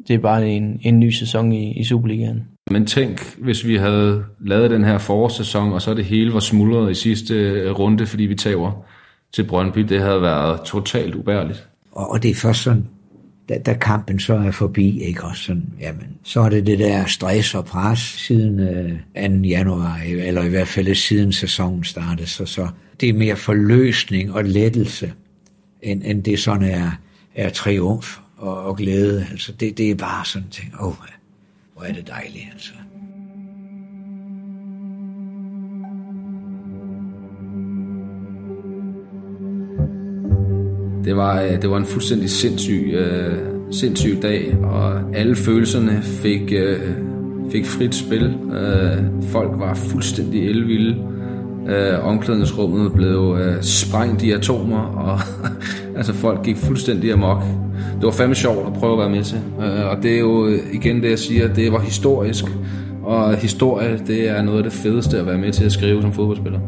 det er bare en ny sæson i Superligaen. Men tænk, hvis vi havde lavet den her forårssæson, og så det hele var smuldret i sidste runde, fordi vi taber til Brøndby. Det havde været totalt ubærligt. Og det er først sådan, da kampen så er forbi, ikke også sådan, jamen, så er det der stress og pres siden 2. januar, eller i hvert fald siden sæsonen startede. Så det er mere forløsning og lettelse, end det sådan er triumf og glæde. Altså, det er bare sådan ting. Hvor er det dejligt, altså. Det var en fuldstændig sindssyg dag, og alle følelserne fik frit spil. Folk var fuldstændig elvilde. Omklædningsrummet blev sprængt i atomer, og altså folk gik fuldstændig amok. Det var fandme sjovt at prøve at være med til, og det er jo igen det, jeg siger, det var historisk, og historie, det er noget af det fedeste at være med til at skrive som fodboldspiller.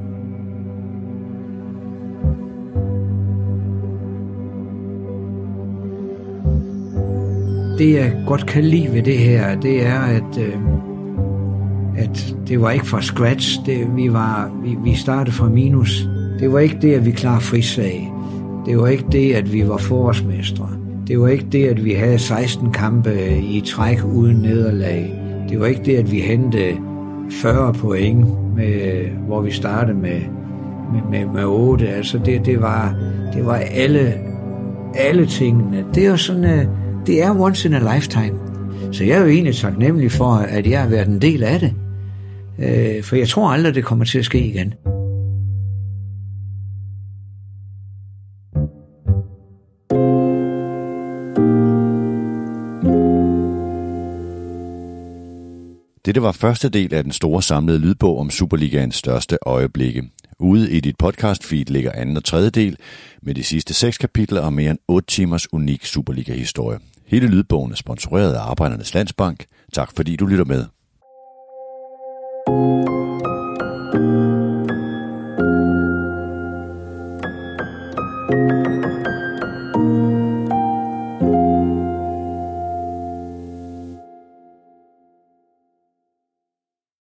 Det jeg godt kan lide ved det her, det er, at det var ikke fra scratch. Vi startede fra minus. Det var ikke det, at vi klarede frisag. Det var ikke det, at vi var forårsmestre. Det var ikke det, at vi havde 16 kampe i træk uden nederlag. Det var ikke det, at vi hentede 40 point, hvor vi startede med 8. Altså det var alle tingene. Det er sådan, det er once in a lifetime. Så jeg er jo egentlig taknemmelig for, at jeg har været en del af det. For jeg tror aldrig, det kommer til at ske igen. Dette var første del af den store samlede lydbog om Superligaens største øjeblikke. Ude i dit podcast-feed ligger anden og tredje del med de sidste 6 kapitler og mere end 8 timers unik Superliga-historie. Hele lydbogen er sponsoreret af Arbejdernes Landsbank. Tak fordi du lytter med.